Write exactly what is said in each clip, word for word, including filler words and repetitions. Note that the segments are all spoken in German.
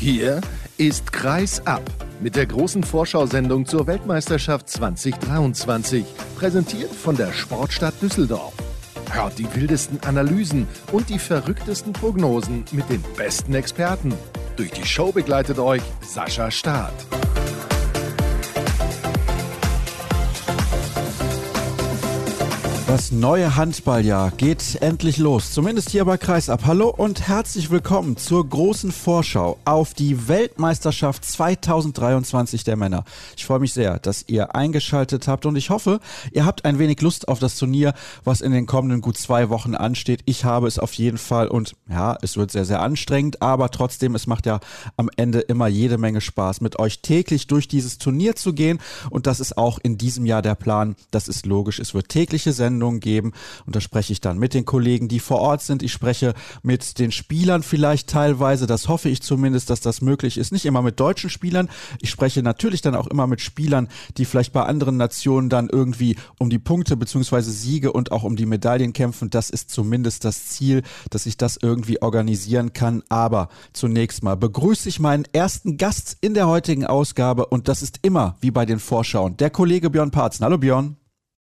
Hier ist Kreis ab mit der großen Vorschausendung zur Weltmeisterschaft zwanzig dreiundzwanzig, präsentiert von der Sportstadt Düsseldorf. Hört die wildesten Analysen und die verrücktesten Prognosen mit den besten Experten. Durch die Show begleitet euch Sascha Staat. Das neue Handballjahr geht endlich los, zumindest hier bei Kreis ab. Hallo und herzlich willkommen zur großen Vorschau auf die Weltmeisterschaft zwanzig dreiundzwanzig der Männer. Ich freue mich sehr, dass ihr eingeschaltet habt und ich hoffe, ihr habt ein wenig Lust auf das Turnier, was in den kommenden gut zwei Wochen ansteht. Ich habe es auf jeden Fall und ja, es wird sehr, sehr anstrengend, aber trotzdem, es macht ja am Ende immer jede Menge Spaß, mit euch täglich durch dieses Turnier zu gehen und das ist auch in diesem Jahr der Plan. Das ist logisch, es wird tägliche Sendungen geben und da spreche ich dann mit den Kollegen, die vor Ort sind. Ich spreche mit den Spielern vielleicht teilweise, das hoffe ich zumindest, dass das möglich ist. Nicht immer mit deutschen Spielern. Ich spreche natürlich dann auch immer mit Spielern, die vielleicht bei anderen Nationen dann irgendwie um die Punkte bzw. Siege und auch um die Medaillen kämpfen. Das ist zumindest das Ziel, dass ich das irgendwie organisieren kann. Aber zunächst mal begrüße ich meinen ersten Gast in der heutigen Ausgabe und das ist immer wie bei den Vorschauen, der Kollege Björn Parzen. Hallo Björn.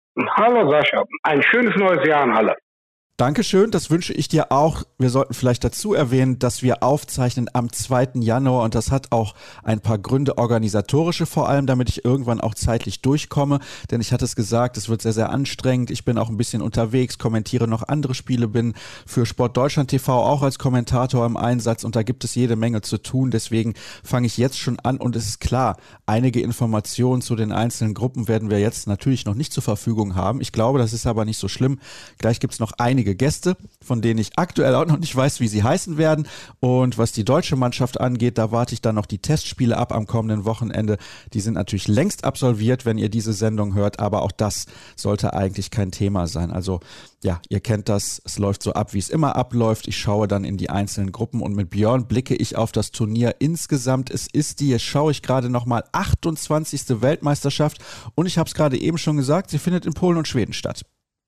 Hallo Sascha, ein schönes neues Jahr an alle. Dankeschön, das wünsche ich dir auch. Wir sollten vielleicht dazu erwähnen, dass wir aufzeichnen am zweiten Januar und das hat auch ein paar Gründe, organisatorische vor allem, damit ich irgendwann auch zeitlich durchkomme, denn ich hatte es gesagt, es wird sehr, sehr anstrengend. Ich bin auch ein bisschen unterwegs, kommentiere noch andere Spiele, bin für Sport Deutschland T V auch als Kommentator im Einsatz und da gibt es jede Menge zu tun, deswegen fange ich jetzt schon an und es ist klar, einige Informationen zu den einzelnen Gruppen werden wir jetzt natürlich noch nicht zur Verfügung haben. Ich glaube, das ist aber nicht so schlimm. Gleich gibt es noch einige Gäste, von denen ich aktuell auch noch nicht weiß, wie sie heißen werden. Und was die deutsche Mannschaft angeht, da warte ich dann noch die Testspiele ab am kommenden Wochenende. Die sind natürlich längst absolviert, wenn ihr diese Sendung hört, aber auch das sollte eigentlich kein Thema sein. Also ja, ihr kennt das, es läuft so ab, wie es immer abläuft. Ich schaue dann in die einzelnen Gruppen und mit Björn blicke ich auf das Turnier insgesamt. Es ist die, jetzt schaue ich gerade nochmal, achtundzwanzigste Weltmeisterschaft und ich habe es gerade eben schon gesagt, sie findet in Polen und Schweden statt.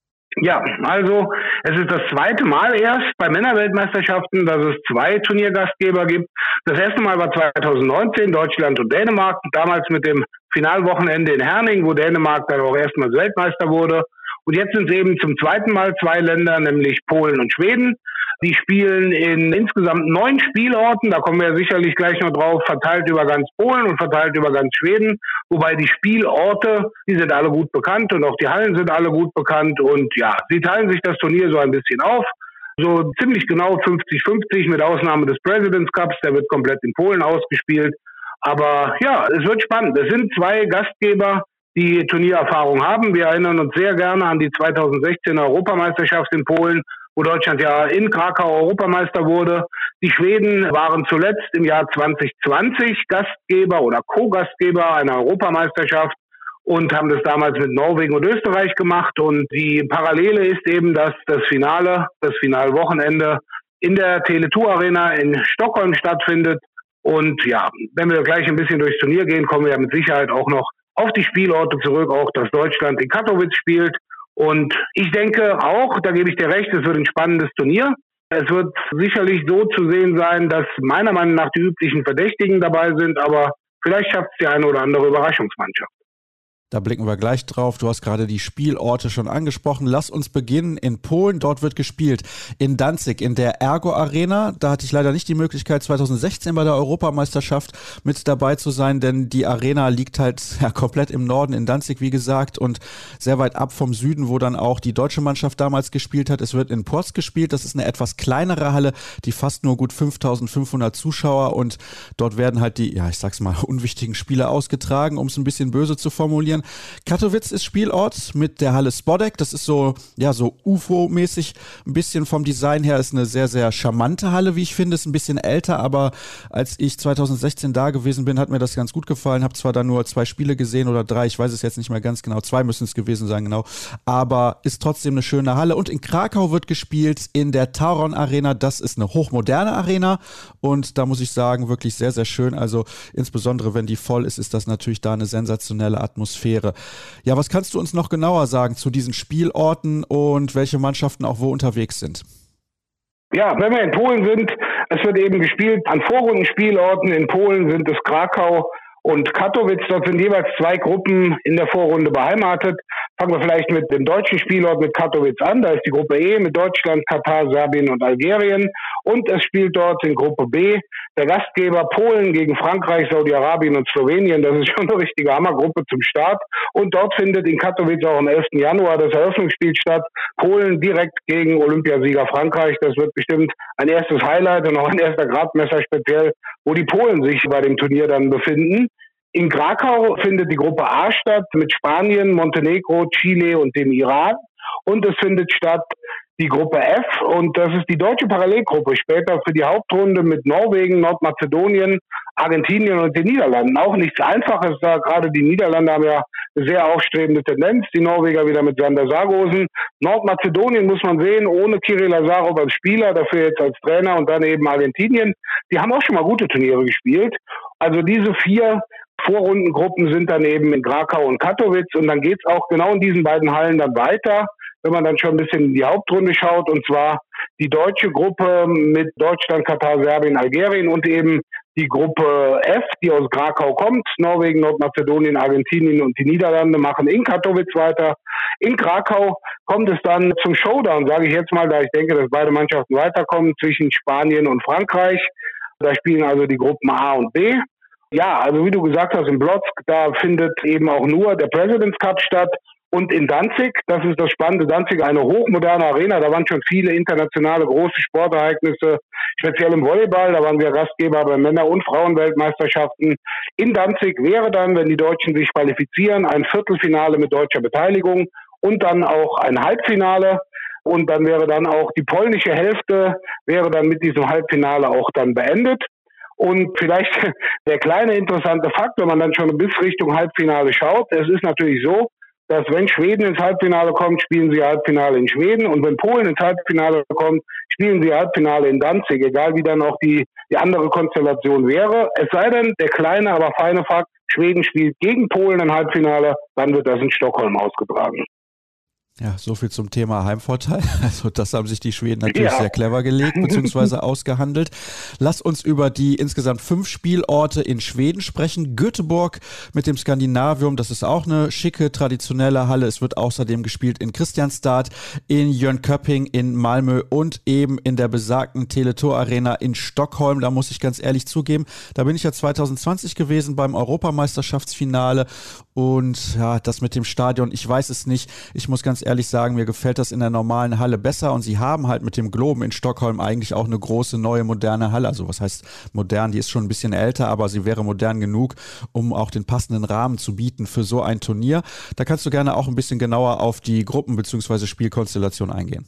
Ja, also es ist das zweite Mal erst bei Männerweltmeisterschaften, dass es zwei Turniergastgeber gibt. Das erste Mal war zweitausendneunzehn, Deutschland und Dänemark, damals mit dem Finalwochenende in Herning, wo Dänemark dann auch erstmals Weltmeister wurde. Und jetzt sind es eben zum zweiten Mal zwei Länder, nämlich Polen und Schweden. Die spielen in insgesamt neun Spielorten, da kommen wir sicherlich gleich noch drauf, verteilt über ganz Polen und verteilt über ganz Schweden. Wobei die Spielorte, die sind alle gut bekannt und auch die Hallen sind alle gut bekannt. Und ja, sie teilen sich das Turnier so ein bisschen auf. So ziemlich genau fünfzig fünfzig mit Ausnahme des Presidents Cups, der wird komplett in Polen ausgespielt. Aber ja, es wird spannend. Es sind zwei Gastgeber, die Turniererfahrung haben. Wir erinnern uns sehr gerne an die zweitausendsechzehner Europameisterschaft in Polen, wo Deutschland ja in Krakau Europameister wurde. Die Schweden waren zuletzt im Jahr zwanzig zwanzig Gastgeber oder Co-Gastgeber einer Europameisterschaft und haben das damals mit Norwegen und Österreich gemacht. Und die Parallele ist eben, dass das Finale, das Finalwochenende in der Tele2 Arena in Stockholm stattfindet. Und ja, wenn wir gleich ein bisschen durchs Turnier gehen, kommen wir ja mit Sicherheit auch noch auf die Spielorte zurück, auch dass Deutschland in Katowice spielt. Und ich denke auch, da gebe ich dir recht, es wird ein spannendes Turnier. Es wird sicherlich so zu sehen sein, dass meiner Meinung nach die üblichen Verdächtigen dabei sind, aber vielleicht schafft es die eine oder andere Überraschungsmannschaft. Da blicken wir gleich drauf. Du hast gerade die Spielorte schon angesprochen. Lass uns beginnen in Polen. Dort wird gespielt in Danzig in der Ergo Arena. Da hatte ich leider nicht die Möglichkeit, zweitausendsechzehn bei der Europameisterschaft mit dabei zu sein, denn die Arena liegt halt ja, komplett im Norden in Danzig, wie gesagt, und sehr weit ab vom Süden, wo dann auch die deutsche Mannschaft damals gespielt hat. Es wird in Płock gespielt. Das ist eine etwas kleinere Halle, die fasst nur gut fünftausendfünfhundert Zuschauer und dort werden halt die, ja, ich sag's mal, unwichtigen Spiele ausgetragen, um es ein bisschen böse zu formulieren. Katowice ist Spielort mit der Halle Spodek. Das ist so, ja, so U F O-mäßig ein bisschen vom Design her. Ist eine sehr, sehr charmante Halle, wie ich finde. Ist ein bisschen älter, aber als ich zweitausendsechzehn da gewesen bin, hat mir das ganz gut gefallen. Habe zwar da nur zwei Spiele gesehen oder drei, ich weiß es jetzt nicht mehr ganz genau. Zwei müssen es gewesen sein, genau. Aber ist trotzdem eine schöne Halle. Und in Krakau wird gespielt in der Tauron Arena. Das ist eine hochmoderne Arena und da muss ich sagen, wirklich sehr, sehr schön. Also insbesondere, wenn die voll ist, ist das natürlich da eine sensationelle Atmosphäre. Ja, was kannst du uns noch genauer sagen zu diesen Spielorten und welche Mannschaften auch wo unterwegs sind? Ja, wenn wir in Polen sind, Es wird eben gespielt an Vorrundenspielorten. In Polen sind es Krakau und Katowice. Dort sind jeweils zwei Gruppen in der Vorrunde beheimatet. Fangen wir vielleicht mit dem deutschen Spielort mit Katowice an. Da ist die Gruppe E mit Deutschland, Katar, Serbien und Algerien. Und es spielt dort in Gruppe B der Gastgeber Polen gegen Frankreich, Saudi-Arabien und Slowenien. Das ist schon eine richtige Hammergruppe zum Start. Und dort findet in Katowice auch am elften Januar das Eröffnungsspiel statt. Polen direkt gegen Olympiasieger Frankreich. Das wird bestimmt ein erstes Highlight und auch ein erster Gradmesser speziell, wo die Polen sich bei dem Turnier dann befinden. In Krakau findet die Gruppe A statt mit Spanien, Montenegro, Chile und dem Iran. Und es findet statt die Gruppe F und das ist die deutsche Parallelgruppe später für die Hauptrunde mit Norwegen, Nordmazedonien, Argentinien und den Niederlanden. Auch nichts Einfaches da, gerade die Niederlande haben ja eine sehr aufstrebende Tendenz, die Norweger wieder mit Sander Sargosen. Nordmazedonien muss man sehen, ohne Kirill Azarov als Spieler, dafür jetzt als Trainer und dann eben Argentinien. Die haben auch schon mal gute Turniere gespielt. Also diese vier Vorrundengruppen sind dann eben in Krakau und Katowice und dann geht's auch genau in diesen beiden Hallen dann weiter, wenn man dann schon ein bisschen in die Hauptrunde schaut, und zwar die deutsche Gruppe mit Deutschland, Katar, Serbien, Algerien und eben die Gruppe F, die aus Krakau kommt. Norwegen, Nordmazedonien, Argentinien und die Niederlande machen in Katowice weiter. In Krakau kommt es dann zum Showdown, sage ich jetzt mal, da ich denke, dass beide Mannschaften weiterkommen, zwischen Spanien und Frankreich. Da spielen also die Gruppen A und B. Ja, also wie du gesagt hast, in Blotzk, da findet eben auch nur der President's Cup statt. Und in Danzig, das ist das Spannende, Danzig, eine hochmoderne Arena, da waren schon viele internationale große Sportereignisse, speziell im Volleyball, da waren wir Gastgeber bei Männer- und Frauenweltmeisterschaften. In Danzig wäre dann, wenn die Deutschen sich qualifizieren, ein Viertelfinale mit deutscher Beteiligung und dann auch ein Halbfinale. Und dann wäre dann auch die polnische Hälfte, wäre dann mit diesem Halbfinale auch dann beendet. Und vielleicht der kleine interessante Fakt, wenn man dann schon bis Richtung Halbfinale schaut, es ist natürlich so, dass wenn Schweden ins Halbfinale kommt, spielen sie Halbfinale in Schweden. Und wenn Polen ins Halbfinale kommt, spielen sie Halbfinale in Danzig, egal wie dann auch die, die andere Konstellation wäre. Es sei denn, der kleine, aber feine Fakt, Schweden spielt gegen Polen im Halbfinale, dann wird das in Stockholm ausgetragen. Ja, so viel zum Thema Heimvorteil. Also das haben sich die Schweden natürlich ja. sehr clever gelegt bzw. ausgehandelt. Lass uns über die insgesamt fünf Spielorte in Schweden sprechen. Göteborg mit dem Skandinavium, das ist auch eine schicke, traditionelle Halle. Es wird außerdem gespielt in Kristianstad, in Jönköping, in Malmö und eben in der besagten Tele2 Arena in Stockholm. Da muss ich ganz ehrlich zugeben, da bin ich ja zwanzig zwanzig gewesen beim Europameisterschaftsfinale und ja, das mit dem Stadion, ich weiß es nicht. Ich muss ganz ehrlich sagen, mir gefällt das in der normalen Halle besser und sie haben halt mit dem Globen in Stockholm eigentlich auch eine große, neue, moderne Halle. Also was heißt modern? Die ist schon ein bisschen älter, aber sie wäre modern genug, um auch den passenden Rahmen zu bieten für so ein Turnier. Da kannst du gerne auch ein bisschen genauer auf die Gruppen- bzw. Spielkonstellation eingehen.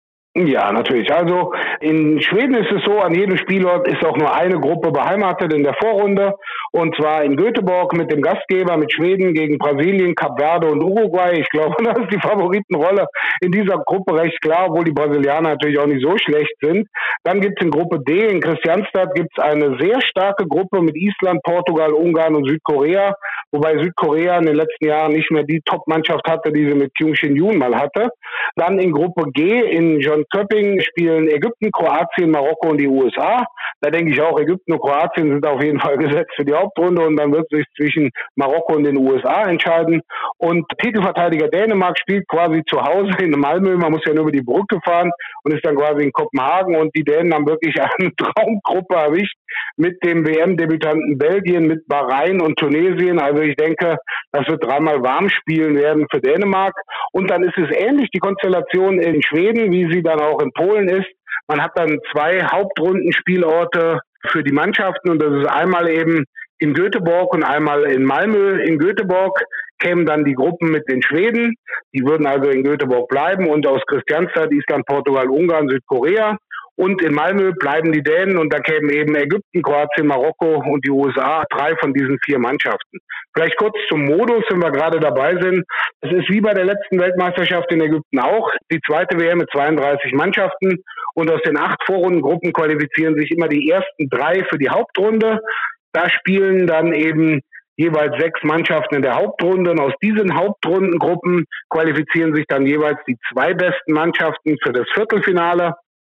Ja, natürlich. Also in Schweden ist es so, an jedem Spielort ist auch nur eine Gruppe beheimatet in der Vorrunde. Und zwar in Göteborg mit dem Gastgeber, mit Schweden gegen Brasilien, Kap Verde und Uruguay. Ich glaube, da ist die Favoritenrolle in dieser Gruppe recht klar, obwohl die Brasilianer natürlich auch nicht so schlecht sind. Dann gibt es in Gruppe D, in Kristianstad, gibt es eine sehr starke Gruppe mit Island, Portugal, Ungarn und Südkorea. Wobei Südkorea in den letzten Jahren nicht mehr die Top-Mannschaft hatte, die sie mit Kyung Shin-Yoon mal hatte. Dann in Gruppe G in Jönköping spielen Ägypten, Kroatien, Marokko und die U S A. Da denke ich auch, Ägypten und Kroatien sind auf jeden Fall gesetzt für die Hauptrunde und dann wird sich zwischen Marokko und den U S A entscheiden. Und Titelverteidiger Dänemark spielt quasi zu Hause in Malmö. Man muss ja nur über die Brücke fahren und ist dann quasi in Kopenhagen. Und die Dänen haben wirklich eine Traumgruppe erwischt mit dem W M-Debütanten Belgien, mit Bahrain und Tunesien. Also ich denke, das wird dreimal warm spielen werden für Dänemark. Und dann ist es ähnlich, die Konstellation in Schweden, wie sie dann auch in Polen ist. Man hat dann zwei Hauptrundenspielorte für die Mannschaften und das ist einmal eben in Göteborg und einmal in Malmö. In Göteborg kämen dann die Gruppen mit den Schweden. Die würden also in Göteborg bleiben und aus Kristianstad, Island, Portugal, Ungarn, Südkorea. Und in Malmö bleiben die Dänen und da kämen eben Ägypten, Kroatien, Marokko und die U S A, drei von diesen vier Mannschaften. Vielleicht kurz zum Modus, wenn wir gerade dabei sind. Es ist wie bei der letzten Weltmeisterschaft in Ägypten auch, die zweite W M mit zweiunddreißig Mannschaften und aus den acht Vorrundengruppen qualifizieren sich immer die ersten drei für die Hauptrunde. Da spielen dann eben jeweils sechs Mannschaften in der Hauptrunde und aus diesen Hauptrundengruppen qualifizieren sich dann jeweils die zwei besten Mannschaften für das Viertelfinale.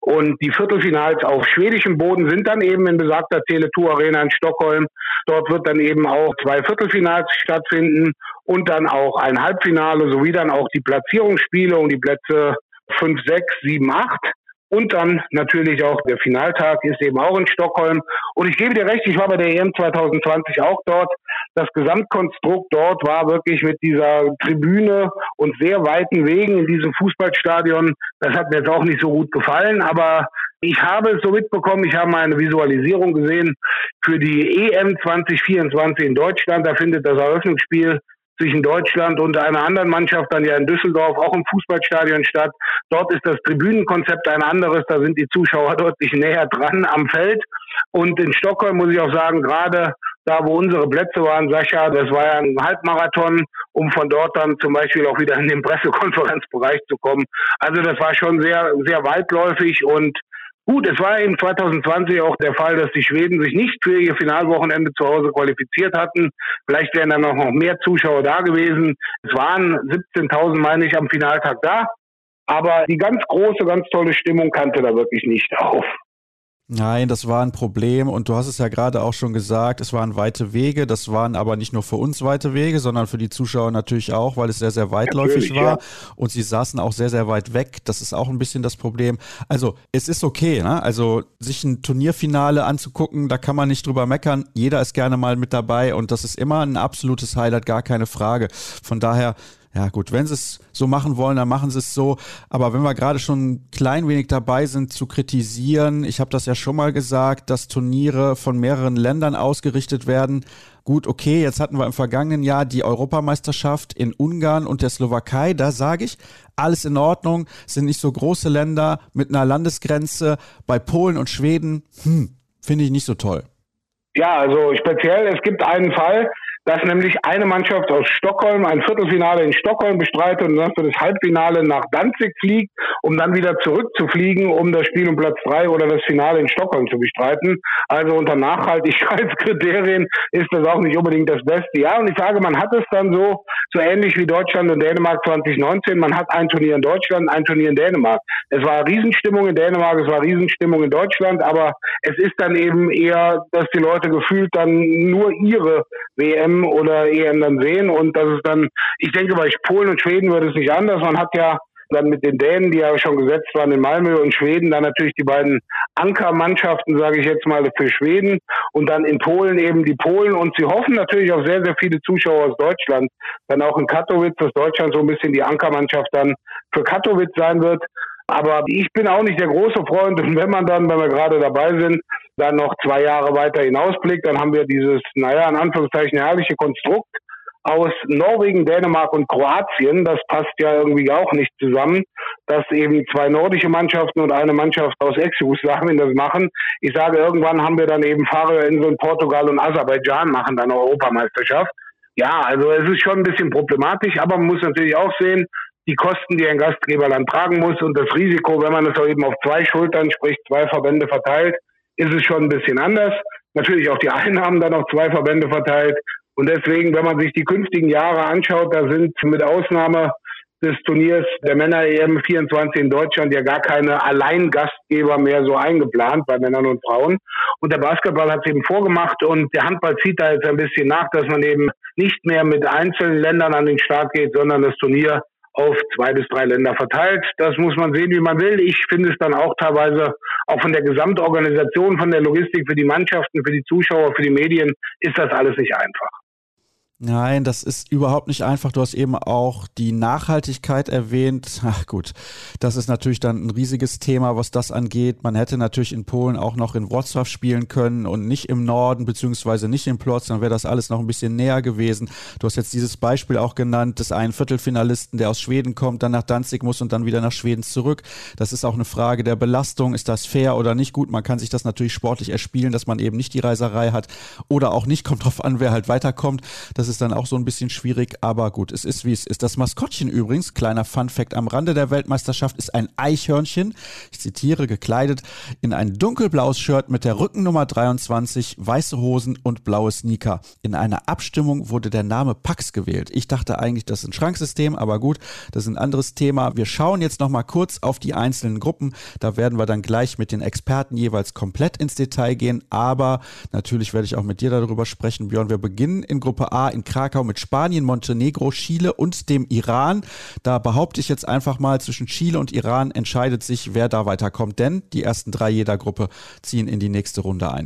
Und die Viertelfinals auf schwedischem Boden sind dann eben in besagter Tele2 Arena in Stockholm. Dort wird dann eben auch zwei Viertelfinals stattfinden und dann auch ein Halbfinale sowie dann auch die Platzierungsspiele um die Plätze fünf, sechs, sieben, acht. Und dann natürlich auch der Finaltag ist eben auch in Stockholm. Und ich gebe dir recht, ich war bei der E M zwanzig zwanzig auch dort. Das Gesamtkonstrukt dort war wirklich mit dieser Tribüne und sehr weiten Wegen in diesem Fußballstadion. Das hat mir jetzt auch nicht so gut gefallen, aber ich habe es so mitbekommen, ich habe mal eine Visualisierung gesehen für die E M zwanzig vierundzwanzig in Deutschland. Da findet das Eröffnungsspiel zwischen Deutschland und einer anderen Mannschaft dann ja in Düsseldorf auch im Fußballstadion statt. Dort ist das Tribünenkonzept ein anderes, da sind die Zuschauer deutlich näher dran am Feld. Und in Stockholm muss ich auch sagen, gerade da, wo unsere Plätze waren, Sascha, das war ja ein Halbmarathon, um von dort dann zum Beispiel auch wieder in den Pressekonferenzbereich zu kommen. Also das war schon sehr, sehr weitläufig und gut, es war eben zwanzig zwanzig auch der Fall, dass die Schweden sich nicht für ihr Finalwochenende zu Hause qualifiziert hatten. Vielleicht wären dann noch mehr Zuschauer da gewesen. Es waren siebzehntausend, meine ich, am Finaltag da. Aber die ganz große, ganz tolle Stimmung kannte da wirklich nicht auf. Nein, das war ein Problem und du hast es ja gerade auch schon gesagt, es waren weite Wege, das waren aber nicht nur für uns weite Wege, sondern für die Zuschauer natürlich auch, weil es sehr, sehr weitläufig natürlich, war ja. Und sie saßen auch sehr, sehr weit weg, das ist auch ein bisschen das Problem. Also es ist okay, ne? Also sich ein Turnierfinale anzugucken, da kann man nicht drüber meckern, jeder ist gerne mal mit dabei und das ist immer ein absolutes Highlight, gar keine Frage. Von daher... Ja gut, wenn sie es so machen wollen, dann machen sie es so. Aber wenn wir gerade schon ein klein wenig dabei sind zu kritisieren, ich habe das ja schon mal gesagt, dass Turniere von mehreren Ländern ausgerichtet werden. Gut, okay, jetzt hatten wir im vergangenen Jahr die Europameisterschaft in Ungarn und der Slowakei. Da sage ich, alles in Ordnung, sind nicht so große Länder mit einer Landesgrenze. Bei Polen und Schweden, hm, finde ich nicht so toll. Ja, also speziell, es gibt einen Fall, dass nämlich eine Mannschaft aus Stockholm ein Viertelfinale in Stockholm bestreitet und dann für das Halbfinale nach Danzig fliegt, um dann wieder zurückzufliegen, um das Spiel um Platz drei oder das Finale in Stockholm zu bestreiten. Also unter Nachhaltigkeitskriterien ist das auch nicht unbedingt das Beste. Ja, und ich sage, man hat es dann so, so ähnlich wie Deutschland und Dänemark zwanzig neunzehn. Man hat ein Turnier in Deutschland, ein Turnier in Dänemark. Es war Riesenstimmung in Dänemark, es war Riesenstimmung in Deutschland, aber es ist dann eben eher, dass die Leute gefühlt dann nur ihre W M oder E M dann sehen und das ist dann, ich denke, bei Polen und Schweden wird es nicht anders. Man hat ja dann mit den Dänen, die ja schon gesetzt waren in Malmö und Schweden, dann natürlich die beiden Ankermannschaften, sage ich jetzt mal, für Schweden und dann in Polen eben die Polen und sie hoffen natürlich auf sehr, sehr viele Zuschauer aus Deutschland, dann auch in Katowice, dass Deutschland so ein bisschen die Ankermannschaft dann für Katowice sein wird. Aber ich bin auch nicht der große Freund und wenn man dann, wenn wir gerade dabei sind, dann noch zwei Jahre weiter hinausblickt, dann haben wir dieses, naja, in Anführungszeichen herrliche Konstrukt aus Norwegen, Dänemark und Kroatien. Das passt ja irgendwie auch nicht zusammen, dass eben zwei nordische Mannschaften und eine Mannschaft aus Ex-Jugoslawien das machen. Ich sage, irgendwann haben wir dann eben Färöerinseln, Portugal und Aserbaidschan machen dann eine Europameisterschaft. Ja, also es ist schon ein bisschen problematisch, aber man muss natürlich auch sehen, die Kosten, die ein Gastgeberland tragen muss und das Risiko, wenn man es auch eben auf zwei Schultern, sprich zwei Verbände verteilt, ist es schon ein bisschen anders. Natürlich auch die Einnahmen dann auf zwei Verbände verteilt. Und deswegen, wenn man sich die künftigen Jahre anschaut, da sind mit Ausnahme des Turniers der Männer-E M vierundzwanzig in Deutschland ja gar keine Alleingastgeber mehr so eingeplant bei Männern und Frauen. Und der Basketball hat es eben vorgemacht und der Handball zieht da jetzt ein bisschen nach, dass man eben nicht mehr mit einzelnen Ländern an den Start geht, sondern das Turnier auf zwei bis drei Länder verteilt. Das muss man sehen, wie man will. Ich finde es dann auch teilweise, auch von der Gesamtorganisation, von der Logistik für die Mannschaften, für die Zuschauer, für die Medien, ist das alles nicht einfach. Nein, das ist überhaupt nicht einfach. Du hast eben auch die Nachhaltigkeit erwähnt. Ach gut, das ist natürlich dann ein riesiges Thema, was das angeht. Man hätte natürlich in Polen auch noch in Wrocław spielen können und nicht im Norden, beziehungsweise nicht in Plock, dann wäre das alles noch ein bisschen näher gewesen. Du hast jetzt dieses Beispiel auch genannt, des einen Viertelfinalisten, der aus Schweden kommt, dann nach Danzig muss und dann wieder nach Schweden zurück. Das ist auch eine Frage der Belastung. Ist das fair oder nicht? Gut, man kann sich das natürlich sportlich erspielen, dass man eben nicht die Reiserei hat oder auch nicht. Kommt drauf an, wer halt weiterkommt. Das ist ist dann auch so ein bisschen schwierig, aber gut, es ist wie es ist. Das Maskottchen übrigens, kleiner Funfact am Rande der Weltmeisterschaft, ist ein Eichhörnchen, ich zitiere, gekleidet in ein dunkelblaues Shirt mit der Rückennummer dreiundzwanzig, weiße Hosen und blaue Sneaker. In einer Abstimmung wurde der Name Pax gewählt. Ich dachte eigentlich, das ist ein Schranksystem, aber gut, das ist ein anderes Thema. Wir schauen jetzt noch mal kurz auf die einzelnen Gruppen. Da werden wir dann gleich mit den Experten jeweils komplett ins Detail gehen, aber natürlich werde ich auch mit dir darüber sprechen, Björn. Wir beginnen in Gruppe A in Krakau mit Spanien, Montenegro, Chile und dem Iran. Da behaupte ich jetzt einfach mal, zwischen Chile und Iran entscheidet sich, wer da weiterkommt, denn die ersten drei jeder Gruppe ziehen in die nächste Runde ein.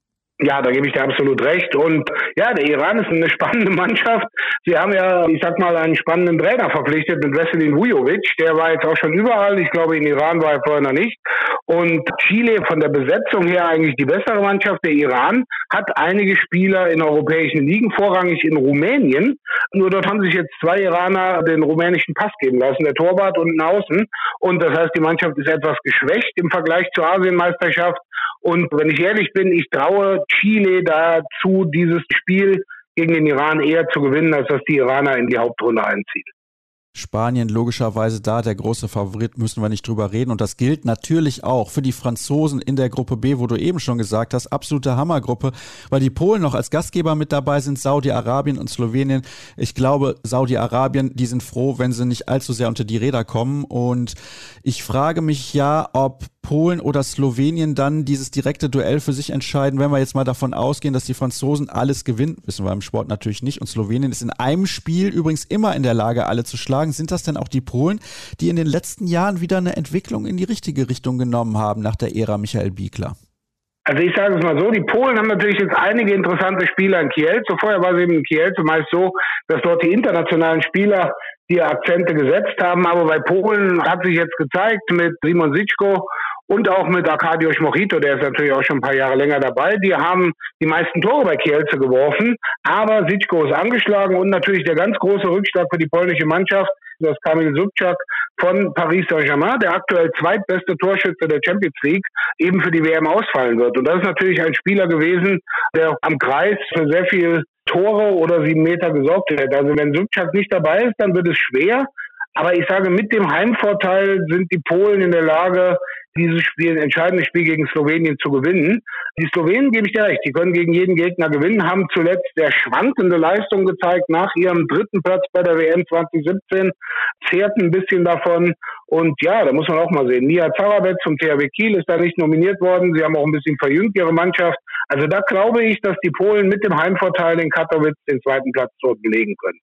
Ja, da gebe ich dir absolut recht. Und ja, der Iran ist eine spannende Mannschaft. Sie haben ja, ich sag mal, einen spannenden Trainer verpflichtet mit Veselin Vujovic. Der war jetzt auch schon überall. Ich glaube, in Iran war er vorher noch nicht. Und Chile von der Besetzung her eigentlich die bessere Mannschaft. Der Iran hat einige Spieler in europäischen Ligen, vorrangig in Rumänien. Nur dort haben sich jetzt zwei Iraner den rumänischen Pass geben lassen, der Torwart und ein Außen. Und das heißt, die Mannschaft ist etwas geschwächt im Vergleich zur Asienmeisterschaft. Und wenn ich ehrlich bin, ich traue Chile dazu, dieses Spiel gegen den Iran eher zu gewinnen, als dass die Iraner in die Hauptrunde einziehen. Spanien logischerweise da, der große Favorit, müssen wir nicht drüber reden. Und das gilt natürlich auch für die Franzosen in der Gruppe B, wo du eben schon gesagt hast, absolute Hammergruppe, weil die Polen noch als Gastgeber mit dabei sind, Saudi-Arabien und Slowenien. Ich glaube, Saudi-Arabien, die sind froh, wenn sie nicht allzu sehr unter die Räder kommen. Und ich frage mich ja, ob Polen oder Slowenien dann dieses direkte Duell für sich entscheiden, wenn wir jetzt mal davon ausgehen, dass die Franzosen alles gewinnen, wissen wir im Sport natürlich nicht, und Slowenien ist in einem Spiel übrigens immer in der Lage, alle zu schlagen. Sind das denn auch die Polen, die in den letzten Jahren wieder eine Entwicklung in die richtige Richtung genommen haben nach der Ära Michael Biegler? Also ich sage es mal so, die Polen haben natürlich jetzt einige interessante Spieler in Kielce. Vorher war es eben in Kielce zumeist so, dass dort die internationalen Spieler die Akzente gesetzt haben. Aber bei Polen hat sich jetzt gezeigt mit Simon Sitschko und auch mit Arkadiusz Mochito, der ist natürlich auch schon ein paar Jahre länger dabei. Die haben die meisten Tore bei Kielce geworfen, aber Sitschko ist angeschlagen und natürlich der ganz große Rückschlag für die polnische Mannschaft, das Kamil Subczak von Paris Saint-Germain, der aktuell zweitbeste Torschütze der Champions League, eben für die W M ausfallen wird. Und das ist natürlich ein Spieler gewesen, der am Kreis für sehr viel Tore oder sieben Meter gesorgt hätte. Also wenn Subczak nicht dabei ist, dann wird es schwer. Aber ich sage, mit dem Heimvorteil sind die Polen in der Lage, dieses Spiel, ein entscheidendes Spiel gegen Slowenien zu gewinnen. Die Slowenen, gebe ich dir recht, die können gegen jeden Gegner gewinnen, haben zuletzt sehr schwankende Leistung gezeigt nach ihrem dritten Platz bei der W M zwanzig siebzehn, zehrten ein bisschen davon. Und ja, da muss man auch mal sehen. Nia Zarabetz vom T H W Kiel ist da nicht nominiert worden. Sie haben auch ein bisschen verjüngt, ihre Mannschaft. Also da glaube ich, dass die Polen mit dem Heimvorteil in Katowice den zweiten Platz dort belegen können.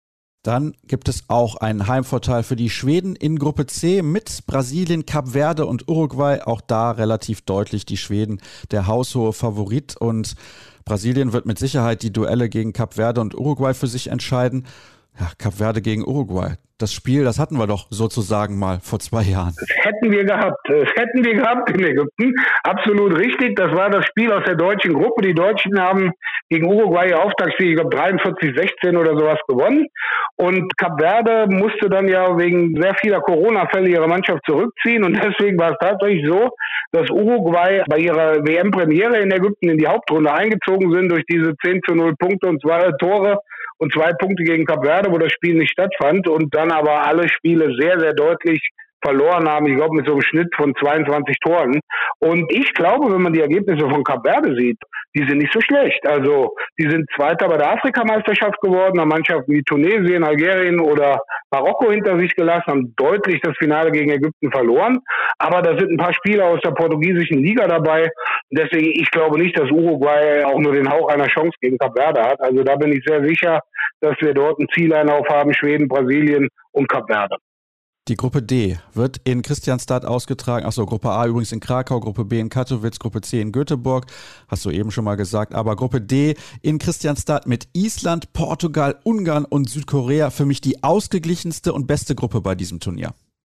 Dann gibt es auch einen Heimvorteil für die Schweden in Gruppe C mit Brasilien, Kap Verde und Uruguay. Auch da relativ deutlich die Schweden der haushohe Favorit. Und Brasilien wird mit Sicherheit die Duelle gegen Kap Verde und Uruguay für sich entscheiden. Ja, Kap Verde gegen Uruguay. Das Spiel, das hatten wir doch sozusagen mal vor zwei Jahren. Das hätten wir gehabt. Das hätten wir gehabt in Ägypten. Absolut richtig. Das war das Spiel aus der deutschen Gruppe. Die Deutschen haben gegen Uruguay ihr Auftaktspiel, ich glaube dreiundvierzig sechzehn oder sowas gewonnen. Und Kap Verde musste dann ja wegen sehr vieler Corona-Fälle ihre Mannschaft zurückziehen. Und deswegen war es tatsächlich so, dass Uruguay bei ihrer W M-Premiere in Ägypten in die Hauptrunde eingezogen sind durch diese zehn zu null Punkte und zwei Tore und zwei Punkte gegen Kap Verde, wo das Spiel nicht stattfand und dann aber alle Spiele sehr, sehr deutlich verloren haben, ich glaube mit so einem Schnitt von zweiundzwanzig Toren. Und ich glaube, wenn man die Ergebnisse von Kap Verde sieht, die sind nicht so schlecht. Also die sind Zweiter bei der Afrikameisterschaft geworden, haben Mannschaften wie Tunesien, Algerien oder Marokko hinter sich gelassen, haben deutlich das Finale gegen Ägypten verloren. Aber da sind ein paar Spieler aus der portugiesischen Liga dabei. Deswegen, ich glaube nicht, dass Uruguay auch nur den Hauch einer Chance gegen Kap Verde hat. Also da bin ich sehr sicher, dass wir dort einen Zieleinlauf haben, Schweden, Brasilien und Kap Verde. Die Gruppe D wird in Kristianstad ausgetragen. Achso, Gruppe A übrigens in Krakau, Gruppe B in Katowice, Gruppe C in Göteborg. Hast du eben schon mal gesagt. Aber Gruppe D in Kristianstad mit Island, Portugal, Ungarn und Südkorea. Für mich die ausgeglichenste und beste Gruppe bei diesem Turnier.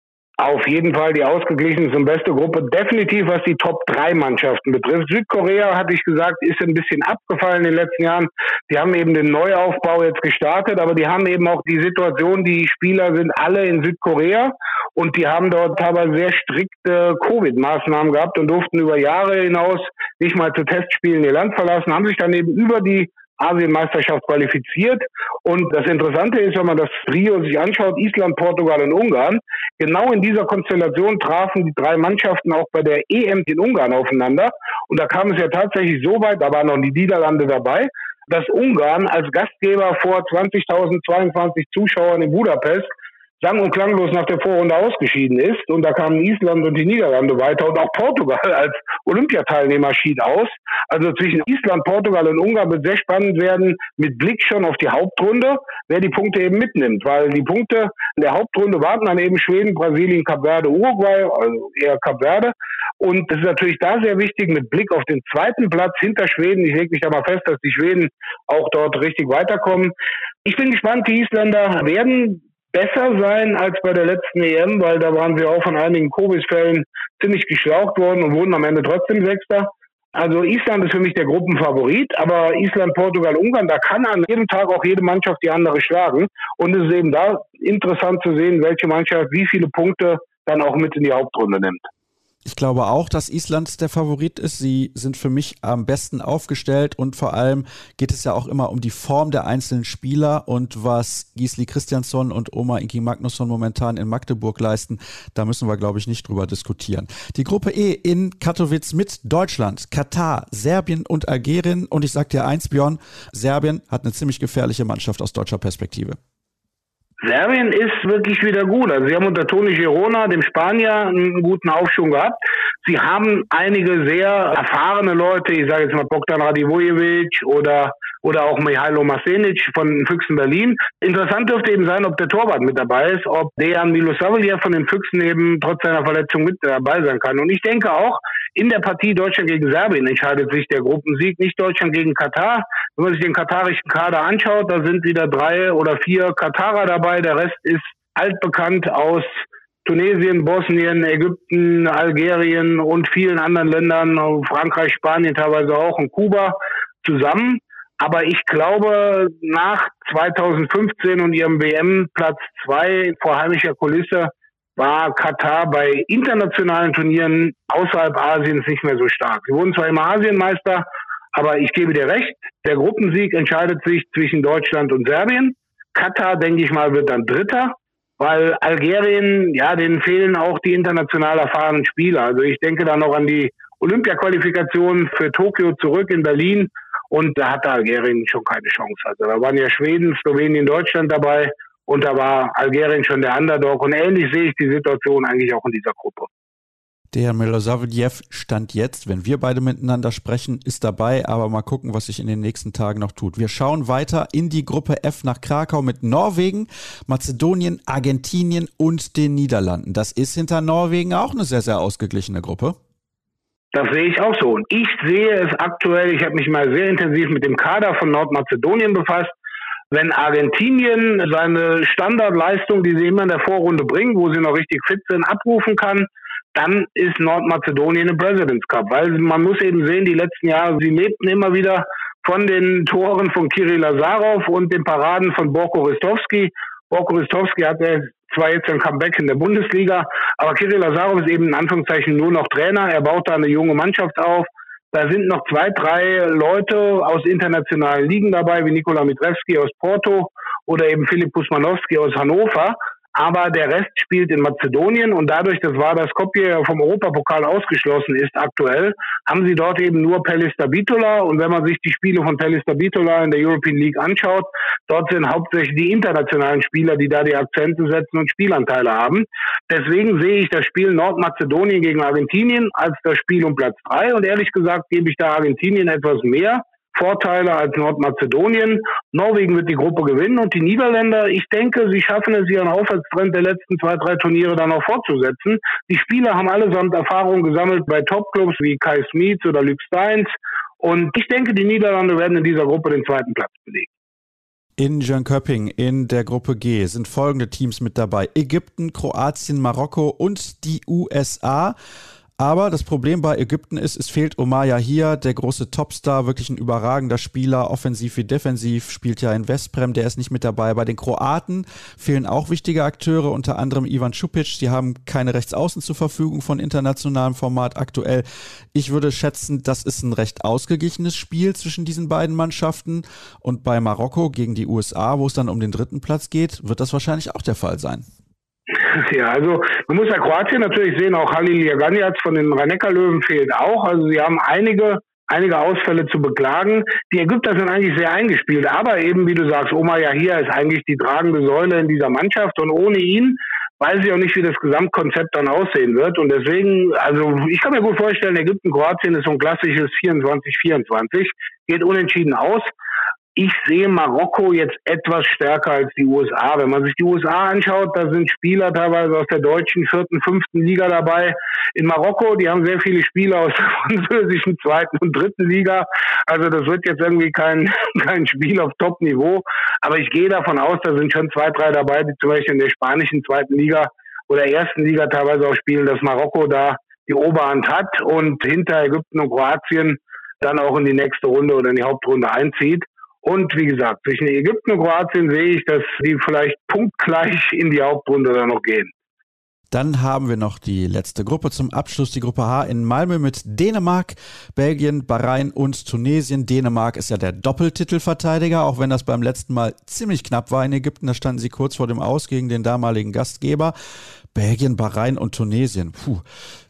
Auf jeden Fall die ausgeglichenste und beste Gruppe. Definitiv, was die Top drei Mannschaften betrifft. Südkorea, hatte ich gesagt, ist ein bisschen abgefallen in den letzten Jahren. Die haben eben den Neuaufbau jetzt gestartet, aber die haben eben auch die Situation, die Spieler sind alle in Südkorea und die haben dort aber sehr strikte Covid-Maßnahmen gehabt und durften über Jahre hinaus nicht mal zu Testspielen ihr Land verlassen, haben sich dann eben über die Asienmeisterschaft qualifiziert. Und das Interessante ist, wenn man das Trio sich anschaut, Island, Portugal und Ungarn, genau in dieser Konstellation trafen die drei Mannschaften auch bei der E M in Ungarn aufeinander. Und da kam es ja tatsächlich so weit, da waren noch die Niederlande dabei, dass Ungarn als Gastgeber vor zwanzigtausendzweiundzwanzig Zuschauern in Budapest sang- und klanglos nach der Vorrunde ausgeschieden ist. Und da kamen Island und die Niederlande weiter und auch Portugal als Olympiateilnehmer schied aus. Also zwischen Island, Portugal und Ungarn wird sehr spannend werden, mit Blick schon auf die Hauptrunde, wer die Punkte eben mitnimmt. Weil die Punkte in der Hauptrunde warten dann eben Schweden, Brasilien, Kap Verde, Uruguay, also eher Kap Verde. Und es ist natürlich da sehr wichtig, mit Blick auf den zweiten Platz hinter Schweden. Ich lege mich da mal fest, dass die Schweden auch dort richtig weiterkommen. Ich bin gespannt, die Isländer werden besser sein als bei der letzten E M, weil da waren sie auch von einigen Covid-Fällen ziemlich geschlaucht worden und wurden am Ende trotzdem Sechster. Also Island ist für mich der Gruppenfavorit, aber Island, Portugal, Ungarn, da kann an jedem Tag auch jede Mannschaft die andere schlagen. Und es ist eben da interessant zu sehen, welche Mannschaft wie viele Punkte dann auch mit in die Hauptrunde nimmt. Ich glaube auch, dass Island der Favorit ist. Sie sind für mich am besten aufgestellt und vor allem geht es ja auch immer um die Form der einzelnen Spieler und was Gisli Kristjansson und Omar Ingi Magnusson momentan in Magdeburg leisten, da müssen wir, glaube ich, nicht drüber diskutieren. Die Gruppe E in Katowice mit Deutschland, Katar, Serbien und Algerien und ich sag dir eins, Björn, Serbien hat eine ziemlich gefährliche Mannschaft aus deutscher Perspektive. Serbien ist wirklich wieder gut. Also sie haben unter Toni Girona, dem Spanier, einen guten Aufschwung gehabt. Sie haben einige sehr erfahrene Leute, ich sage jetzt mal Bogdan Radivojevic oder oder auch Mihailo Masenic von Füchsen Berlin. Interessant dürfte eben sein, ob der Torwart mit dabei ist, ob Dejan Milosavljev von den Füchsen eben trotz seiner Verletzung mit dabei sein kann. Und ich denke auch, in der Partie Deutschland gegen Serbien entscheidet sich der Gruppensieg, nicht Deutschland gegen Katar. Wenn man sich den katarischen Kader anschaut, da sind wieder drei oder vier Katarer dabei, der Rest ist altbekannt aus Tunesien, Bosnien, Ägypten, Algerien und vielen anderen Ländern, Frankreich, Spanien teilweise auch und Kuba zusammen. Aber ich glaube, nach zweitausendfünfzehn und ihrem W M-Platz zwei vor heimischer Kulisse war Katar bei internationalen Turnieren außerhalb Asiens nicht mehr so stark. Sie wurden zwar immer Asienmeister, aber ich gebe dir recht, der Gruppensieg entscheidet sich zwischen Deutschland und Serbien. Katar, denke ich mal, wird dann Dritter, weil Algerien, ja, denen fehlen auch die international erfahrenen Spieler. Also ich denke da noch an die Olympia-Qualifikation für Tokio zurück in Berlin. Und da hatte Algerien schon keine Chance. Also da waren ja Schweden, Slowenien, Deutschland dabei und da war Algerien schon der Underdog. Und ähnlich sehe ich die Situation eigentlich auch in dieser Gruppe. Der Milosavljev stand jetzt, wenn wir beide miteinander sprechen, ist dabei, aber mal gucken, was sich in den nächsten Tagen noch tut. Wir schauen weiter in die Gruppe F nach Krakau mit Norwegen, Mazedonien, Argentinien und den Niederlanden. Das ist hinter Norwegen auch eine sehr, sehr ausgeglichene Gruppe. Das sehe ich auch so. Und ich sehe es aktuell, ich habe mich mal sehr intensiv mit dem Kader von Nordmazedonien befasst. Wenn Argentinien seine Standardleistung, die sie immer in der Vorrunde bringen, wo sie noch richtig fit sind, abrufen kann, dann ist Nordmazedonien im President's Cup. Weil man muss eben sehen, die letzten Jahre, sie lebten immer wieder von den Toren von Kirill Lazarov und den Paraden von Borko Ristovski. Borko Ristovski hat ja zwar jetzt ein Comeback in der Bundesliga, aber Kirill Lazarov ist eben in Anführungszeichen nur noch Trainer. Er baut da eine junge Mannschaft auf. Da sind noch zwei, drei Leute aus internationalen Ligen dabei, wie Nikola Mitrevski aus Porto oder eben Filip Pusmanowski aus Hannover. Aber der Rest spielt in Mazedonien und dadurch, dass Vardar Skopje vom Europapokal ausgeschlossen ist aktuell, haben sie dort eben nur Pelister Bitola. Und wenn man sich die Spiele von Pelister Bitola in der European League anschaut, dort sind hauptsächlich die internationalen Spieler, die da die Akzente setzen und Spielanteile haben. Deswegen sehe ich das Spiel Nordmazedonien gegen Argentinien als das Spiel um Platz drei. Und ehrlich gesagt gebe ich da Argentinien etwas mehr Vorteile als Nordmazedonien. Norwegen wird die Gruppe gewinnen und die Niederländer, ich denke, sie schaffen es, ihren Aufwärtstrend der letzten zwei, drei Turniere dann auch fortzusetzen. Die Spieler haben allesamt Erfahrung gesammelt bei Topclubs wie Kai Smits oder Luc Steins und ich denke, die Niederlande werden in dieser Gruppe den zweiten Platz belegen. In Jönköping in der Gruppe G sind folgende Teams mit dabei: Ägypten, Kroatien, Marokko und die U S A. Aber das Problem bei Ägypten ist, es fehlt Omar Yahia, der große Topstar, wirklich ein überragender Spieler, offensiv wie defensiv, spielt ja in Westbrem, der ist nicht mit dabei. Bei den Kroaten fehlen auch wichtige Akteure, unter anderem Ivan Šupić, die haben keine Rechtsaußen zur Verfügung von internationalem Format aktuell. Ich würde schätzen, das ist ein recht ausgeglichenes Spiel zwischen diesen beiden Mannschaften und bei Marokko gegen die U S A, wo es dann um den dritten Platz geht, wird das wahrscheinlich auch der Fall sein. Ja, also man muss ja Kroatien natürlich sehen, auch Halil Jaganjac von den Rhein-Neckar-Löwen fehlt auch. Also sie haben einige einige Ausfälle zu beklagen. Die Ägypter sind eigentlich sehr eingespielt, aber eben, wie du sagst, Omar Yahia ist eigentlich die tragende Säule in dieser Mannschaft und ohne ihn weiß ich auch nicht, wie das Gesamtkonzept dann aussehen wird. Und deswegen, also ich kann mir gut vorstellen, Ägypten, Kroatien ist so ein klassisches vierundzwanzig vierundzwanzig, geht unentschieden aus. Ich sehe Marokko jetzt etwas stärker als die U S A. Wenn man sich die U S A anschaut, da sind Spieler teilweise aus der deutschen vierten, fünften Liga dabei. In Marokko, die haben sehr viele Spieler aus der französischen zweiten und dritten Liga. Also das wird jetzt irgendwie kein, kein Spiel auf Top-Niveau. Aber ich gehe davon aus, da sind schon zwei, drei dabei, die zum Beispiel in der spanischen zweiten Liga oder ersten Liga teilweise auch spielen, dass Marokko da die Oberhand hat und hinter Ägypten und Kroatien dann auch in die nächste Runde oder in die Hauptrunde einzieht. Und wie gesagt, zwischen Ägypten und Kroatien sehe ich, dass die vielleicht punktgleich in die Hauptrunde dann noch gehen. Dann haben wir noch die letzte Gruppe zum Abschluss, die Gruppe H in Malmö mit Dänemark, Belgien, Bahrain und Tunesien. Dänemark ist ja der Doppeltitelverteidiger, auch wenn das beim letzten Mal ziemlich knapp war in Ägypten. Da standen sie kurz vor dem Aus gegen den damaligen Gastgeber. Belgien, Bahrain und Tunesien. Puh.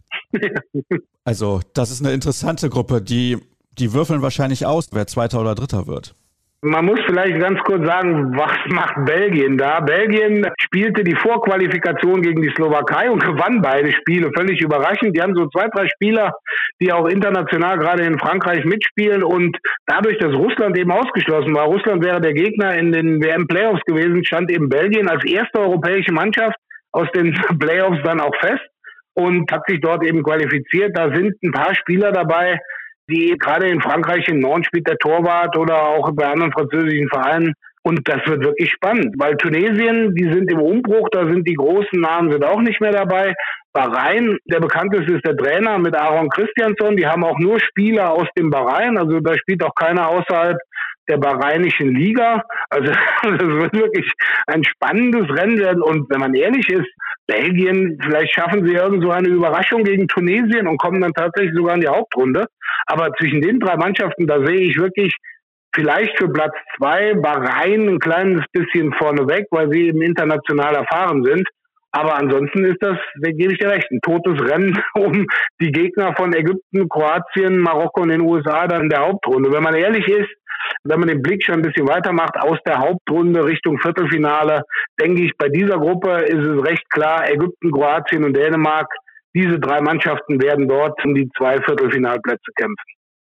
Also das ist eine interessante Gruppe. Die, die würfeln wahrscheinlich aus, wer Zweiter oder Dritter wird. Man muss vielleicht ganz kurz sagen, was macht Belgien da? Belgien spielte die Vorqualifikation gegen die Slowakei und gewann beide Spiele, völlig überraschend. Die haben so zwei, drei Spieler, die auch international gerade in Frankreich mitspielen und dadurch, dass Russland eben ausgeschlossen war, Russland wäre der Gegner in den W M-Playoffs gewesen, stand eben Belgien als erste europäische Mannschaft aus den Playoffs dann auch fest und hat sich dort eben qualifiziert. Da sind ein paar Spieler dabei, die gerade in Frankreich in Nantes spielt der Torwart oder auch bei anderen französischen Vereinen. Und das wird wirklich spannend, weil Tunesien, die sind im Umbruch, da sind die großen Namen sind auch nicht mehr dabei. Bahrain, der bekannteste ist der Trainer mit Aaron Christiansson, die haben auch nur Spieler aus dem Bahrain, also da spielt auch keiner außerhalb der bahrainischen Liga. Also das wird wirklich ein spannendes Rennen werden. Und wenn man ehrlich ist, Belgien, vielleicht schaffen sie irgend so eine Überraschung gegen Tunesien und kommen dann tatsächlich sogar in die Hauptrunde. Aber zwischen den drei Mannschaften, da sehe ich wirklich vielleicht für Platz zwei Bahrain ein kleines bisschen vorneweg, weil sie eben international erfahren sind. Aber ansonsten ist das, da gebe ich dir recht, ein totes Rennen um die Gegner von Ägypten, Kroatien, Marokko und den U S A dann in der Hauptrunde. Wenn man ehrlich ist, wenn man den Blick schon ein bisschen weitermacht, aus der Hauptrunde Richtung Viertelfinale, denke ich, bei dieser Gruppe ist es recht klar, Ägypten, Kroatien und Dänemark, diese drei Mannschaften werden dort um die zwei Viertelfinalplätze kämpfen.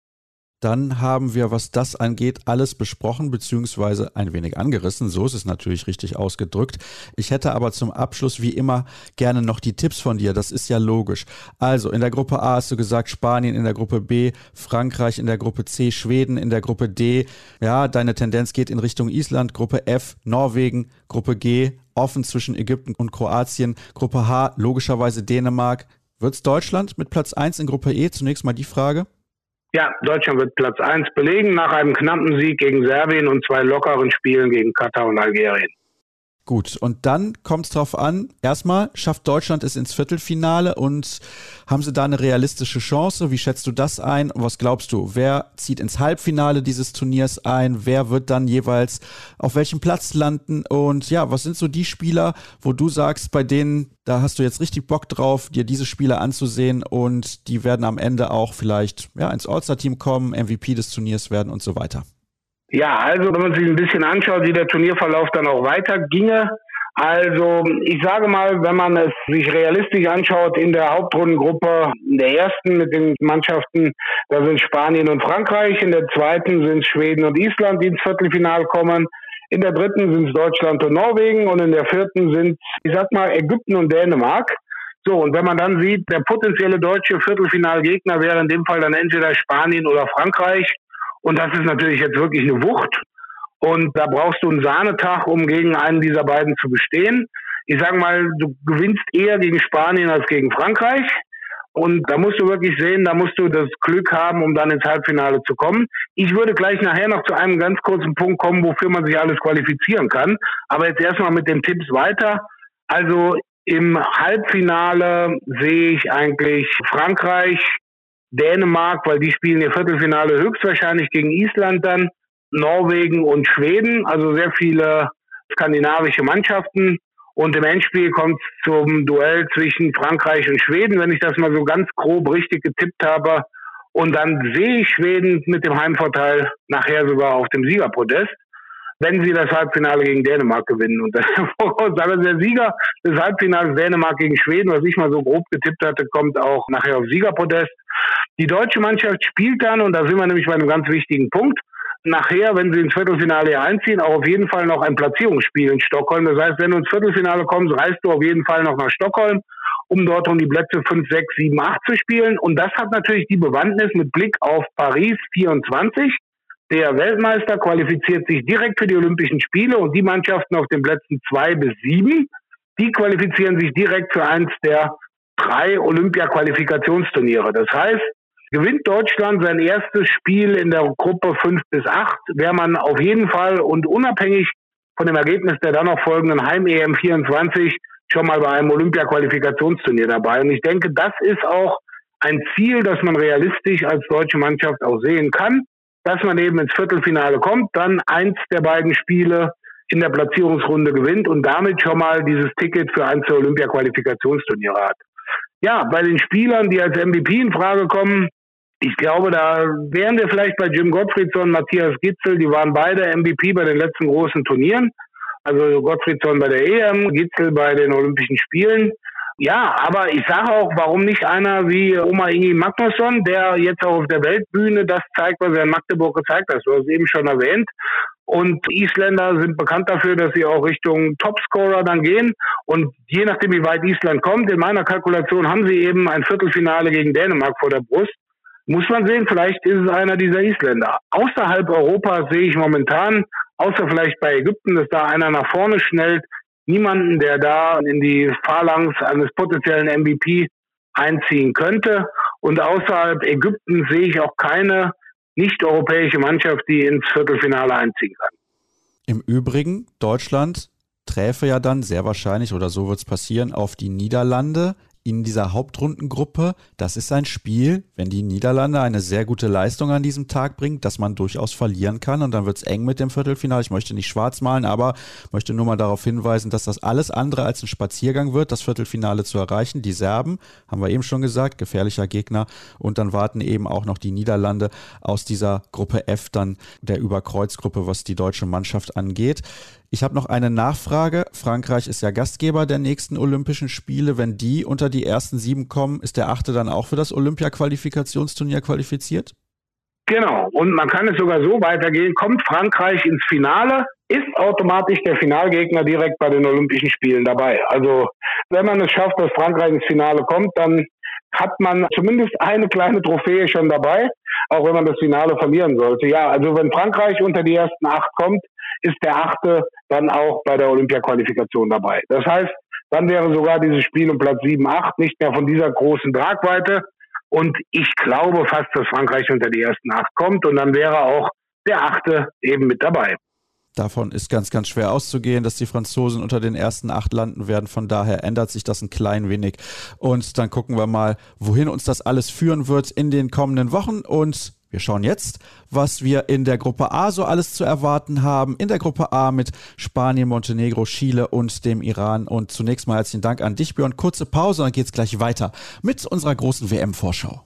Dann haben wir, was das angeht, alles besprochen bzw. ein wenig angerissen. So ist es natürlich richtig ausgedrückt. Ich hätte aber zum Abschluss wie immer gerne noch die Tipps von dir. Das ist ja logisch. Also in der Gruppe A hast du gesagt Spanien, in der Gruppe B Frankreich, in der Gruppe C Schweden, in der Gruppe D, ja, deine Tendenz geht in Richtung Island, Gruppe F Norwegen, Gruppe G offen zwischen Ägypten und Kroatien, Gruppe H logischerweise Dänemark. Wird's Deutschland mit Platz eins in Gruppe E? Zunächst mal die Frage. Ja, Deutschland wird Platz eins belegen nach einem knappen Sieg gegen Serbien und zwei lockeren Spielen gegen Katar und Algerien. Gut, und dann kommt es drauf an, erstmal, schafft Deutschland es ins Viertelfinale und haben sie da eine realistische Chance? Wie schätzt du das ein? Und was glaubst du, wer zieht ins Halbfinale dieses Turniers ein? Wer wird dann jeweils auf welchem Platz landen? Und ja, was sind so die Spieler, wo du sagst, bei denen, da hast du jetzt richtig Bock drauf, dir diese Spiele anzusehen und die werden am Ende auch vielleicht ja, ins All-Star-Team kommen, M V P des Turniers werden und so weiter? Ja, also wenn man sich ein bisschen anschaut, wie der Turnierverlauf dann auch weiter ginge. Also ich sage mal, wenn man es sich realistisch anschaut, in der Hauptrundengruppe, in der ersten mit den Mannschaften, da sind Spanien und Frankreich, in der zweiten sind Schweden und Island, die ins Viertelfinale kommen. In der dritten sind es Deutschland und Norwegen und in der vierten sind, ich sag mal, Ägypten und Dänemark. So, und wenn man dann sieht, der potenzielle deutsche Viertelfinalgegner wäre in dem Fall dann entweder Spanien oder Frankreich. Und das ist natürlich jetzt wirklich eine Wucht. Und da brauchst du einen Sahnetag, um gegen einen dieser beiden zu bestehen. Ich sage mal, du gewinnst eher gegen Spanien als gegen Frankreich. Und da musst du wirklich sehen, da musst du das Glück haben, um dann ins Halbfinale zu kommen. Ich würde gleich nachher noch zu einem ganz kurzen Punkt kommen, wofür man sich alles qualifizieren kann. Aber jetzt erstmal mit den Tipps weiter. Also im Halbfinale sehe ich eigentlich Frankreich, Dänemark, weil die spielen ihr Viertelfinale höchstwahrscheinlich gegen Island dann, Norwegen und Schweden, also sehr viele skandinavische Mannschaften. Und im Endspiel kommt es zum Duell zwischen Frankreich und Schweden, wenn ich das mal so ganz grob richtig getippt habe. Und dann sehe ich Schweden mit dem Heimvorteil nachher sogar auf dem Siegerpodest, wenn sie das Halbfinale gegen Dänemark gewinnen. Und das also der Sieger des Halbfinales Dänemark gegen Schweden, was ich mal so grob getippt hatte, kommt auch nachher auf Siegerpodest. Die deutsche Mannschaft spielt dann, und da sind wir nämlich bei einem ganz wichtigen Punkt, nachher, wenn sie ins Viertelfinale einziehen, auch auf jeden Fall noch ein Platzierungsspiel in Stockholm. Das heißt, wenn du ins Viertelfinale kommst, reist du auf jeden Fall noch nach Stockholm, um dort um die Plätze fünf, sechs, sieben, acht zu spielen. Und das hat natürlich die Bewandtnis mit Blick auf Paris vierundzwanzig. Der Weltmeister qualifiziert sich direkt für die Olympischen Spiele und die Mannschaften auf den Plätzen zwei bis sieben, die qualifizieren sich direkt für eins der drei Olympia-Qualifikationsturniere. Das heißt, gewinnt Deutschland sein erstes Spiel in der Gruppe fünf bis acht, wäre man auf jeden Fall und unabhängig von dem Ergebnis der dann noch folgenden Heim-E M vierundzwanzig schon mal bei einem Olympia-Qualifikationsturnier dabei. Und ich denke, das ist auch ein Ziel, das man realistisch als deutsche Mannschaft auch sehen kann, dass man eben ins Viertelfinale kommt, dann eins der beiden Spiele in der Platzierungsrunde gewinnt und damit schon mal dieses Ticket für eins der Olympia-Qualifikationsturniere hat. Ja, bei den Spielern, die als M V P in Frage kommen, ich glaube, da wären wir vielleicht bei Jim Gottfriedson, Matthias Gitzel, die waren beide M V P bei den letzten großen Turnieren. Also Gottfriedson bei der E M, Gitzel bei den Olympischen Spielen. Ja, aber ich sage auch, warum nicht einer wie Omar Ingi Magnusson, der jetzt auch auf der Weltbühne das zeigt, was er in Magdeburg gezeigt hat. Du hast es eben schon erwähnt. Und Isländer sind bekannt dafür, dass sie auch Richtung Topscorer dann gehen. Und je nachdem, wie weit Island kommt, in meiner Kalkulation haben sie eben ein Viertelfinale gegen Dänemark vor der Brust. Muss man sehen, vielleicht ist es einer dieser Isländer. Außerhalb Europas sehe ich momentan, außer vielleicht bei Ägypten, dass da einer nach vorne schnellt, niemanden, der da in die Phalanx eines potenziellen M V P einziehen könnte. Und außerhalb Ägypten sehe ich auch keine nicht-europäische Mannschaft, die ins Viertelfinale einziehen kann. Im Übrigen, Deutschland träfe ja dann sehr wahrscheinlich, oder so wird es passieren, auf die Niederlande in dieser Hauptrundengruppe. Das ist ein Spiel, wenn die Niederlande eine sehr gute Leistung an diesem Tag bringen, dass man durchaus verlieren kann und dann wird es eng mit dem Viertelfinale. Ich möchte nicht schwarz malen, aber möchte nur mal darauf hinweisen, dass das alles andere als ein Spaziergang wird, das Viertelfinale zu erreichen. Die Serben, haben wir eben schon gesagt, gefährlicher Gegner und dann warten eben auch noch die Niederlande aus dieser Gruppe F, dann der Überkreuzgruppe, was die deutsche Mannschaft angeht. Ich habe noch eine Nachfrage. Frankreich ist ja Gastgeber der nächsten Olympischen Spiele. Wenn die unter die ersten sieben kommen, ist der Achte dann auch für das Olympia-Qualifikationsturnier qualifiziert? Genau. Und man kann es sogar so weitergehen. Kommt Frankreich ins Finale, ist automatisch der Finalgegner direkt bei den Olympischen Spielen dabei. Also wenn man es schafft, dass Frankreich ins Finale kommt, dann hat man zumindest eine kleine Trophäe schon dabei, auch wenn man das Finale verlieren sollte. Ja, also wenn Frankreich unter die ersten acht kommt, ist der Achte dann auch bei der Olympia-Qualifikation dabei. Das heißt, dann wäre sogar dieses Spiel um Platz sieben, acht nicht mehr von dieser großen Tragweite. Und ich glaube fast, dass Frankreich unter die ersten acht kommt und dann wäre auch der Achte eben mit dabei. Davon ist ganz, ganz schwer auszugehen, dass die Franzosen unter den ersten acht landen werden. Von daher ändert sich das ein klein wenig. Und dann gucken wir mal, wohin uns das alles führen wird in den kommenden Wochen. Und wir schauen jetzt, was wir in der Gruppe A so alles zu erwarten haben. In der Gruppe A mit Spanien, Montenegro, Chile und dem Iran. Und zunächst mal herzlichen Dank an dich, Björn. Kurze Pause, dann geht's gleich weiter mit unserer großen W M-Vorschau.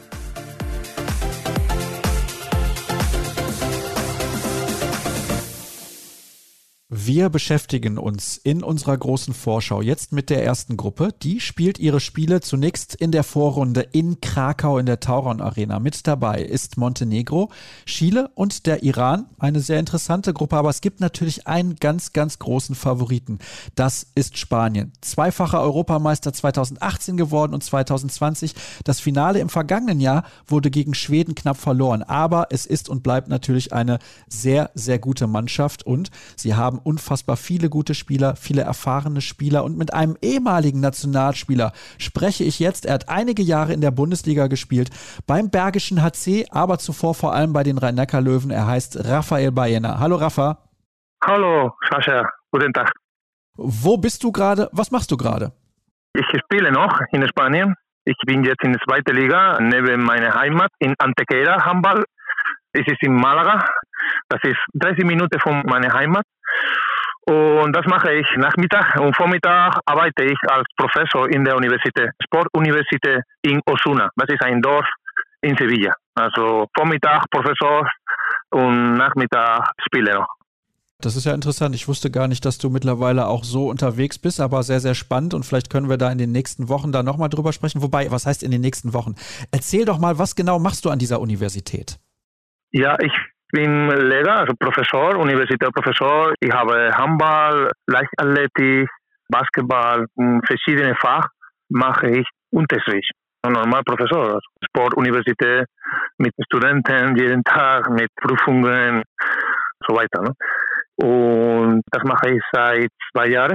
Wir beschäftigen uns in unserer großen Vorschau jetzt mit der ersten Gruppe. Die spielt ihre Spiele zunächst in der Vorrunde in Krakau in der Tauron Arena. Mit dabei ist Montenegro, Chile und der Iran. Eine sehr interessante Gruppe, aber es gibt natürlich einen ganz, ganz großen Favoriten. Das ist Spanien. Zweifacher Europameister zweitausendachtzehn geworden und zweitausendzwanzig. Das Finale im vergangenen Jahr wurde gegen Schweden knapp verloren. Aber es ist und bleibt natürlich eine sehr, sehr gute Mannschaft und sie haben unfassbar viele gute Spieler, viele erfahrene Spieler und mit einem ehemaligen Nationalspieler spreche ich jetzt. Er hat einige Jahre in der Bundesliga gespielt, beim Bergischen H C, aber zuvor vor allem bei den Rhein-Neckar-Löwen. Er heißt Rafael Baena. Hallo Rafa. Hallo Sascha, guten Tag. Wo bist du gerade? Was machst du gerade? Ich spiele noch in Spanien. Ich bin jetzt in der zweiten Liga, neben meiner Heimat in Antequera, Handball. Es ist in Malaga. Das ist dreißig Minuten von meiner Heimat. Und das mache ich Nachmittag und Vormittag arbeite ich als Professor in der Universität, Sportuniversität in Osuna. Das ist ein Dorf in Sevilla. Also Vormittag Professor und Nachmittag Spieler noch. Das ist ja interessant. Ich wusste gar nicht, dass du mittlerweile auch so unterwegs bist, aber sehr, sehr spannend und vielleicht können wir da in den nächsten Wochen da nochmal drüber sprechen. Wobei, was heißt in den nächsten Wochen? Erzähl doch mal, was genau machst du an dieser Universität? Ja, ich bin Lehrer, also Professor, Universitätsprofessor. Ich habe Handball, Leichtathletik, Basketball, verschiedene Fach mache ich Unterricht. Normal Professor, also Sportuniversität mit Studenten jeden Tag, mit Prüfungen und so weiter. Ne? Und das mache ich seit zwei Jahren.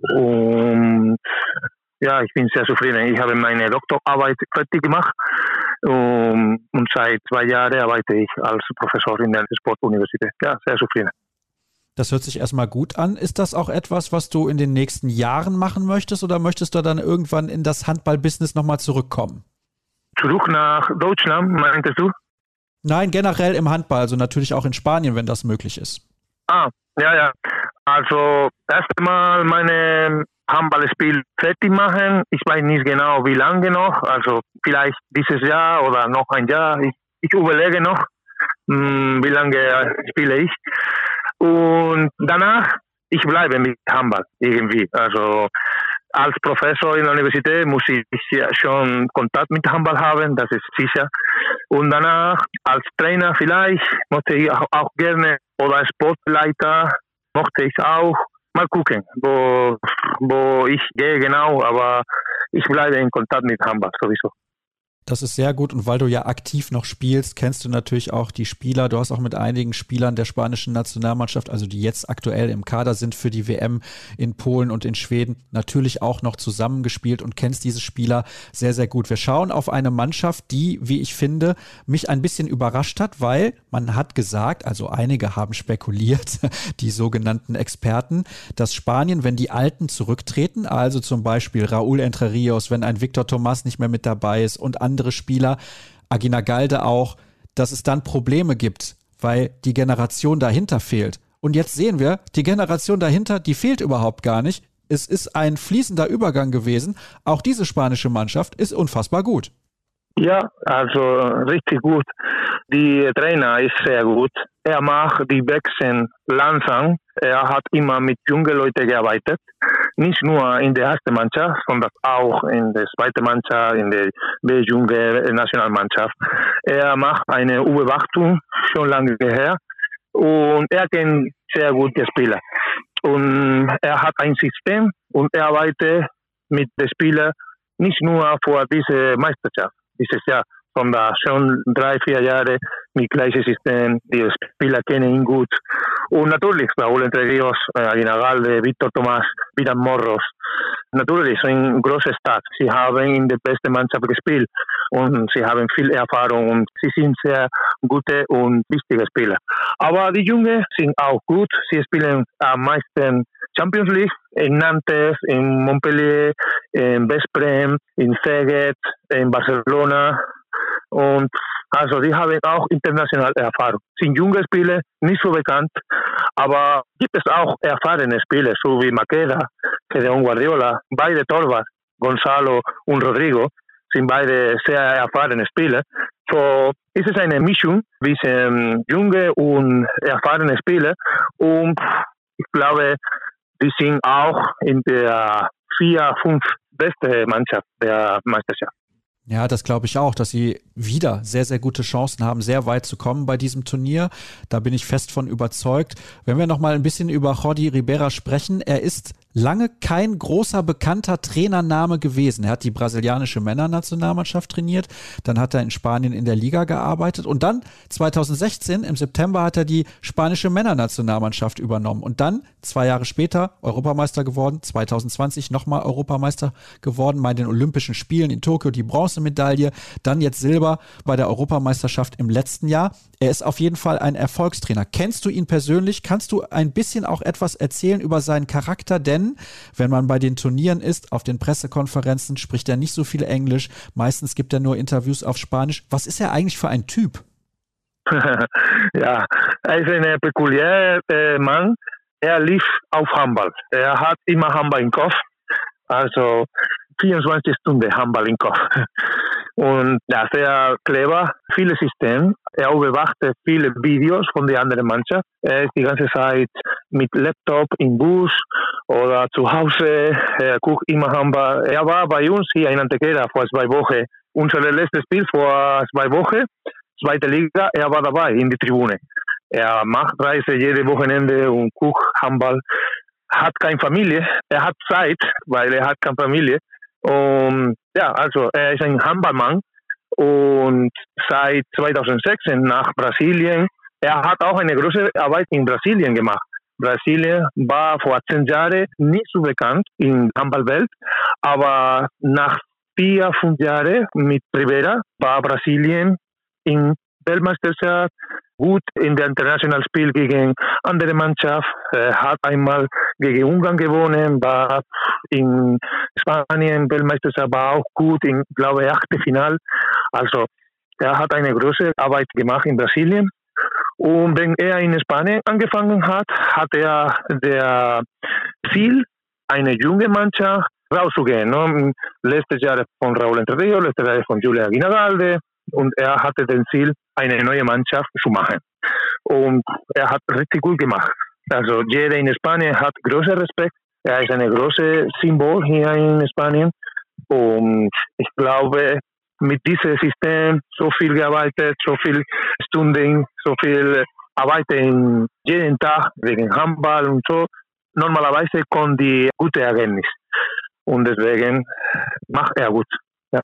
Und ja, ich bin sehr zufrieden. Ich habe meine Doktorarbeit fertig gemacht. Und seit zwei Jahren arbeite ich als Professor in der Sportuniversität. Ja, sehr zufrieden. Das hört sich erstmal gut an. Ist das auch etwas, was du in den nächsten Jahren machen möchtest oder möchtest du dann irgendwann in das Handball-Business nochmal zurückkommen? Zurück nach Deutschland, meintest du? Nein, generell im Handball, also natürlich auch in Spanien, wenn das möglich ist. Ah, ja, ja. Also erstmal meine Handballspiel fertig machen. Ich weiß nicht genau, wie lange noch. Also vielleicht dieses Jahr oder noch ein Jahr. Ich, ich überlege noch, mh, wie lange spiele ich. Und danach, ich bleibe mit Handball irgendwie. Also als Professor in der Universität muss ich schon Kontakt mit Handball haben, das ist sicher. Und danach als Trainer vielleicht möchte ich auch, auch gerne oder als Sportleiter möchte ich auch mal gucken, wo, wo ich gehe genau, aber ich bleibe in Kontakt mit Handball sowieso. Das ist sehr gut und weil du ja aktiv noch spielst, kennst du natürlich auch die Spieler. Du hast auch mit einigen Spielern der spanischen Nationalmannschaft, also die jetzt aktuell im Kader sind für die W M in Polen und in Schweden, natürlich auch noch zusammengespielt und kennst diese Spieler sehr, sehr gut. Wir schauen auf eine Mannschaft, die, wie ich finde, mich ein bisschen überrascht hat, weil man hat gesagt, also einige haben spekuliert, die sogenannten Experten, dass Spanien, wenn die Alten zurücktreten, also zum Beispiel Raúl Entre Ríos, wenn ein Víctor Tomás nicht mehr mit dabei ist und andere Spieler, Aguinagalde auch, dass es dann Probleme gibt, weil die Generation dahinter fehlt. Und jetzt sehen wir, die Generation dahinter, die fehlt überhaupt gar nicht. Es ist ein fließender Übergang gewesen. Auch diese spanische Mannschaft ist unfassbar gut. Ja, also richtig gut. Die Trainer ist sehr gut. Er macht die Wechsel langsam. Er hat immer mit jungen Leuten gearbeitet. Nicht nur in der ersten Mannschaft, sondern auch in der zweiten Mannschaft, in der B-Jugend Nationalmannschaft. Er macht eine Überwachung schon lange her und er kennt sehr gute Spieler. Und er hat ein System und er arbeitet mit den Spielern nicht nur für diese Meisterschaft dieses Jahr, sondern schon drei, vier Jahre mit gleichem System. Die Spieler kennen ihn gut. Und natürlich, Raúl Entre Ríos, Aguinagalde, Víctor Tomás, Vidal Morros. Natürlich, ein großer Stadt. Sie haben in der besten Mannschaft gespielt und sie haben viel Erfahrung und sie sind sehr gute und wichtige Spieler. Aber die Jungen sind auch gut. Sie spielen am meisten Champions League in Nantes, in Montpellier, in Vesprem, in Szeged, in Barcelona. Und also die haben auch internationale Erfahrung. Sind junge Spieler, nicht so bekannt, aber gibt es auch erfahrene Spieler, so wie Maqueda, Gedeon Guardiola, beide Torwart, Gonzalo und Rodrigo, sind beide sehr erfahrene Spieler. So ist es eine Mischung zwischen junge und erfahrene Spieler und ich glaube, die sind auch in der vier, fünf beste Mannschaft der Meisterschaft. Ja, das glaube ich auch, dass sie wieder sehr, sehr gute Chancen haben, sehr weit zu kommen bei diesem Turnier. Da bin ich fest von überzeugt. Wenn wir noch mal ein bisschen über Jordi Ribera sprechen, er ist lange kein großer, bekannter Trainername gewesen. Er hat die brasilianische Männernationalmannschaft trainiert, dann hat er in Spanien in der Liga gearbeitet und dann zweitausendsechzehn im September hat er die spanische Männernationalmannschaft übernommen und dann zwei Jahre später Europameister geworden, zweitausendzwanzig nochmal Europameister geworden, bei den Olympischen Spielen in Tokio die Bronzemedaille, dann jetzt Silber bei der Europameisterschaft im letzten Jahr. Er ist auf jeden Fall ein Erfolgstrainer. Kennst du ihn persönlich? Kannst du ein bisschen auch etwas erzählen über seinen Charakter? Denn wenn man bei den Turnieren ist, auf den Pressekonferenzen, spricht er nicht so viel Englisch. Meistens gibt er nur Interviews auf Spanisch. Was ist er eigentlich für ein Typ? Ja, er ist ein peculiarer äh, Mann. Er lief auf Handball. Er hat immer Handball im Kopf. Also vierundzwanzig Stunden Handball im Kopf. Und ja, sehr clever, viele Systeme. Er beobachte viele Videos von der anderen Mannschaft. Er ist die ganze Zeit mit Laptop im Bus oder zu Hause. Er guckt immer Handball. Er war bei uns hier in Antequera vor zwei Wochen. Unser letztes Spiel vor zwei Wochen, zweite Liga. Er war dabei in der Tribüne. Er macht Reise jedes Wochenende und guckt Handball. Hat keine Familie. Er hat Zeit, weil er hat keine Familie. Und ja, also er ist ein Handballmann und seit zweitausendsechzehn nach Brasilien. Er hat auch eine große Arbeit in Brasilien gemacht. Brasilien war vor zehn Jahren nicht so bekannt in der Handballwelt, aber nach vier, fünf Jahren mit Ribera war Brasilien in Weltmeisterschaft gut in der internationalen Spiel gegen andere Mannschaft. Er hat einmal gegen Ungarn gewonnen, war in Spanien Weltmeisterschaft, war auch gut in, glaube ich, Achtelfinale. Also er hat eine große Arbeit gemacht in Brasilien. Und wenn er in Spanien angefangen hat, hat er das Ziel, eine junge Mannschaft rauszugehen. Ne? Letztes Jahr von Raúl Entre Ríos, letztes Jahr von Julia Guinagalde. Und er hatte das Ziel, eine neue Mannschaft zu machen. Und er hat richtig gut gemacht. Also jeder in Spanien hat großen Respekt. Er ist ein großes Symbol hier in Spanien. Und ich glaube, mit diesem System so viel gearbeitet, so viele Stunden, so viel arbeiten jeden Tag wegen Handball und so. Normalerweise kommt die gute Ergebnis. Und deswegen macht er gut.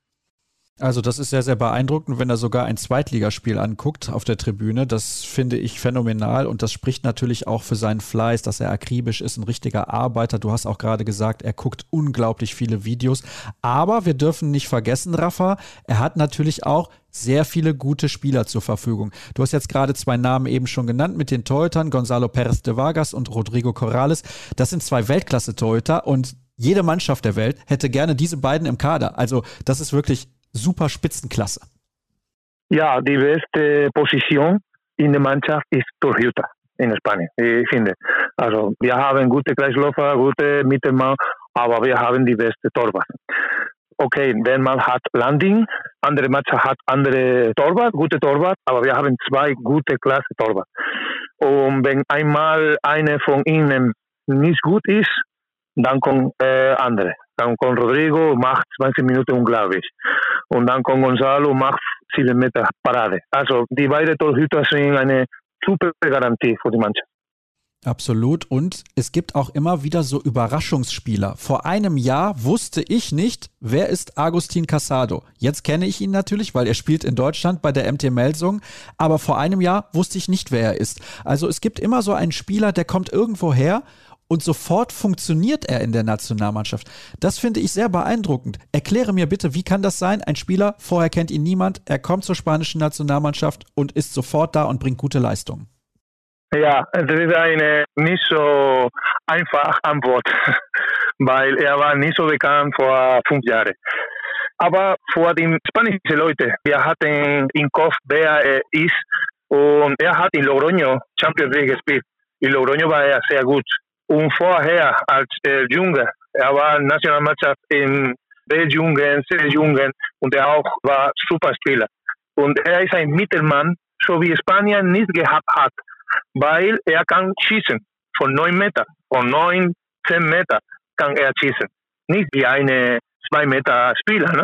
Also das ist sehr, sehr beeindruckend, wenn er sogar ein Zweitligaspiel anguckt auf der Tribüne. Das finde ich phänomenal und das spricht natürlich auch für seinen Fleiß, dass er akribisch ist, ein richtiger Arbeiter. Du hast auch gerade gesagt, er guckt unglaublich viele Videos. Aber wir dürfen nicht vergessen, Rafa, er hat natürlich auch sehr viele gute Spieler zur Verfügung. Du hast jetzt gerade zwei Namen eben schon genannt mit den Torhütern, Gonzalo Pérez de Vargas und Rodrigo Corrales. Das sind zwei Weltklasse-Torhüter und jede Mannschaft der Welt hätte gerne diese beiden im Kader. Also das ist wirklich super Spitzenklasse. Ja, die beste Position in der Mannschaft ist Torhüter in Spanien, ich finde. Also wir haben gute Kreisläufer, gute Mittelmann, aber wir haben die beste Torwart. Okay, wenn man hat Landing, andere Mannschaft hat andere Torwart, gute Torwart, aber wir haben zwei gute Klasse Torwart. Und wenn einmal eine von ihnen nicht gut ist, dann kommt äh, andere. Dann kommt Rodrigo, macht zwanzig Minuten unglaublich. Und dann kommt Gonzalo, macht sieben Meter Parade. Also die beiden Torhüter sind eine super Garantie für die Mannschaft. Absolut. Und es gibt auch immer wieder so Überraschungsspieler. Vor einem Jahr wusste ich nicht, wer ist Agustín Casado. Jetzt kenne ich ihn natürlich, weil er spielt in Deutschland bei der M T Melsungen. Aber vor einem Jahr wusste ich nicht, wer er ist. Also es gibt immer so einen Spieler, der kommt irgendwo her und sofort funktioniert er in der Nationalmannschaft. Das finde ich sehr beeindruckend. Erkläre mir bitte, wie kann das sein? Ein Spieler, vorher kennt ihn niemand, er kommt zur spanischen Nationalmannschaft und ist sofort da und bringt gute Leistungen. Ja, das ist eine nicht so einfache Antwort, weil er war nicht so bekannt vor fünf Jahren. Aber vor den spanischen Leuten, wir hatten im Kopf, wer er ist, und er hat in Logroño Champions League gespielt. In Logroño war er sehr gut. Und vorher, als äh, Junge, er war Nationalmannschaft in B-Jugend, C-Jugend und er auch war Superspieler. Und er ist ein Mittelmann, so wie Spanien nicht gehabt hat, weil er kann schießen von neun Meter, von neun, zehn Meter kann er schießen. Nicht wie eine zwei Meter Spieler, ne?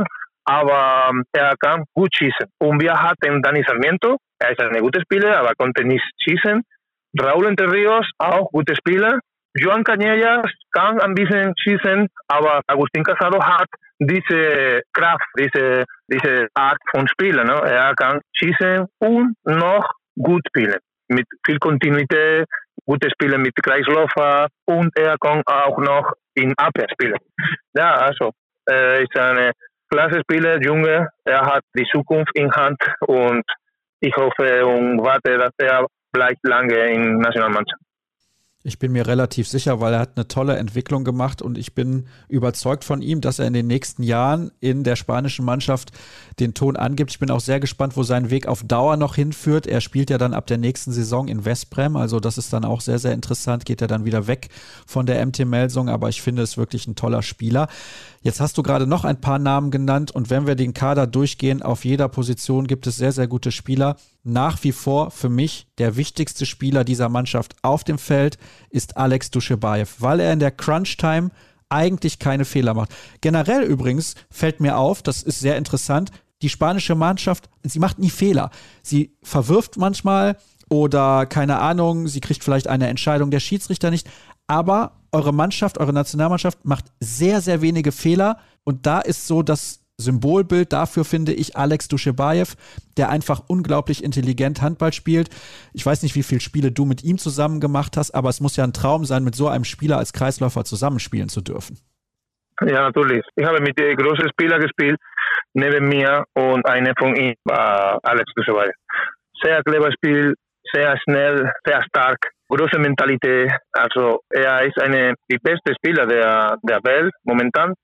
aber er kann gut schießen. Und wir hatten Dani Sarmiento, er ist ein guter Spieler, aber konnte nicht schießen. Raúl Entre Ríos, auch guter Spieler. Joan Cañellas kann ein bisschen schießen, aber Agustín Casado hat diese Kraft, diese, diese Art von Spielen. Ne? Er kann schießen und noch gut spielen. Mit viel Kontinuität, gute Spiele mit Kreisläufer und er kann auch noch in Abwehr spielen. Ja, also, er ist ein klasse Spieler, Junge, er hat die Zukunft in Hand und ich hoffe und warte, dass er bleibt lange in Nationalmannschaft. Ich bin mir relativ sicher, weil er hat eine tolle Entwicklung gemacht und ich bin überzeugt von ihm, dass er in den nächsten Jahren in der spanischen Mannschaft den Ton angibt. Ich bin auch sehr gespannt, wo sein Weg auf Dauer noch hinführt. Er spielt ja dann ab der nächsten Saison in Westbrem, also das ist dann auch sehr, sehr interessant. Geht er dann wieder weg von der M T Melsung, aber ich finde es wirklich ein toller Spieler. Jetzt hast du gerade noch ein paar Namen genannt und wenn wir den Kader durchgehen, auf jeder Position gibt es sehr, sehr gute Spieler. Nach wie vor für mich der wichtigste Spieler dieser Mannschaft auf dem Feld ist Alex Duschebaev, weil er in der Crunch-Time eigentlich keine Fehler macht. Generell übrigens fällt mir auf, das ist sehr interessant, die spanische Mannschaft, sie macht nie Fehler. Sie verwirft manchmal oder keine Ahnung, sie kriegt vielleicht eine Entscheidung der Schiedsrichter nicht, aber eure Mannschaft, eure Nationalmannschaft macht sehr, sehr wenige Fehler und da ist so das Symbolbild dafür, finde ich, Alex Duschebaev, der einfach unglaublich intelligent Handball spielt. Ich weiß nicht, wie viele Spiele du mit ihm zusammen gemacht hast, aber es muss ja ein Traum sein, mit so einem Spieler als Kreisläufer zusammenspielen zu dürfen. Ja, natürlich. Ich habe mit den großen Spielern gespielt, neben mir und einer von ihnen war Alex Duschebaev. Sehr clever Spiel, sehr schnell, sehr stark, große Mentalität. Also er ist eine, die beste Spieler der, der Welt momentan.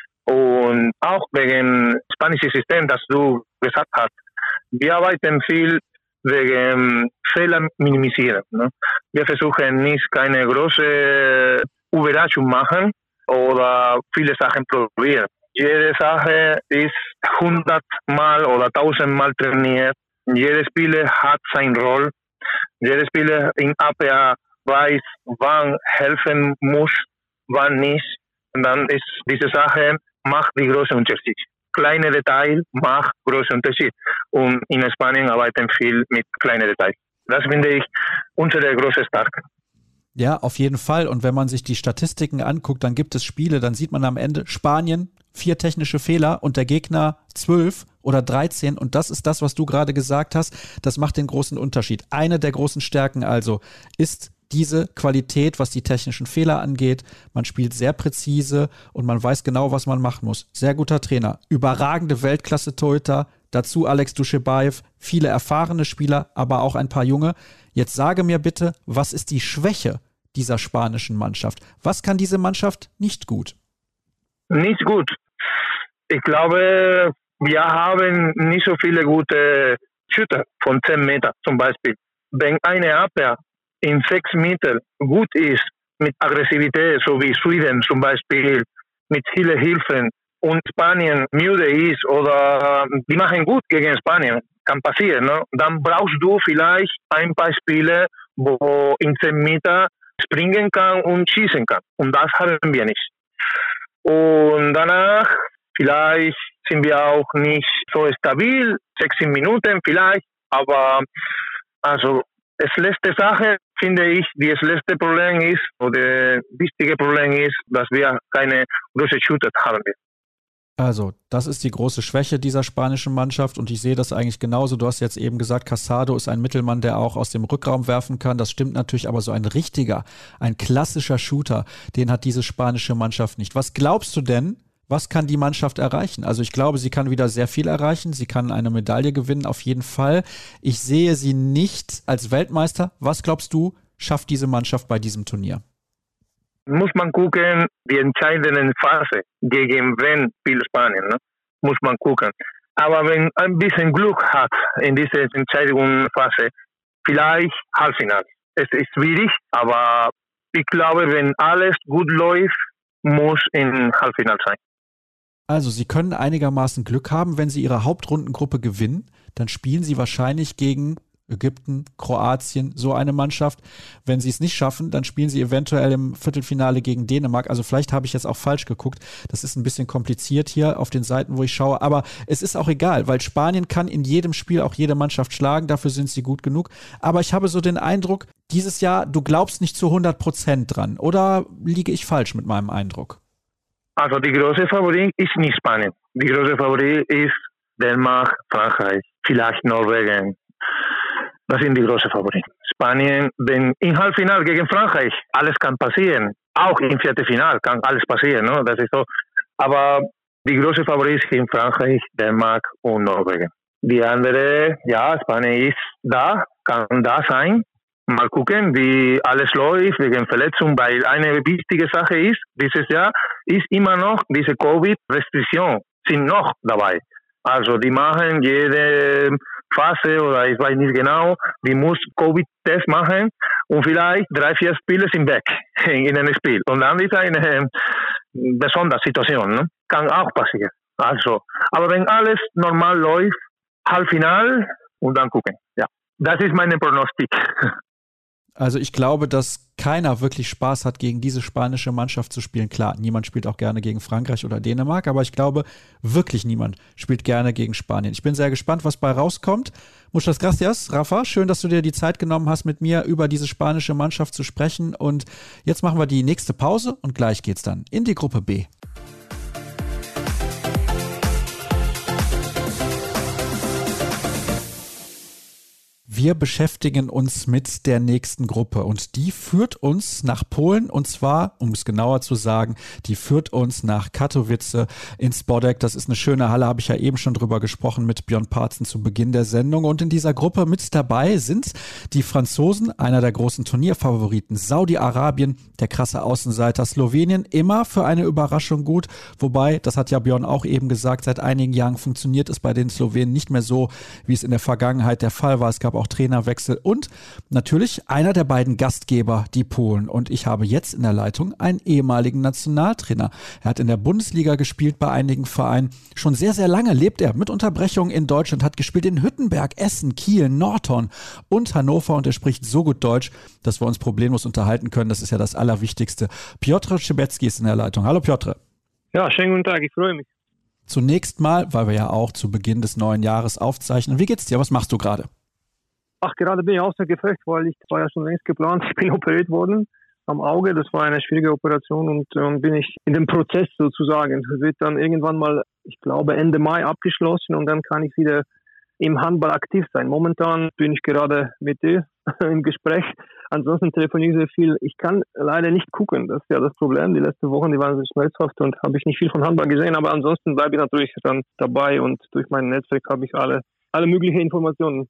Und auch wegen spanischen System, das du gesagt hast. Wir arbeiten viel wegen Fehler minimisieren. Ne? Wir versuchen nicht keine große Überraschung machen oder viele Sachen probieren. Jede Sache ist hundertmal oder tausendmal trainiert. Jeder Spieler hat seine Rolle. Jeder Spieler in Abwehr weiß, wann helfen muss, wann nicht. Und dann ist diese Sache macht die große Unterschied. Kleine Detail macht großen Unterschied. Und in Spanien arbeiten viel mit kleinen Details. Das finde ich unsere große Stärke. Ja, auf jeden Fall. Und wenn man sich die Statistiken anguckt, dann gibt es Spiele, dann sieht man am Ende Spanien vier technische Fehler und der Gegner zwölf oder dreizehn. Und das ist das, was du gerade gesagt hast. Das macht den großen Unterschied. Eine der großen Stärken also ist diese Qualität, was die technischen Fehler angeht. Man spielt sehr präzise und man weiß genau, was man machen muss. Sehr guter Trainer, überragende Weltklasse-Torhüter, dazu Alex Duschebaev, viele erfahrene Spieler, aber auch ein paar junge. Jetzt sage mir bitte, was ist die Schwäche dieser spanischen Mannschaft? Was kann diese Mannschaft nicht gut? Nicht gut. Ich glaube, wir haben nicht so viele gute Shooter von zehn Meter zum Beispiel. Wenn eine Abwehr in sechs Meter gut ist, mit Aggressivität, so wie Schweden zum Beispiel, mit vielen Hilfen und Spanien müde ist oder äh, die machen gut gegen Spanien, kann passieren, ne? Dann brauchst du vielleicht ein paar Spiele, wo in zehn Meter springen kann und schießen kann. Und das haben wir nicht. Und danach, vielleicht sind wir auch nicht so stabil, sechzehn Minuten vielleicht, aber also das letzte Sache, finde ich, das letzte Problem ist, oder das wichtige Problem ist, dass wir keine große Shooter haben. Also, das ist die große Schwäche dieser spanischen Mannschaft und ich sehe das eigentlich genauso. Du hast jetzt eben gesagt, Casado ist ein Mittelmann, der auch aus dem Rückraum werfen kann. Das stimmt natürlich, aber so ein richtiger, ein klassischer Shooter, den hat diese spanische Mannschaft nicht. Was glaubst du denn, was kann die Mannschaft erreichen? Also ich glaube, sie kann wieder sehr viel erreichen. Sie kann eine Medaille gewinnen, auf jeden Fall. Ich sehe sie nicht als Weltmeister. Was glaubst du, schafft diese Mannschaft bei diesem Turnier? Muss man gucken, die entscheidende Phase, gegen wen spielt Spanien, ne? Muss man gucken. Aber wenn ein bisschen Glück hat in dieser Entscheidungsphase, vielleicht Halbfinale. Es ist schwierig, aber ich glaube, wenn alles gut läuft, muss in Halbfinale sein. Also sie können einigermaßen Glück haben, wenn sie ihre Hauptrundengruppe gewinnen, dann spielen sie wahrscheinlich gegen Ägypten, Kroatien, so eine Mannschaft. Wenn sie es nicht schaffen, dann spielen sie eventuell im Viertelfinale gegen Dänemark. Also vielleicht habe ich jetzt auch falsch geguckt. Das ist ein bisschen kompliziert hier auf den Seiten, wo ich schaue. Aber es ist auch egal, weil Spanien kann in jedem Spiel auch jede Mannschaft schlagen. Dafür sind sie gut genug. Aber ich habe so den Eindruck, dieses Jahr, du glaubst nicht zu hundert Prozent dran. Oder liege ich falsch mit meinem Eindruck? Also die große Favorit ist nicht Spanien. Die große Favorit ist Dänemark, Frankreich, vielleicht Norwegen. Das sind die großen Favoriten. Spanien, denn im Halbfinale gegen Frankreich, alles kann passieren. Auch im Viertelfinale kann alles passieren. Ne? Das ist so. Aber die große Favorit sind Frankreich, Dänemark und Norwegen. Die andere, ja, Spanien ist da, kann da sein. Mal gucken, wie alles läuft wegen Verletzung, weil eine wichtige Sache ist, dieses Jahr ist immer noch diese Covid-Restriktionen sind noch dabei. Also die machen jede Phase oder ich weiß nicht genau, die muss Covid-Test machen und vielleicht drei, vier Spiele sind weg in einem Spiel. Und dann ist eine besondere Situation, ne? Kann auch passieren. Also, aber wenn alles normal läuft, Halbfinale und dann gucken. Ja, das ist meine Prognostik. Also ich glaube, dass keiner wirklich Spaß hat, gegen diese spanische Mannschaft zu spielen. Klar, niemand spielt auch gerne gegen Frankreich oder Dänemark, aber ich glaube, wirklich niemand spielt gerne gegen Spanien. Ich bin sehr gespannt, was bei rauskommt. Muchas gracias, Rafa. Schön, dass du dir die Zeit genommen hast, mit mir über diese spanische Mannschaft zu sprechen. Und jetzt machen wir die nächste Pause und gleich geht's dann in die Gruppe B. Wir beschäftigen uns mit der nächsten Gruppe und die führt uns nach Polen und zwar, um es genauer zu sagen, die führt uns nach Katowice in Spodek. Das ist eine schöne Halle, habe ich ja eben schon drüber gesprochen mit Björn Parzen zu Beginn der Sendung. Und in dieser Gruppe mit dabei sind die Franzosen, einer der großen Turnierfavoriten, Saudi-Arabien, der krasse Außenseiter, Slowenien, immer für eine Überraschung gut. Wobei, das hat ja Björn auch eben gesagt, seit einigen Jahren funktioniert es bei den Slowenen nicht mehr so, wie es in der Vergangenheit der Fall war. Es gab auch Trainerwechsel und natürlich einer der beiden Gastgeber, die Polen. Und ich habe jetzt in der Leitung einen ehemaligen Nationaltrainer. Er hat in der Bundesliga gespielt bei einigen Vereinen. Schon sehr, sehr lange lebt er mit Unterbrechungen in Deutschland, hat gespielt in Hüttenberg, Essen, Kiel, Nordhorn und Hannover und er spricht so gut Deutsch, dass wir uns problemlos unterhalten können. Das ist ja das Allerwichtigste. Piotr Szczebecki ist in der Leitung. Hallo Piotr. Ja, schönen guten Tag, ich freue mich. Zunächst mal, weil wir ja auch zu Beginn des neuen Jahres aufzeichnen. Wie geht's dir? Was machst du gerade? Ach, gerade bin ich außer Gefecht, weil ich, das war ja schon längst geplant, ich bin operiert worden am Auge, das war eine schwierige Operation und ähm, bin ich in dem Prozess sozusagen. Das wird dann irgendwann mal, ich glaube Ende Mai abgeschlossen und dann kann ich wieder im Handball aktiv sein. Momentan bin ich gerade mit dir im Gespräch, ansonsten telefoniere ich sehr viel. Ich kann leider nicht gucken, das ist ja das Problem. Die letzten Wochen, die waren sehr schmerzhaft und habe ich nicht viel von Handball gesehen, aber ansonsten bleibe ich natürlich dann dabei und durch mein Netzwerk habe ich alle, alle möglichen Informationen.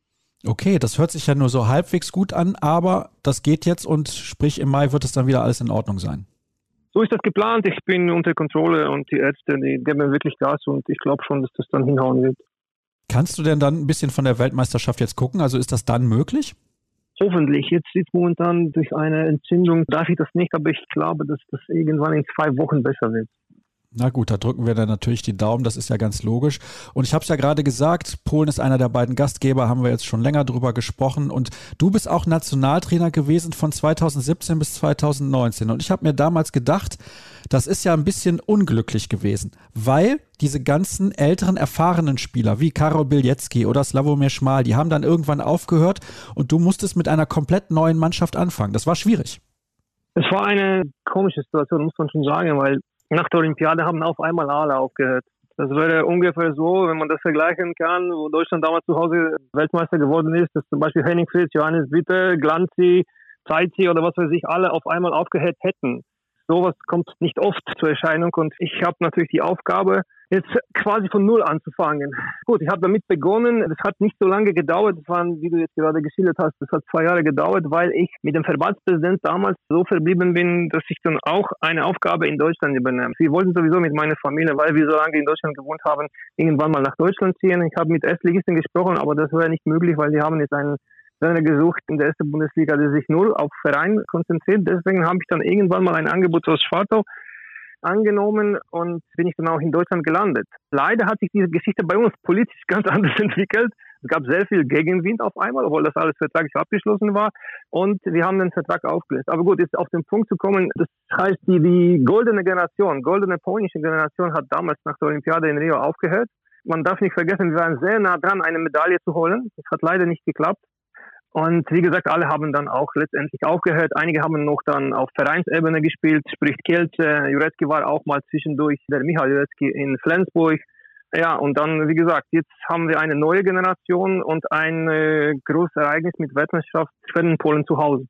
Okay, das hört sich ja nur so halbwegs gut an, aber das geht jetzt und sprich im Mai wird es dann wieder alles in Ordnung sein. So ist das geplant. Ich bin unter Kontrolle und die Ärzte, die geben mir wirklich Gas und ich glaube schon, dass das dann hinhauen wird. Kannst du denn dann ein bisschen von der Weltmeisterschaft jetzt gucken? Also ist das dann möglich? Hoffentlich. Jetzt ist momentan durch eine Entzündung, darf ich das nicht, aber ich glaube, dass das irgendwann in zwei Wochen besser wird. Na gut, da drücken wir dann natürlich die Daumen, das ist ja ganz logisch. Und ich habe es ja gerade gesagt, Polen ist einer der beiden Gastgeber, haben wir jetzt schon länger drüber gesprochen. Und du bist auch Nationaltrainer gewesen von zweitausendsiebzehn bis zweitausendneunzehn. Und ich habe mir damals gedacht, das ist ja ein bisschen unglücklich gewesen, weil diese ganzen älteren, erfahrenen Spieler wie Karol Bilecki oder Sławomir Szmal, die haben dann irgendwann aufgehört und du musstest mit einer komplett neuen Mannschaft anfangen. Das war schwierig. Es war eine komische Situation, muss man schon sagen, weil nach der Olympiade haben auf einmal alle aufgehört. Das wäre ungefähr so, wenn man das vergleichen kann, wo Deutschland damals zu Hause Weltmeister geworden ist, dass zum Beispiel Henning Fritz, Johannes Witte, Glanzi, Zeitzi oder was weiß ich, alle auf einmal aufgehört hätten. Sowas kommt nicht oft zur Erscheinung und ich habe natürlich die Aufgabe, jetzt quasi von Null anzufangen. Gut, ich habe damit begonnen, es hat nicht so lange gedauert, das waren, wie du jetzt gerade geschildert hast, das hat zwei Jahre gedauert, weil ich mit dem Verbandspräsident damals so verblieben bin, dass ich dann auch eine Aufgabe in Deutschland übernehme. Wir wollten sowieso mit meiner Familie, weil wir so lange in Deutschland gewohnt haben, irgendwann mal nach Deutschland ziehen. Ich habe mit Erstligisten gesprochen, aber das war nicht möglich, weil die haben jetzt einen Trainer gesucht in der ersten Bundesliga, der sich null auf Verein konzentriert. Deswegen habe ich dann irgendwann mal ein Angebot aus Schwartau angenommen und bin ich dann auch in Deutschland gelandet. Leider hat sich diese Geschichte bei uns politisch ganz anders entwickelt, Es gab sehr viel Gegenwind auf einmal, obwohl das alles vertraglich abgeschlossen war. Und wir haben den Vertrag aufgelöst. Aber gut, jetzt auf den Punkt zu kommen, das heißt, die, die goldene Generation, goldene polnische Generation hat damals nach der Olympiade in Rio aufgehört. Man darf nicht vergessen, wir waren sehr nah dran, eine Medaille zu holen. Das hat leider nicht geklappt. Und wie gesagt, alle haben dann auch letztendlich aufgehört. Einige haben noch dann auf Vereinsebene gespielt, sprich Kielce. Jurecki war auch mal zwischendurch, der Michal Jurecki in Flensburg. Ja, und dann, wie gesagt, jetzt haben wir eine neue Generation und ein äh, großes Ereignis mit Weltmeisterschaft für den Polen zu Hause.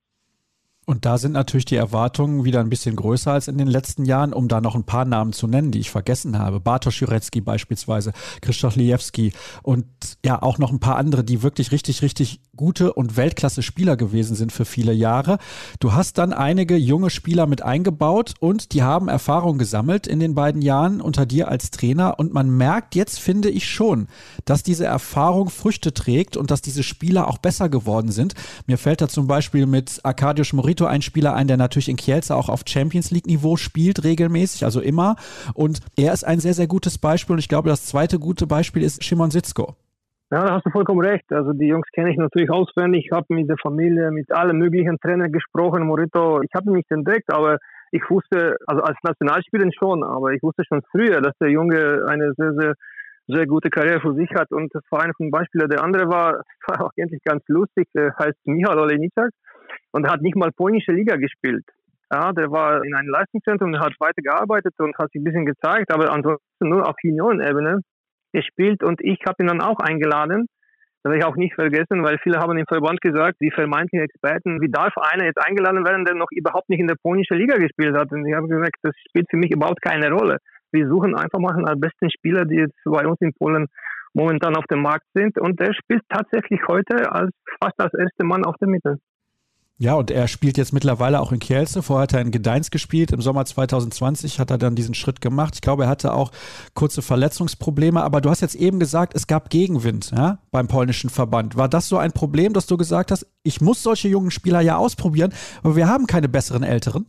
Und da sind natürlich die Erwartungen wieder ein bisschen größer als in den letzten Jahren, um da noch ein paar Namen zu nennen, die ich vergessen habe. Bartosz Jurecki beispielsweise, Krzysztof Lijewski und ja auch noch ein paar andere, die wirklich richtig, richtig gute und Weltklasse-Spieler gewesen sind für viele Jahre. Du hast dann einige junge Spieler mit eingebaut und die haben Erfahrung gesammelt in den beiden Jahren unter dir als Trainer und man merkt jetzt, finde ich schon, dass diese Erfahrung Früchte trägt und dass diese Spieler auch besser geworden sind. Mir fällt da zum Beispiel mit Arkadiusz Morito ein Spieler ein, der natürlich in Kielce auch auf Champions League Niveau spielt, regelmäßig, also immer. Und er ist ein sehr, sehr gutes Beispiel. Und ich glaube, das zweite gute Beispiel ist Szymon Sitzko. Ja, da hast du vollkommen recht. Also die Jungs kenne ich natürlich auswendig. Ich habe mit der Familie, mit allen möglichen Trainern gesprochen. Morito, ich habe ihn nicht entdeckt, aber ich wusste, also als Nationalspieler schon, aber ich wusste schon früher, dass der Junge eine sehr, sehr, sehr gute Karriere für sich hat. Und das war einer von den Beispielen. Der andere war, war auch eigentlich ganz lustig, der heißt Michal Olejniczak. Und er hat nicht mal polnische Liga gespielt. Ja, der war in einem Leistungszentrum und hat weitergearbeitet und hat sich ein bisschen gezeigt, aber ansonsten nur auf Juniorenebene gespielt. Und ich habe ihn dann auch eingeladen. Das werde ich auch nicht vergessen, weil viele haben im Verband gesagt, die vermeintlichen Experten, wie darf einer jetzt eingeladen werden, der noch überhaupt nicht in der polnischen Liga gespielt hat? Und ich habe gesagt, das spielt für mich überhaupt keine Rolle. Wir suchen einfach mal einen besten Spieler, die jetzt bei uns in Polen momentan auf dem Markt sind. Und der spielt tatsächlich heute als fast als erster Mann auf der Mitte. Ja, und er spielt jetzt mittlerweile auch in Kielce. Vorher hat er in Gdańsk gespielt. Im Sommer zwanzig zwanzig hat er dann diesen Schritt gemacht. Ich glaube, er hatte auch kurze Verletzungsprobleme. Aber du hast jetzt eben gesagt, es gab Gegenwind, ja, beim polnischen Verband. War das so ein Problem, dass du gesagt hast, ich muss solche jungen Spieler ja ausprobieren, aber wir haben keine besseren Älteren?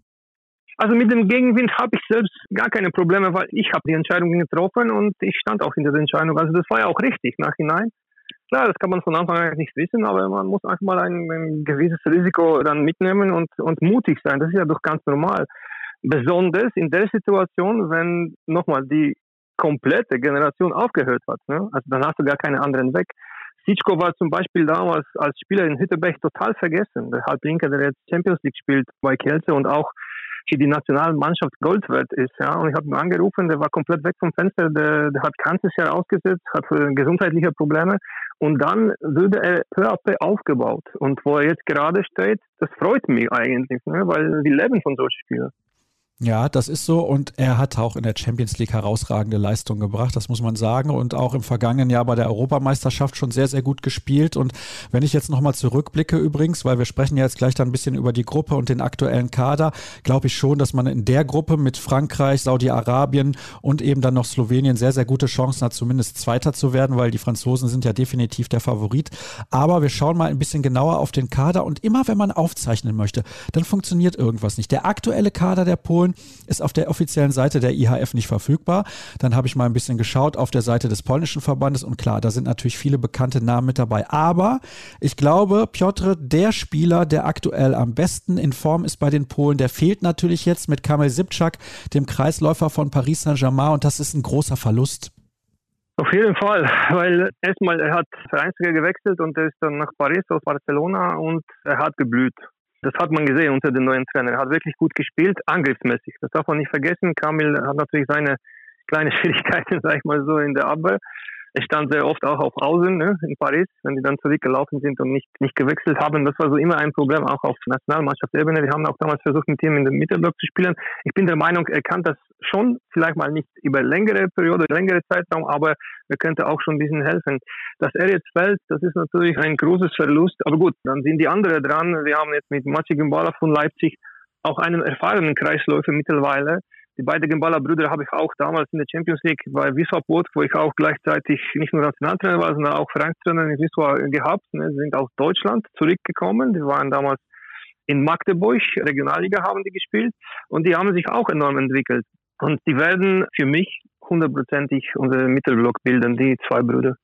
Also mit dem Gegenwind habe ich selbst gar keine Probleme, weil ich habe die Entscheidung getroffen und ich stand auch hinter der Entscheidung. Also das war ja auch richtig nachhinein. Klar, das kann man von Anfang an nicht wissen, aber man muss einfach mal ein, ein gewisses Risiko dann mitnehmen und, und mutig sein. Das ist ja doch ganz normal. Besonders in der Situation, wenn nochmal die komplette Generation aufgehört hat. Ne? Also dann hast du gar keine anderen weg. Sitzko war zum Beispiel damals als Spieler in Hütteberg total vergessen. Der Halblinker, der jetzt Champions League spielt bei Kielce und auch für die Nationalmannschaft Gold wert ist. Ja. Und ich habe ihn angerufen, der war komplett weg vom Fenster, der, der hat ganzes Jahr ausgesetzt, hat gesundheitliche Probleme und dann wurde er peu à peu aufgebaut. Und wo er jetzt gerade steht, das freut mich eigentlich, ne, weil wir leben von solchen Spielern. Ja, das ist so und er hat auch in der Champions League herausragende Leistung gebracht, das muss man sagen und auch im vergangenen Jahr bei der Europameisterschaft schon sehr, sehr gut gespielt und wenn ich jetzt nochmal zurückblicke übrigens, weil wir sprechen ja jetzt gleich dann ein bisschen über die Gruppe und den aktuellen Kader, glaube ich schon, dass man in der Gruppe mit Frankreich, Saudi-Arabien und eben dann noch Slowenien sehr, sehr gute Chancen hat, zumindest Zweiter zu werden, weil die Franzosen sind ja definitiv der Favorit, aber wir schauen mal ein bisschen genauer auf den Kader und immer wenn man aufzeichnen möchte, dann funktioniert irgendwas nicht. Der aktuelle Kader der Polen ist auf der offiziellen Seite der I H F nicht verfügbar. Dann habe ich mal ein bisschen geschaut auf der Seite des polnischen Verbandes und klar, da sind natürlich viele bekannte Namen mit dabei. Aber ich glaube, Piotr, der Spieler, der aktuell am besten in Form ist bei den Polen, der fehlt natürlich jetzt mit Kamil Šipčák, dem Kreisläufer von Paris Saint-Germain und das ist ein großer Verlust. Auf jeden Fall, weil erstmal er hat Vereinsliga gewechselt und er ist dann nach Paris aus Barcelona und er hat geblüht. Das hat man gesehen unter dem neuen Trainer. Er hat wirklich gut gespielt, angriffsmäßig. Das darf man nicht vergessen. Kamil hat natürlich seine kleinen Schwierigkeiten, sag ich mal so, in der Abwehr. Er stand sehr oft auch auf Außen, ne, in Paris, wenn die dann zurückgelaufen sind und nicht, nicht gewechselt haben. Das war so immer ein Problem, auch auf Nationalmannschaftsebene. Wir haben auch damals versucht, mit ihm in dem Mittelblock zu spielen. Ich bin der Meinung, er kann das schon, vielleicht mal nicht über längere Periode, längere Zeitraum, aber er könnte auch schon ein bisschen helfen. Dass er jetzt fällt, das ist natürlich ein großes Verlust. Aber gut, dann sind die anderen dran. Wir haben jetzt mit Maciej Gembala von Leipzig auch einen erfahrenen Kreisläufer mittlerweile. Die beiden Gembala-Brüder habe ich auch damals in der Champions League bei Wisła Płock, wo ich auch gleichzeitig nicht nur Nationaltrainer war, sondern auch Vereinstrainer in Wisła gehabt. Sie sind aus Deutschland zurückgekommen. Die waren damals in Magdeburg, Regionalliga haben die gespielt und die haben sich auch enorm entwickelt. Und die werden für mich hundertprozentig unser Mittelblock bilden, die zwei Brüder.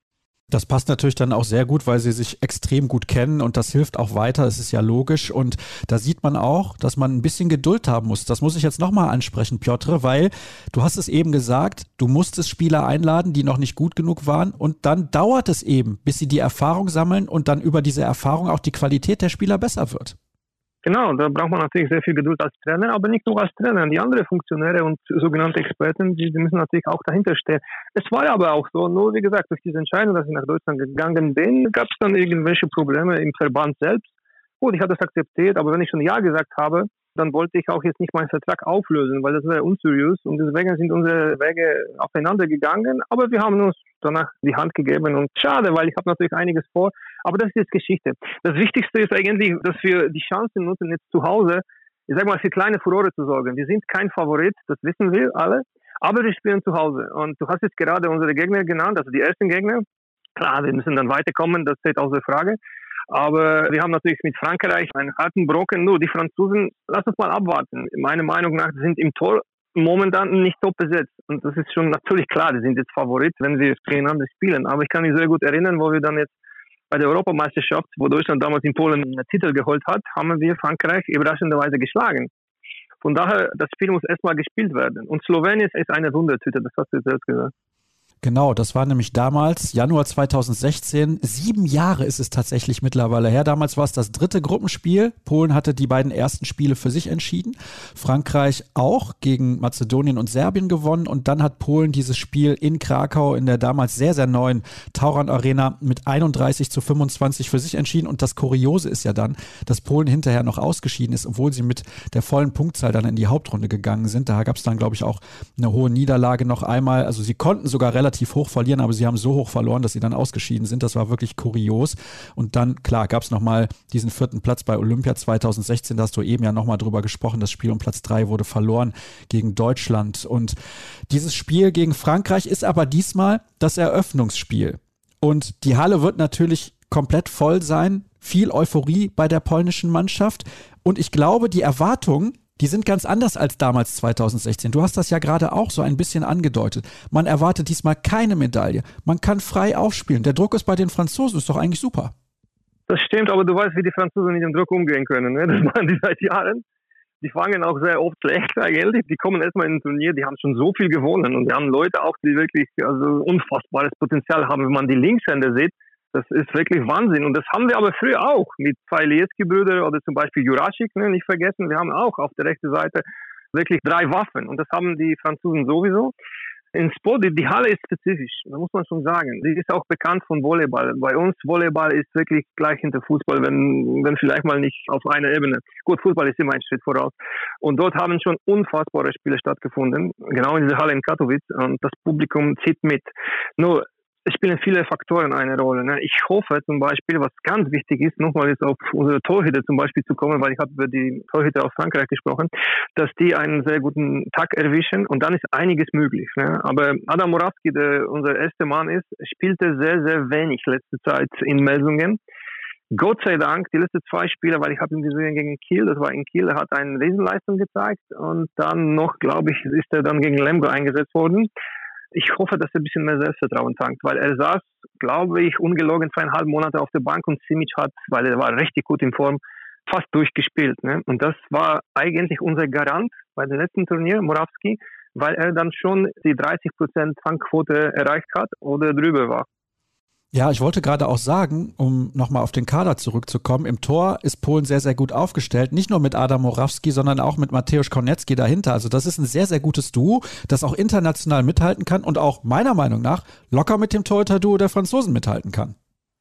Das passt natürlich dann auch sehr gut, weil sie sich extrem gut kennen und das hilft auch weiter, es ist ja logisch und da sieht man auch, dass man ein bisschen Geduld haben muss. Das muss ich jetzt nochmal ansprechen, Piotr, weil du hast es eben gesagt, du musstest Spieler einladen, die noch nicht gut genug waren und dann dauert es eben, bis sie die Erfahrung sammeln und dann über diese Erfahrung auch die Qualität der Spieler besser wird. Genau, da braucht man natürlich sehr viel Geduld als Trainer, aber nicht nur als Trainer. Die anderen Funktionäre und sogenannte Experten, die, die müssen natürlich auch dahinter stehen. Es war aber auch so, nur wie gesagt, durch diese Entscheidung, dass ich nach Deutschland gegangen bin, gab es dann irgendwelche Probleme im Verband selbst. Gut, ich habe das akzeptiert, aber wenn ich schon Ja gesagt habe, dann wollte ich auch jetzt nicht meinen Vertrag auflösen, weil das wäre unseriös und deswegen sind unsere Wege aufeinander gegangen, aber wir haben uns danach die Hand gegeben und schade, weil ich habe natürlich einiges vor, aber das ist jetzt Geschichte. Das Wichtigste ist eigentlich, dass wir die Chancen nutzen, jetzt zu Hause, ich sag mal, für kleine Furore zu sorgen. Wir sind kein Favorit, das wissen wir alle, aber wir spielen zu Hause und du hast jetzt gerade unsere Gegner genannt, also die ersten Gegner. Klar, wir müssen dann weiterkommen, das steht außer Frage. Aber wir haben natürlich mit Frankreich einen harten Brocken. Nur die Franzosen, lass uns mal abwarten. Meiner Meinung nach sind im Tor momentan nicht top besetzt. Und das ist schon natürlich klar, die sind jetzt Favorit, wenn wir gegeneinander spielen. Aber ich kann mich sehr gut erinnern, wo wir dann jetzt bei der Europameisterschaft, wo Deutschland damals in Polen einen Titel geholt hat, haben wir Frankreich überraschenderweise geschlagen. Von daher, das Spiel muss erstmal gespielt werden. Und Slowenien ist eine Wundertüte, das hast du jetzt selbst gesagt. Genau, das war nämlich damals, Januar zweitausendsechzehn, sieben Jahre ist es tatsächlich mittlerweile her. Damals war es das dritte Gruppenspiel. Polen hatte die beiden ersten Spiele für sich entschieden. Frankreich auch gegen Mazedonien und Serbien gewonnen. Und dann hat Polen dieses Spiel in Krakau in der damals sehr, sehr neuen Tauran Arena mit einunddreißig zu fünfundzwanzig für sich entschieden. Und das Kuriose ist ja dann, dass Polen hinterher noch ausgeschieden ist, obwohl sie mit der vollen Punktzahl dann in die Hauptrunde gegangen sind. Da gab es dann, glaube ich, auch eine hohe Niederlage noch einmal. Also sie konnten sogar relativ hoch verlieren, aber sie haben so hoch verloren, dass sie dann ausgeschieden sind. Das war wirklich kurios. Und dann, klar, gab es nochmal diesen vierten Platz bei Olympia zweitausendsechzehn, da hast du eben ja nochmal drüber gesprochen. Das Spiel um Platz drei wurde verloren gegen Deutschland. Und dieses Spiel gegen Frankreich ist aber diesmal das Eröffnungsspiel. Und die Halle wird natürlich komplett voll sein. Viel Euphorie bei der polnischen Mannschaft. Und ich glaube, die Erwartungen, die sind ganz anders als damals zweitausendsechzehn. Du hast das ja gerade auch so ein bisschen angedeutet. Man erwartet diesmal keine Medaille. Man kann frei aufspielen. Der Druck ist bei den Franzosen, ist doch eigentlich super. Das stimmt, aber du weißt, wie die Franzosen mit dem Druck umgehen können. Ne? Das machen die seit Jahren. Die fangen auch sehr oft schlecht eigentlich. Die kommen erstmal in ein Turnier, die haben schon so viel gewonnen. Und die haben Leute auch, die wirklich also unfassbares Potenzial haben. Wenn man die Linkshänder sieht, das ist wirklich Wahnsinn. Und das haben wir aber früher auch mit zwei Lieski-Brüdern oder zum Beispiel Jurasik, ne, nicht vergessen. Wir haben auch auf der rechten Seite wirklich drei Waffen. Und das haben die Franzosen sowieso. In Sport, die, die Halle ist spezifisch, da muss man schon sagen. Die ist auch bekannt von Volleyball. Bei uns Volleyball ist wirklich gleich hinter Fußball, wenn, wenn vielleicht mal nicht auf einer Ebene. Gut, Fußball ist immer ein Schritt voraus. Und dort haben schon unfassbare Spiele stattgefunden, genau in dieser Halle in Katowice. Und das Publikum zieht mit. Nur, es spielen viele Faktoren eine Rolle. Ne? Ich hoffe zum Beispiel, was ganz wichtig ist, nochmal jetzt auf unsere Torhüter zum Beispiel zu kommen, weil ich habe über die Torhüter aus Frankreich gesprochen, dass die einen sehr guten Tag erwischen und dann ist einiges möglich. Ne? Aber Adam Morawski, der unser erster Mann ist, spielte sehr, sehr wenig letzte Zeit in Melsungen. Gott sei Dank, die letzten zwei Spiele, weil ich habe ihn gesehen gegen Kiel, das war in Kiel, er hat eine Riesenleistung gezeigt und dann noch, glaube ich, ist er dann gegen Lemgo eingesetzt worden. Ich hoffe, dass er ein bisschen mehr Selbstvertrauen tankt, weil er saß, glaube ich, ungelogen zweieinhalb Monate auf der Bank und Simic hat, weil er war richtig gut in Form, fast durchgespielt. Ne? Und das war eigentlich unser Garant bei dem letzten Turnier, Morawski, weil er dann schon die dreißig Prozent Fangquote erreicht hat oder drüber war. Ja, ich wollte gerade auch sagen, um nochmal auf den Kader zurückzukommen, im Tor ist Polen sehr, sehr gut aufgestellt. Nicht nur mit Adam Morawski, sondern auch mit Mateusz Kornecki dahinter. Also das ist ein sehr, sehr gutes Duo, das auch international mithalten kann und auch meiner Meinung nach locker mit dem Torhüter-Duo der Franzosen mithalten kann.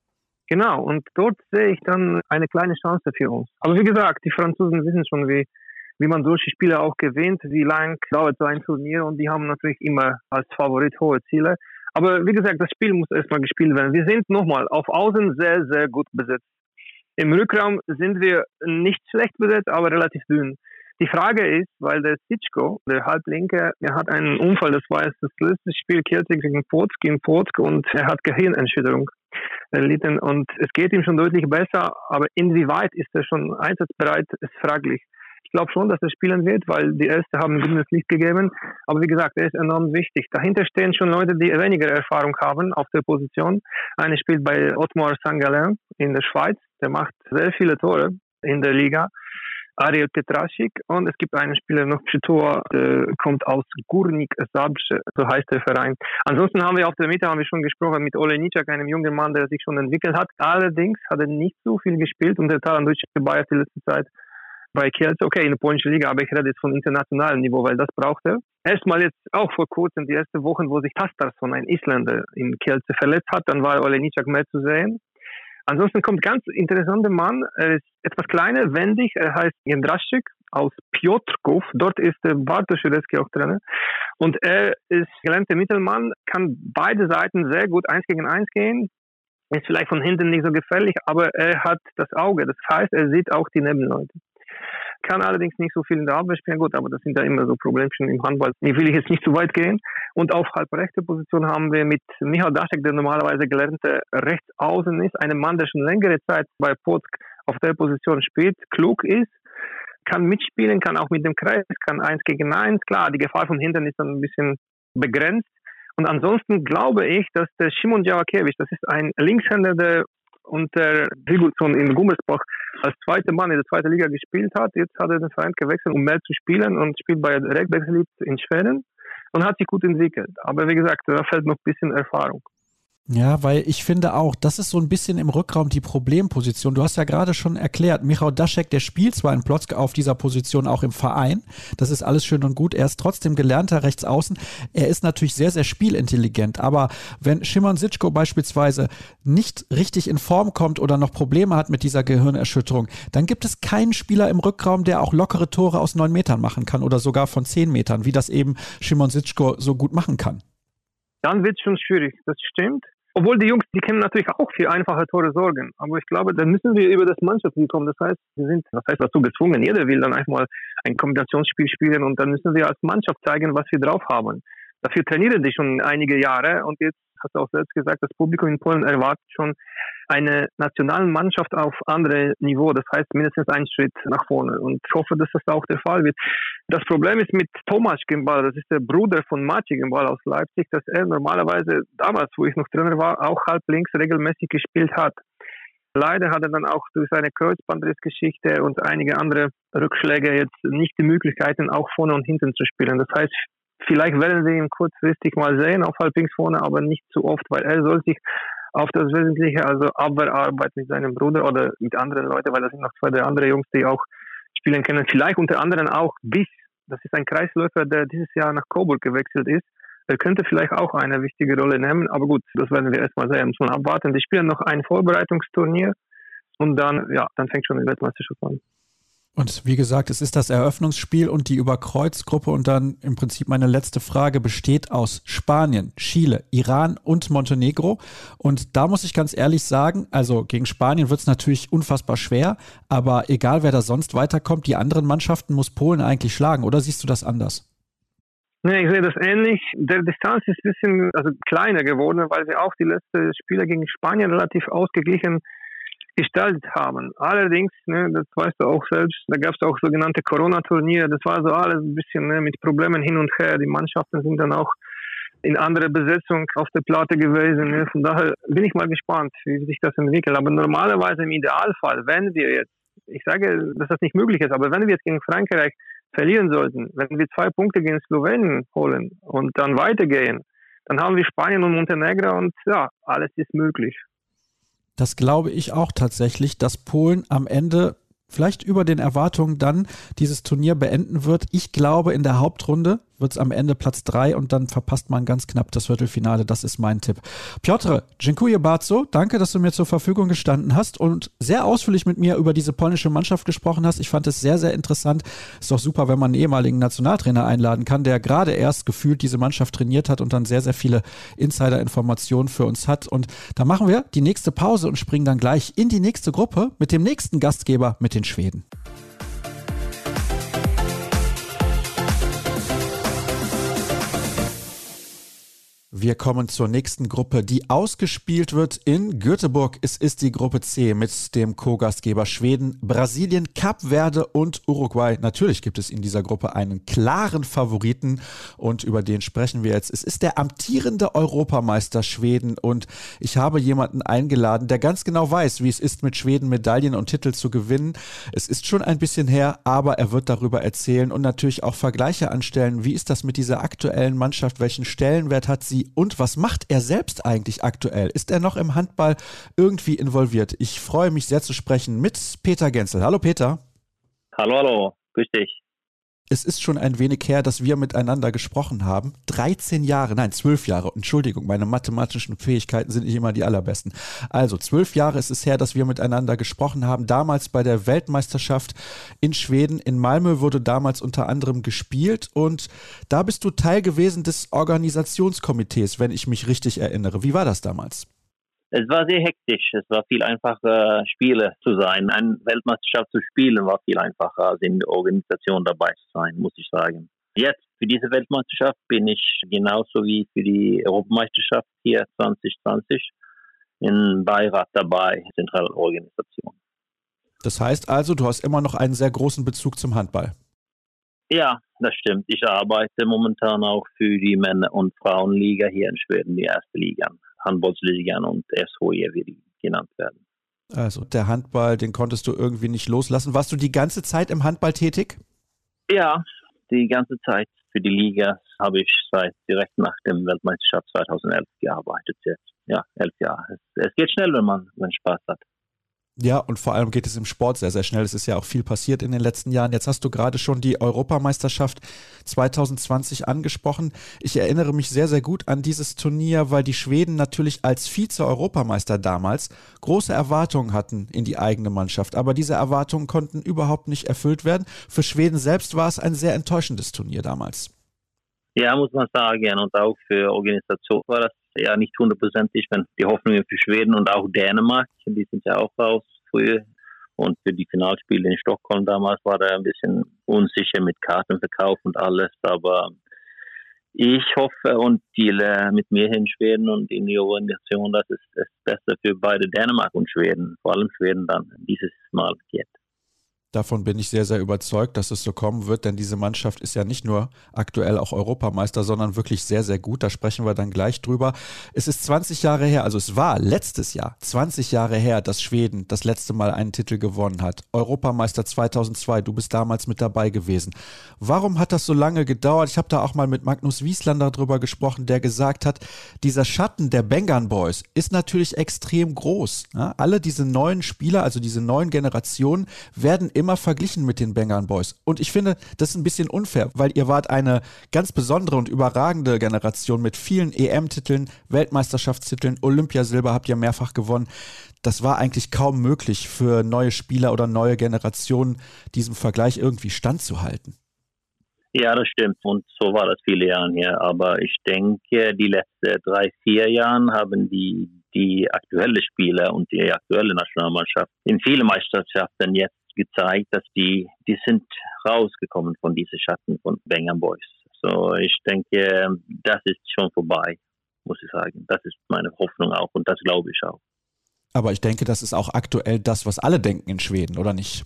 Genau, und dort sehe ich dann eine kleine Chance für uns. Aber wie gesagt, die Franzosen wissen schon, wie, wie man solche Spiele auch gewinnt, wie lang dauert so ein Turnier und die haben natürlich immer als Favorit hohe Ziele. Aber wie gesagt, das Spiel muss erstmal gespielt werden. Wir sind nochmal auf Außen sehr, sehr gut besetzt. Im Rückraum sind wir nicht schlecht besetzt, aber relativ dünn. Die Frage ist, weil der Sitschko, der Halblinke, er hat einen Unfall, das war jetzt das letzte Spiel Celtic gegen Płock, gegen Płock und er hat Gehirnerschütterung erlitten und es geht ihm schon deutlich besser, aber inwieweit ist er schon einsatzbereit, ist fraglich. Ich Ich glaube schon, dass er spielen wird, weil die Erste haben grünes Licht gegeben. Aber wie gesagt, er ist enorm wichtig. Dahinter stehen schon Leute, die weniger Erfahrung haben auf der Position. Einer spielt bei Otmar Sankt Gallen in der Schweiz. Der macht sehr viele Tore in der Liga. Ariel Petrasik, und es gibt einen Spieler noch, Pschetoa, der kommt aus Górnik Zabrze, so heißt der Verein. Ansonsten haben wir auf der Mitte haben wir schon gesprochen mit Olejniczak, einem jungen Mann, der sich schon entwickelt hat. Allerdings hat er nicht so viel gespielt und der Talan durch Bayer die letzte Zeit bei Kielce, okay, in der polnischen Liga, aber ich rede jetzt von internationalem Niveau, weil das braucht er. Erstmal jetzt auch vor kurzem, die ersten Wochen, wo sich Tastarsson, ein Isländer, in Kielce verletzt hat, dann war Olejniczak mehr zu sehen. Ansonsten kommt ein ganz interessanter Mann, er ist etwas kleiner, wendig, er heißt Jędraszczyk aus Piotrków, dort ist der Bartosz Szyrecki auch Trainer und er ist gelernter Mittelmann, kann beide Seiten sehr gut eins gegen eins gehen, ist vielleicht von hinten nicht so gefährlich, aber er hat das Auge, das heißt, er sieht auch die Nebenleute. Kann allerdings nicht so viel in der Abwehr spielen, gut, aber das sind ja immer so Problemchen im Handball. Hier will ich jetzt nicht zu weit gehen. Und auf halbrechte Position haben wir mit Michal Dašek, der normalerweise gelernte Rechtsaußen ist, einen Mann, der schon längere Zeit bei Potk auf der Position spielt, klug ist, kann mitspielen, kann auch mit dem Kreis, kann eins gegen eins. Klar, die Gefahr von hinten ist dann ein bisschen begrenzt. Und ansonsten glaube ich, dass der Szymon Działakiewicz, das ist ein Linkshänder, der unter Sigurdsson in Gummersbach als zweiter Mann in der zweiten Liga gespielt hat. Jetzt hat er den Verein gewechselt, um mehr zu spielen und spielt bei Rekbekselid in Schweden und hat sich gut entwickelt. Aber wie gesagt, da fehlt noch ein bisschen Erfahrung. Ja, weil ich finde auch, das ist so ein bisschen im Rückraum die Problemposition. Du hast ja gerade schon erklärt, Michal Dašek, der spielt zwar in Plock auf dieser Position auch im Verein, das ist alles schön und gut, er ist trotzdem gelernter Rechtsaußen, er ist natürlich sehr, sehr spielintelligent, aber wenn Szymon Sitschko beispielsweise nicht richtig in Form kommt oder noch Probleme hat mit dieser Gehirnerschütterung, dann gibt es keinen Spieler im Rückraum, der auch lockere Tore aus neun Metern machen kann oder sogar von zehn Metern, wie das eben Szymon Sitschko so gut machen kann. Dann wird es schon schwierig, das stimmt. Obwohl die Jungs, die können natürlich auch für einfache Tore sorgen. Aber ich glaube, dann müssen wir über das Mannschaftsspiel kommen. Das heißt, wir sind, das heißt, dazu gezwungen. Jeder will dann einfach mal ein Kombinationsspiel spielen und dann müssen wir als Mannschaft zeigen, was wir drauf haben. Dafür trainieren die schon einige Jahre und jetzt hast du auch selbst gesagt, das Publikum in Polen erwartet schon eine nationale Mannschaft auf anderem Niveau. Das heißt mindestens einen Schritt nach vorne. Und ich hoffe, dass das auch der Fall wird. Das Problem ist mit Tomasz Gimbal, das ist der Bruder von Maciej Gimbal aus Leipzig, dass er normalerweise damals, wo ich noch Trainer war, auch halb links regelmäßig gespielt hat. Leider hat er dann auch durch seine Kreuzbandrissgeschichte und einige andere Rückschläge jetzt nicht die Möglichkeiten, auch vorne und hinten zu spielen. Das heißt, vielleicht werden wir ihn kurzfristig mal sehen auf halb links vorne, aber nicht zu oft, weil er soll sich auf das Wesentliche, also Abwehrarbeit mit seinem Bruder oder mit anderen Leuten, weil das sind noch zwei, drei andere Jungs, die auch spielen können. Vielleicht unter anderem auch Biss, das ist ein Kreisläufer, der dieses Jahr nach Coburg gewechselt ist. Er könnte vielleicht auch eine wichtige Rolle nehmen, aber gut, das werden wir erstmal sehen, muss man abwarten. Die spielen noch ein Vorbereitungsturnier und dann, ja, dann fängt schon die Weltmeisterschaft an. Und wie gesagt, es ist das Eröffnungsspiel und die Überkreuzgruppe und dann im Prinzip meine letzte Frage besteht aus Spanien, Chile, Iran und Montenegro und da muss ich ganz ehrlich sagen, also gegen Spanien wird es natürlich unfassbar schwer, aber egal wer da sonst weiterkommt, die anderen Mannschaften muss Polen eigentlich schlagen, oder siehst du das anders? Nee, ich sehe das ähnlich. Der Distanz ist ein bisschen also kleiner geworden, weil wir auch die letzten Spiele gegen Spanien relativ ausgeglichen gestaltet haben. Allerdings, ne, das weißt du auch selbst, da gab es auch sogenannte Corona-Turniere, das war so alles ein bisschen ne, mit Problemen hin und her. Die Mannschaften sind dann auch in anderer Besetzung auf der Platte gewesen. Ne. Von daher bin ich mal gespannt, wie sich das entwickelt. Aber normalerweise im Idealfall, wenn wir jetzt, ich sage, dass das nicht möglich ist, aber wenn wir jetzt gegen Frankreich verlieren sollten, wenn wir zwei Punkte gegen Slowenien holen und dann weitergehen, dann haben wir Spanien und Montenegro und ja, alles ist möglich. Das glaube ich auch tatsächlich, dass Polen am Ende vielleicht über den Erwartungen dann dieses Turnier beenden wird. Ich glaube, in der Hauptrunde wird es am Ende Platz drei und dann verpasst man ganz knapp das Viertelfinale. Das ist mein Tipp. Piotr, dziękuję bardzo. Danke, dass du mir zur Verfügung gestanden hast und sehr ausführlich mit mir über diese polnische Mannschaft gesprochen hast. Ich fand es sehr, sehr interessant. Ist doch super, wenn man einen ehemaligen Nationaltrainer einladen kann, der gerade erst gefühlt diese Mannschaft trainiert hat und dann sehr, sehr viele Insider-Informationen für uns hat. Und da machen wir die nächste Pause und springen dann gleich in die nächste Gruppe mit dem nächsten Gastgeber, mit den Schweden. Wir kommen zur nächsten Gruppe, die ausgespielt wird in Göteborg. Es ist die Gruppe C mit dem Co-Gastgeber Schweden, Brasilien, Kap Verde und Uruguay. Natürlich gibt es in dieser Gruppe einen klaren Favoriten und über den sprechen wir jetzt. Es ist der amtierende Europameister Schweden und ich habe jemanden eingeladen, der ganz genau weiß, wie es ist, mit Schweden Medaillen und Titel zu gewinnen. Es ist schon ein bisschen her, aber er wird darüber erzählen und natürlich auch Vergleiche anstellen. Wie ist das mit dieser aktuellen Mannschaft? Welchen Stellenwert hat sie? Und was macht er selbst eigentlich aktuell? Ist er noch im Handball irgendwie involviert? Ich freue mich sehr zu sprechen mit Peter Genzel. Hallo Peter. Hallo, hallo. Grüß dich. Es ist schon ein wenig her, dass wir miteinander gesprochen haben. dreizehn Jahre, nein, zwölf Jahre. Entschuldigung, meine mathematischen Fähigkeiten sind nicht immer die allerbesten. Also zwölf Jahre ist es her, dass wir miteinander gesprochen haben. Damals bei der Weltmeisterschaft in Schweden. In Malmö wurde damals unter anderem gespielt. Und da bist du Teil gewesen des Organisationskomitees, wenn ich mich richtig erinnere. Wie war das damals? Es war sehr hektisch. Es war viel einfacher, Spiele zu sein. Eine Weltmeisterschaft zu spielen war viel einfacher, als in der Organisation dabei zu sein, muss ich sagen. Jetzt, für diese Weltmeisterschaft, bin ich genauso wie für die Europameisterschaft hier zwanzig zwanzig im Beirat dabei, Zentralorganisation. Das heißt also, du hast immer noch einen sehr großen Bezug zum Handball. Ja, das stimmt. Ich arbeite momentan auch für die Männer- und Frauenliga hier in Schweden, die erste Liga. Handballsligen und S H J, wie die genannt werden. Also der Handball, den konntest du irgendwie nicht loslassen. Warst du die ganze Zeit im Handball tätig? Ja, die ganze Zeit. Für die Liga habe ich seit direkt nach dem Weltmeisterschaft zweitausendelf gearbeitet. Jetzt. Ja, elf Jahre. Es, es geht schnell, wenn man wenn Spaß hat. Ja, und vor allem geht es im Sport sehr, sehr schnell. Es ist ja auch viel passiert in den letzten Jahren. Jetzt hast du gerade schon die Europameisterschaft zwanzig zwanzig angesprochen. Ich erinnere mich sehr, sehr gut an dieses Turnier, weil die Schweden natürlich als Vize-Europameister damals große Erwartungen hatten in die eigene Mannschaft. Aber diese Erwartungen konnten überhaupt nicht erfüllt werden. Für Schweden selbst war es ein sehr enttäuschendes Turnier damals. Ja, muss man sagen. Und auch für Organisation war das ja nicht hundertprozentig, wenn die Hoffnungen für Schweden und auch Dänemark, die sind ja auch raus früher. Und für die Finalspiele in Stockholm damals war da ein bisschen unsicher mit Kartenverkauf und alles. Aber ich hoffe und deale mit mir in Schweden und in die Organisation, dass es das Beste für beide Dänemark und Schweden, vor allem Schweden dann dieses Mal geht. Davon bin ich sehr, sehr überzeugt, dass es so kommen wird, denn diese Mannschaft ist ja nicht nur aktuell auch Europameister, sondern wirklich sehr, sehr gut. Da sprechen wir dann gleich drüber. Es ist zwanzig Jahre her, also es war letztes Jahr zwanzig Jahre her, dass Schweden das letzte Mal einen Titel gewonnen hat. Europameister zweitausendzwei, du bist damals mit dabei gewesen. Warum hat das so lange gedauert? Ich habe da auch mal mit Magnus Wieslander drüber gesprochen, der gesagt hat, dieser Schatten der Bengan Boys ist natürlich extrem groß. Ja, alle diese neuen Spieler, also diese neuen Generationen, werden immer verglichen mit den Bengan Boys. Und ich finde, das ist ein bisschen unfair, weil ihr wart eine ganz besondere und überragende Generation mit vielen E M-Titeln, Weltmeisterschaftstiteln, Olympiasilber habt ihr mehrfach gewonnen. Das war eigentlich kaum möglich für neue Spieler oder neue Generationen, diesem Vergleich irgendwie standzuhalten. Ja, das stimmt. Und so war das viele Jahre her. Aber ich denke, die letzten drei, vier Jahren haben die, die aktuellen Spieler und die aktuelle Nationalmannschaft in vielen Meisterschaften jetzt gezeigt, dass die, die sind rausgekommen von diesen Schatten von Bengan Boys. So, ich denke, das ist schon vorbei, muss ich sagen. Das ist meine Hoffnung auch und das glaube ich auch. Aber ich denke, das ist auch aktuell das, was alle denken in Schweden, oder nicht?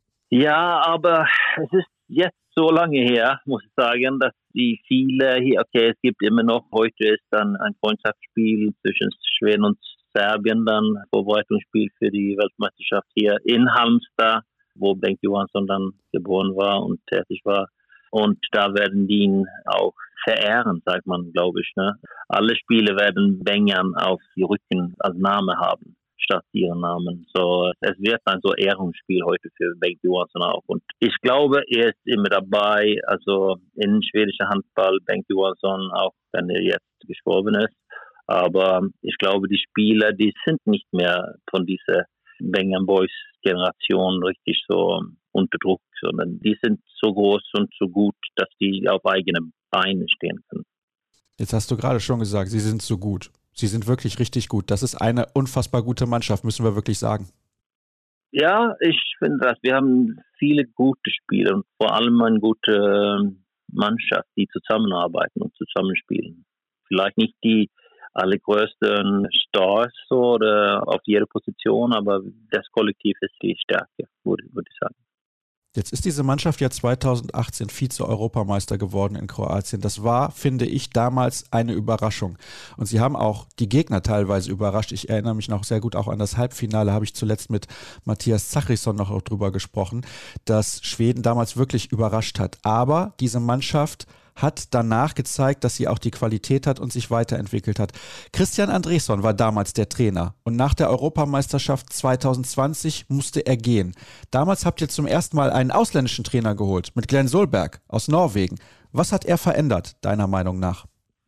Ja, aber es ist jetzt so lange her, muss ich sagen, dass die viele hier, okay, es gibt immer noch, heute ist dann ein Freundschaftsspiel zwischen Schweden und Serbien, dann Vorbereitungsspiel für die Weltmeisterschaft hier in Halmstad, wo Bengt Johansson dann geboren war und tätig war. Und da werden die ihn auch verehren, sagt man, glaube ich. Ne? Alle Spiele werden Bengan auf die Rücken als Name haben, statt ihren Namen. So, es wird ein so Ehrungsspiel heute für Bengt Johansson auch. Und ich glaube, er ist immer dabei, also in schwedischer Handball, Bengt Johansson, auch wenn er jetzt gestorben ist. Aber ich glaube, die Spieler, die sind nicht mehr von dieser Bengan Boys Generation richtig so unter Druck, sondern die sind so groß und so gut, dass die auf eigenen Beinen stehen können. Jetzt hast du gerade schon gesagt, sie sind so gut. Sie sind wirklich richtig gut. Das ist eine unfassbar gute Mannschaft, müssen wir wirklich sagen. Ja, ich finde das. Wir haben viele gute Spieler und vor allem eine gute Mannschaft, die zusammenarbeiten und zusammenspielen. vielleicht nicht die allergrößten Stars oder auf jeder Position, aber das Kollektiv ist die Stärke, würde, würde ich sagen. Jetzt ist diese Mannschaft ja zweitausendachtzehn Vize-Europameister geworden in Kroatien. Das war, finde ich, damals eine Überraschung. Und sie haben auch die Gegner teilweise überrascht. Ich erinnere mich noch sehr gut auch an das Halbfinale, habe ich zuletzt mit Matthias Zachrisson noch drüber gesprochen, dass Schweden damals wirklich überrascht hat. Aber diese Mannschaft hat danach gezeigt, dass sie auch die Qualität hat und sich weiterentwickelt hat. Christian Andresson war damals der Trainer und nach der Europameisterschaft zwanzig zwanzig musste er gehen. Damals habt ihr zum ersten Mal einen ausländischen Trainer geholt, mit Glenn Solberg aus Norwegen. Was hat er verändert, deiner Meinung nach?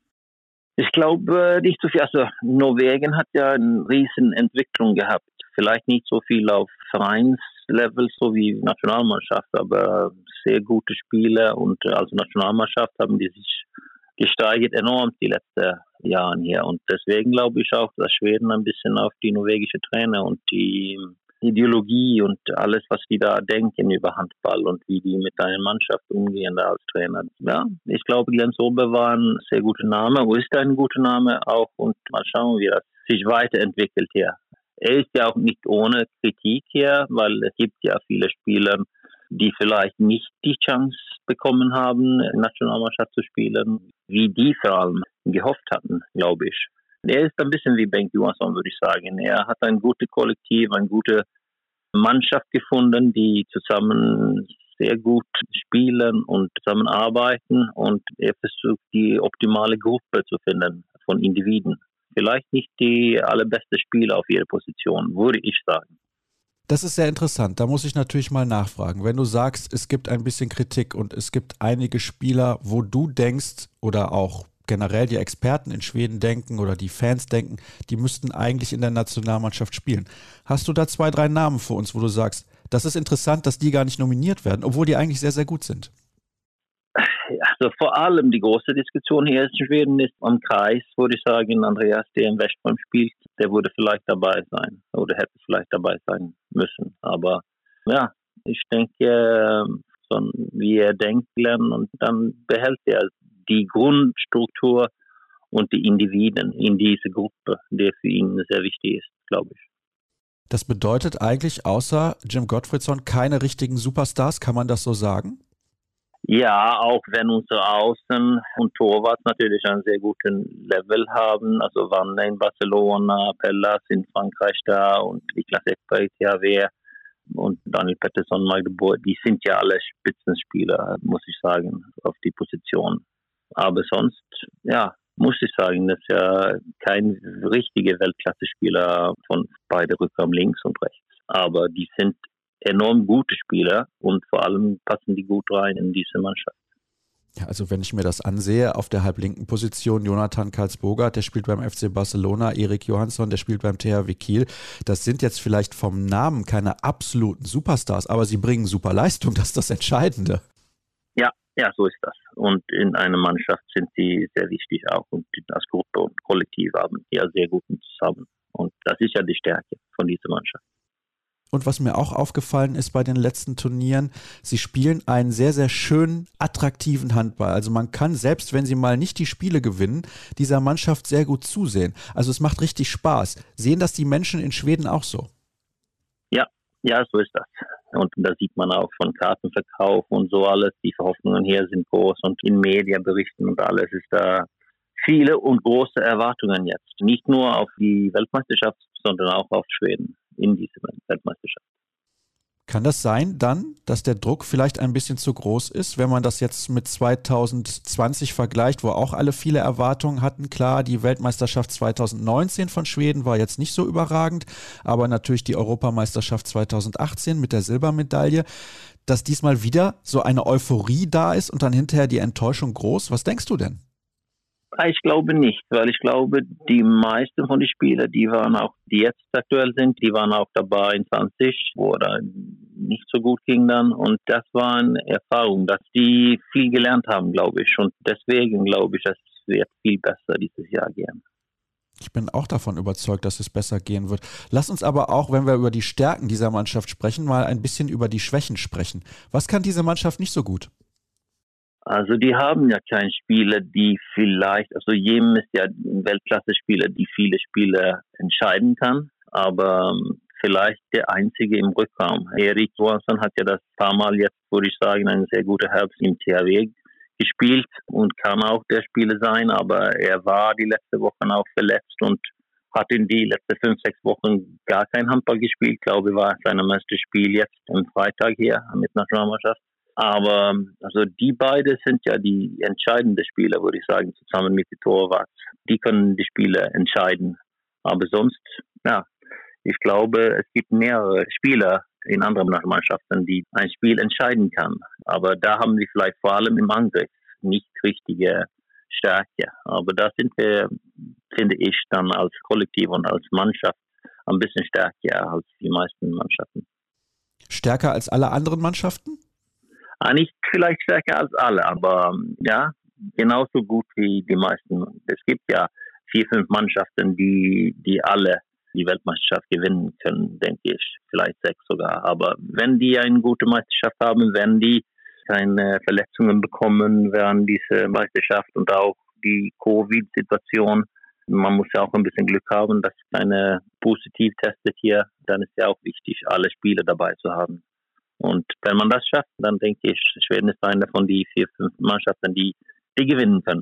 Ich glaube nicht so viel. Also Norwegen hat ja eine riesen Entwicklung gehabt. Vielleicht nicht so viel auf Vereinslevel, so wie Nationalmannschaft, aber sehr gute Spieler und als Nationalmannschaft haben die sich gesteigert enorm die letzten Jahre hier. Und deswegen glaube ich auch, dass Schweden ein bisschen auf die norwegische Trainer und die Ideologie und alles, was die da denken über Handball und wie die mit einer Mannschaft umgehen da als Trainer. Ja, ich glaube, Glenn Solberg war ein sehr guter Name und ist ein guter Name auch und mal schauen, wie das sich weiterentwickelt hier. Er ist ja auch nicht ohne Kritik hier, weil es gibt ja viele Spieler, die vielleicht nicht die Chance bekommen haben, in der Nationalmannschaft zu spielen, wie die vor allem gehofft hatten, glaube ich. Er ist ein bisschen wie Bengt Johansson, würde ich sagen. Er hat ein gutes Kollektiv, eine gute Mannschaft gefunden, die zusammen sehr gut spielen und zusammenarbeiten und er versucht, die optimale Gruppe zu finden von Individuen. Vielleicht nicht die allerbeste Spieler auf jeder Position, würde ich sagen. Das ist sehr interessant. Da muss ich natürlich mal nachfragen. Wenn du sagst, es gibt ein bisschen Kritik und es gibt einige Spieler, wo du denkst oder auch generell die Experten in Schweden denken oder die Fans denken, die müssten eigentlich in der Nationalmannschaft spielen. Hast du da zwei, drei Namen für uns, wo du sagst, das ist interessant, dass die gar nicht nominiert werden, obwohl die eigentlich sehr, sehr gut sind? Also vor allem die große Diskussion hier in Schweden ist am Kreis, würde ich sagen, Andreas, der im Westbrem spielt, der würde vielleicht dabei sein oder hätte vielleicht dabei sein müssen. Aber ja, ich denke, so wie er denkt, lernen und dann behält er die Grundstruktur und die Individuen in diese Gruppe, die für ihn sehr wichtig ist, glaube ich. Das bedeutet eigentlich außer Jim Gottfriedson keine richtigen Superstars, kann man das so sagen? Ja, auch wenn unsere Außen- und Torwart natürlich einen sehr guten Level haben. Also Wanne in Barcelona, Pellas in Frankreich da und Niklas Ekberg, T H W und Daniel Pettersson, Magdeburg. Die sind ja alle Spitzenspieler, muss ich sagen, auf die Position. Aber sonst, ja, muss ich sagen, dass ja kein richtiger Weltklasse-Spieler von beide Rückraum links und rechts. Aber die sind enorm gute Spieler und vor allem passen die gut rein in diese Mannschaft. Ja, also wenn ich mir das ansehe, auf der halblinken Position Jonathan Karlsbogart, der spielt beim F C Barcelona, Erik Johansson, der spielt beim T H W Kiel. Das sind jetzt vielleicht vom Namen keine absoluten Superstars, aber sie bringen super Leistung, das ist das Entscheidende. Ja, ja, so ist das. Und in einer Mannschaft sind sie sehr wichtig auch und als Gruppe und Kollektiv haben die ja sehr gut zusammen. Und das ist ja die Stärke von dieser Mannschaft. Und was mir auch aufgefallen ist bei den letzten Turnieren, sie spielen einen sehr, sehr schönen, attraktiven Handball. Also man kann, selbst wenn sie mal nicht die Spiele gewinnen, dieser Mannschaft sehr gut zusehen. Also es macht richtig Spaß. Sehen das die Menschen in Schweden auch so? Ja, ja, so ist das. Und da sieht man auch von Kartenverkauf und so alles. Die Verhoffnungen hier sind groß und in Medienberichten und alles ist da viele und große Erwartungen jetzt. Nicht nur auf die Weltmeisterschaft, sondern auch auf Schweden in diese Weltmeisterschaft. Kann das sein dann, dass der Druck vielleicht ein bisschen zu groß ist, wenn man das jetzt mit zwanzig zwanzig vergleicht, wo auch alle viele Erwartungen hatten? Klar, die Weltmeisterschaft zwanzig neunzehn von Schweden war jetzt nicht so überragend, aber natürlich die Europameisterschaft zwanzig achtzehn mit der Silbermedaille, dass diesmal wieder so eine Euphorie da ist und dann hinterher die Enttäuschung groß. Was denkst du denn? Ich glaube nicht, weil ich glaube, die meisten von den Spielern, die waren auch, die jetzt aktuell sind, die waren auch dabei in zwanzig, wo da nicht so gut ging dann. Und das war eine Erfahrung, dass die viel gelernt haben, glaube ich. Und deswegen glaube ich, es wird viel besser dieses Jahr gehen. Ich bin auch davon überzeugt, dass es besser gehen wird. Lass uns aber auch, wenn wir über die Stärken dieser Mannschaft sprechen, mal ein bisschen über die Schwächen sprechen. Was kann diese Mannschaft nicht so gut? Also die haben ja keine Spieler, die vielleicht, also Jemen ist ja ein Weltklasse-Spieler, die viele Spiele entscheiden kann, aber ähm, vielleicht der einzige im Rückraum. Erik Johansson hat ja das paar Mal jetzt, würde ich sagen, eine sehr gute Herbst im T H W gespielt und kann auch der Spieler sein, aber er war die letzten Wochen auch verletzt und hat in die letzten fünf, sechs Wochen gar kein Handball gespielt. Ich glaube, war sein erstes Spiel jetzt am Freitag hier mit Nationalmannschaft. Aber also die beiden sind ja die entscheidenden Spieler, würde ich sagen, zusammen mit den Torwarts. Die können die Spiele entscheiden. Aber sonst, ja, ich glaube, es gibt mehrere Spieler in anderen Mannschaften, die ein Spiel entscheiden kann. Aber da haben sie vielleicht vor allem im Angriff nicht richtige Stärke. Aber da sind wir, finde ich, dann als Kollektiv und als Mannschaft ein bisschen stärker als die meisten Mannschaften. Stärker als alle anderen Mannschaften? Ah, nicht vielleicht stärker als alle, aber ja, genauso gut wie die meisten. Es gibt ja vier, fünf Mannschaften, die, die alle die Weltmeisterschaft gewinnen können, denke ich. Vielleicht sechs sogar. Aber wenn die eine gute Meisterschaft haben, wenn die keine Verletzungen bekommen während dieser Meisterschaft und auch die Covid-Situation, man muss ja auch ein bisschen Glück haben, dass keine positiv testet hier, dann ist ja auch wichtig, alle Spiele dabei zu haben. Und wenn man das schafft, dann denke ich, Schweden ist eine von den vier, fünf Mannschaften, die, die gewinnen können.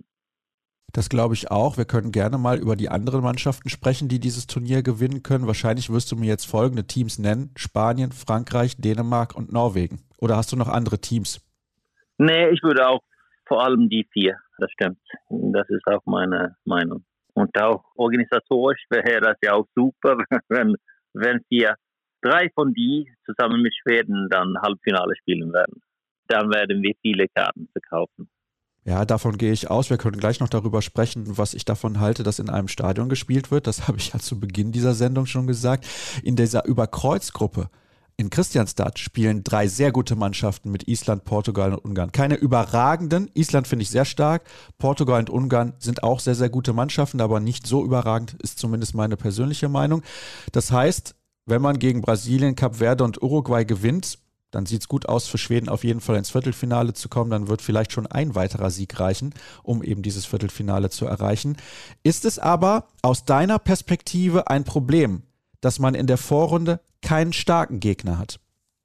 Das glaube ich auch. Wir können gerne mal über die anderen Mannschaften sprechen, die dieses Turnier gewinnen können. Wahrscheinlich wirst du mir jetzt folgende Teams nennen: Spanien, Frankreich, Dänemark und Norwegen. Oder hast du noch andere Teams? Nee, ich würde auch vor allem die vier, das stimmt. Das ist auch meine Meinung. Und auch organisatorisch wäre das ja auch super, wenn, wenn wir drei von die zusammen mit Schweden dann Halbfinale spielen werden. Dann werden wir viele Karten verkaufen. Ja, davon gehe ich aus. Wir können gleich noch darüber sprechen, was ich davon halte, dass in einem Stadion gespielt wird. Das habe ich ja zu Beginn dieser Sendung schon gesagt. In dieser Überkreuzgruppe in Kristianstad spielen drei sehr gute Mannschaften mit Island, Portugal und Ungarn. Keine überragenden. Island finde ich sehr stark. Portugal und Ungarn sind auch sehr, sehr gute Mannschaften, aber nicht so überragend, ist zumindest meine persönliche Meinung. Das heißt, wenn man gegen Brasilien, Kap Verde und Uruguay gewinnt, dann sieht es gut aus für Schweden auf jeden Fall ins Viertelfinale zu kommen. Dann wird vielleicht schon ein weiterer Sieg reichen, um eben dieses Viertelfinale zu erreichen. Ist es aber aus deiner Perspektive ein Problem, dass man in der Vorrunde keinen starken Gegner hat?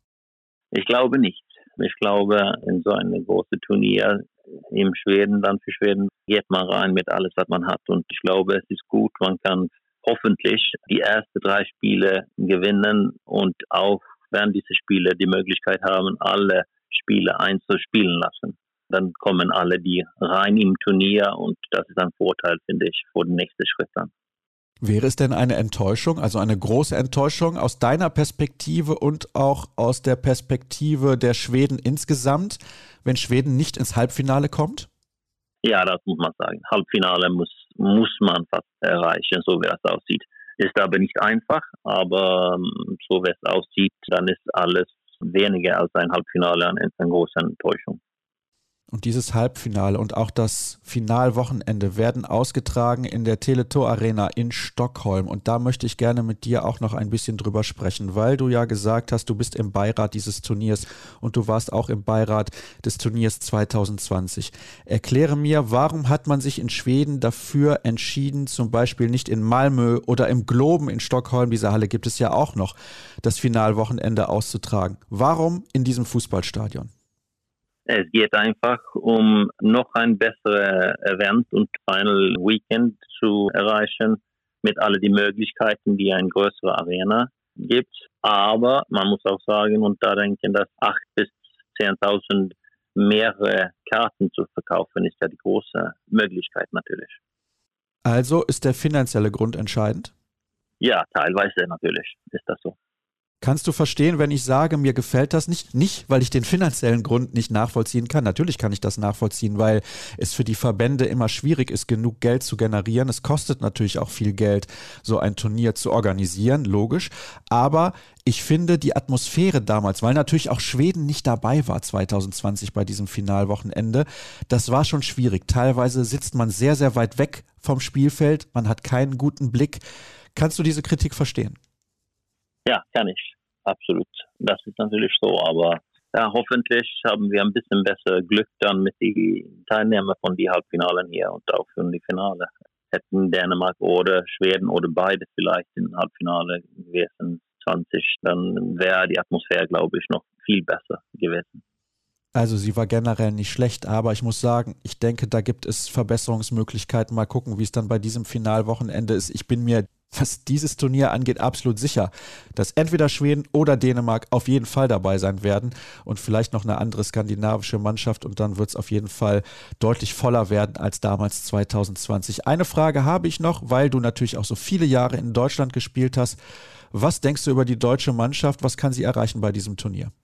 Ich glaube nicht. Ich glaube, in so einem großen Turnier im Schweden, dann für Schweden, geht man rein mit alles, was man hat. Und ich glaube, es ist gut, man kann hoffentlich die ersten drei Spiele gewinnen und auch während diese Spiele die Möglichkeit haben, alle Spiele einzuspielen lassen. Dann kommen alle die rein im Turnier und das ist ein Vorteil, finde ich, für den nächsten Schritt dann. Wäre es denn eine Enttäuschung, also eine große Enttäuschung aus deiner Perspektive und auch aus der Perspektive der Schweden insgesamt, wenn Schweden nicht ins Halbfinale kommt? Ja, das muss man sagen. Halbfinale muss, muss man fast erreichen, so wie es aussieht. Ist aber nicht einfach, aber so wie es aussieht, dann ist alles weniger als ein Halbfinale eine, eine große Enttäuschung. Und dieses Halbfinale und auch das Finalwochenende werden ausgetragen in der Tele2 Arena in Stockholm. Und da möchte ich gerne mit dir auch noch ein bisschen drüber sprechen, weil du ja gesagt hast, du bist im Beirat dieses Turniers und du warst auch im Beirat des Turniers zwanzig zwanzig. Erkläre mir, warum hat man sich in Schweden dafür entschieden, zum Beispiel nicht in Malmö oder im Globen in Stockholm, diese Halle gibt es ja auch noch, das Finalwochenende auszutragen? Warum in diesem Fußballstadion? Es geht einfach um noch ein besseres Event und Final Weekend zu erreichen mit all den Möglichkeiten, die eine größere Arena gibt. Aber man muss auch sagen und da denken, dass acht bis zehntausend mehrere Karten zu verkaufen, ist ja die große Möglichkeit natürlich. Also ist der finanzielle Grund entscheidend? Ja, teilweise natürlich ist das so. Kannst du verstehen, wenn ich sage, mir gefällt das nicht? Nicht, weil ich den finanziellen Grund nicht nachvollziehen kann. Natürlich kann ich das nachvollziehen, weil es für die Verbände immer schwierig ist, genug Geld zu generieren. Es kostet natürlich auch viel Geld, so ein Turnier zu organisieren, logisch. Aber ich finde die Atmosphäre damals, weil natürlich auch Schweden nicht dabei war zwanzig zwanzig bei diesem Finalwochenende, das war schon schwierig. Teilweise sitzt man sehr, sehr weit weg vom Spielfeld. Man hat keinen guten Blick. Kannst du diese Kritik verstehen? Ja, kann ich. Absolut. Das ist natürlich so. Aber ja, hoffentlich haben wir ein bisschen besser Glück dann mit den Teilnehmern von die Halbfinalen hier und auch für die Finale. Hätten Dänemark oder Schweden oder beide vielleicht im Halbfinale gewesen, zwanzig, dann wäre die Atmosphäre, glaube ich, noch viel besser gewesen. Also sie war generell nicht schlecht, aber ich muss sagen, ich denke, da gibt es Verbesserungsmöglichkeiten. Mal gucken, wie es dann bei diesem Finalwochenende ist. Ich bin mir, was dieses Turnier angeht, absolut sicher, dass entweder Schweden oder Dänemark auf jeden Fall dabei sein werden und vielleicht noch eine andere skandinavische Mannschaft und dann wird es auf jeden Fall deutlich voller werden als damals zwanzig zwanzig. Eine Frage habe ich noch, weil du natürlich auch so viele Jahre in Deutschland gespielt hast. Was denkst du über die deutsche Mannschaft? Was kann sie erreichen bei diesem Turnier?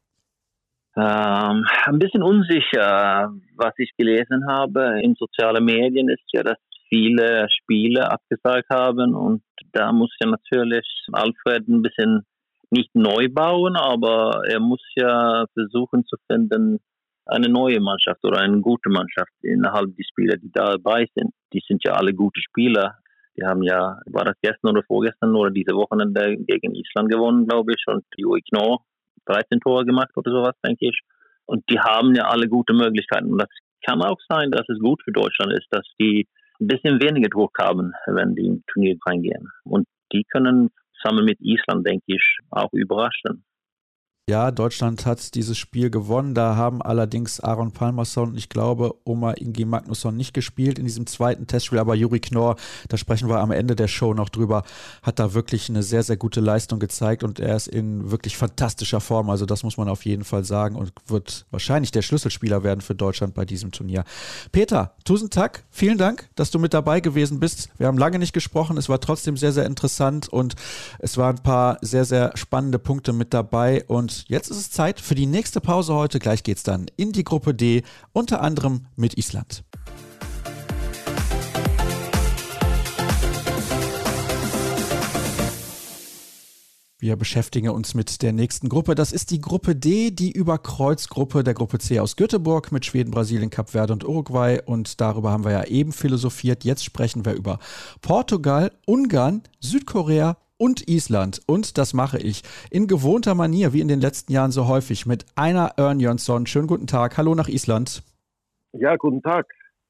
Ähm, ein bisschen unsicher, was ich gelesen habe in sozialen Medien, ist ja, dass viele Spiele abgesagt haben und da muss ja natürlich Alfred ein bisschen nicht neu bauen, aber er muss ja versuchen zu finden, eine neue Mannschaft oder eine gute Mannschaft innerhalb der Spieler, die dabei sind. Die sind ja alle gute Spieler. Die haben ja, war das gestern oder vorgestern oder diese Wochenende gegen Island gewonnen, glaube ich, und Joey Knorr dreizehn Tore gemacht oder sowas, denke ich. Und die haben ja alle gute Möglichkeiten. Und das kann auch sein, dass es gut für Deutschland ist, dass die ein bisschen weniger Druck haben, wenn die im Turnier reingehen. Und die können zusammen mit Island, denke ich, auch überraschen. Ja, Deutschland hat dieses Spiel gewonnen. Da haben allerdings Aron Pálmarsson und ich glaube Ómar Ingi Magnússon nicht gespielt in diesem zweiten Testspiel. Aber Juri Knorr, da sprechen wir am Ende der Show noch drüber, hat da wirklich eine sehr, sehr gute Leistung gezeigt und er ist in wirklich fantastischer Form. Also das muss man auf jeden Fall sagen und wird wahrscheinlich der Schlüsselspieler werden für Deutschland bei diesem Turnier. Peter, tusen Dank, vielen Dank, dass du mit dabei gewesen bist. Wir haben lange nicht gesprochen, es war trotzdem sehr, sehr interessant und es waren ein paar sehr, sehr spannende Punkte mit dabei und jetzt ist es Zeit für die nächste Pause heute. Gleich geht es dann in die Gruppe D, unter anderem mit Island. Wir beschäftigen uns mit der nächsten Gruppe. Das ist die Gruppe D, die Überkreuzgruppe der Gruppe C aus Göteborg mit Schweden, Brasilien, Kap Verde und Uruguay. Und darüber haben wir ja eben philosophiert. Jetzt sprechen wir über Portugal, Ungarn, Südkorea und Island. Und das mache ich in gewohnter Manier, wie in den letzten Jahren so häufig, mit Einar Örnjonsson. Schönen guten Tag. Hallo nach Island. Ja, guten Tag.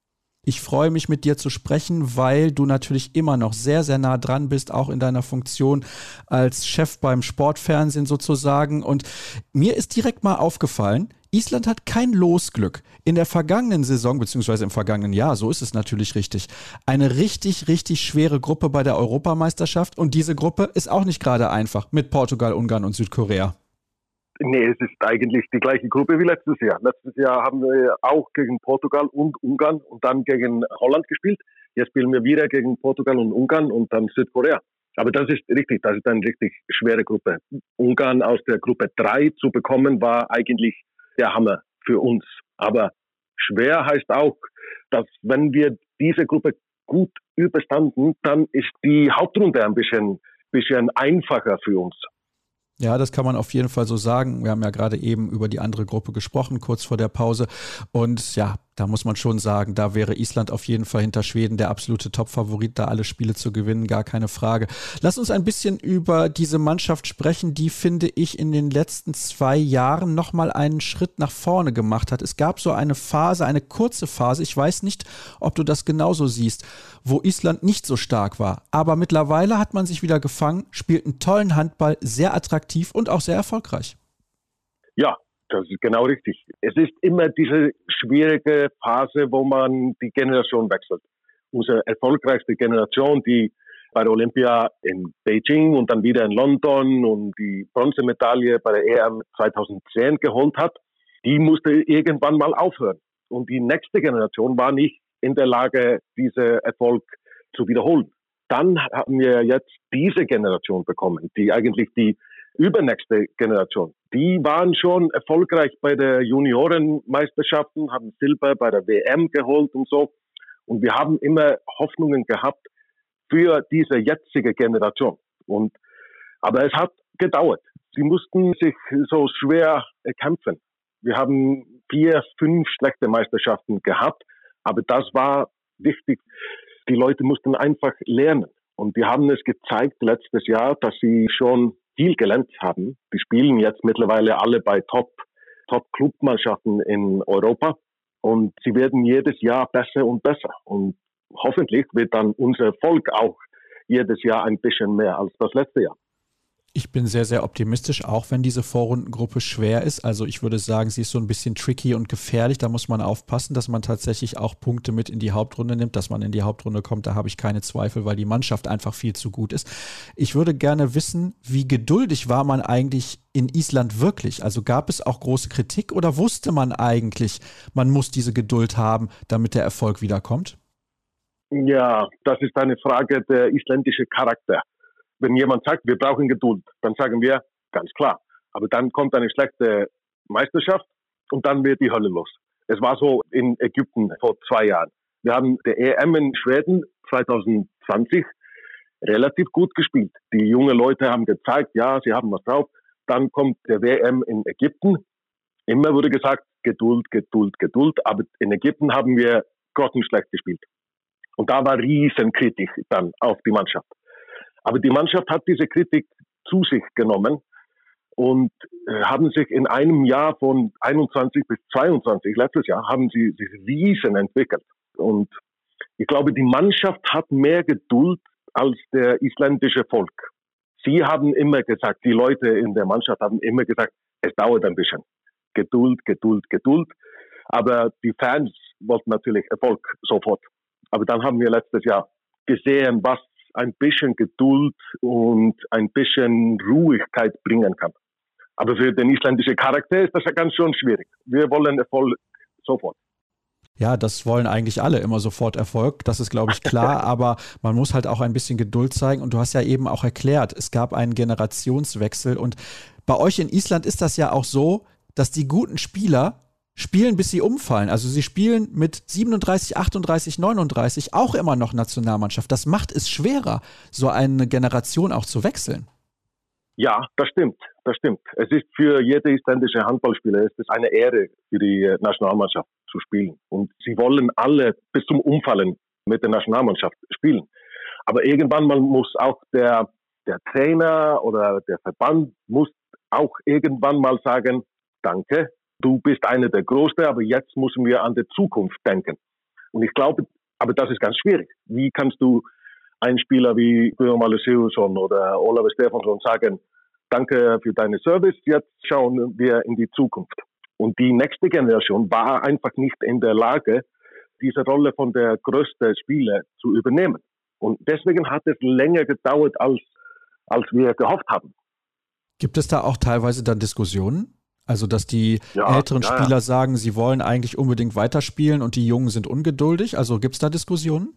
Ich freue mich, mit dir zu sprechen, weil du natürlich immer noch sehr, sehr nah dran bist, auch in deiner Funktion als Chef beim Sportfernsehen sozusagen. Und mir ist direkt mal aufgefallen, Island hat kein Losglück. In der vergangenen Saison, beziehungsweise im vergangenen Jahr, so ist es natürlich richtig, eine richtig, richtig schwere Gruppe bei der Europameisterschaft. Und diese Gruppe ist auch nicht gerade einfach mit Portugal, Ungarn und Südkorea. Nee, es ist eigentlich die gleiche Gruppe wie letztes Jahr. Letztes Jahr haben wir auch gegen Portugal und Ungarn und dann gegen Holland gespielt. Jetzt spielen wir wieder gegen Portugal und Ungarn und dann Südkorea. Aber das ist richtig, das ist eine richtig schwere Gruppe. Ungarn aus der Gruppe drei zu bekommen, war eigentlich der Hammer für uns. Aber schwer heißt auch, dass wenn wir diese Gruppe gut überstanden, dann ist die Hauptrunde ein bisschen, bisschen einfacher für uns. Ja, das kann man auf jeden Fall so sagen. Wir haben ja gerade eben über die andere Gruppe gesprochen, kurz vor der Pause. Und ja, da muss man schon sagen, da wäre Island auf jeden Fall hinter Schweden der absolute Top-Favorit, da alle Spiele zu gewinnen, gar keine Frage. Lass uns ein bisschen über diese Mannschaft sprechen, die, finde ich, in den letzten zwei Jahren nochmal einen Schritt nach vorne gemacht hat. Es gab so eine Phase, eine kurze Phase, ich weiß nicht, ob du das genauso siehst, wo Island nicht so stark war. Aber mittlerweile hat man sich wieder gefangen, spielt einen tollen Handball, sehr attraktiv und auch sehr erfolgreich. Ja, das ist genau richtig. Es ist immer diese schwierige Phase, wo man die Generation wechselt. Unsere erfolgreichste Generation, die bei der Olympia in Beijing und dann wieder in London und die Bronzemedaille bei der E M zweitausendzehn geholt hat, die musste irgendwann mal aufhören. Und die nächste Generation war nicht in der Lage, diesen Erfolg zu wiederholen. Dann haben wir jetzt diese Generation bekommen, die eigentlich die übernächste Generation. Die waren schon erfolgreich bei der Juniorenmeisterschaften, haben Silber bei der W M geholt und so. Und wir haben immer Hoffnungen gehabt für diese jetzige Generation. Und, aber es hat gedauert. Sie mussten sich so schwer kämpfen. Wir haben vier, fünf schlechte Meisterschaften gehabt, aber das war wichtig. Die Leute mussten einfach lernen. Und die haben es gezeigt letztes Jahr, dass sie schon viel gelernt haben. Die spielen jetzt mittlerweile alle bei Top Top-Clubmannschaften in Europa. Und sie werden jedes Jahr besser und besser. Und hoffentlich wird dann unser Erfolg auch jedes Jahr ein bisschen mehr als das letzte Jahr. Ich bin sehr, sehr optimistisch, auch wenn diese Vorrundengruppe schwer ist. Also ich würde sagen, sie ist so ein bisschen tricky und gefährlich. Da muss man aufpassen, dass man tatsächlich auch Punkte mit in die Hauptrunde nimmt. Dass man in die Hauptrunde kommt, da habe ich keine Zweifel, weil die Mannschaft einfach viel zu gut ist. Ich würde gerne wissen, wie geduldig war man eigentlich in Island wirklich? Also gab es auch große Kritik oder wusste man eigentlich, man muss diese Geduld haben, damit der Erfolg wiederkommt? Ja, das ist eine Frage der isländischen Charakter. Wenn jemand sagt, wir brauchen Geduld, dann sagen wir, ganz klar. Aber dann kommt eine schlechte Meisterschaft und dann wird die Hölle los. Es war so in Ägypten vor zwei Jahren. Wir haben der E M in Schweden zwanzig zwanzig relativ gut gespielt. Die jungen Leute haben gezeigt, ja, sie haben was drauf. Dann kommt der W M in Ägypten. Immer wurde gesagt, Geduld, Geduld, Geduld. Aber in Ägypten haben wir grottenschlecht gespielt. Und da war Riesenkritik dann auf die Mannschaft. Aber die Mannschaft hat diese Kritik zu sich genommen und äh, haben sich in einem Jahr von einundzwanzig bis zweiundzwanzig, letztes Jahr, haben sie sich riesen entwickelt. Und ich glaube, die Mannschaft hat mehr Geduld als der isländische Volk. Sie haben immer gesagt, die Leute in der Mannschaft haben immer gesagt, es dauert ein bisschen. Geduld, Geduld, Geduld. Aber die Fans wollten natürlich Erfolg sofort. Aber dann haben wir letztes Jahr gesehen, was ein bisschen Geduld und ein bisschen Ruhigkeit bringen kann. Aber für den isländischen Charakter ist das ja ganz schön schwierig. Wir wollen Erfolg sofort. Ja, das wollen eigentlich alle immer sofort Erfolg. Das ist, glaube ich, klar. Aber man muss halt auch ein bisschen Geduld zeigen. Und du hast ja eben auch erklärt, es gab einen Generationswechsel. Und bei euch in Island ist das ja auch so, dass die guten Spieler spielen, bis sie umfallen. Also sie spielen mit siebenunddreißig, achtunddreißig, neununddreißig auch immer noch Nationalmannschaft. Das macht es schwerer, so eine Generation auch zu wechseln. Ja, das stimmt. Das stimmt. Es ist für jede isländische Handballspieler es ist eine Ehre, für die Nationalmannschaft zu spielen. Und sie wollen alle bis zum Umfallen mit der Nationalmannschaft spielen. Aber irgendwann mal muss auch der, der Trainer oder der Verband muss auch irgendwann mal sagen, danke, du bist einer der Größten, aber jetzt müssen wir an die Zukunft denken. Und ich glaube, aber das ist ganz schwierig. Wie kannst du einen Spieler wie Guðjón Valur Sigurðsson oder Ólafur Stefánsson sagen, danke für deinen Service, jetzt schauen wir in die Zukunft. Und die nächste Generation war einfach nicht in der Lage, diese Rolle von der größten Spieler zu übernehmen. Und deswegen hat es länger gedauert, als, als wir gehofft haben. Gibt es da auch teilweise dann Diskussionen? Also, dass die ja, älteren ja, Spieler ja. sagen, sie wollen eigentlich unbedingt weiterspielen und die Jungen sind ungeduldig. Also gibt es da Diskussionen?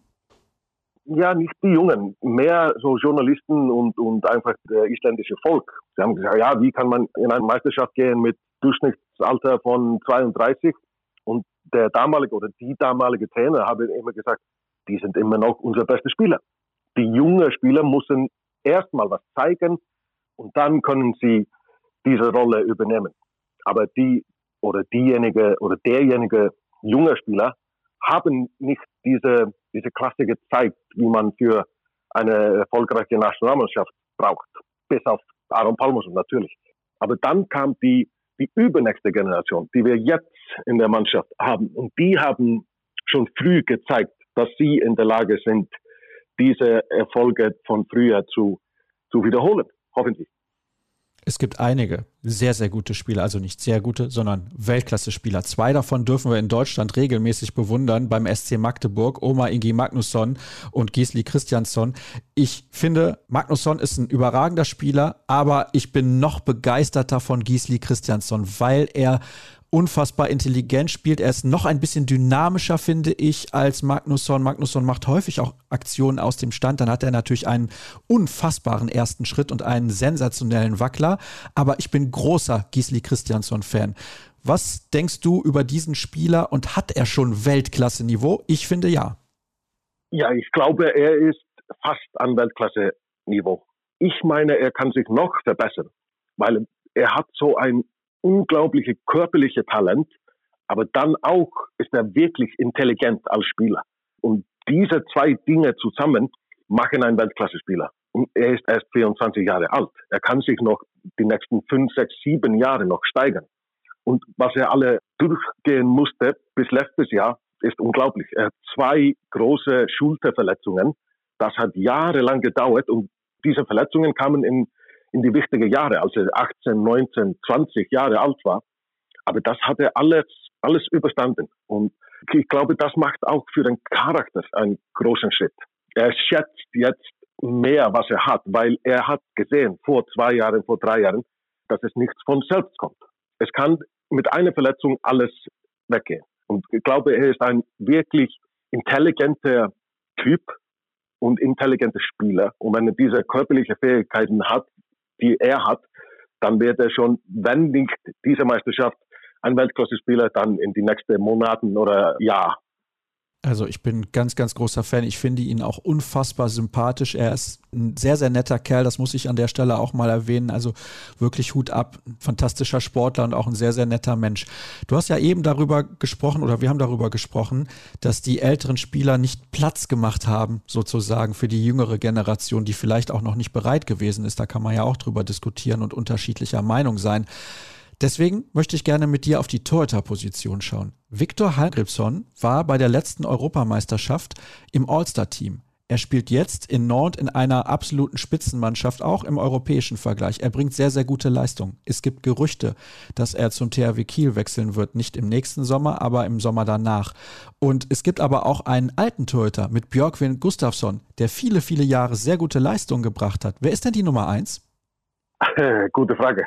Ja, nicht die Jungen, mehr so Journalisten und, und einfach der isländische Volk. Sie haben gesagt, ja, wie kann man in eine Meisterschaft gehen mit Durchschnittsalter von zweiunddreißig? Und der damalige oder die damalige Trainer haben immer gesagt, die sind immer noch unser bester Spieler. Die jungen Spieler müssen erstmal was zeigen und dann können sie diese Rolle übernehmen. Aber die oder diejenige oder derjenige junge Spieler haben nicht diese, diese Klasse gezeigt, wie man für eine erfolgreiche Nationalmannschaft braucht. Bis auf Aron Pálmarsson natürlich. Aber dann kam die, die übernächste Generation, die wir jetzt in der Mannschaft haben. Und die haben schon früh gezeigt, dass sie in der Lage sind, diese Erfolge von früher zu, zu wiederholen. Hoffentlich. Es gibt einige sehr, sehr gute Spieler, also nicht sehr gute, sondern Weltklasse-Spieler. Zwei davon dürfen wir in Deutschland regelmäßig bewundern, beim S C Magdeburg, Ómar Ingi Magnússon und Gisli Kristjánsson. Ich finde, Magnússon ist ein überragender Spieler, aber ich bin noch begeisterter von Gisli Kristjánsson, weil er unfassbar intelligent spielt. Er ist noch ein bisschen dynamischer, finde ich, als Magnússon. Magnússon macht häufig auch Aktionen aus dem Stand. Dann hat er natürlich einen unfassbaren ersten Schritt und einen sensationellen Wackler. Aber ich bin großer Gisli Kristjánsson-Fan. Was denkst du über diesen Spieler und hat er schon Weltklasse-Niveau? Ich finde ja. Ja, ich glaube, er ist fast an Weltklasse-Niveau. Ich meine, er kann sich noch verbessern, weil er hat so ein unglaubliche körperliche Talent, aber dann auch ist er wirklich intelligent als Spieler. Und diese zwei Dinge zusammen machen einen Weltklasse-Spieler. Und er ist erst vierundzwanzig Jahre alt. Er kann sich noch die nächsten fünf, sechs, sieben Jahre noch steigern. Und was er alle durchgehen musste bis letztes Jahr, ist unglaublich. Er hat zwei große Schulterverletzungen. Das hat jahrelang gedauert und diese Verletzungen kamen in, in die wichtigen Jahre, als er achtzehn, neunzehn, zwanzig Jahre alt war. Aber das hat er alles, alles überstanden. Und ich glaube, das macht auch für den Charakter einen großen Schritt. Er schätzt jetzt mehr, was er hat, weil er hat gesehen, vor zwei Jahren, vor drei Jahren, dass es nicht von selbst kommt. Es kann mit einer Verletzung alles weggehen. Und ich glaube, er ist ein wirklich intelligenter Typ und intelligenter Spieler. Und wenn er diese körperlichen Fähigkeiten hat, die er hat, dann wird er schon, wenn nicht diese Meisterschaft, ein Weltklasse-Spieler dann in die nächsten Monaten oder Jahr. Also ich bin ganz, ganz großer Fan. Ich finde ihn auch unfassbar sympathisch. Er ist ein sehr, sehr netter Kerl. Das muss ich an der Stelle auch mal erwähnen. Also wirklich Hut ab. Ein fantastischer Sportler und auch ein sehr, sehr netter Mensch. Du hast ja eben darüber gesprochen oder wir haben darüber gesprochen, dass die älteren Spieler nicht Platz gemacht haben, sozusagen für die jüngere Generation, die vielleicht auch noch nicht bereit gewesen ist. Da kann man ja auch drüber diskutieren und unterschiedlicher Meinung sein. Deswegen möchte ich gerne mit dir auf die Torhüter-Position schauen. Viktor Hallgrímsson war bei der letzten Europameisterschaft im All-Star-Team. Er spielt jetzt in Nantes in einer absoluten Spitzenmannschaft, auch im europäischen Vergleich. Er bringt sehr, sehr gute Leistung. Es gibt Gerüchte, dass er zum T H W Kiel wechseln wird. Nicht im nächsten Sommer, aber im Sommer danach. Und es gibt aber auch einen alten Torhüter mit Björkvin Gustafsson, der viele, viele Jahre sehr gute Leistungen gebracht hat. Wer ist denn die Nummer eins? Gute Frage.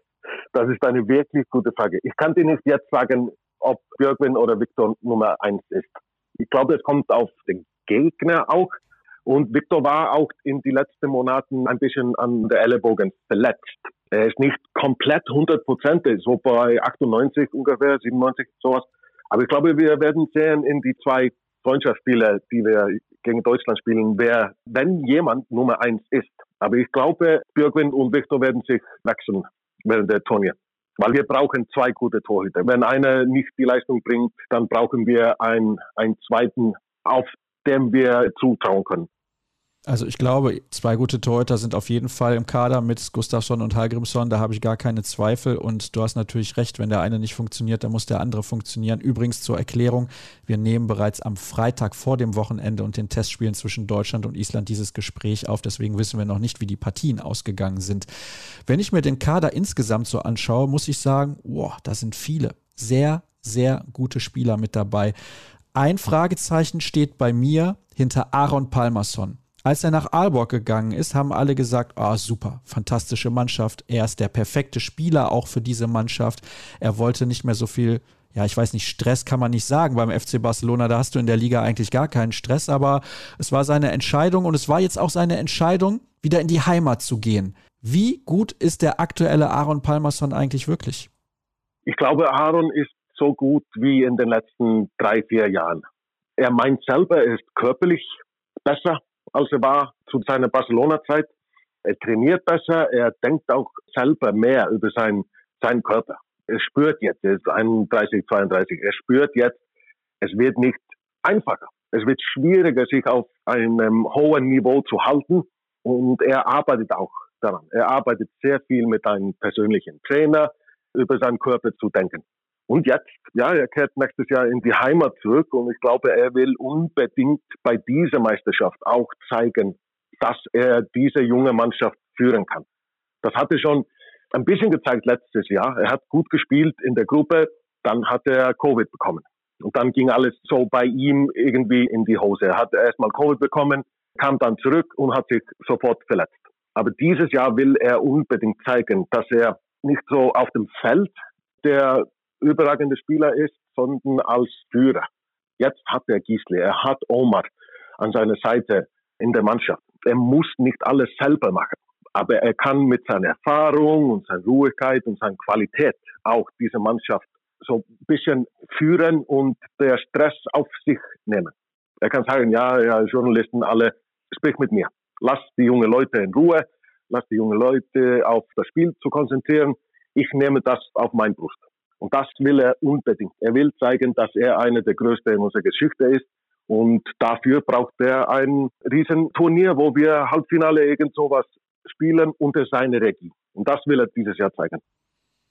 Das ist eine wirklich gute Frage. Ich kann dir nicht jetzt sagen, ob Björkvin oder Viktor Nummer eins ist. Ich glaube, es kommt auf den Gegner auch. Und Viktor war auch in den letzten Monaten ein bisschen an der Ellenbogen verletzt. Er ist nicht komplett hundert Prozent, so bei achtundneunzig ungefähr, siebenundneunzig, sowas. Aber ich glaube, wir werden sehen in die zwei Freundschaftsspiele, die wir gegen Deutschland spielen, wer, wenn jemand Nummer eins ist. Aber ich glaube, Björkvin und Viktor werden sich wechseln während der Turnier. Weil wir brauchen zwei gute Torhüter. Wenn einer nicht die Leistung bringt, dann brauchen wir einen, einen zweiten, auf dem wir zutrauen können. Also ich glaube, zwei gute Torhüter sind auf jeden Fall im Kader mit Gustafsson und Hallgrímsson, da habe ich gar keine Zweifel und du hast natürlich recht, wenn der eine nicht funktioniert, dann muss der andere funktionieren. Übrigens zur Erklärung, wir nehmen bereits am Freitag vor dem Wochenende und den Testspielen zwischen Deutschland und Island dieses Gespräch auf, deswegen wissen wir noch nicht, wie die Partien ausgegangen sind. Wenn ich mir den Kader insgesamt so anschaue, muss ich sagen, wow, da sind viele sehr, sehr gute Spieler mit dabei. Ein Fragezeichen steht bei mir hinter Aron Pálmarsson. Als er nach Aalborg gegangen ist, haben alle gesagt, ah, super, fantastische Mannschaft. Er ist der perfekte Spieler auch für diese Mannschaft. Er wollte nicht mehr so viel, ja, ich weiß nicht, Stress kann man nicht sagen beim F C Barcelona. Da hast du in der Liga eigentlich gar keinen Stress, aber es war seine Entscheidung und es war jetzt auch seine Entscheidung, wieder in die Heimat zu gehen. Wie gut ist der aktuelle Aron Pálmarsson eigentlich wirklich? Ich glaube, Aron ist so gut wie in den letzten drei, vier Jahren. Er meint selber, er ist körperlich besser, als er war zu seiner Barcelona-Zeit. Er trainiert besser, er denkt auch selber mehr über sein, seinen Körper. Er spürt jetzt, er ist einunddreißig, zweiunddreißig, er spürt jetzt, es wird nicht einfacher. Es wird schwieriger, sich auf einem hohen Niveau zu halten und er arbeitet auch daran. Er arbeitet sehr viel mit einem persönlichen Trainer, über seinen Körper zu denken. Und jetzt, ja, er kehrt nächstes Jahr in die Heimat zurück und ich glaube, er will unbedingt bei dieser Meisterschaft auch zeigen, dass er diese junge Mannschaft führen kann. Das hat er schon ein bisschen gezeigt letztes Jahr. Er hat gut gespielt in der Gruppe, dann hat er Covid bekommen. Und dann ging alles so bei ihm irgendwie in die Hose. Er hat erstmal Covid bekommen, kam dann zurück und hat sich sofort verletzt. Aber dieses Jahr will er unbedingt zeigen, dass er nicht so auf dem Feld der überragende Spieler ist, sondern als Führer. Jetzt hat er Gisli, er hat Omar an seiner Seite in der Mannschaft. Er muss nicht alles selber machen, aber er kann mit seiner Erfahrung und seiner Ruhigkeit und seiner Qualität auch diese Mannschaft so ein bisschen führen und der Stress auf sich nehmen. Er kann sagen, ja, ja, Journalisten, alle, sprich mit mir. Lass die jungen Leute in Ruhe, lass die jungen Leute auf das Spiel zu konzentrieren. Ich nehme das auf meine Brust. Und das will er unbedingt. Er will zeigen, dass er einer der Größten in unserer Geschichte ist. Und dafür braucht er ein Riesenturnier, wo wir Halbfinale irgend sowas spielen unter seiner Regie. Und das will er dieses Jahr zeigen.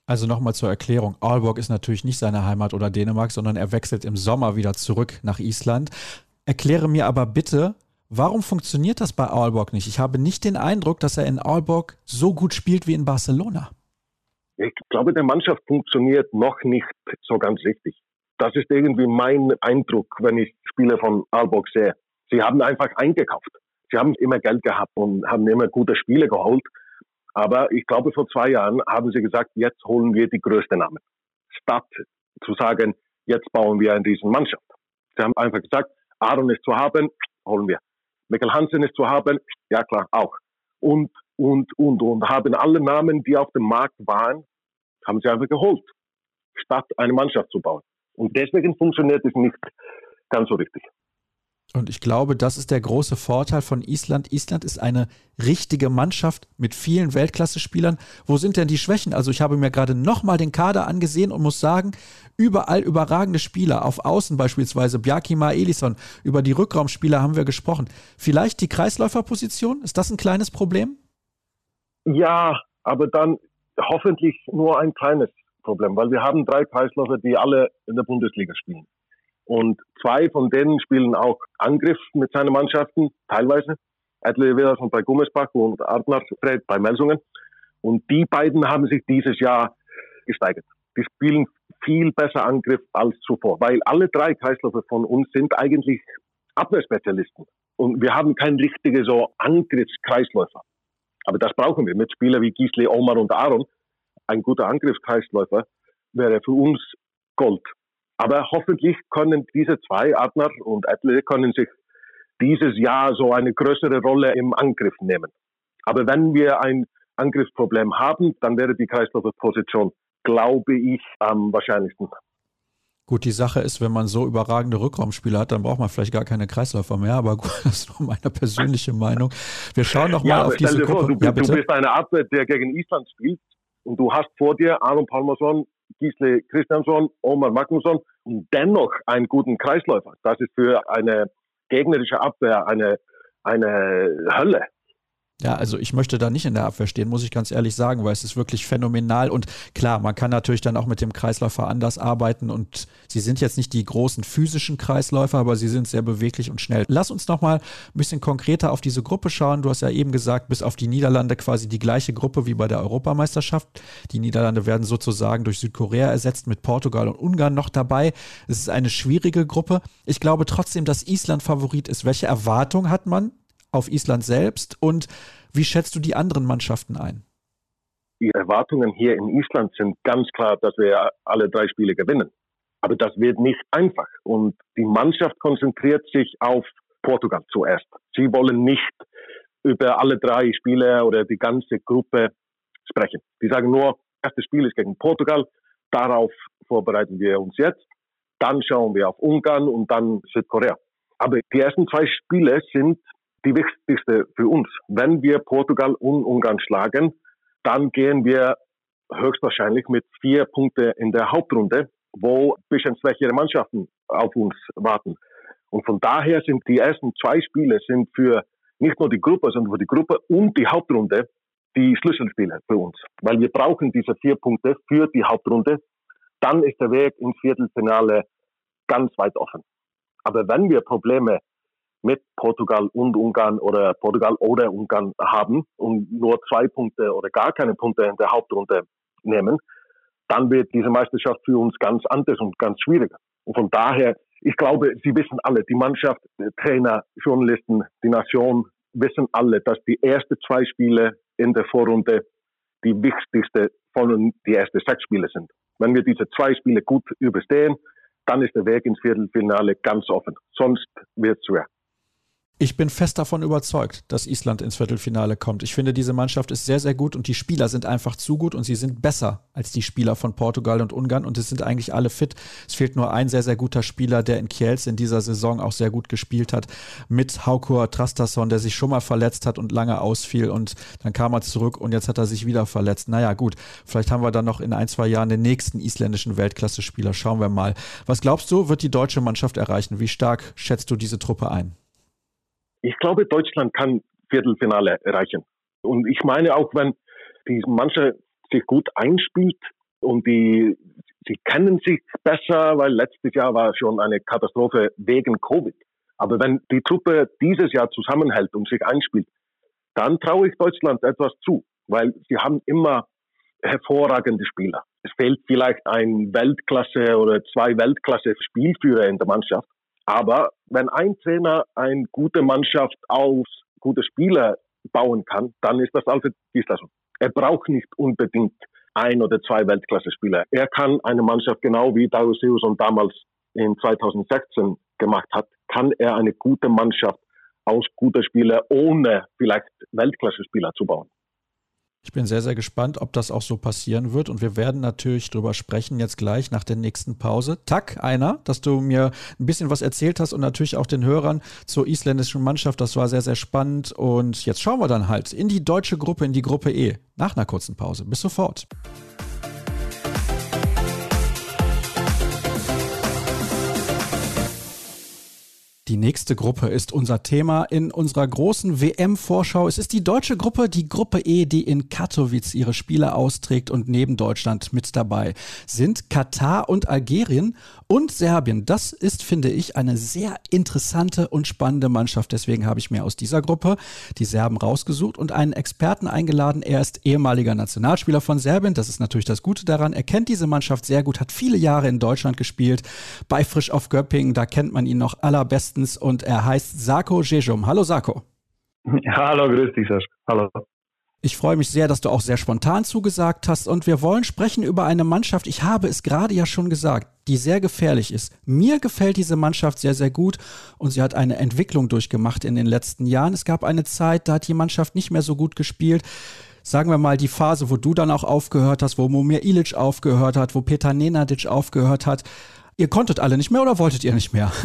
Also nochmal zur Erklärung, Aalborg ist natürlich nicht seine Heimat oder Dänemark, sondern er wechselt im Sommer wieder zurück nach Island. Erkläre mir aber bitte, warum funktioniert das bei Aalborg nicht? Ich habe nicht den Eindruck, dass er in Aalborg so gut spielt wie in Barcelona. Ich glaube, der Mannschaft funktioniert noch nicht so ganz richtig. Das ist irgendwie mein Eindruck, wenn ich Spiele von Aalborg sehe. Sie haben einfach eingekauft. Sie haben immer Geld gehabt und haben immer gute Spiele geholt. Aber ich glaube, vor zwei Jahren haben sie gesagt, jetzt holen wir die größten Namen. Statt zu sagen, jetzt bauen wir eine riesen Mannschaft. Sie haben einfach gesagt, Aaron ist zu haben, holen wir. Mikkel Hansen ist zu haben, ja klar, auch. Und, und, und, und haben alle Namen, die auf dem Markt waren, haben sie einfach geholt, statt eine Mannschaft zu bauen. Und deswegen funktioniert es nicht ganz so richtig. Und ich glaube, das ist der große Vorteil von Island. Island ist eine richtige Mannschaft mit vielen Weltklasse-Spielern. Wo sind denn die Schwächen? Also ich habe mir gerade nochmal den Kader angesehen und muss sagen, überall überragende Spieler. Auf Außen beispielsweise Bjarkima Elisson. Über die Rückraumspieler haben wir gesprochen. Vielleicht die Kreisläuferposition? Ist das ein kleines Problem? Ja, aber dann hoffentlich nur ein kleines Problem, weil wir haben drei Kreisläufer, die alle in der Bundesliga spielen. Und zwei von denen spielen auch Angriff mit seinen Mannschaften, teilweise. Edle Villarsson bei Gummersbach und Arnar Fred bei Melsungen. Und die beiden haben sich dieses Jahr gesteigert. Die spielen viel besser Angriff als zuvor, weil alle drei Kreisläufer von uns sind eigentlich Abwehrspezialisten. Und wir haben keinen richtigen so Angriffskreisläufer. Aber das brauchen wir mit Spielern wie Gisli, Omar und Aaron. Ein guter Angriffskreisläufer wäre für uns Gold. Aber hoffentlich können diese zwei, Arnar und Edle, können sich dieses Jahr so eine größere Rolle im Angriff nehmen. Aber wenn wir ein Angriffsproblem haben, dann wäre die Kreisläuferposition, glaube ich, am wahrscheinlichsten. Gut, die Sache ist, wenn man so überragende Rückraumspieler hat, dann braucht man vielleicht gar keine Kreisläufer mehr. Aber gut, das ist nur meine persönliche Meinung. Wir schauen noch mal ja, auf diese stell dir Gruppe. Vor, du, ja, du bist eine Abwehr, der gegen Island spielt und du hast vor dir Aron Pálmarsson, Gisli Kristjánsson, Omar Magnússon und dennoch einen guten Kreisläufer. Das ist für eine gegnerische Abwehr eine, eine Hölle. Ja, also ich möchte da nicht in der Abwehr stehen, muss ich ganz ehrlich sagen, weil es ist wirklich phänomenal und klar, man kann natürlich dann auch mit dem Kreisläufer anders arbeiten und sie sind jetzt nicht die großen physischen Kreisläufer, aber sie sind sehr beweglich und schnell. Lass uns nochmal ein bisschen konkreter auf diese Gruppe schauen. Du hast ja eben gesagt, bis auf die Niederlande quasi die gleiche Gruppe wie bei der Europameisterschaft. Die Niederlande werden sozusagen durch Südkorea ersetzt, mit Portugal und Ungarn noch dabei. Es ist eine schwierige Gruppe. Ich glaube trotzdem, dass Island Favorit ist. Welche Erwartung hat man auf Island selbst und wie schätzt du die anderen Mannschaften ein? Die Erwartungen hier in Island sind ganz klar, dass wir alle drei Spiele gewinnen. Aber das wird nicht einfach. Und die Mannschaft konzentriert sich auf Portugal zuerst. Sie wollen nicht über alle drei Spiele oder die ganze Gruppe sprechen. Die sagen nur, das erste Spiel ist gegen Portugal, darauf vorbereiten wir uns jetzt. Dann schauen wir auf Ungarn und dann Südkorea. Aber die ersten zwei Spiele sind die wichtigste für uns. Wenn wir Portugal und Ungarn schlagen, dann gehen wir höchstwahrscheinlich mit vier Punkten in der Hauptrunde, wo ein bisschen schwächere Mannschaften auf uns warten. Und von daher sind die ersten zwei Spiele sind für nicht nur die Gruppe, sondern für die Gruppe und die Hauptrunde die Schlüsselspiele für uns. Weil wir brauchen diese vier Punkte für die Hauptrunde. Dann ist der Weg ins Viertelfinale ganz weit offen. Aber wenn wir Probleme mit Portugal und Ungarn oder Portugal oder Ungarn haben und nur zwei Punkte oder gar keine Punkte in der Hauptrunde nehmen, dann wird diese Meisterschaft für uns ganz anders und ganz schwieriger. Und von daher, ich glaube, Sie wissen alle, die Mannschaft, Trainer, Journalisten, die Nation, wissen alle, dass die ersten zwei Spiele in der Vorrunde die wichtigste von die ersten sechs Spiele sind. Wenn wir diese zwei Spiele gut überstehen, dann ist der Weg ins Viertelfinale ganz offen. Sonst wird es schwer. Ich bin fest davon überzeugt, dass Island ins Viertelfinale kommt. Ich finde, diese Mannschaft ist sehr, sehr gut und die Spieler sind einfach zu gut und sie sind besser als die Spieler von Portugal und Ungarn und es sind eigentlich alle fit. Es fehlt nur ein sehr, sehr guter Spieler, der in Kielce in dieser Saison auch sehr gut gespielt hat, mit Haukur Trastason, der sich schon mal verletzt hat und lange ausfiel und dann kam er zurück und jetzt hat er sich wieder verletzt. Naja, gut, vielleicht haben wir dann noch in ein, zwei Jahren den nächsten isländischen Weltklasse-Spieler. Schauen wir mal. Was glaubst du, wird die deutsche Mannschaft erreichen? Wie stark schätzt du diese Truppe ein? Ich glaube, Deutschland kann Viertelfinale erreichen. Und ich meine auch, wenn die Mannschaft sich gut einspielt, und die, sie kennen sich besser, weil letztes Jahr war schon eine Katastrophe wegen Covid. Aber wenn die Truppe dieses Jahr zusammenhält und sich einspielt, dann traue ich Deutschland etwas zu, weil sie haben immer hervorragende Spieler. Es fehlt vielleicht ein Weltklasse oder zwei Weltklasse-Spielführer in der Mannschaft. Aber wenn ein Trainer eine gute Mannschaft aus gute Spieler bauen kann, dann ist das Alfred Gislason. Er braucht nicht unbedingt ein oder zwei Weltklasse-Spieler. Er kann eine Mannschaft, genau wie Dario Sigurdsson damals in zweitausendsechzehn gemacht hat, kann er eine gute Mannschaft aus guten Spielern ohne vielleicht Weltklasse-Spieler zu bauen. Ich bin sehr, sehr gespannt, ob das auch so passieren wird und wir werden natürlich drüber sprechen jetzt gleich nach der nächsten Pause. Tack, Einar, dass du mir ein bisschen was erzählt hast und natürlich auch den Hörern zur isländischen Mannschaft. Das war sehr, sehr spannend und jetzt schauen wir dann halt in die deutsche Gruppe, in die Gruppe E, nach einer kurzen Pause. Bis sofort. Die nächste Gruppe ist unser Thema in unserer großen W M-Vorschau. Es ist die deutsche Gruppe, die Gruppe E, die in Katowice ihre Spiele austrägt und neben Deutschland mit dabei sind Katar und Algerien und Serbien. Das ist, finde ich, eine sehr interessante und spannende Mannschaft. Deswegen habe ich mir aus dieser Gruppe die Serben rausgesucht und einen Experten eingeladen. Er ist ehemaliger Nationalspieler von Serbien. Das ist natürlich das Gute daran. Er kennt diese Mannschaft sehr gut, hat viele Jahre in Deutschland gespielt. Bei Frisch auf Göppingen, da kennt man ihn noch allerbesten. Und er heißt Sako Jejum. Hallo Sako. Hallo, grüß dich, Sascha. Hallo. Ich freue mich sehr, dass du auch sehr spontan zugesagt hast und wir wollen sprechen über eine Mannschaft, ich habe es gerade ja schon gesagt, die sehr gefährlich ist. Mir gefällt diese Mannschaft sehr, sehr gut und sie hat eine Entwicklung durchgemacht in den letzten Jahren. Es gab eine Zeit, da hat die Mannschaft nicht mehr so gut gespielt. Sagen wir mal die Phase, wo du dann auch aufgehört hast, wo Momir Ilić aufgehört hat, wo Petar Nenadić aufgehört hat. Ihr konntet alle nicht mehr oder wolltet ihr nicht mehr?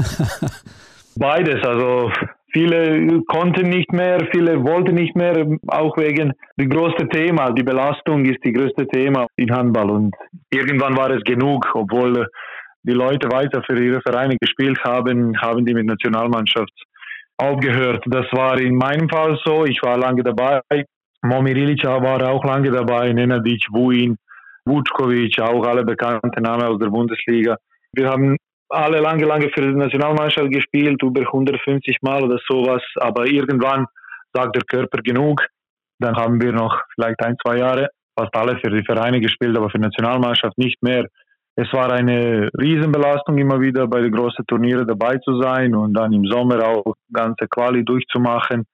Beides, also viele konnten nicht mehr, viele wollten nicht mehr, auch wegen das größte Thema, die Belastung ist das größte Thema in Handball und irgendwann war es genug, obwohl die Leute weiter für ihre Vereine gespielt haben, haben die mit Nationalmannschaft aufgehört. Das war in meinem Fall so, ich war lange dabei, Momir Ilić war auch lange dabei, Nenadić, Vuin, Vučković, auch alle bekannten Namen aus der Bundesliga. Wir haben alle lange, lange für die Nationalmannschaft gespielt, über hundertfünfzig Mal oder sowas, aber irgendwann sagt der Körper genug. Dann haben wir noch vielleicht ein, zwei Jahre fast alle für die Vereine gespielt, aber für die Nationalmannschaft nicht mehr. Es war eine Riesenbelastung, immer wieder bei den großen Turnieren dabei zu sein und dann im Sommer auch ganze Quali durchzumachen.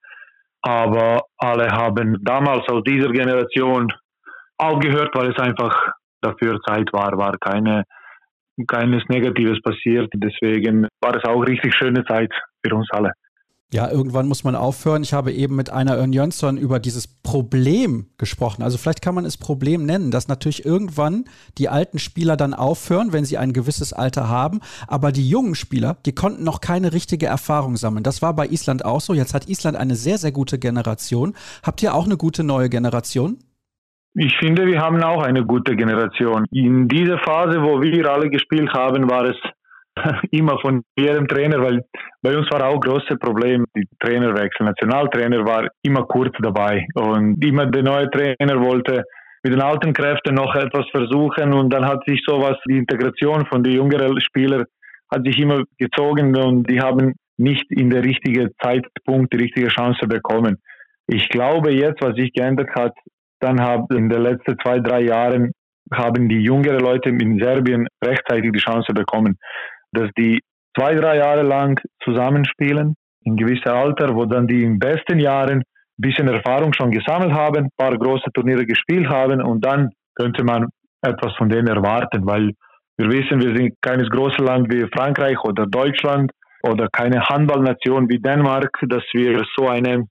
Aber alle haben damals aus dieser Generation aufgehört, weil es einfach dafür Zeit war, war keine keines Negatives passiert. Deswegen war es auch richtig schöne Zeit für uns alle. Ja, irgendwann muss man aufhören. Ich habe eben mit Einar Örn Jönsson über dieses Problem gesprochen. Also vielleicht kann man es Problem nennen, dass natürlich irgendwann die alten Spieler dann aufhören, wenn sie ein gewisses Alter haben. Aber die jungen Spieler, die konnten noch keine richtige Erfahrung sammeln. Das war bei Island auch so. Jetzt hat Island eine sehr, sehr gute Generation. Habt ihr auch eine gute neue Generation? Ich finde, wir haben auch eine gute Generation. In dieser Phase, wo wir alle gespielt haben, war es immer von jedem Trainer, weil bei uns war auch ein großes Problem, die Trainerwechsel. Nationaltrainer war immer kurz dabei und immer der neue Trainer wollte mit den alten Kräften noch etwas versuchen und dann hat sich sowas, die Integration von den jüngeren Spielern hat sich immer gezogen und die haben nicht in der richtigen Zeitpunkt die richtige Chance bekommen. Ich glaube jetzt, was sich geändert hat, dann haben in den letzten zwei, drei Jahren haben die jüngeren Leute in Serbien rechtzeitig die Chance bekommen, dass die zwei, drei Jahre lang zusammenspielen, in gewissem Alter, wo dann die in besten Jahren ein bisschen Erfahrung schon gesammelt haben, ein paar große Turniere gespielt haben und dann könnte man etwas von denen erwarten, weil wir wissen, wir sind kein großes Land wie Frankreich oder Deutschland oder keine Handballnation wie Dänemark, dass wir so eine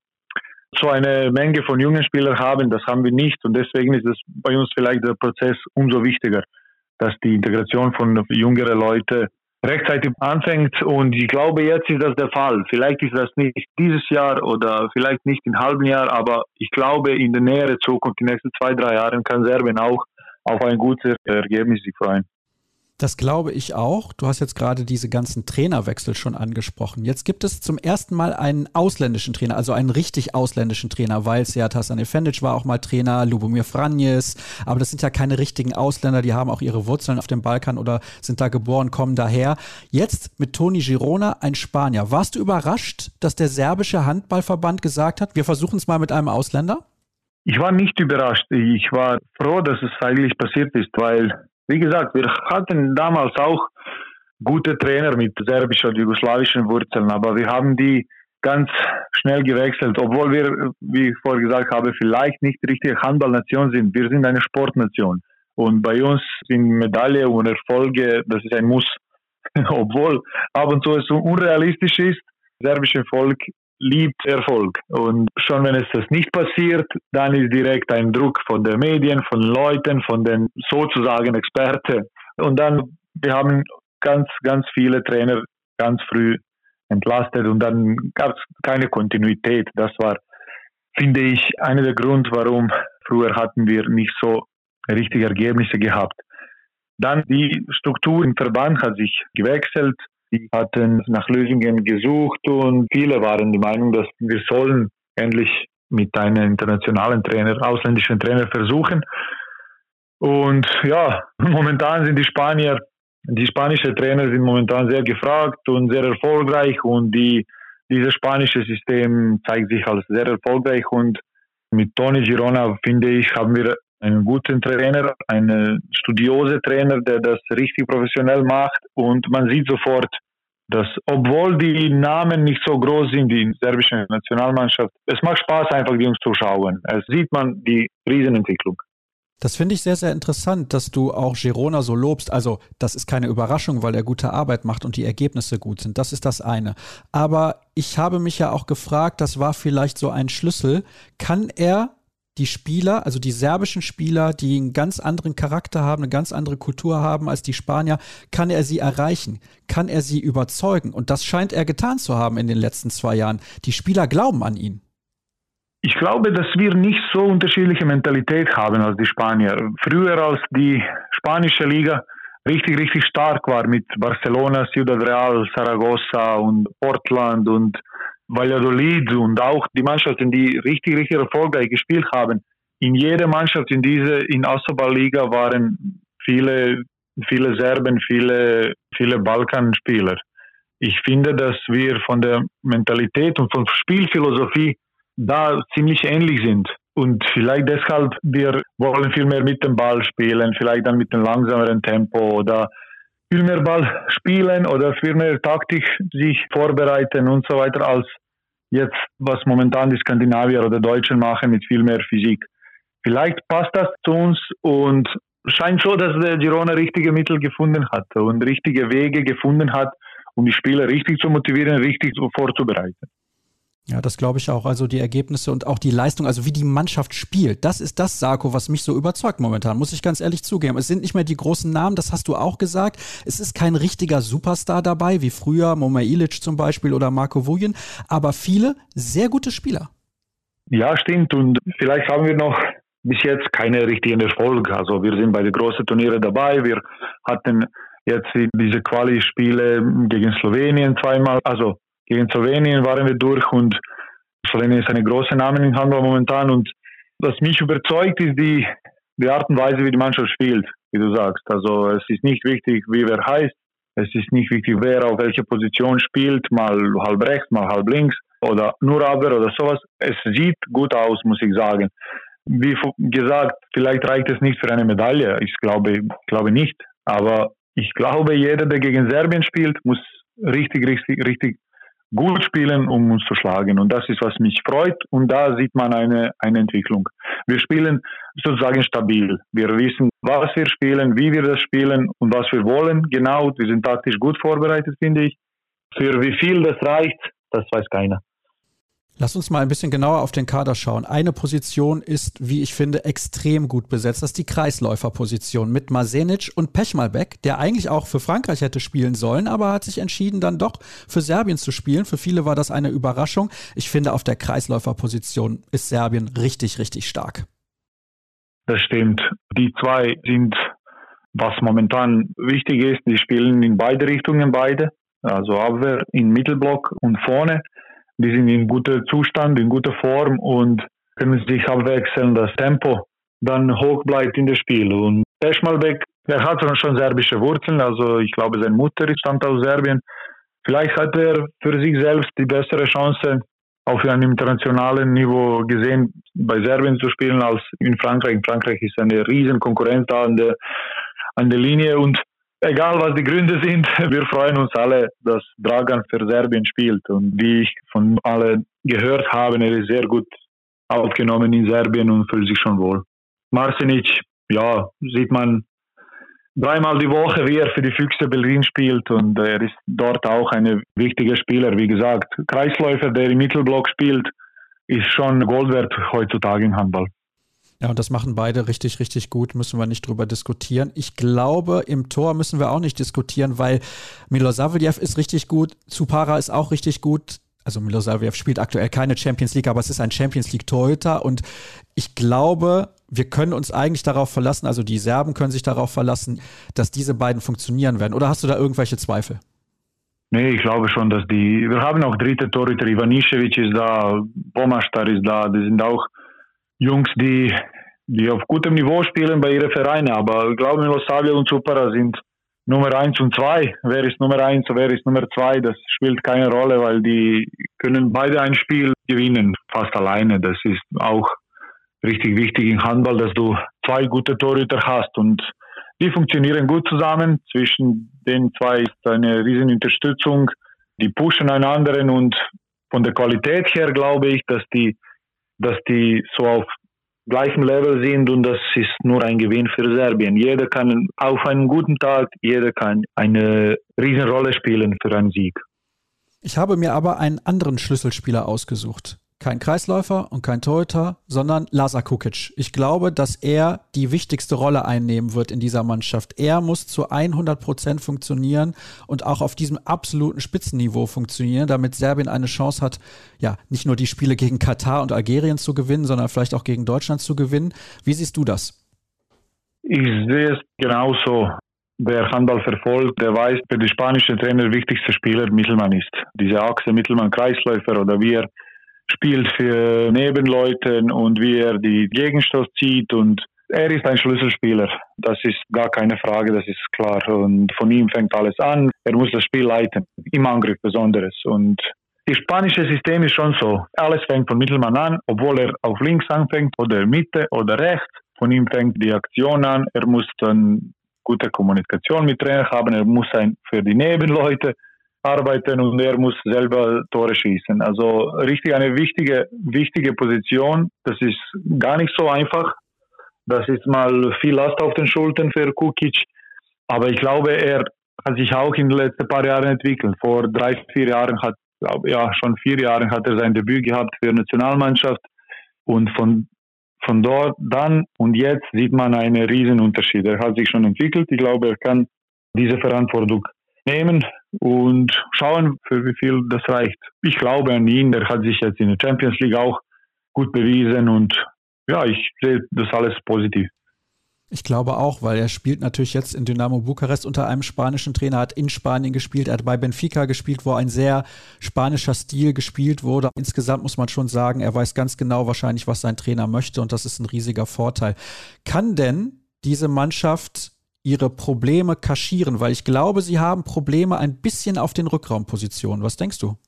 so eine Menge von jungen Spielern haben, das haben wir nicht und deswegen ist es bei uns vielleicht der Prozess umso wichtiger, dass die Integration von jüngeren Leuten rechtzeitig anfängt und ich glaube, jetzt ist das der Fall. Vielleicht ist das nicht dieses Jahr oder vielleicht nicht im halben Jahr, aber ich glaube, in der näheren Zukunft, die nächsten zwei, drei Jahren, kann Serbien auch auf ein gutes Ergebnis sich freuen. Das glaube ich auch. Du hast jetzt gerade diese ganzen Trainerwechsel schon angesprochen. Jetzt gibt es zum ersten Mal einen ausländischen Trainer, also einen richtig ausländischen Trainer, weil Sead Hasanefendic war auch mal Trainer, Lubomir Franjes, aber das sind ja keine richtigen Ausländer, die haben auch ihre Wurzeln auf dem Balkan oder sind da geboren, kommen daher. Jetzt mit Toni Girona, ein Spanier. Warst du überrascht, dass der serbische Handballverband gesagt hat, wir versuchen es mal mit einem Ausländer? Ich war nicht überrascht. Ich war froh, dass es eigentlich passiert ist, weil wie gesagt, wir hatten damals auch gute Trainer mit serbischen und jugoslawischen Wurzeln, aber wir haben die ganz schnell gewechselt, obwohl wir, wie ich vorher gesagt habe, vielleicht nicht die richtige Handballnation sind. Wir sind eine Sportnation und bei uns sind Medaillen und Erfolge, das ist ein Muss. Obwohl ab und zu es unrealistisch ist, das serbische Volk liebt Erfolg. Und schon wenn es das nicht passiert, dann ist direkt ein Druck von den Medien, von den Leuten, von den sozusagen Experten. Und dann, wir haben ganz, ganz viele Trainer ganz früh entlastet und dann gab es keine Kontinuität. Das war, finde ich, einer der Gründe, warum früher hatten wir nicht so richtige Ergebnisse gehabt. Dann die Struktur im Verband hat sich gewechselt. Die hatten nach Lösungen gesucht und viele waren der Meinung, dass wir sollen endlich mit einem internationalen Trainer, ausländischen Trainer versuchen. Und ja, momentan sind die Spanier, die spanischen Trainer sind momentan sehr gefragt und sehr erfolgreich und die, dieses spanische System zeigt sich als sehr erfolgreich und mit Toni Girona, finde ich, haben wir einen guten Trainer, einen studiose Trainer, der das richtig professionell macht und man sieht sofort, dass obwohl die Namen nicht so groß sind, die serbische Nationalmannschaft, es macht Spaß einfach, die Jungs zu schauen. Es sieht man die Riesenentwicklung. Das finde ich sehr, sehr interessant, dass du auch Girona so lobst. Also das ist keine Überraschung, weil er gute Arbeit macht und die Ergebnisse gut sind. Das ist das eine. Aber ich habe mich ja auch gefragt, das war vielleicht so ein Schlüssel. Kann er die Spieler, also die serbischen Spieler, die einen ganz anderen Charakter haben, eine ganz andere Kultur haben als die Spanier, kann er sie erreichen? Kann er sie überzeugen? Und das scheint er getan zu haben in den letzten zwei Jahren. Die Spieler glauben an ihn. Ich glaube, dass wir nicht so unterschiedliche Mentalität haben als die Spanier. Früher, als die spanische Liga richtig, richtig stark war mit Barcelona, Ciudad Real, Zaragoza und Portland und Valladolid und auch die Mannschaften, die richtig, richtig erfolgreich gespielt haben. In jeder Mannschaft in dieser in Asobal-Liga waren viele, viele Serben, viele, viele Balkanspieler. Ich finde, dass wir von der Mentalität und von Spielphilosophie da ziemlich ähnlich sind. Und vielleicht deshalb, wir wollen viel mehr mit dem Ball spielen, vielleicht dann mit dem langsameren Tempo oder viel mehr Ball spielen oder viel mehr taktisch sich vorbereiten und so weiter, als jetzt, was momentan die Skandinavier oder Deutschen machen mit viel mehr Physik. Vielleicht passt das zu uns und scheint so, dass der Girona richtige Mittel gefunden hat und richtige Wege gefunden hat, um die Spieler richtig zu motivieren, richtig vorzubereiten. Ja, das glaube ich auch. Also die Ergebnisse und auch die Leistung, also wie die Mannschaft spielt, das ist das, Sarko, was mich so überzeugt momentan, muss ich ganz ehrlich zugeben. Es sind nicht mehr die großen Namen, das hast du auch gesagt. Es ist kein richtiger Superstar dabei, wie früher Momir Ilic zum Beispiel oder Marko Vujic, aber viele sehr gute Spieler. Ja, stimmt. Und vielleicht haben wir noch bis jetzt keine richtigen Erfolg. Also wir sind bei den großen Turnieren dabei. Wir hatten jetzt diese Quali-Spiele gegen Slowenien zweimal, also gegen Slowenien waren wir durch und Slowenien ist eine große Name im Handball momentan und was mich überzeugt ist die, die Art und Weise, wie die Mannschaft spielt, wie du sagst. Also es ist nicht wichtig, wie wer heißt, es ist nicht wichtig, wer auf welcher Position spielt, mal halb rechts, mal halb links oder nur Abwehr oder sowas. Es sieht gut aus, muss ich sagen. Wie gesagt, vielleicht reicht es nicht für eine Medaille, ich glaube, glaube nicht, aber ich glaube, jeder, der gegen Serbien spielt, muss richtig, richtig, richtig gut spielen, um uns zu schlagen. Und das ist, was mich freut. Und da sieht man eine, eine Entwicklung. Wir spielen sozusagen stabil. Wir wissen, was wir spielen, wie wir das spielen und was wir wollen. Genau, wir sind taktisch gut vorbereitet, finde ich. Für wie viel das reicht, das weiß keiner. Lass uns mal ein bisschen genauer auf den Kader schauen. Eine Position ist, wie ich finde, extrem gut besetzt. Das ist die Kreisläuferposition mit Masenic und Pechmalbek, der eigentlich auch für Frankreich hätte spielen sollen, aber hat sich entschieden, dann doch für Serbien zu spielen. Für viele war das eine Überraschung. Ich finde, auf der Kreisläuferposition ist Serbien richtig, richtig stark. Das stimmt. Die zwei sind was momentan wichtig ist, die spielen in beide Richtungen beide, also Abwehr, in Mittelblock und vorne. Die sind in guter Zustand, in guter Form und können sich abwechseln, das Tempo dann hoch bleibt in das Spiel. Und Peschmalbek, er hat schon serbische Wurzeln, also ich glaube, seine Mutter stammt aus Serbien. Vielleicht hat er für sich selbst die bessere Chance, auf einem internationalen Niveau gesehen, bei Serbien zu spielen, als in Frankreich. In Frankreich ist eine riesen Konkurrenz da an der, an der Linie und egal was die Gründe sind, wir freuen uns alle, dass Dragan für Serbien spielt. Und wie ich von allen gehört habe, er ist sehr gut aufgenommen in Serbien und fühlt sich schon wohl. Marsenic, ja, sieht man dreimal die Woche, wie er für die Füchse Berlin spielt und er ist dort auch ein wichtiger Spieler. Wie gesagt, Kreisläufer, der im Mittelblock spielt, ist schon Gold wert heutzutage im Handball. Ja, und das machen beide richtig, richtig gut, müssen wir nicht drüber diskutieren. Ich glaube, im Tor müssen wir auch nicht diskutieren, weil Milosavljev ist richtig gut, Zupara ist auch richtig gut. Also Milosavljev spielt aktuell keine Champions League, aber es ist ein Champions League-Torhüter und ich glaube, wir können uns eigentlich darauf verlassen, also die Serben können sich darauf verlassen, dass diese beiden funktionieren werden. Oder hast du da irgendwelche Zweifel? Nee, ich glaube schon, dass die, wir haben auch dritte Torhüter, Ivanišević ist da, Pomaštar ist da, die sind auch Jungs, die, die auf gutem Niveau spielen bei ihren Vereinen, aber ich glaube, Milosavljev und Zupara sind Nummer eins und zwei. Wer ist Nummer eins und wer ist Nummer zwei, das spielt keine Rolle, weil die können beide ein Spiel gewinnen, fast alleine. Das ist auch richtig wichtig im Handball, dass du zwei gute Torhüter hast und die funktionieren gut zusammen. Zwischen den zwei ist eine riesen Unterstützung. Die pushen einander und von der Qualität her glaube ich, dass die, dass die so auf gleichem Level sind und das ist nur ein Gewinn für Serbien. Jeder kann auf einen guten Tag, jeder kann eine Riesenrolle spielen für einen Sieg. Ich habe mir aber einen anderen Schlüsselspieler ausgesucht. Kein Kreisläufer und kein Torhüter, sondern Lazar Kukic. Ich glaube, dass er die wichtigste Rolle einnehmen wird in dieser Mannschaft. Er muss zu hundert Prozent funktionieren und auch auf diesem absoluten Spitzenniveau funktionieren, damit Serbien eine Chance hat, ja, nicht nur die Spiele gegen Katar und Algerien zu gewinnen, sondern vielleicht auch gegen Deutschland zu gewinnen. Wie siehst du das? Ich sehe es genauso. Wer Handball verfolgt, der weiß, für die spanische Trainer der wichtigste Spieler Mittelmann ist. Diese Achse Mittelmann-Kreisläufer oder wie er spielt für Nebenleute und wie er die Gegenstoß zieht und er ist ein Schlüsselspieler. Das ist gar keine Frage, das ist klar. Und von ihm fängt alles an. Er muss das Spiel leiten, im Angriff besonders. Und das spanische System ist schon so. Alles fängt von Mittelmann an, obwohl er auf links anfängt oder Mitte oder rechts. Von ihm fängt die Aktion an. Er muss dann gute Kommunikation mit Trainer haben. Er muss ein für die Nebenleute arbeiten und er muss selber Tore schießen. Also richtig eine wichtige, wichtige Position. Das ist gar nicht so einfach. Das ist mal viel Last auf den Schultern für Kukic. Aber ich glaube, er hat sich auch in den letzten paar Jahren entwickelt. Vor drei, vier Jahren hat, glaube ja, schon vier Jahren hat er sein Debüt gehabt für die Nationalmannschaft. Und von, von dort dann und jetzt sieht man einen riesen Unterschied. Er hat sich schon entwickelt. Ich glaube, er kann diese Verantwortung nehmen und schauen, für wie viel das reicht. Ich glaube an ihn, der hat sich jetzt in der Champions League auch gut bewiesen und ja, ich sehe das alles positiv. Ich glaube auch, weil er spielt natürlich jetzt in Dynamo Bukarest unter einem spanischen Trainer, hat in Spanien gespielt, er hat bei Benfica gespielt, wo ein sehr spanischer Stil gespielt wurde. Insgesamt muss man schon sagen, er weiß ganz genau wahrscheinlich, was sein Trainer möchte und das ist ein riesiger Vorteil. Kann denn diese Mannschaft ihre Probleme kaschieren? Weil ich glaube, sie haben Probleme ein bisschen auf den Rückraumpositionen. Was denkst du?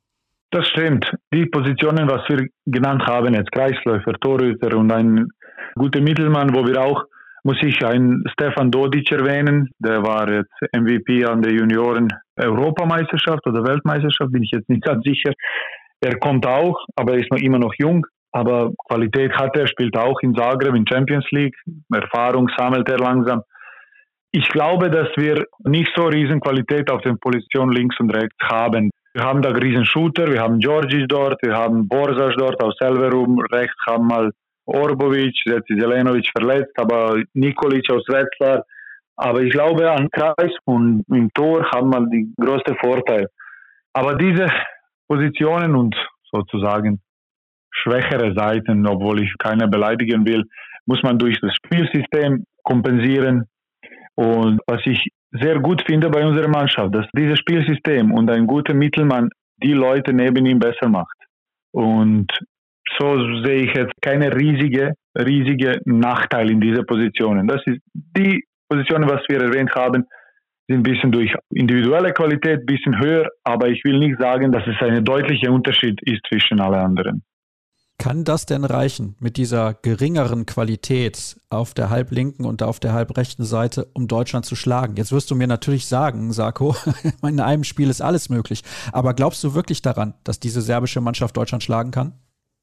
Das stimmt. Die Positionen, was wir genannt haben, jetzt Kreisläufer, Torhüter und ein guter Mittelmann, wo wir auch, muss ich einen Stefan Dodic erwähnen, der war jetzt M V P an der Junioren-Europameisterschaft oder Weltmeisterschaft, bin ich jetzt nicht ganz sicher. Er kommt auch, aber er ist noch immer noch jung. Aber Qualität hat er, spielt auch in Zagreb in Champions League. Erfahrung sammelt er langsam. Ich glaube, dass wir nicht so riesen Qualität auf den Positionen links und rechts haben. Wir haben da riesen Shooter, wir haben Georgic dort, wir haben Borzac dort aus Elverum, rechts haben wir Orbovic, jetzt ist Jelenovic verletzt, aber Nikolic aus Wetzlar. Aber ich glaube, an Kreis und im Tor haben wir die größte Vorteil. Aber diese Positionen und sozusagen schwächere Seiten, obwohl ich keiner beleidigen will, muss man durch das Spielsystem kompensieren. Und was ich sehr gut finde bei unserer Mannschaft, dass dieses Spielsystem und ein guter Mittelmann die Leute neben ihm besser macht. Und so sehe ich jetzt keine riesige, riesige Nachteil in dieser Positionen. Das ist die Positionen, was wir erwähnt haben, sind ein bisschen durch individuelle Qualität ein bisschen höher, aber ich will nicht sagen, dass es ein deutlicher Unterschied ist zwischen allen anderen. Kann das denn reichen mit dieser geringeren Qualität auf der halblinken und auf der halbrechten Seite, um Deutschland zu schlagen? Jetzt wirst du mir natürlich sagen, Sarko, in einem Spiel ist alles möglich. Aber glaubst du wirklich daran, dass diese serbische Mannschaft Deutschland schlagen kann?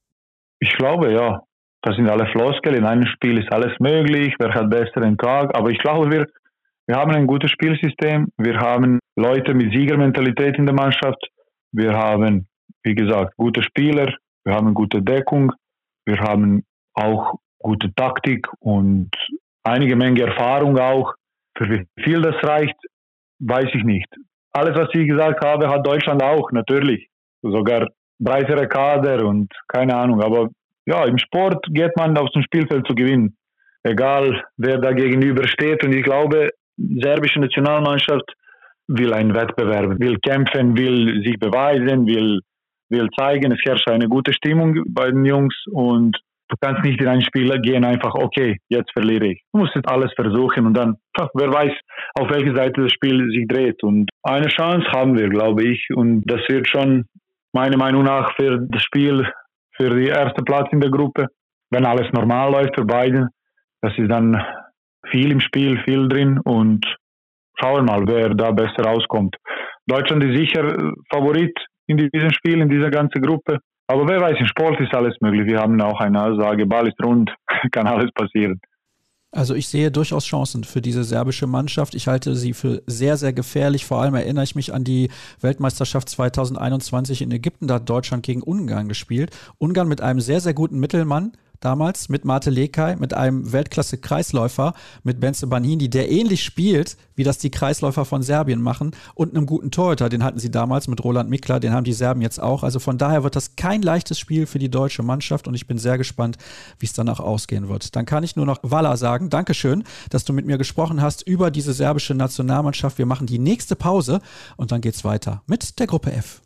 Ich glaube, ja. Das sind alle Floskel. In einem Spiel ist alles möglich. Wer hat besseren Tag? Aber ich glaube, wir, wir haben ein gutes Spielsystem. Wir haben Leute mit Siegermentalität in der Mannschaft. Wir haben, wie gesagt, gute Spieler. Wir haben gute Deckung, wir haben auch gute Taktik und einige Menge Erfahrung auch. Für wie viel das reicht, weiß ich nicht. Alles, was ich gesagt habe, hat Deutschland auch, natürlich. Sogar breitere Kader und keine Ahnung. Aber ja, im Sport geht man auf dem Spielfeld zu gewinnen. Egal, wer da gegenüber steht. Und ich glaube, die serbische Nationalmannschaft will einen Wettbewerb, will kämpfen, will sich beweisen, will will zeigen, es herrscht eine gute Stimmung bei den Jungs und du kannst nicht in ein Spiel gehen, einfach, okay, jetzt verliere ich. Du musst jetzt alles versuchen und dann, wer weiß, auf welche Seite das Spiel sich dreht. Und eine Chance haben wir, glaube ich. Und das wird schon, meiner Meinung nach, für das Spiel, für den ersten Platz in der Gruppe, wenn alles normal läuft für beide, das ist dann viel im Spiel, viel drin und schauen wir mal, wer da besser rauskommt. Deutschland ist sicher Favorit in diesem Spiel, in dieser ganzen Gruppe. Aber wer weiß, im Sport ist alles möglich. Wir haben auch eine Aussage, Ball ist rund, kann alles passieren. Also ich sehe durchaus Chancen für diese serbische Mannschaft. Ich halte sie für sehr, sehr gefährlich. Vor allem erinnere ich mich an die Weltmeisterschaft zwanzig einundzwanzig in Ägypten. Da hat Deutschland gegen Ungarn gespielt. Ungarn mit einem sehr, sehr guten Mittelmann. Damals mit Mate Lekaj, mit einem Weltklasse-Kreisläufer, mit Bence Banhini, der ähnlich spielt, wie das die Kreisläufer von Serbien machen, und einem guten Torhüter, den hatten sie damals mit Roland Mikla, den haben die Serben jetzt auch. Also von daher wird das kein leichtes Spiel für die deutsche Mannschaft und ich bin sehr gespannt, wie es danach ausgehen wird. Dann kann ich nur noch Walla sagen, Dankeschön, dass du mit mir gesprochen hast über diese serbische Nationalmannschaft. Wir machen die nächste Pause und dann geht's weiter mit der Gruppe F.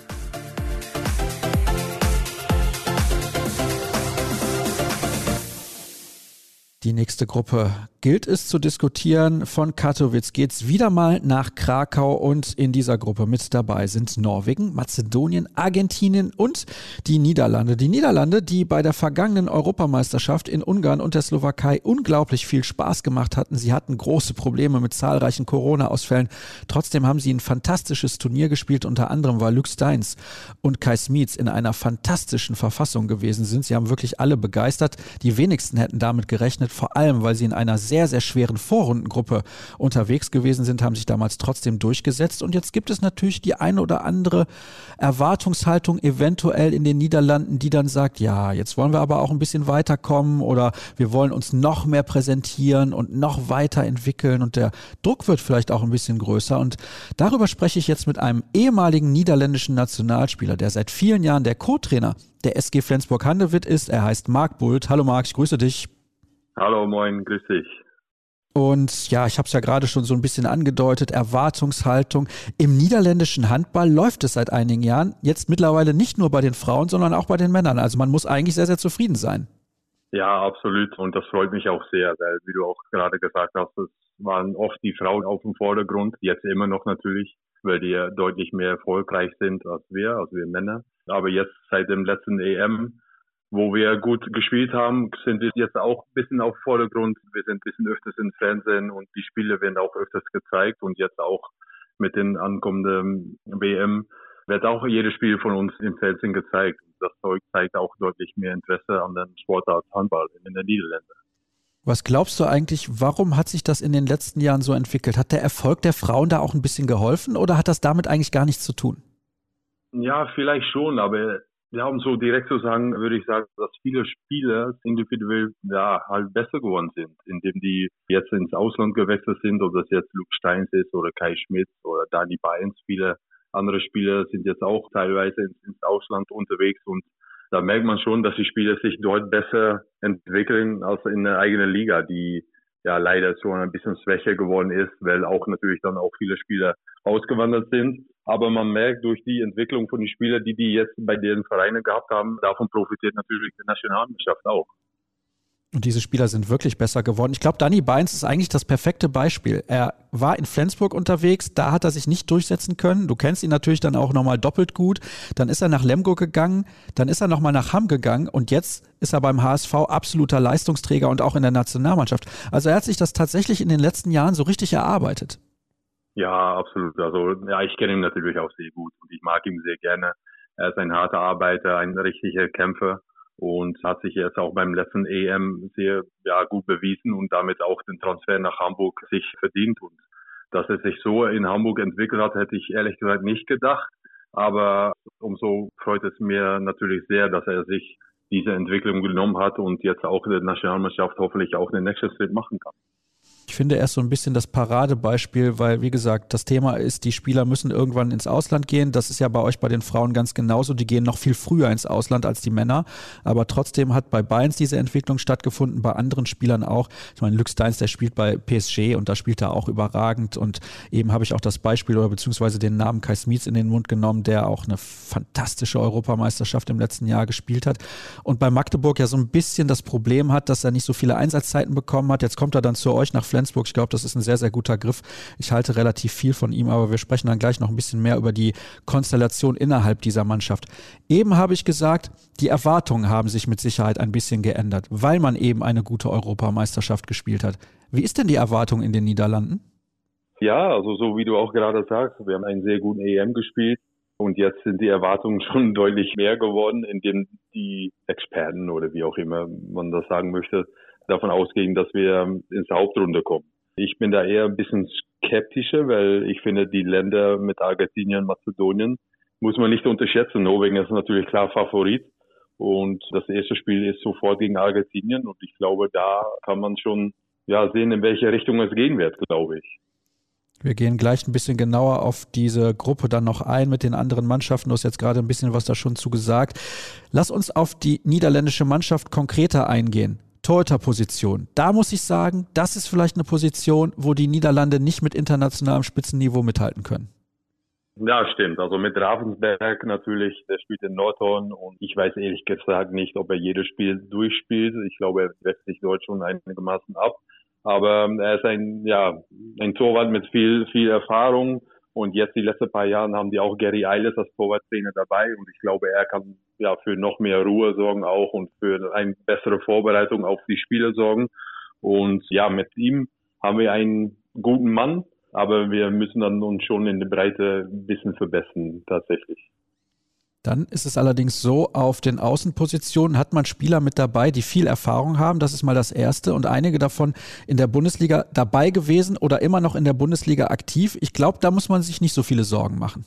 Die nächste Gruppe gilt es zu diskutieren. Von Katowice geht's wieder mal nach Krakau und in dieser Gruppe mit dabei sind Norwegen, Mazedonien, Argentinien und die Niederlande. Die Niederlande, die bei der vergangenen Europameisterschaft in Ungarn und der Slowakei unglaublich viel Spaß gemacht hatten. Sie hatten große Probleme mit zahlreichen Corona-Ausfällen. Trotzdem haben sie ein fantastisches Turnier gespielt. Unter anderem war Luc Steins und Kai Smits in einer fantastischen Verfassung gewesen sind. Sie haben wirklich alle begeistert. Die wenigsten hätten damit gerechnet, vor allem, weil sie in einer sehr, sehr schweren Vorrundengruppe unterwegs gewesen sind, haben sich damals trotzdem durchgesetzt. Und jetzt gibt es natürlich die eine oder andere Erwartungshaltung eventuell in den Niederlanden, die dann sagt, ja, jetzt wollen wir aber auch ein bisschen weiterkommen oder wir wollen uns noch mehr präsentieren und noch weiterentwickeln und der Druck wird vielleicht auch ein bisschen größer. Und darüber spreche ich jetzt mit einem ehemaligen niederländischen Nationalspieler, der seit vielen Jahren der Co-Trainer der S G Flensburg-Handewitt ist. Er heißt Marc Bult. Hallo Marc, ich grüße dich. Hallo, moin, grüß dich. Und ja, ich habe es ja gerade schon so ein bisschen angedeutet, Erwartungshaltung. Im niederländischen Handball läuft es seit einigen Jahren, jetzt mittlerweile nicht nur bei den Frauen, sondern auch bei den Männern. Also man muss eigentlich sehr, sehr zufrieden sein. Ja, absolut. Und das freut mich auch sehr, weil, wie du auch gerade gesagt hast, es waren oft die Frauen auf dem Vordergrund, jetzt immer noch natürlich, weil die ja deutlich mehr erfolgreich sind als wir, als wir Männer. Aber jetzt seit dem letzten E M, wo wir gut gespielt haben, sind wir jetzt auch ein bisschen auf Vordergrund. Wir sind ein bisschen öfters im Fernsehen und die Spiele werden auch öfters gezeigt. Und jetzt auch mit den ankommenden W M wird auch jedes Spiel von uns im Fernsehen gezeigt. Das zeigt auch deutlich mehr Interesse an den Sportart Handball in den Niederlanden. Was glaubst du eigentlich, warum hat sich das in den letzten Jahren so entwickelt? Hat der Erfolg der Frauen da auch ein bisschen geholfen oder hat das damit eigentlich gar nichts zu tun? Ja, vielleicht schon, aber ja, um so direkt zu sagen, würde ich sagen, dass viele Spieler individuell ja halt besser geworden sind, indem die jetzt ins Ausland gewechselt sind, ob das jetzt Luc Steins ist oder Kai Schmitz oder Dani Bayern Spieler. Andere Spieler sind jetzt auch teilweise ins, ins Ausland unterwegs und da merkt man schon, dass die Spieler sich dort besser entwickeln als in der eigenen Liga. Die ja leider so ein bisschen schwächer geworden ist, weil auch natürlich dann auch viele Spieler ausgewandert sind. Aber man merkt durch die Entwicklung von den Spielern, die die jetzt bei den Vereinen gehabt haben, davon profitiert natürlich die Nationalmannschaft auch. Und diese Spieler sind wirklich besser geworden. Ich glaube, Danny Beins ist eigentlich das perfekte Beispiel. Er war in Flensburg unterwegs, da hat er sich nicht durchsetzen können. Du kennst ihn natürlich dann auch nochmal doppelt gut. Dann ist er nach Lemgo gegangen, dann ist er nochmal nach Hamm gegangen und jetzt ist er beim H S V absoluter Leistungsträger und auch in der Nationalmannschaft. Also er hat sich das tatsächlich in den letzten Jahren so richtig erarbeitet. Ja, absolut. Also ja, ich kenne ihn natürlich auch sehr gut und ich mag ihn sehr gerne. Er ist ein harter Arbeiter, ein richtiger Kämpfer. Und hat sich jetzt auch beim letzten E M sehr ja, gut bewiesen und damit auch den Transfer nach Hamburg sich verdient. Und dass er sich so in Hamburg entwickelt hat, hätte ich ehrlich gesagt nicht gedacht. Aber umso freut es mir natürlich sehr, dass er sich diese Entwicklung genommen hat und jetzt auch in der Nationalmannschaft hoffentlich auch den nächsten Schritt machen kann. Ich finde, er ist so ein bisschen das Paradebeispiel, weil, wie gesagt, das Thema ist, die Spieler müssen irgendwann ins Ausland gehen. Das ist ja bei euch bei den Frauen ganz genauso. Die gehen noch viel früher ins Ausland als die Männer. Aber trotzdem hat bei Beins diese Entwicklung stattgefunden, bei anderen Spielern auch. Ich meine, Lux Deins, der spielt bei P S G und da spielt er auch überragend. Und eben habe ich auch das Beispiel oder beziehungsweise den Namen Kai Smits in den Mund genommen, der auch eine fantastische Europameisterschaft im letzten Jahr gespielt hat. Und bei Magdeburg ja so ein bisschen das Problem hat, dass er nicht so viele Einsatzzeiten bekommen hat. Jetzt kommt er dann zu euch nach Flensburg. Ich glaube, das ist ein sehr, sehr guter Griff. Ich halte relativ viel von ihm, aber wir sprechen dann gleich noch ein bisschen mehr über die Konstellation innerhalb dieser Mannschaft. Eben habe ich gesagt, die Erwartungen haben sich mit Sicherheit ein bisschen geändert, weil man eben eine gute Europameisterschaft gespielt hat. Wie ist denn die Erwartung in den Niederlanden? Ja, also so wie du auch gerade sagst, wir haben einen sehr guten E M gespielt und jetzt sind die Erwartungen schon deutlich mehr geworden, indem die Experten oder wie auch immer man das sagen möchte, davon ausgehen, dass wir ins Hauptrunde kommen. Ich bin da eher ein bisschen skeptischer, weil ich finde, die Länder mit Argentinien, Mazedonien muss man nicht unterschätzen. Norwegen ist natürlich klar Favorit und das erste Spiel ist sofort gegen Argentinien und ich glaube, da kann man schon ja sehen, in welche Richtung es gehen wird, glaube ich. Wir gehen gleich ein bisschen genauer auf diese Gruppe dann noch ein mit den anderen Mannschaften. Du hast jetzt gerade ein bisschen was da schon zu gesagt. Lass uns auf die niederländische Mannschaft konkreter eingehen. Torhüterposition. Da muss ich sagen, das ist vielleicht eine Position, wo die Niederlande nicht mit internationalem Spitzenniveau mithalten können. Ja, stimmt. Also mit Ravensberg natürlich, der spielt in Nordhorn und ich weiß ehrlich gesagt nicht, ob er jedes Spiel durchspielt. Ich glaube, er wechselt sich dort schon einigermaßen ab. Aber er ist ein, ja, ein Torwart mit viel, viel Erfahrung. Und jetzt die letzten paar Jahre haben die auch Gary Eiles als Torwarttrainer dabei. Und ich glaube, er kann ja für noch mehr Ruhe sorgen auch und für eine bessere Vorbereitung auf die Spiele sorgen. Und ja, mit ihm haben wir einen guten Mann, aber wir müssen dann uns schon in der Breite ein bisschen verbessern, tatsächlich. Dann ist es allerdings so, auf den Außenpositionen hat man Spieler mit dabei, die viel Erfahrung haben. Das ist mal das Erste. Und einige davon in der Bundesliga dabei gewesen oder immer noch in der Bundesliga aktiv. Ich glaube, da muss man sich nicht so viele Sorgen machen.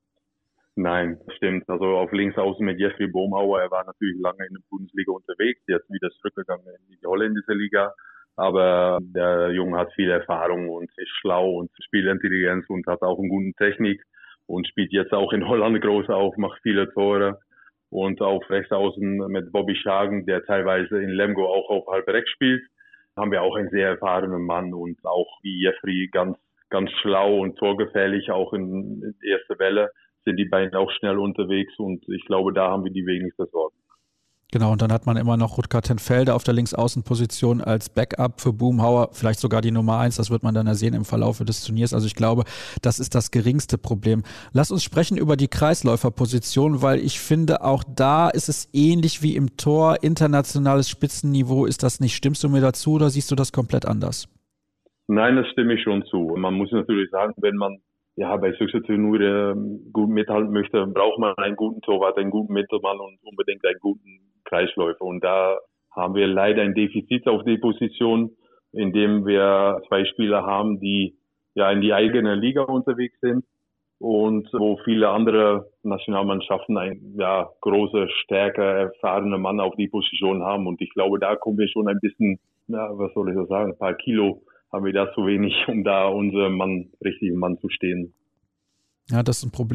Nein, stimmt. Also auf links außen mit Jeffrey Boomhauer. Er war natürlich lange in der Bundesliga unterwegs. Jetzt wieder zurückgegangen in die holländische Liga. Aber der Junge hat viel Erfahrung und ist schlau und Spielintelligenz und hat auch eine gute Technik. Und spielt jetzt auch in Holland groß auf, macht viele Tore. Und auf rechts außen mit Bobby Schagen, der teilweise in Lemgo auch auf halb rechts spielt, haben wir auch einen sehr erfahrenen Mann und auch wie Jeffrey ganz, ganz schlau und torgefährlich, auch in erster Welle sind die beiden auch schnell unterwegs und ich glaube, da haben wir die wenigsten Sorgen. Genau, und dann hat man immer noch Rutger Tenfelde auf der Linksaußenposition als Backup für Boomhauer, vielleicht sogar die Nummer eins, das wird man dann ja sehen im Verlauf des Turniers. Also ich glaube, das ist das geringste Problem. Lass uns sprechen über die Kreisläuferposition, weil ich finde, auch da ist es ähnlich wie im Tor. Internationales Spitzenniveau ist das nicht. Stimmst du mir dazu oder siehst du das komplett anders? Nein, das stimme ich schon zu. Man muss natürlich sagen, wenn man ja bei solchen Turnieren gut mithalten möchte, braucht man einen guten Torwart, einen guten Mittelmann und unbedingt einen guten Kreisläufer. Und da haben wir leider ein Defizit auf die Position, indem wir zwei Spieler haben, die ja in die eigene Liga unterwegs sind und wo viele andere Nationalmannschaften ein ja große, stärker erfahrene Mann auf die Position haben. Und ich glaube, da kommen wir schon ein bisschen, ja, was soll ich so sagen, ein paar Kilo haben wir da zu wenig, um da unser Mann, richtigen Mann zu stehen. Ja, das ist ein Problem.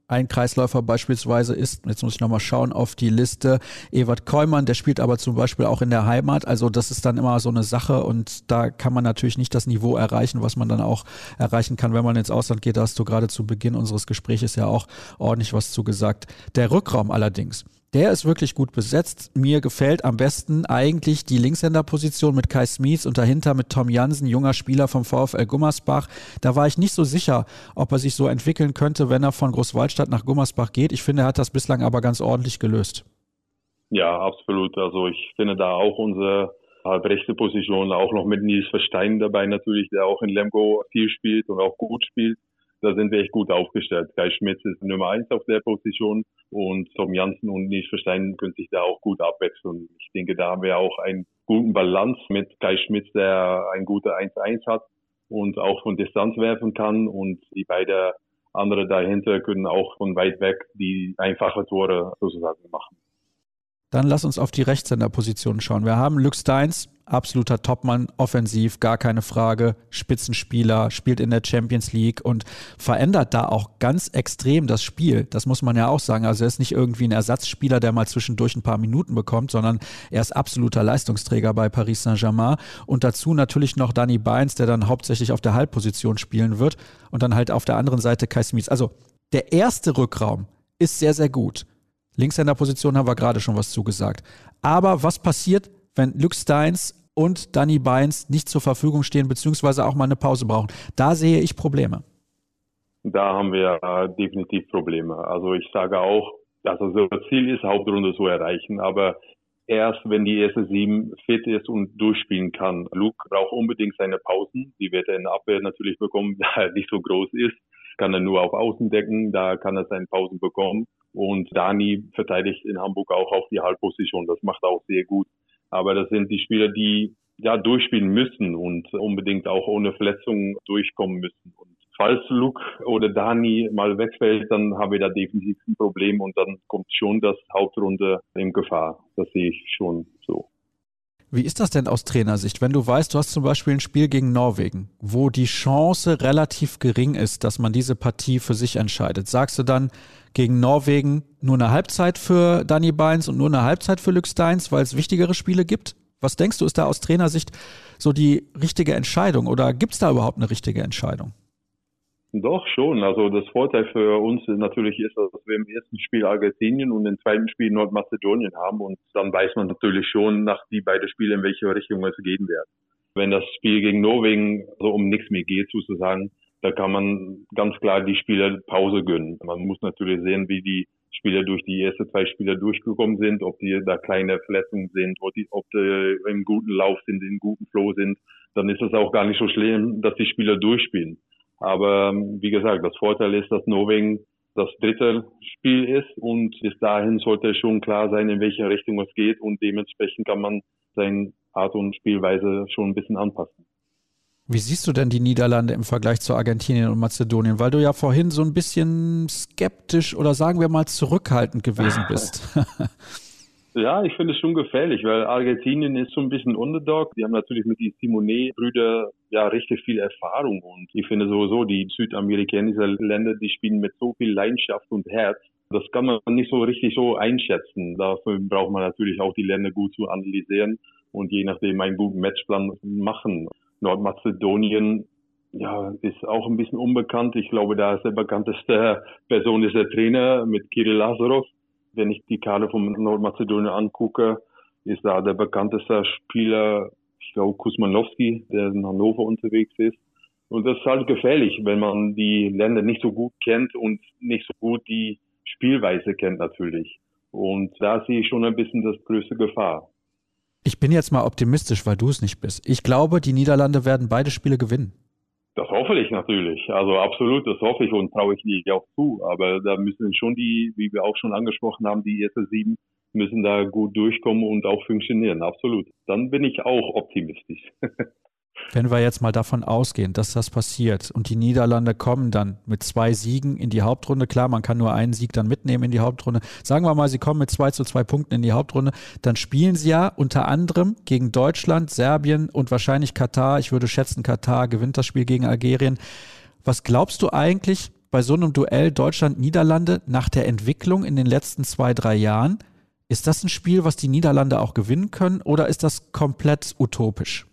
Ein Kreisläufer beispielsweise ist, jetzt muss ich nochmal schauen auf die Liste, Evert Kollmann, der spielt aber zum Beispiel auch in der Heimat. Also das ist dann immer so eine Sache und da kann man natürlich nicht das Niveau erreichen, was man dann auch erreichen kann, wenn man ins Ausland geht. Da hast du gerade zu Beginn unseres Gesprächs ja auch ordentlich was zu gesagt. Der Rückraum allerdings, der ist wirklich gut besetzt. Mir gefällt am besten eigentlich die Linkshänderposition mit Kai Smits und dahinter mit Tom Jansen, junger Spieler vom VfL Gummersbach. Da war ich nicht so sicher, ob er sich so entwickeln könnte, wenn er von Großwaldstadt nach Gummersbach geht. Ich finde, er hat das bislang aber ganz ordentlich gelöst. Ja, absolut. Also ich finde da auch unsere halbrechte Position, auch noch mit Nils Verstein dabei natürlich, der auch in Lemgo viel spielt und auch gut spielt. Da sind wir echt gut aufgestellt. Kai Schmitz ist Nummer eins auf der Position und Tom Jansen und Nils Verstein können sich da auch gut abwechseln. Ich denke, da haben wir auch einen guten Balance mit Kai Schmitz, der ein guter eins eins hat und auch von Distanz werfen kann und die beiden andere dahinter können auch von weit weg die einfache Tore sozusagen machen. Dann lass uns auf die Rechtshänderpositionen schauen. Wir haben Luc Steins, absoluter Topmann, offensiv, gar keine Frage, Spitzenspieler, spielt in der Champions League und verändert da auch ganz extrem das Spiel. Das muss man ja auch sagen. Also er ist nicht irgendwie ein Ersatzspieler, der mal zwischendurch ein paar Minuten bekommt, sondern er ist absoluter Leistungsträger bei Paris Saint-Germain. Und dazu natürlich noch Danny Bains, der dann hauptsächlich auf der Halbposition spielen wird und dann halt auf der anderen Seite Kai Smits. Also der erste Rückraum ist sehr, sehr gut. Linkshänderposition haben wir gerade schon was zugesagt. Aber was passiert, wenn Luc Steins und Danny Bains nicht zur Verfügung stehen, beziehungsweise auch mal eine Pause brauchen? Da sehe ich Probleme. Da haben wir äh, definitiv Probleme. Also ich sage auch, dass also das Ziel ist, Hauptrunde zu erreichen, aber erst wenn die erste Sieben fit ist und durchspielen kann. Luc braucht unbedingt seine Pausen. Die wird er in der Abwehr natürlich bekommen, da er nicht so groß ist. Kann er nur auf Außen decken, da kann er seine Pausen bekommen. Und Dani verteidigt in Hamburg auch auf die Halbposition. Das macht er auch sehr gut. Aber das sind die Spieler, die ja durchspielen müssen und unbedingt auch ohne Verletzungen durchkommen müssen. Und falls Luc oder Dani mal wegfällt, dann haben wir da definitiv ein Problem und dann kommt schon das Hauptrunde in Gefahr. Das sehe ich schon so. Wie ist das denn aus Trainersicht, wenn du weißt, du hast zum Beispiel ein Spiel gegen Norwegen, wo die Chance relativ gering ist, dass man diese Partie für sich entscheidet? Sagst du dann gegen Norwegen nur eine Halbzeit für Danny Bains und nur eine Halbzeit für Luc Steins, weil es wichtigere Spiele gibt? Was denkst du, ist da aus Trainersicht so die richtige Entscheidung oder gibt es da überhaupt eine richtige Entscheidung? Doch, schon. Also das Vorteil für uns natürlich ist, dass wir im ersten Spiel Argentinien und im zweiten Spiel Nordmazedonien haben und dann weiß man natürlich schon nach die beiden Spiele, in welche Richtung es gehen wird. Wenn das Spiel gegen Norwegen so um nichts mehr geht, sozusagen, da kann man ganz klar die Spieler Pause gönnen. Man muss natürlich sehen, wie die Spieler durch die ersten zwei Spiele durchgekommen sind, ob die da kleine Verletzungen sind, ob die, ob die im guten Lauf sind, im guten Flow sind. Dann ist es auch gar nicht so schlimm, dass die Spieler durchspielen. Aber wie gesagt, das Vorteil ist, dass Norwegen das dritte Spiel ist und bis dahin sollte schon klar sein, in welche Richtung es geht und dementsprechend kann man seine Art und Spielweise schon ein bisschen anpassen. Wie siehst du denn die Niederlande im Vergleich zu Argentinien und Mazedonien? Weil du ja vorhin so ein bisschen skeptisch oder sagen wir mal zurückhaltend gewesen bist. Ja, ich finde es schon gefährlich, weil Argentinien ist so ein bisschen Underdog. Die haben natürlich mit den Simonet-Brüdern ja richtig viel Erfahrung und ich finde sowieso, die südamerikanischen Länder, die spielen mit so viel Leidenschaft und Herz. Das kann man nicht so richtig so einschätzen. Dafür braucht man natürlich auch die Länder gut zu analysieren und je nachdem einen guten Matchplan machen. Nordmazedonien, ja, ist auch ein bisschen unbekannt. Ich glaube, da ist der bekannteste Person ist der Trainer mit Kirill Lazarov. Wenn ich die Karte von Nordmazedonien angucke, ist da der bekannteste Spieler, ich glaube, Kuzmanowski, der in Hannover unterwegs ist. Und das ist halt gefährlich, wenn man die Länder nicht so gut kennt und nicht so gut die Spielweise kennt natürlich. Und da sehe ich schon ein bisschen das größte Gefahr. Ich bin jetzt mal optimistisch, weil du es nicht bist. Ich glaube, die Niederlande werden beide Spiele gewinnen. Das hoffe ich natürlich. Also absolut, das hoffe ich und traue ich dir auch zu. Aber da müssen schon die, wie wir auch schon angesprochen haben, die ersten sieben müssen da gut durchkommen und auch funktionieren. Absolut. Dann bin ich auch optimistisch. Wenn wir jetzt mal davon ausgehen, dass das passiert und die Niederlande kommen dann mit zwei Siegen in die Hauptrunde, klar, man kann nur einen Sieg dann mitnehmen in die Hauptrunde, sagen wir mal, sie kommen mit zwei zu zwei Punkten in die Hauptrunde, dann spielen sie ja unter anderem gegen Deutschland, Serbien und wahrscheinlich Katar, ich würde schätzen, Katar gewinnt das Spiel gegen Algerien. Was glaubst du eigentlich, bei so einem Duell Deutschland-Niederlande nach der Entwicklung in den letzten zwei, drei Jahren. Ist das ein Spiel, was die Niederlande auch gewinnen können oder ist das komplett utopisch?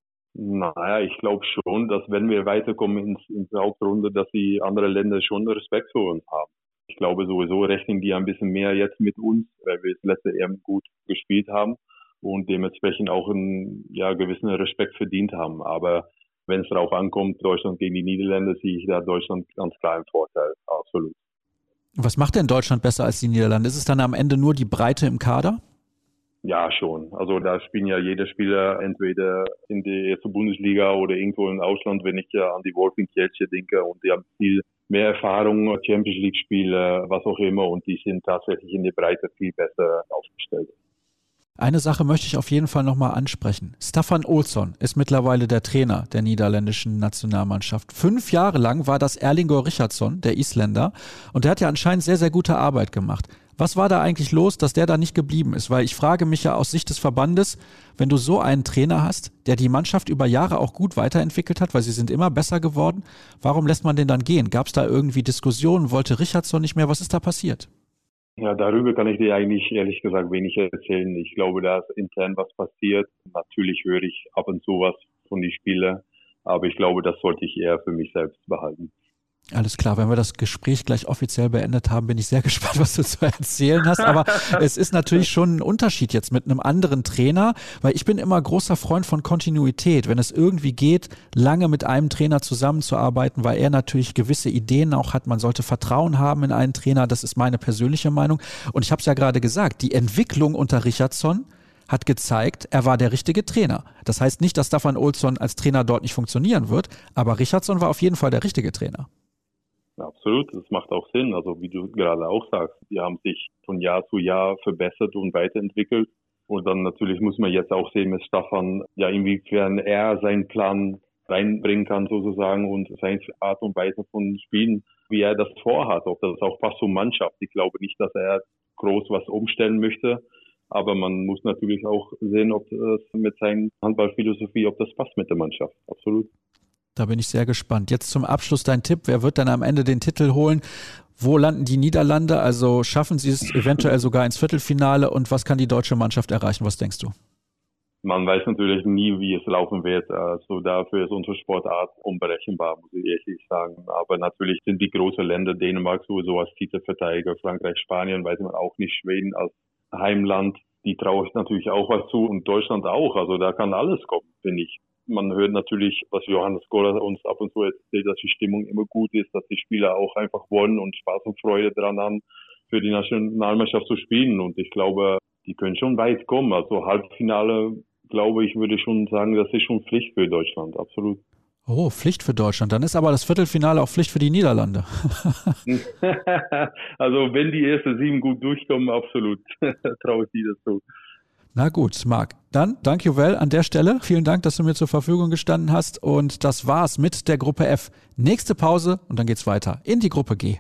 Naja, ich glaube schon, dass wenn wir weiterkommen ins, in die Hauptrunde, dass die anderen Länder schon Respekt für uns haben. Ich glaube sowieso rechnen die ein bisschen mehr jetzt mit uns, weil wir das letzte E M gut gespielt haben und dementsprechend auch einen ja, gewissen Respekt verdient haben. Aber wenn es darauf ankommt, Deutschland gegen die Niederländer, sehe ich da Deutschland ganz klar im Vorteil, absolut. Was macht denn Deutschland besser als die Niederlande? Ist es dann am Ende nur die Breite im Kader? Ja, schon. Also da spielen ja jeder Spieler entweder in der ersten Bundesliga oder irgendwo im Ausland, wenn ich ja an die Wolfing Kielce denke, und die haben viel mehr Erfahrung, Champions League Spiele, was auch immer, und die sind tatsächlich in der Breite viel besser aufgestellt. Eine Sache möchte ich auf jeden Fall nochmal ansprechen. Staffan Olsson ist mittlerweile der Trainer der niederländischen Nationalmannschaft. Fünf Jahre lang war das Erlingur Richardsson, der Isländer, und der hat ja anscheinend sehr, sehr gute Arbeit gemacht. Was war da eigentlich los, dass der da nicht geblieben ist? Weil ich frage mich ja aus Sicht des Verbandes, wenn du so einen Trainer hast, der die Mannschaft über Jahre auch gut weiterentwickelt hat, weil sie sind immer besser geworden, warum lässt man den dann gehen? Gab es da irgendwie Diskussionen? Wollte Richardsson nicht mehr? Was ist da passiert? Ja, darüber kann ich dir eigentlich ehrlich gesagt wenig erzählen. Ich glaube, da ist intern was passiert. Natürlich höre ich ab und zu was von den Spielern, aber ich glaube, das sollte ich eher für mich selbst behalten. Alles klar, wenn wir das Gespräch gleich offiziell beendet haben, bin ich sehr gespannt, was du zu erzählen hast. Aber es ist natürlich schon ein Unterschied jetzt mit einem anderen Trainer, weil ich bin immer großer Freund von Kontinuität. Wenn es irgendwie geht, lange mit einem Trainer zusammenzuarbeiten, weil er natürlich gewisse Ideen auch hat. Man sollte Vertrauen haben in einen Trainer, das ist meine persönliche Meinung. Und ich habe es ja gerade gesagt, die Entwicklung unter Richardsson hat gezeigt, er war der richtige Trainer. Das heißt nicht, dass Staffan Olsson als Trainer dort nicht funktionieren wird, aber Richardsson war auf jeden Fall der richtige Trainer. Absolut, das macht auch Sinn. Also wie du gerade auch sagst, die haben sich von Jahr zu Jahr verbessert und weiterentwickelt. Und dann natürlich muss man jetzt auch sehen mit Staffan, ja, inwiefern er seinen Plan reinbringen kann sozusagen und seine Art und Weise von Spielen, wie er das vorhat. Ob das auch passt zur Mannschaft. Ich glaube nicht, dass er groß was umstellen möchte. Aber man muss natürlich auch sehen, ob das mit seiner Handballphilosophie, ob das passt mit der Mannschaft. Absolut. Da bin ich sehr gespannt. Jetzt zum Abschluss dein Tipp. Wer wird dann am Ende den Titel holen? Wo landen die Niederlande? Also schaffen sie es eventuell sogar ins Viertelfinale? Und was kann die deutsche Mannschaft erreichen? Was denkst du? Man weiß natürlich nie, wie es laufen wird. Also dafür ist unsere Sportart unberechenbar, muss ich ehrlich sagen. Aber natürlich sind die großen Länder, Dänemark sowieso als Titelverteidiger, Frankreich, Spanien, weiß man auch nicht, Schweden als Heimland. Die traue ich natürlich auch was zu und Deutschland auch. Also da kann alles kommen, finde ich. Man hört natürlich, was Johannes Goller uns ab und zu erzählt, dass die Stimmung immer gut ist, dass die Spieler auch einfach wollen und Spaß und Freude daran haben, für die Nationalmannschaft zu spielen. Und ich glaube, die können schon weit kommen. Also Halbfinale, glaube ich, würde schon sagen, das ist schon Pflicht für Deutschland, absolut. Oh, Pflicht für Deutschland. Dann ist aber das Viertelfinale auch Pflicht für die Niederlande. Also wenn die ersten sieben gut durchkommen, absolut, traue ich die das so. Na gut, Marc. Dann danke Jovel an der Stelle. Vielen Dank, dass du mir zur Verfügung gestanden hast. Und das war's mit der Gruppe F. Nächste Pause und dann geht's weiter in die Gruppe G.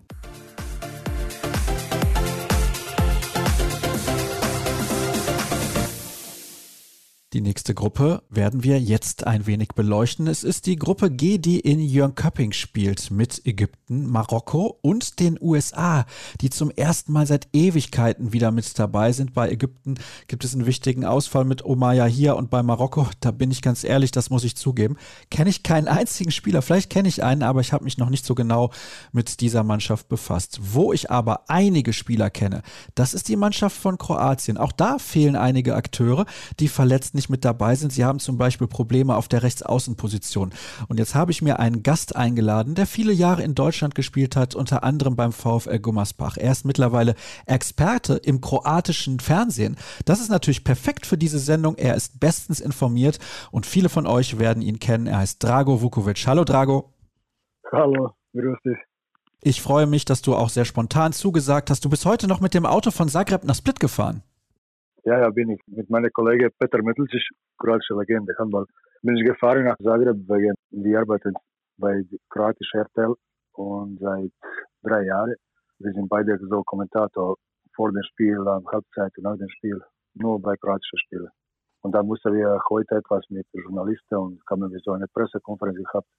Die nächste Gruppe werden wir jetzt ein wenig beleuchten. Es ist die Gruppe G, die in Jönköping spielt mit Ägypten, Marokko und den U S A, die zum ersten Mal seit Ewigkeiten wieder mit dabei sind. Bei Ägypten gibt es einen wichtigen Ausfall mit Omar Yahia und bei Marokko, da bin ich ganz ehrlich, das muss ich zugeben, kenne ich keinen einzigen Spieler. Vielleicht kenne ich einen, aber ich habe mich noch nicht so genau mit dieser Mannschaft befasst. Wo ich aber einige Spieler kenne, das ist die Mannschaft von Kroatien. Auch da fehlen einige Akteure, die verletzt nicht mit dabei sind. Sie haben zum Beispiel Probleme auf der Rechtsaußenposition. Und jetzt habe ich mir einen Gast eingeladen, der viele Jahre in Deutschland gespielt hat, unter anderem beim VfL Gummersbach. Er ist mittlerweile Experte im kroatischen Fernsehen. Das ist natürlich perfekt für diese Sendung. Er ist bestens informiert und viele von euch werden ihn kennen. Er heißt Drago Vukovic. Hallo Drago. Hallo, grüß dich. Ich freue mich, dass du auch sehr spontan zugesagt hast. Du bist heute noch mit dem Auto von Zagreb nach Split gefahren. Ja, ja, bin ich. Mit meinem Kollegen Petar Metličić, kroatische Legende, Handball, bin ich gefahren nach Zagreb, wegen wir arbeiten bei kroatischen R T L und seit drei Jahren. Wir sind beide so Kommentator vor dem Spiel, an Halbzeit und nach dem Spiel, nur bei kroatischen Spielen. Und da mussten wir heute etwas mit Journalisten und haben wir so eine Pressekonferenz gehabt.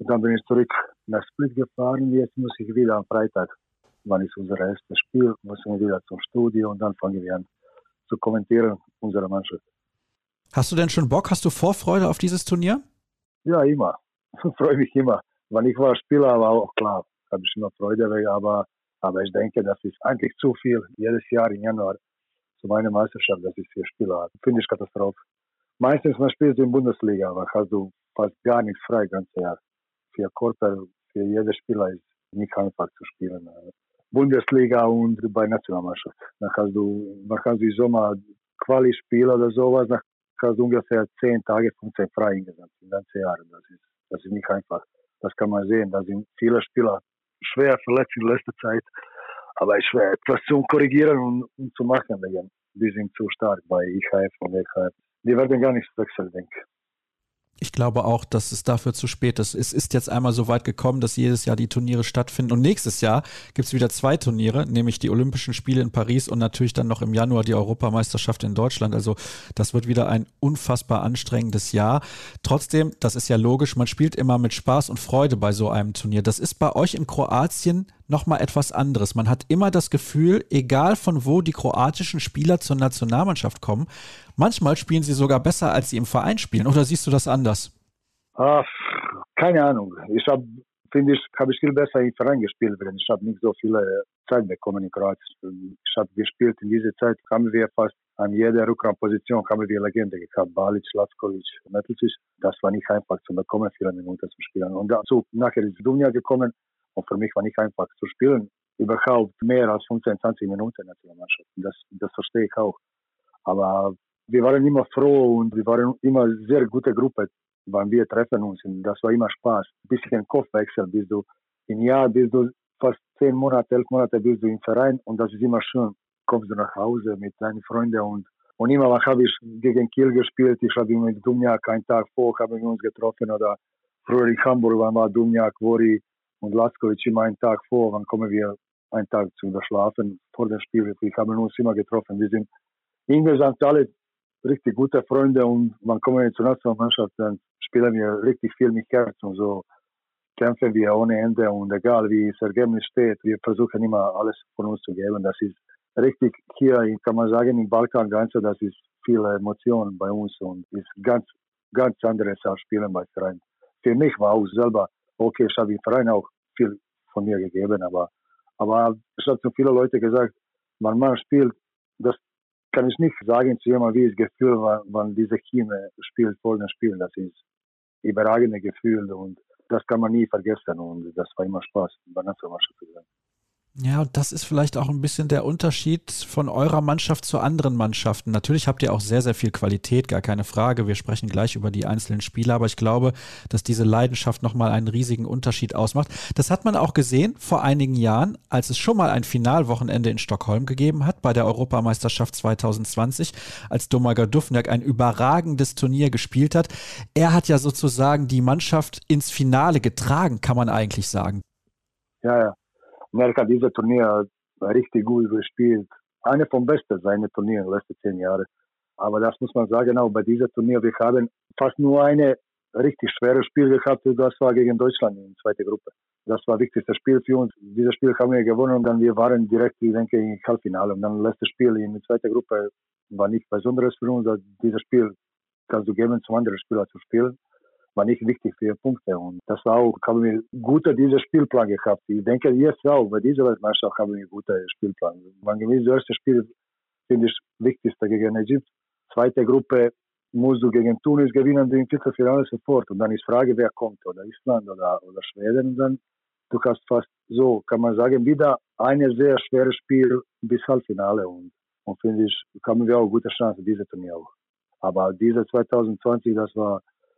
Und dann bin ich zurück nach Split gefahren. Jetzt muss ich wieder am Freitag, wann ist unser erstes Spiel, müssen wir wieder zum Studio und dann fangen wir an zu kommentieren, unsere Mannschaft. Hast du denn schon Bock? Hast du Vorfreude auf dieses Turnier? Ja, immer. Ich freue mich immer. Wenn ich war Spieler, war auch klar, habe ich immer Freude, aber, aber ich denke, das ist eigentlich zu viel. Jedes Jahr im Januar zu meiner Meisterschaft, das ist für Spieler. Finde ich Katastrophe. Meistens, man spielt in der Bundesliga, aber hast du fast gar nichts frei, das ganze Jahr. Für Körper, für jeden Spieler ist nicht einfach zu spielen. Bundesliga und bei Nationalmannschaft. Dann hast du, dann hast du im Sommer Quali-Spiel oder sowas, dann hast du ungefähr zehn Tage, fünfzehn frei insgesamt, im ganzen Jahr. Das ist, das ist nicht einfach. Das kann man sehen. Da sind viele Spieler schwer verletzt in letzter Zeit. Aber es ist schwer, etwas zu korrigieren und, und zu machen. Die sind zu stark bei I H F und E H F. Die werden gar nichts wechseln, denke ich. Ich glaube auch, dass es dafür zu spät ist. Es ist jetzt einmal so weit gekommen, dass jedes Jahr die Turniere stattfinden. Und nächstes Jahr gibt es wieder zwei Turniere, nämlich die Olympischen Spiele in Paris und natürlich dann noch im Januar die Europameisterschaft in Deutschland. Also das wird wieder ein unfassbar anstrengendes Jahr. Trotzdem, das ist ja logisch, man spielt immer mit Spaß und Freude bei so einem Turnier. Das ist bei euch in Kroatien nochmal etwas anderes. Man hat immer das Gefühl, egal von wo die kroatischen Spieler zur Nationalmannschaft kommen, manchmal spielen sie sogar besser, als sie im Verein spielen. Oder siehst du das anders? Ah, keine Ahnung. Ich habe, finde ich, habe ich viel besser im Verein gespielt, denn ich habe nicht so viele Zeit bekommen in Kroatien. Ich habe gespielt in dieser Zeit, haben wir fast an jeder Rückraumposition haben wir Legende gehabt. Balic, Lackovic, Metlicic. Das war nicht einfach zu bekommen, viele Minuten zu spielen. Und dazu, nachher ist Dunja gekommen. Und für mich war nicht einfach zu spielen, überhaupt mehr als fünfzehn, zwanzig Minuten in der Mannschaft. Das, das verstehe ich auch. Aber wir waren immer froh und wir waren immer eine sehr gute Gruppe, wenn wir treffen uns. Und das war immer Spaß. Ein bisschen Kopfwechsel. Bist du im Jahr, bist du fast zehn Monate, elf Monate bist du im Verein und das ist immer schön. Kommst du nach Hause mit deinen Freunden und, und immer habe ich gegen Kiel gespielt. Ich habe mit Dumjak einen Tag vor, haben wir uns getroffen oder früher in Hamburg waren Dumjak, Vori und Lackovic immer einen Tag vor, dann kommen wir einen Tag zu überschlafen vor dem Spiel. Wir haben uns immer getroffen. Wir sind insgesamt alle richtig gute Freunde und dann kommen wir zur Nationalmannschaft, dann spielen wir richtig viel mit Herz und so kämpfen wir ohne Ende und egal wie das Ergebnis steht, wir versuchen immer alles von uns zu geben. Das ist richtig hier, kann man sagen, im Balkangrenze, das ist viel Emotionen bei uns und ist ganz, ganz anderes als Spielen bei Verein. Für mich war auch selber, okay, ich habe im Verein auch viel von mir gegeben, aber, aber ich habe zu viele Leute gesagt, wenn man spielt, das kann ich nicht sagen zu jemandem, wie das Gefühl war, wenn diese Team spielt, vor dem Spiel. Das ist ein überragendes Gefühl und das kann man nie vergessen und das war immer Spaß, bei der Nationalmannschaft zu sein. Ja, und das ist vielleicht auch ein bisschen der Unterschied von eurer Mannschaft zu anderen Mannschaften. Natürlich habt ihr auch sehr, sehr viel Qualität, gar keine Frage. Wir sprechen gleich über die einzelnen Spieler, aber ich glaube, dass diese Leidenschaft nochmal einen riesigen Unterschied ausmacht. Das hat man auch gesehen vor einigen Jahren, als es schon mal ein Finalwochenende in Stockholm gegeben hat, bei der Europameisterschaft zwanzig zwanzig, als Domagoj Duvňák ein überragendes Turnier gespielt hat. Er hat ja sozusagen die Mannschaft ins Finale getragen, kann man eigentlich sagen. Ja, ja. Merk hat dieses Turnier richtig gut gespielt. Eine von besten seiner Turniere in den letzten zehn Jahren. Aber das muss man sagen, auch bei diesem Turnier, wir haben fast nur ein richtig schweres Spiel gehabt, das war gegen Deutschland in der zweiten Gruppe. Das war das wichtigste Spiel für uns. Dieses Spiel haben wir gewonnen und dann wir waren direkt, ich denke, im Halbfinale. Und dann das letzte Spiel in der zweiten Gruppe war nicht Besonderes für uns. Dieses Spiel kannst du geben, zum anderen Spieler zu spielen. War nicht wichtig für Punkte. Und das war auch, haben wir gute diesen Spielplan gehabt. Ich denke, jetzt auch, bei dieser Weltmeisterschaft haben wir einen guten Spielplan. Man gewinnt das erste Spiel, finde ich, wichtigste gegen Ägypten. Zweite Gruppe musst du gegen Tunis gewinnen, im Viertelfinale sofort. Und dann ist die Frage, wer kommt, oder Island oder, oder Schweden. Und dann, du hast fast so, kann man sagen, wieder ein sehr schweres Spiel bis Halbfinale. Und, und finde ich, haben wir auch gute Chance, diese Turnier auch. Aber diese zwanzig zwanzig, das war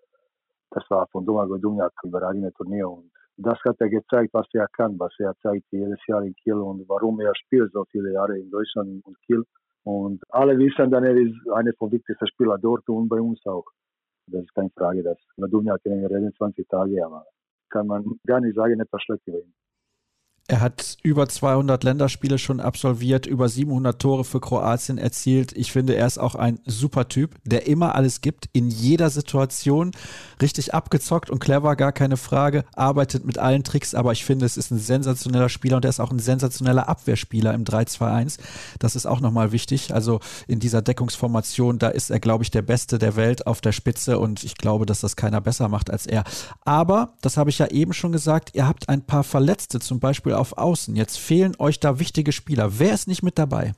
Das war von Domagoj Duvňák ein überragendes Turnier und das hat er gezeigt, was er kann, was er zeigt jedes Jahr in Kiel und warum er spielt so viele Jahre in Deutschland und Kiel. Und alle wissen, dass er ist einer von wichtigsten Spielern dort und bei uns auch. Das ist keine Frage, dass mit Duvňák reden zwanzig Tage, aber kann man gar nicht sagen, etwas schlecht über ihn. Er hat über zweihundert Länderspiele schon absolviert, über siebenhundert Tore für Kroatien erzielt. Ich finde, er ist auch ein super Typ, der immer alles gibt, in jeder Situation, richtig abgezockt und clever, gar keine Frage, arbeitet mit allen Tricks, aber ich finde, es ist ein sensationeller Spieler und er ist auch ein sensationeller Abwehrspieler im drei zwei eins. Das ist auch nochmal wichtig. Also in dieser Deckungsformation, da ist er, glaube ich, der Beste der Welt auf der Spitze und ich glaube, dass das keiner besser macht als er. Aber, das habe ich ja eben schon gesagt, ihr habt ein paar Verletzte, zum Beispiel auf Außen. Jetzt fehlen euch da wichtige Spieler. Wer ist nicht mit dabei?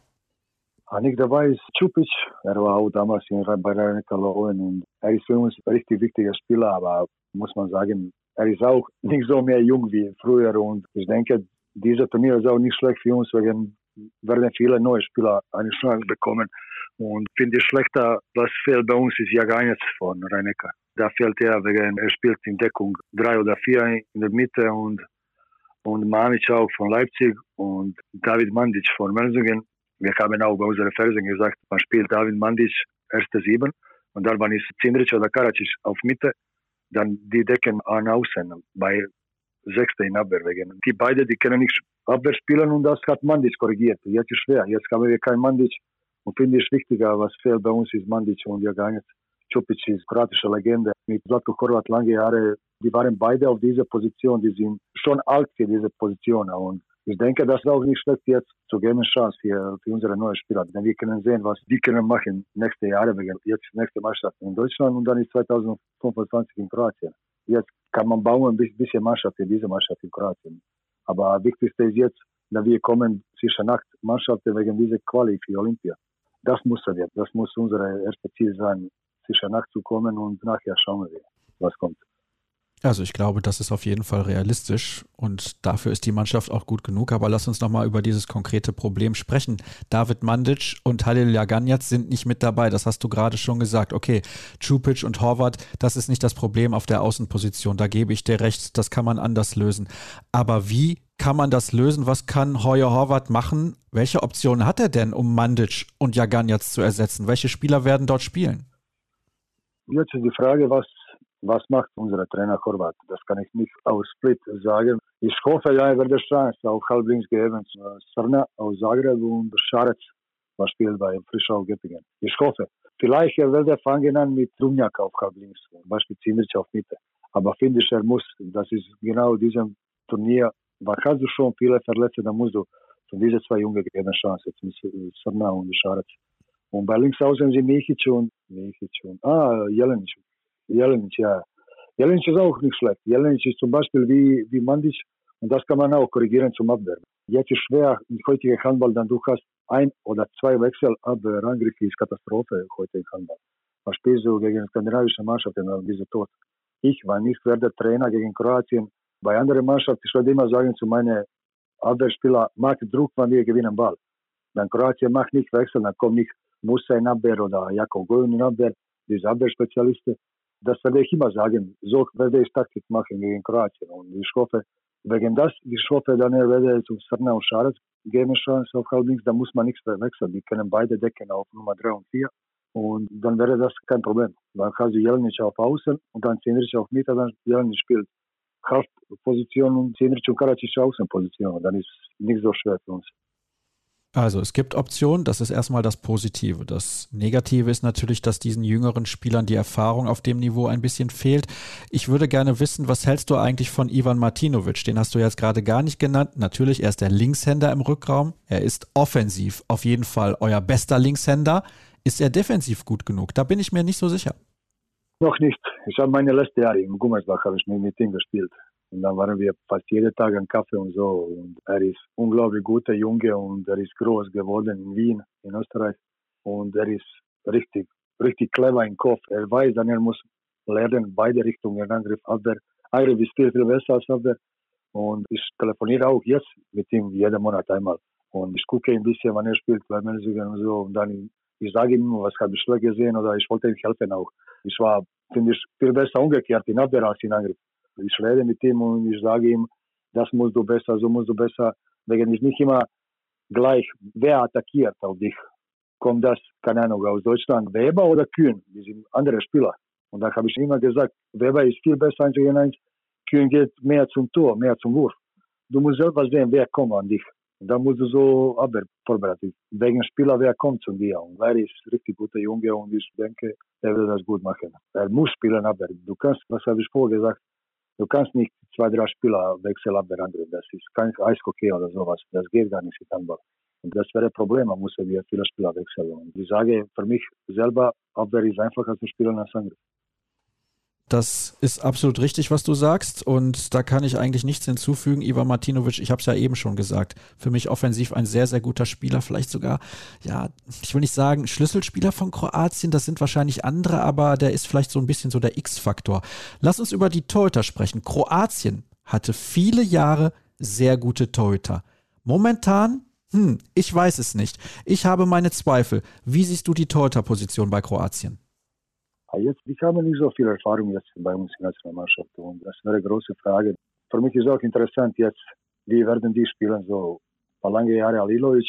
Nicht dabei ist Čupić. Er war auch damals in, bei Rijeka Löwen und er ist für uns ein richtig wichtiger Spieler, aber muss man sagen, er ist auch nicht so mehr jung wie früher und ich denke, dieser Turnier ist auch nicht schlecht für uns, wegen werden viele neue Spieler eine Chance bekommen und finde ich schlechter, was fehlt bei uns ist Jaganjac von Rijeka. Da fehlt er, wegen er spielt in Deckung drei oder vier in der Mitte und und Manic auch von Leipzig und David Mandic von Melsungen. Wir haben auch bei unseren Fernsehen gesagt, man spielt David Mandic erste sieben und dann ist Cindrić oder Karacic auf Mitte, dann die decken an Außen bei sechste in Abwehr. Wegen. Die beiden, die können nicht Abwehr spielen und das hat Mandic korrigiert. Jetzt ist schwer, jetzt haben wir kein Mandic und finde ich wichtiger, was fehlt bei uns ist Mandic und Jaganjac. Čupić ist kroatische Legende. Mit Zlatko Horvat lange Jahre, die waren beide auf dieser Position, die sind schon alt für diese Position. Und ich denke, das ist auch nicht schlecht, jetzt zu geben Chance für, für unsere neuen Spieler. Denn wir können sehen, was die können machen nächste Jahre, jetzt nächste Mannschaft in Deutschland und dann ist zwanzig fünfundzwanzig in Kroatien. Jetzt kann man bauen ein bisschen Mannschaft für diese Mannschaft in Kroatien. Aber wichtigste ist jetzt, dass wir kommen zwischen acht Mannschaften wegen dieser Quali für Olympia. Das muss wir, das muss unser erstes Ziel sein, zwischen acht zu kommen und nachher schauen wir, was kommt. Also ich glaube, das ist auf jeden Fall realistisch und dafür ist die Mannschaft auch gut genug. Aber lass uns nochmal über dieses konkrete Problem sprechen. David Mandic und Halil Jaganjac sind nicht mit dabei. Das hast du gerade schon gesagt. Okay, Čupić und Horvat, das ist nicht das Problem auf der Außenposition. Da gebe ich dir recht, das kann man anders lösen. Aber wie kann man das lösen? Was kann Hoyer Horvat machen? Welche Optionen hat er denn, um Mandic und Jaganjac zu ersetzen? Welche Spieler werden dort spielen? Jetzt ist die Frage, was, was macht unser Trainer Horvat? Das kann ich nicht aus Split sagen. Ich hoffe, ja, er wird die Chance auf halblinks geben. Srna aus Zagreb und Šarec, was spielt bei Frischau Göppingen. Ich hoffe. Vielleicht wird er fangen an mit Drumjak auf halblinks, zum Beispiel Cindrić auf Mitte. Aber finde ich, er muss, das ist genau diesem Turnier, weil hast du schon viele Verletzte, dann musst du von diesen zwei Jungen geben Chance, mit Srna und Šarec. Und bei links außen sind Mihic und, Mihic und, ah, Jelenic. Jelenic, ja. Jelenic ist auch nicht schlecht. Jelenic ist zum Beispiel wie, wie Mandic und das kann man auch korrigieren zum Abwehr. Jetzt ist schwer, im heutigen Handball, dann du hast ein oder zwei Wechsel, aber Angriff ist Katastrophe heute im Handball. Was spielst du gegen skandinavische Mannschaften an dieser Tod? Ich war nicht für der Trainer gegen Kroatien. Bei anderen Mannschaften, ich würde immer sagen zu meinen Abwehrspielern, macht Druck, wenn wir gewinnen Ball. Dann Kroatien macht nicht Wechsel, dann kommt nicht Musa in Abwehr oder Jakov Gojun in Abwehr, diese Abwehrspezialisten. Das werde ich immer sagen. So werde ich Taktik machen gegen Kroatien. Und ich hoffe, wegen das, ich hoffe, dann werde ich zu Srna und Šarec geben Chance auf halblinks, da muss man nichts verwechseln. Die können beide decken auf Nummer drei und vier. Und dann wäre das kein Problem. Dann hast du Jelenic auf Außen und dann Cindrić auf Mitte, dann Jelenic spielt Halbposition und Cindrić und Karacic Außenposition. Und dann ist nicht so schwer für uns. Also es gibt Optionen, das ist erstmal das Positive. Das Negative ist natürlich, dass diesen jüngeren Spielern die Erfahrung auf dem Niveau ein bisschen fehlt. Ich würde gerne wissen, was hältst du eigentlich von Ivan Martinovic? Den hast du jetzt gerade gar nicht genannt. Natürlich, er ist der Linkshänder im Rückraum. Er ist offensiv auf jeden Fall euer bester Linkshänder. Ist er defensiv gut genug? Da bin ich mir nicht so sicher. Noch nicht. Ich habe meine letzten Jahre im Gummersbach habe ich mit ihm gespielt. Und dann waren wir fast jeden Tag am Kaffee und so. Und er ist unglaublich guter Junge und er ist groß geworden in Wien, in Österreich. Und er ist richtig, richtig clever im Kopf. Er weiß, dann er muss lernen, beide Richtungen, Angriff, Abwehr. Angriff ist viel, viel besser als Abwehr. Und ich telefoniere auch jetzt mit ihm jeden Monat einmal. Und ich gucke ein bisschen, wann er spielt, bei Melsungen und so. Und dann ich sage ihm, was habe ich schlecht gesehen oder ich wollte ihm helfen auch. Ich war, finde ich, viel besser umgekehrt in Abwehr als in Angriff. Ich rede mit ihm und ich sage ihm, das musst du besser, so musst du besser. Wegen ich nicht immer gleich, wer attackiert auf dich. Kommt das, keine Ahnung, aus Deutschland, Weber oder Kühn? Die sind andere Spieler. Und da habe ich immer gesagt, Weber ist viel besser eins gegen eins. Kühn geht mehr zum Tor, mehr zum Wurf. du musst selber sehen, wer kommt an dich. Und dann musst du so Abwehr vorbereiten. Wegen Spieler, wer kommt zu dir. Und wer ist ein richtig guter Junge und ich denke, er will das gut machen. Er muss spielen Abwehr. Du kannst, was habe ich vorher gesagt, du kannst nicht zwei, drei Spieler wechseln Abwehr andere. Das ist kein Eishockey oder sowas. Das geht gar nicht mit Handball. Und das wäre ein Problem, man muss ja viele Spieler wechseln. Und ich sage, für mich selber, Abwehr ist einfacher zu spielen als Angriff. Das ist absolut richtig, was du sagst, und da kann ich eigentlich nichts hinzufügen. Ivan Martinovic, ich habe es ja eben schon gesagt, für mich offensiv ein sehr, sehr guter Spieler, vielleicht sogar, ja, ich will nicht sagen Schlüsselspieler von Kroatien, das sind wahrscheinlich andere, aber der ist vielleicht so ein bisschen so der X-Faktor. Lass uns über die Torhüter sprechen. Kroatien hatte viele Jahre sehr gute Torhüter. Momentan, hm, ich weiß es nicht. Ich habe meine Zweifel. Wie siehst du die Torhüterposition bei Kroatien? Jetzt, ich habe nicht so viel Erfahrung jetzt bei uns in der Nationalmannschaft und das wäre eine große Frage. Für mich ist auch interessant jetzt, wie werden die spielen, so ein paar lange Jahre Alilovic,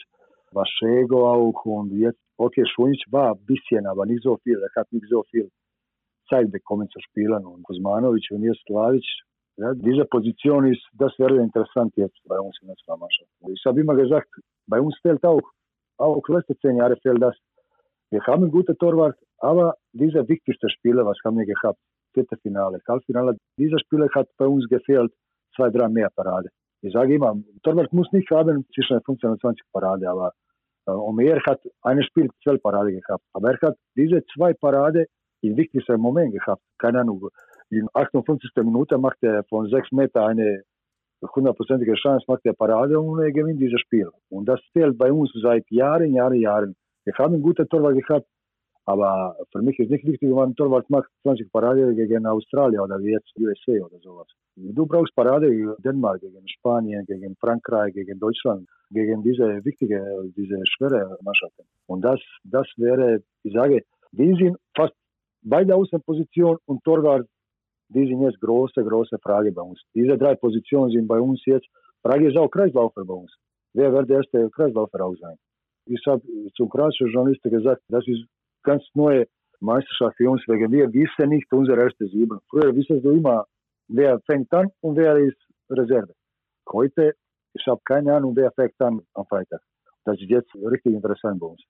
Vašego auch und jetzt, okay, Šunjić war ein bisschen, aber nicht so viel, er hat nicht so viel Zeit bekommen zu spielen und Kuzmanovic und jetzt Slavic, ja, diese Position ist, das wäre interessant jetzt bei uns in der Nationalmannschaft. Ich habe immer gesagt, bei uns fehlt auch, auch letzte zehn Jahre fehlt das. Wir haben einen guten Torwart, aber dieser wichtigste Spieler, was haben wir gehabt? Viertelfinale, Halbfinale, dieser Spieler hat bei uns gefehlt, zwei, drei mehr Parade. Ich sage immer, Torwart muss nicht haben zwischen fünfzehn und zwanzig Parade, aber äh, Omer hat ein Spiel zwölf Parade gehabt. Aber er hat diese zwei Parade im wichtigsten Moment gehabt. Keine Ahnung, in achtundfünfzigsten Minute macht er von sechs Meter eine hundertprozentige Chance, macht er Parade und er gewinnt dieses Spiel. Und das fehlt bei uns seit Jahren, Jahren, Jahren. Wir haben einen guten Torwart gehabt, aber für mich ist nicht wichtig, wenn man ein Torwart macht zwanzig Parade gegen Australien oder wie jetzt U S A oder sowas. Du brauchst Parade gegen Dänemark, gegen Spanien, gegen Frankreich, gegen Deutschland, gegen diese wichtige, diese schwere Mannschaften. Und das, das wäre, ich sage, die sind fast beide Außenposition und Torwart, die sind jetzt große, große Frage bei uns. Diese drei Positionen sind bei uns jetzt, Frage ist auch Kreislaufer bei uns. Wer wird der erste Kreislaufer auch sein? Ich habe zum kroatischen Journalisten gesagt, das ist ganz neue Meisterschaft für uns, wegen wir wissen nicht unsere erste Sieben. Früher wusstest du immer, wer fängt an und wer ist Reserve. Heute, ich habe keine Ahnung, wer fängt an am Freitag. Das ist jetzt richtig interessant bei uns.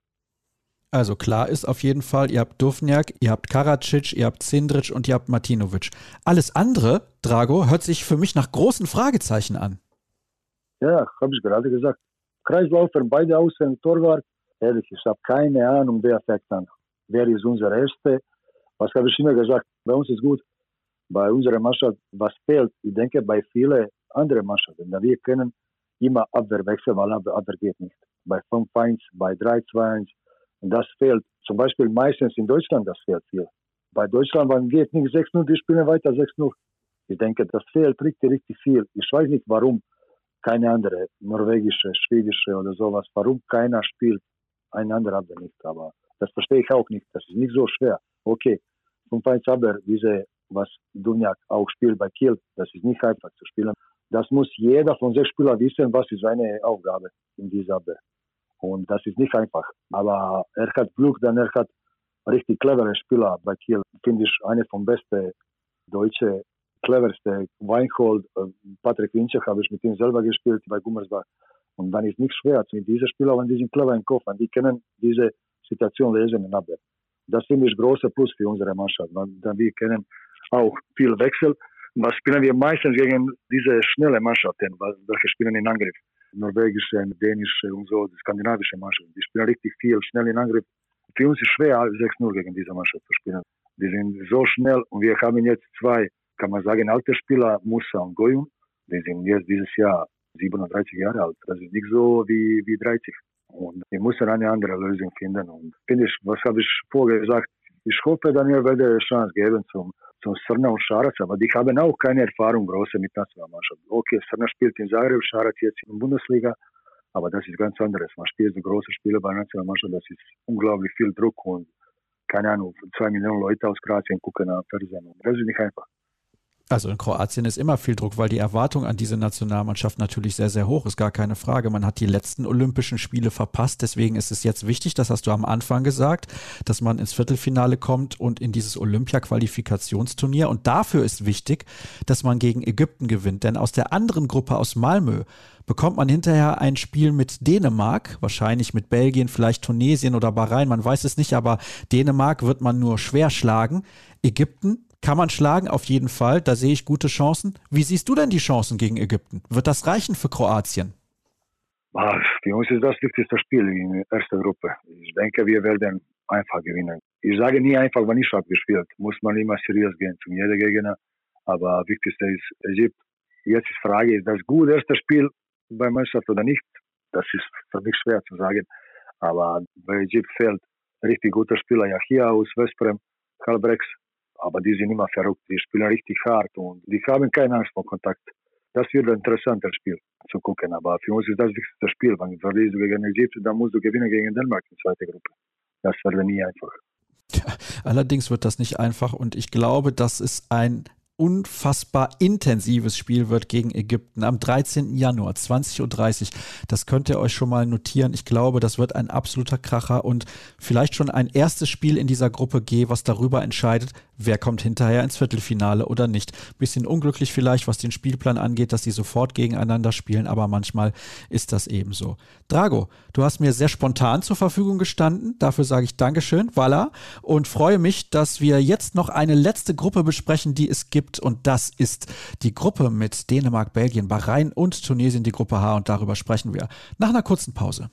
Also klar ist auf jeden Fall, ihr habt Duvnjak, ihr habt Karadzic, ihr habt Cindric und ihr habt Martinovic. Alles andere, Drago, hört sich für mich nach großen Fragezeichen an. Ja, habe ich gerade gesagt. Kreisläufer, beide Außen, Torwart. Ehrlich, ich habe keine Ahnung, wer fängt an. Wer ist unser Erste? Was habe ich immer gesagt? Bei uns ist gut. Bei unserer Mannschaft, was fehlt, ich denke, bei vielen anderen Mannschaften. Wir können immer Abwehr wechseln, weil Abwehr geht nicht. Bei fünf eins, bei drei zwei eins. Und das fehlt. Zum Beispiel meistens in Deutschland, das fehlt viel. Bei Deutschland, man geht nicht sechs null, die spielen weiter sechs null. Ich denke, das fehlt richtig, richtig viel. Ich weiß nicht, warum keine andere, norwegische, schwedische oder sowas, warum keiner spielt, ein anderer Abwehr nicht. Aber das verstehe ich auch nicht. Das ist nicht so schwer. Okay, fünf eins Abwehr, diese, was Duvnjak auch spielt bei Kiel, das ist nicht einfach zu spielen. Das muss jeder von sechs Spielern wissen, was ist seine Aufgabe in dieser Abwehr. Und das ist nicht einfach. Aber er hat Glück, denn er hat richtig clevere Spieler bei Kiel. Finde ich eine von besten deutschen, cleverste. Weinhold, Patrick Winczek habe ich mit ihm selber gespielt bei Gummersbach. Und dann ist nicht schwer. Diese Spieler, wenn die sind clever im Kopf, die können diese Situation lesen in Abwehr. Das finde ich großer Plus für unsere Mannschaft. Denn wir können auch viel Wechsel. Was spielen wir meistens gegen diese schnelle Mannschaften, welche spielen in Angriff? Norwegische, dänische und so, die skandinavische Mannschaften. Die spielen richtig viel, schnell in Angriff. Für uns ist es schwer, sechs null gegen diese Mannschaft zu spielen. Die sind so schnell und wir haben jetzt zwei, kann man sagen, alte Spieler, Musa und Goyun. Die sind jetzt dieses Jahr siebenunddreißig Jahre alt. Das ist nicht so wie, wie dreißig. Und wir müssen eine andere Lösung finden. Und finde ich, was habe ich vorher gesagt? Ich hoffe, dass wir werde eine Chance geben zum, zum Srna und Šarac, aber die haben auch keine Erfahrung große mit Nationalmannschaft. Okay, Srna spielt in Zagreb, Šarac jetzt in der Bundesliga, aber das ist ganz anderes. Man spielt so große Spiele bei Nationalmannschaft, das ist unglaublich viel Druck und keine Ahnung, zwei Millionen Leute aus Kroatien gucken am Fernsehen. Das ist nicht einfach. Also in Kroatien ist immer viel Druck, weil die Erwartung an diese Nationalmannschaft natürlich sehr, sehr hoch ist, gar keine Frage. Man hat die letzten Olympischen Spiele verpasst, deswegen ist es jetzt wichtig, das hast du am Anfang gesagt, dass man ins Viertelfinale kommt und in dieses Olympia-Qualifikationsturnier. Und dafür ist wichtig, dass man gegen Ägypten gewinnt, denn aus der anderen Gruppe aus Malmö bekommt man hinterher ein Spiel mit Dänemark, wahrscheinlich mit Belgien, vielleicht Tunesien oder Bahrain, man weiß es nicht, aber Dänemark wird man nur schwer schlagen. Ägypten kann man schlagen, auf jeden Fall. Da sehe ich gute Chancen. Wie siehst du denn die Chancen gegen Ägypten? Wird das reichen für Kroatien? Für uns ist das wichtigste Spiel in der ersten Gruppe. Ich denke, wir werden einfach gewinnen. Ich sage nie einfach, wenn ich habe gespielt. Muss man immer seriös gehen zu jedem Gegner. Aber wichtigste ist Ägypten. Jetzt ist die Frage, ist das gut, erstes Spiel bei Mannschaft oder nicht? Das ist für mich schwer zu sagen. Aber bei Ägypten fehlt richtig guter Spieler. Ja, hier aus Westbrem, Halbrechts. Aber die sind immer verrückt, die spielen richtig hart und die haben keine Angst vor Kontakt. Das wird ein interessantes Spiel zu gucken, aber für uns ist das wichtigste Spiel. Wenn du verlierst gegen Ägypten, dann musst du gewinnen gegen Dänemark in der zweiten Gruppe. Das wird nie einfach. Ja, allerdings wird das nicht einfach und ich glaube, dass es ein unfassbar intensives Spiel wird gegen Ägypten am dreizehnten Januar, zwanzig Uhr dreißig. Das könnt ihr euch schon mal notieren. Ich glaube, das wird ein absoluter Kracher und vielleicht schon ein erstes Spiel in dieser Gruppe G, was darüber entscheidet, wer kommt hinterher ins Viertelfinale oder nicht. Bisschen unglücklich vielleicht, was den Spielplan angeht, dass sie sofort gegeneinander spielen, aber manchmal ist das eben so. Drago, du hast mir sehr spontan zur Verfügung gestanden. Dafür sage ich Dankeschön, voilà, und freue mich, dass wir jetzt noch eine letzte Gruppe besprechen, die es gibt. Und das ist die Gruppe mit Dänemark, Belgien, Bahrain und Tunesien, die Gruppe H. Und darüber sprechen wir nach einer kurzen Pause.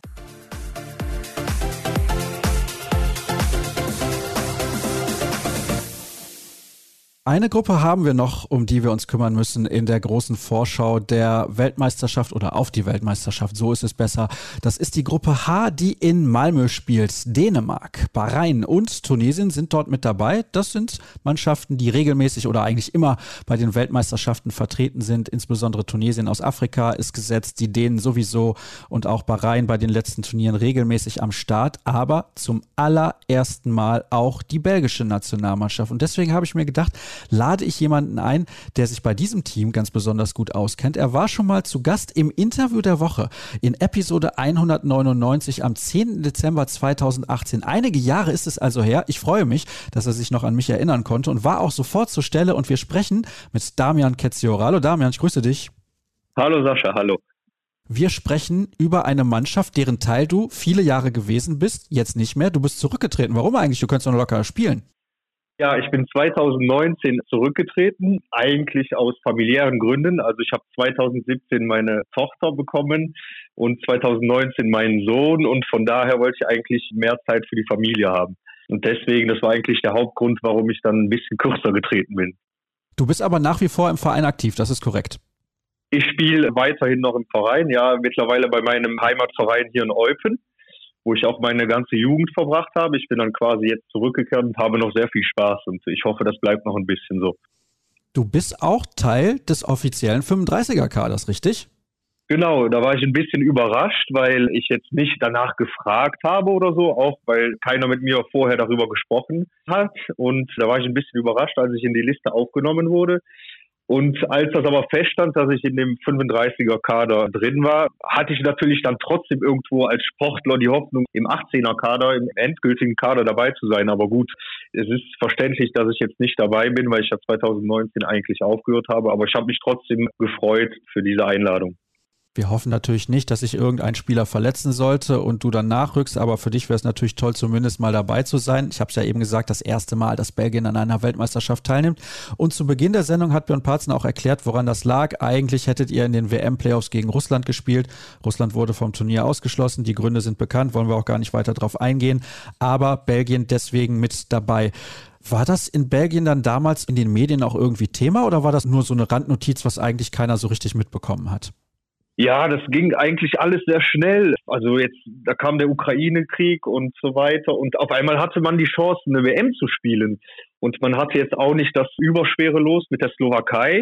Eine Gruppe haben wir noch, um die wir uns kümmern müssen in der großen Vorschau der Weltmeisterschaft oder auf die Weltmeisterschaft, so ist es besser. Das ist die Gruppe H, die in Malmö spielt. Dänemark, Bahrain und Tunesien sind dort mit dabei. Das sind Mannschaften, die regelmäßig oder eigentlich immer bei den Weltmeisterschaften vertreten sind. Insbesondere Tunesien aus Afrika ist gesetzt, die Dänen sowieso und auch Bahrain bei den letzten Turnieren regelmäßig am Start. Aber zum allerersten Mal auch die belgische Nationalmannschaft. Und deswegen habe ich mir gedacht, lade ich jemanden ein, der sich bei diesem Team ganz besonders gut auskennt. Er war schon mal zu Gast im Interview der Woche in Episode hundertneunundneunzig am zehnten Dezember zweitausendachtzehn. Einige Jahre ist es also her. Ich freue mich, dass er sich noch an mich erinnern konnte und war auch sofort zur Stelle. Und wir sprechen mit Damian Ketziora. Hallo Damian, ich grüße dich. Hallo Sascha, hallo. Wir sprechen über eine Mannschaft, deren Teil du viele Jahre gewesen bist, jetzt nicht mehr. Du bist zurückgetreten. Warum eigentlich? Du könntest doch noch locker spielen. Ja, ich bin zweitausendneunzehn zurückgetreten, eigentlich aus familiären Gründen. Also ich habe zweitausendsiebzehn meine Tochter bekommen und zweitausendneunzehn meinen Sohn und von daher wollte ich eigentlich mehr Zeit für die Familie haben. Und deswegen, das war eigentlich der Hauptgrund, warum ich dann ein bisschen kürzer getreten bin. Du bist aber nach wie vor im Verein aktiv, das ist korrekt. Ich spiele weiterhin noch im Verein, ja, mittlerweile bei meinem Heimatverein hier in Eupen, wo ich auch meine ganze Jugend verbracht habe. Ich bin dann quasi jetzt zurückgekehrt und habe noch sehr viel Spaß und ich hoffe, das bleibt noch ein bisschen so. Du bist auch Teil des offiziellen fünfunddreißiger-Kaders, richtig? Genau, da war ich ein bisschen überrascht, weil ich jetzt nicht danach gefragt habe oder so, auch weil keiner mit mir vorher darüber gesprochen hat. Und da war ich ein bisschen überrascht, als ich in die Liste aufgenommen wurde. Und als das aber feststand, dass ich in dem fünfunddreißiger-Kader drin war, hatte ich natürlich dann trotzdem irgendwo als Sportler die Hoffnung, im achtzehner-Kader, im endgültigen Kader dabei zu sein. Aber gut, es ist verständlich, dass ich jetzt nicht dabei bin, weil ich ja zweitausendneunzehn eigentlich aufgehört habe. Aber ich habe mich trotzdem gefreut für diese Einladung. Wir hoffen natürlich nicht, dass sich irgendein Spieler verletzen sollte und du dann nachrückst, aber für dich wäre es natürlich toll, zumindest mal dabei zu sein. Ich habe es ja eben gesagt, das erste Mal, dass Belgien an einer Weltmeisterschaft teilnimmt. Und zu Beginn der Sendung hat Björn Parzen auch erklärt, woran das lag. Eigentlich hättet ihr in den W M-Playoffs gegen Russland gespielt. Russland wurde vom Turnier ausgeschlossen. Die Gründe sind bekannt, wollen wir auch gar nicht weiter drauf eingehen. Aber Belgien deswegen mit dabei. War das in Belgien dann damals in den Medien auch irgendwie Thema oder war das nur so eine Randnotiz, was eigentlich keiner so richtig mitbekommen hat? Ja, das ging eigentlich alles sehr schnell. Also jetzt, da kam der Ukraine-Krieg und so weiter und auf einmal hatte man die Chance, eine W M zu spielen. Und man hatte jetzt auch nicht das überschwere Los mit der Slowakei.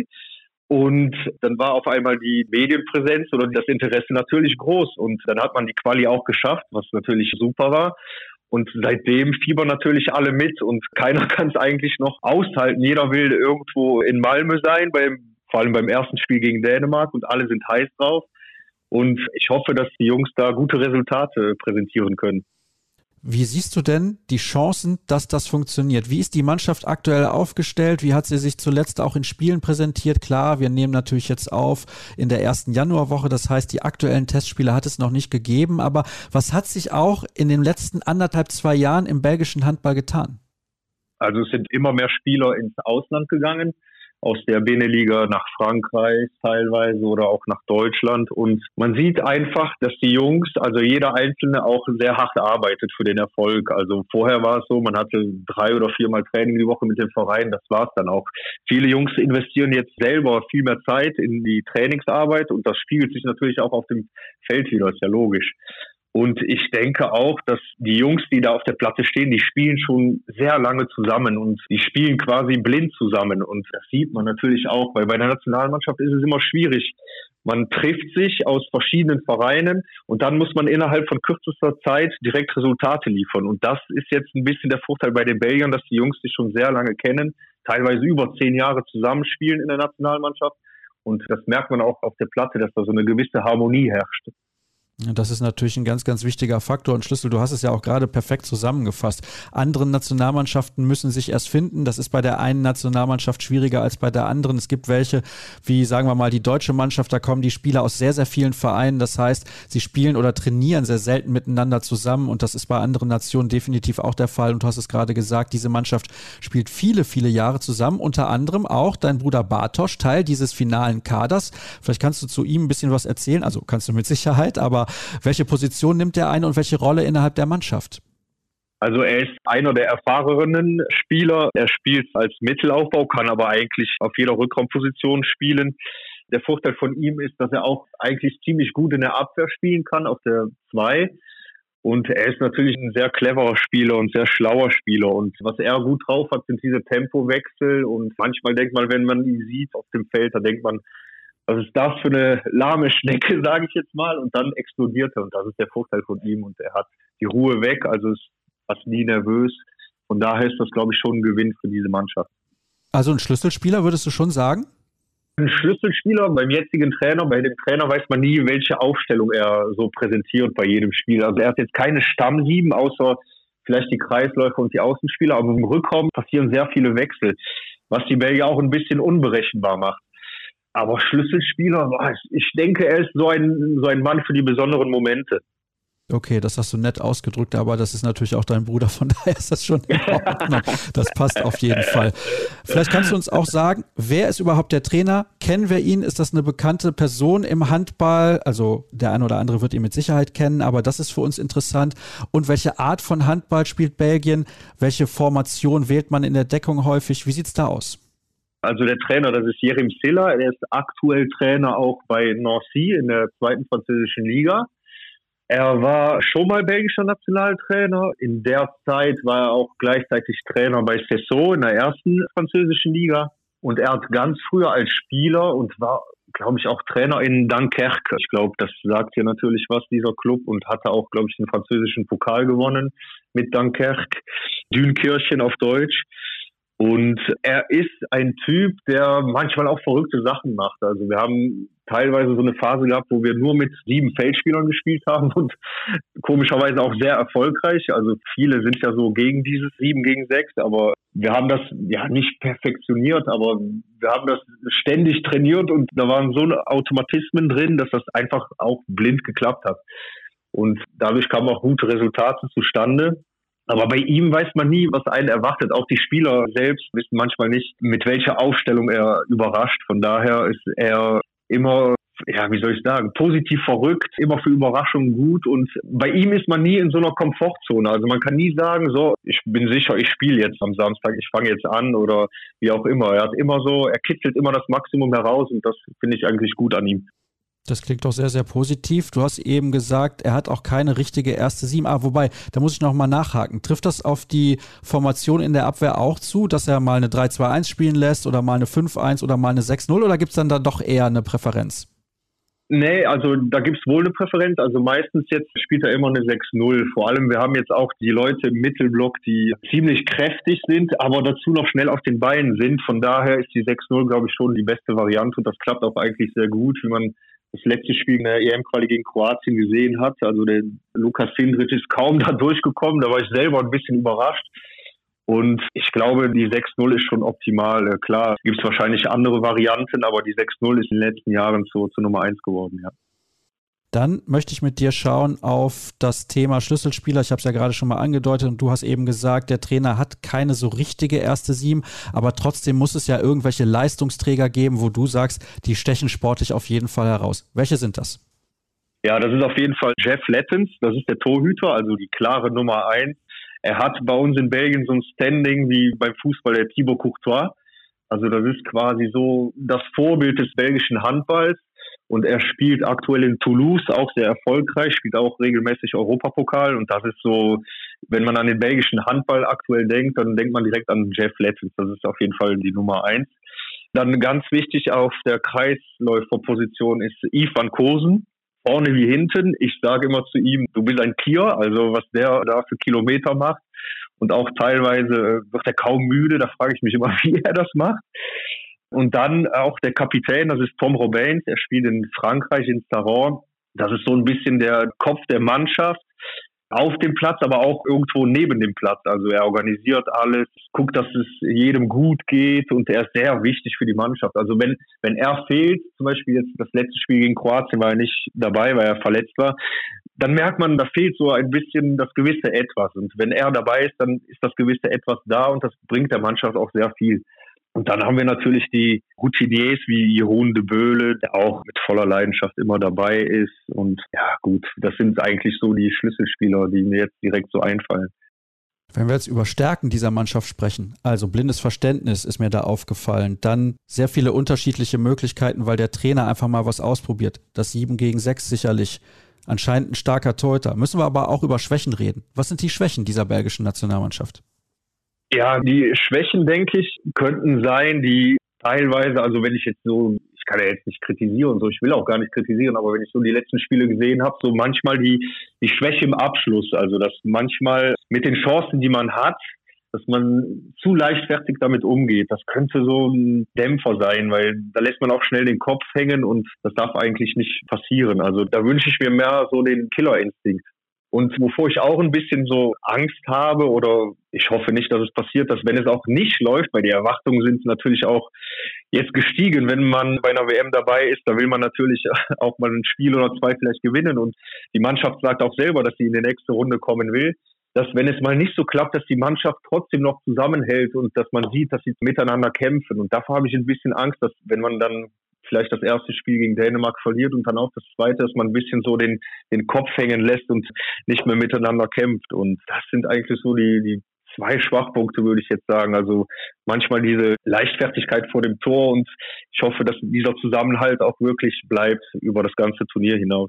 Und dann war auf einmal die Medienpräsenz oder das Interesse natürlich groß. Und dann hat man die Quali auch geschafft, was natürlich super war. Und seitdem fiebern natürlich alle mit und keiner kann es eigentlich noch aushalten. Jeder will irgendwo in Malmö sein, beim, vor allem beim ersten Spiel gegen Dänemark, und alle sind heiß drauf. Und ich hoffe, dass die Jungs da gute Resultate präsentieren können. Wie siehst du denn die Chancen, dass das funktioniert? Wie ist die Mannschaft aktuell aufgestellt? Wie hat sie sich zuletzt auch in Spielen präsentiert? Klar, wir nehmen natürlich jetzt auf in der ersten Januarwoche. Das heißt, die aktuellen Testspiele hat es noch nicht gegeben. Aber was hat sich auch in den letzten anderthalb, zwei Jahren im belgischen Handball getan? Also es sind immer mehr Spieler ins Ausland gegangen, aus der Beneliga nach Frankreich teilweise oder auch nach Deutschland. Und man sieht einfach, dass die Jungs, also jeder Einzelne, auch sehr hart arbeitet für den Erfolg. Also vorher war es so, man hatte drei oder viermal Training die Woche mit dem Verein, das war es dann auch. Viele Jungs investieren jetzt selber viel mehr Zeit in die Trainingsarbeit und das spiegelt sich natürlich auch auf dem Feld wieder, ist ja logisch. Und ich denke auch, dass die Jungs, die da auf der Platte stehen, die spielen schon sehr lange zusammen und die spielen quasi blind zusammen. Und das sieht man natürlich auch, weil bei der Nationalmannschaft ist es immer schwierig. Man trifft sich aus verschiedenen Vereinen und dann muss man innerhalb von kürzester Zeit direkt Resultate liefern. Und das ist jetzt ein bisschen der Vorteil bei den Belgiern, dass die Jungs sich schon sehr lange kennen, teilweise über zehn Jahre zusammenspielen in der Nationalmannschaft. Und das merkt man auch auf der Platte, dass da so eine gewisse Harmonie herrscht. Das ist natürlich ein ganz, ganz wichtiger Faktor und Schlüssel. Du hast es ja auch gerade perfekt zusammengefasst. Andere Nationalmannschaften müssen sich erst finden. Das ist bei der einen Nationalmannschaft schwieriger als bei der anderen. Es gibt welche, wie sagen wir mal die deutsche Mannschaft, da kommen die Spieler aus sehr, sehr vielen Vereinen. Das heißt, sie spielen oder trainieren sehr selten miteinander zusammen und das ist bei anderen Nationen definitiv auch der Fall. Und du hast es gerade gesagt, diese Mannschaft spielt viele, viele Jahre zusammen. Unter anderem auch dein Bruder Bartosz, Teil dieses finalen Kaders. Vielleicht kannst du zu ihm ein bisschen was erzählen. Also kannst du mit Sicherheit, aber welche Position nimmt er ein und welche Rolle innerhalb der Mannschaft? Also er ist einer der erfahrenen Spieler. Er spielt als Mittelaufbau, kann aber eigentlich auf jeder Rückraumposition spielen. Der Vorteil von ihm ist, dass er auch eigentlich ziemlich gut in der Abwehr spielen kann, auf der zwei. Und er ist natürlich ein sehr cleverer Spieler und sehr schlauer Spieler. Und was er gut drauf hat, sind diese Tempowechsel. Und manchmal denkt man, wenn man ihn sieht auf dem Feld, da denkt man, was ist das für eine lahme Schnecke, sage ich jetzt mal. Und dann explodiert er. Und das ist der Vorteil von ihm. Und er hat die Ruhe weg, also ist fast nie nervös. Von daher ist das, glaube ich, schon ein Gewinn für diese Mannschaft. Also ein Schlüsselspieler, würdest du schon sagen? Ein Schlüsselspieler beim jetzigen Trainer, bei dem Trainer weiß man nie, welche Aufstellung er so präsentiert bei jedem Spiel. Also er hat jetzt keine Stammsieben, außer vielleicht die Kreisläufer und die Außenspieler. Aber im Rückraum passieren sehr viele Wechsel, was die Belgier auch ein bisschen unberechenbar macht. Aber Schlüsselspieler, ich denke, er ist so ein, so ein Mann für die besonderen Momente. Okay, das hast du nett ausgedrückt, aber das ist natürlich auch dein Bruder, von daher ist das schon in Ordnung. Das passt auf jeden Fall. Vielleicht kannst du uns auch sagen, wer ist überhaupt der Trainer? Kennen wir ihn? Ist das eine bekannte Person im Handball? Also der eine oder andere wird ihn mit Sicherheit kennen, aber das ist für uns interessant. Und welche Art von Handball spielt Belgien? Welche Formation wählt man in der Deckung häufig? Wie sieht's da aus? Also der Trainer, das ist Jerim Silla, er ist aktuell Trainer auch bei Nancy in der zweiten französischen Liga. Er war schon mal belgischer Nationaltrainer. In der Zeit war er auch gleichzeitig Trainer bei Sesseau in der ersten französischen Liga. Und er hat ganz früher als Spieler und war, glaube ich, auch Trainer in Dunkerque. Ich glaube, das sagt hier natürlich was, dieser Club, und hatte auch, glaube ich, den französischen Pokal gewonnen mit Dunkerque. Dünkirchen auf Deutsch. Und er ist ein Typ, der manchmal auch verrückte Sachen macht. Also wir haben teilweise so eine Phase gehabt, wo wir nur mit sieben Feldspielern gespielt haben und komischerweise auch sehr erfolgreich. Also viele sind ja so gegen dieses sieben gegen sechs, aber wir haben das ja nicht perfektioniert, aber wir haben das ständig trainiert und da waren so Automatismen drin, dass das einfach auch blind geklappt hat. Und dadurch kamen auch gute Resultate zustande. Aber bei ihm weiß man nie, was einen erwartet. Auch die Spieler selbst wissen manchmal nicht, mit welcher Aufstellung er überrascht. Von daher ist er immer, ja, wie soll ich sagen, positiv verrückt, immer für Überraschungen gut. Und bei ihm ist man nie in so einer Komfortzone. Also man kann nie sagen, so, ich bin sicher, ich spiele jetzt am Samstag, ich fange jetzt an oder wie auch immer. Er hat immer so, er kitzelt immer das Maximum heraus und das finde ich eigentlich gut an ihm. Das klingt doch sehr, sehr positiv. Du hast eben gesagt, er hat auch keine richtige erste Sieben. Ah, wobei, da muss ich noch mal nachhaken. Trifft das auf die Formation in der Abwehr auch zu, dass er mal eine drei zwei eins spielen lässt oder mal eine fünf eins oder mal eine sechs null oder gibt es dann da doch eher eine Präferenz? Nee, also da gibt's wohl eine Präferenz. Also meistens jetzt spielt er immer eine sechs null. Vor allem, wir haben jetzt auch die Leute im Mittelblock, die ziemlich kräftig sind, aber dazu noch schnell auf den Beinen sind. Von daher ist die sechs null, glaube ich, schon die beste Variante und das klappt auch eigentlich sehr gut, wie man das letzte Spiel in der E M-Quali gegen Kroatien gesehen hat. Also der Lukas Sindric ist kaum da durchgekommen, da war ich selber ein bisschen überrascht. Und ich glaube, die sechs null ist schon optimal. Klar, gibt es wahrscheinlich andere Varianten, aber die sechs null ist in den letzten Jahren zu, zu Nummer eins geworden, ja. Dann möchte ich mit dir schauen auf das Thema Schlüsselspieler. Ich habe es ja gerade schon mal angedeutet und du hast eben gesagt, der Trainer hat keine so richtige erste Sieben, aber trotzdem muss es ja irgendwelche Leistungsträger geben, wo du sagst, die stechen sportlich auf jeden Fall heraus. Welche sind das? Ja, das ist auf jeden Fall Jeff Lettens, das ist der Torhüter, also die klare Nummer eins. Er hat bei uns in Belgien so ein Standing wie beim Fußball der Thibaut Courtois. Also das ist quasi so das Vorbild des belgischen Handballs. Und er spielt aktuell in Toulouse auch sehr erfolgreich, spielt auch regelmäßig Europapokal. Und das ist so, wenn man an den belgischen Handball aktuell denkt, dann denkt man direkt an Jeff Lettens. Das ist auf jeden Fall die Nummer eins. Dann ganz wichtig auf der Kreisläuferposition ist Yves van Kosen. Vorne wie hinten. Ich sage immer zu ihm, du bist ein Tier, also was der da für Kilometer macht. Und auch teilweise wird er kaum müde, da frage ich mich immer, wie er das macht. Und dann auch der Kapitän, das ist Tom Robins, er spielt in Frankreich, in Saron. Das ist so ein bisschen der Kopf der Mannschaft. Auf dem Platz, aber auch irgendwo neben dem Platz. Also er organisiert alles, guckt, dass es jedem gut geht und er ist sehr wichtig für die Mannschaft. Also wenn wenn er fehlt, zum Beispiel jetzt das letzte Spiel gegen Kroatien war er nicht dabei, weil er verletzt war, dann merkt man, da fehlt so ein bisschen das gewisse Etwas. Und wenn er dabei ist, dann ist das gewisse Etwas da und das bringt der Mannschaft auch sehr viel. Und dann haben wir natürlich die Routiniers wie Jeroen de Beulen, der auch mit voller Leidenschaft immer dabei ist. Und ja gut, das sind eigentlich so die Schlüsselspieler, die mir jetzt direkt so einfallen. Wenn wir jetzt über Stärken dieser Mannschaft sprechen, also blindes Verständnis ist mir da aufgefallen, dann sehr viele unterschiedliche Möglichkeiten, weil der Trainer einfach mal was ausprobiert. Das sieben gegen sechs sicherlich, anscheinend ein starker Torhüter. Müssen wir aber auch über Schwächen reden. Was sind die Schwächen dieser belgischen Nationalmannschaft? Ja, die Schwächen, denke ich, könnten sein, die teilweise, also wenn ich jetzt so, ich kann ja jetzt nicht kritisieren, so, ich will auch gar nicht kritisieren, aber wenn ich so die letzten Spiele gesehen habe, so manchmal die, die Schwäche im Abschluss, also dass manchmal mit den Chancen, die man hat, dass man zu leichtfertig damit umgeht. Das könnte so ein Dämpfer sein, weil da lässt man auch schnell den Kopf hängen und das darf eigentlich nicht passieren. Also da wünsche ich mir mehr so den Killerinstinkt. Und wovor ich auch ein bisschen so Angst habe, oder ich hoffe nicht, dass es passiert, dass wenn es auch nicht läuft, weil die Erwartungen sind natürlich auch jetzt gestiegen, wenn man bei einer W M dabei ist, da will man natürlich auch mal ein Spiel oder zwei vielleicht gewinnen und die Mannschaft sagt auch selber, dass sie in die nächste Runde kommen will, dass wenn es mal nicht so klappt, dass die Mannschaft trotzdem noch zusammenhält und dass man sieht, dass sie miteinander kämpfen. Und davor habe ich ein bisschen Angst, dass wenn man dann vielleicht das erste Spiel gegen Dänemark verliert und dann auch das zweite, dass man ein bisschen so den, den Kopf hängen lässt und nicht mehr miteinander kämpft. Und das sind eigentlich so die, die zwei Schwachpunkte, würde ich jetzt sagen. Also manchmal diese Leichtfertigkeit vor dem Tor und ich hoffe, dass dieser Zusammenhalt auch wirklich bleibt über das ganze Turnier hinaus.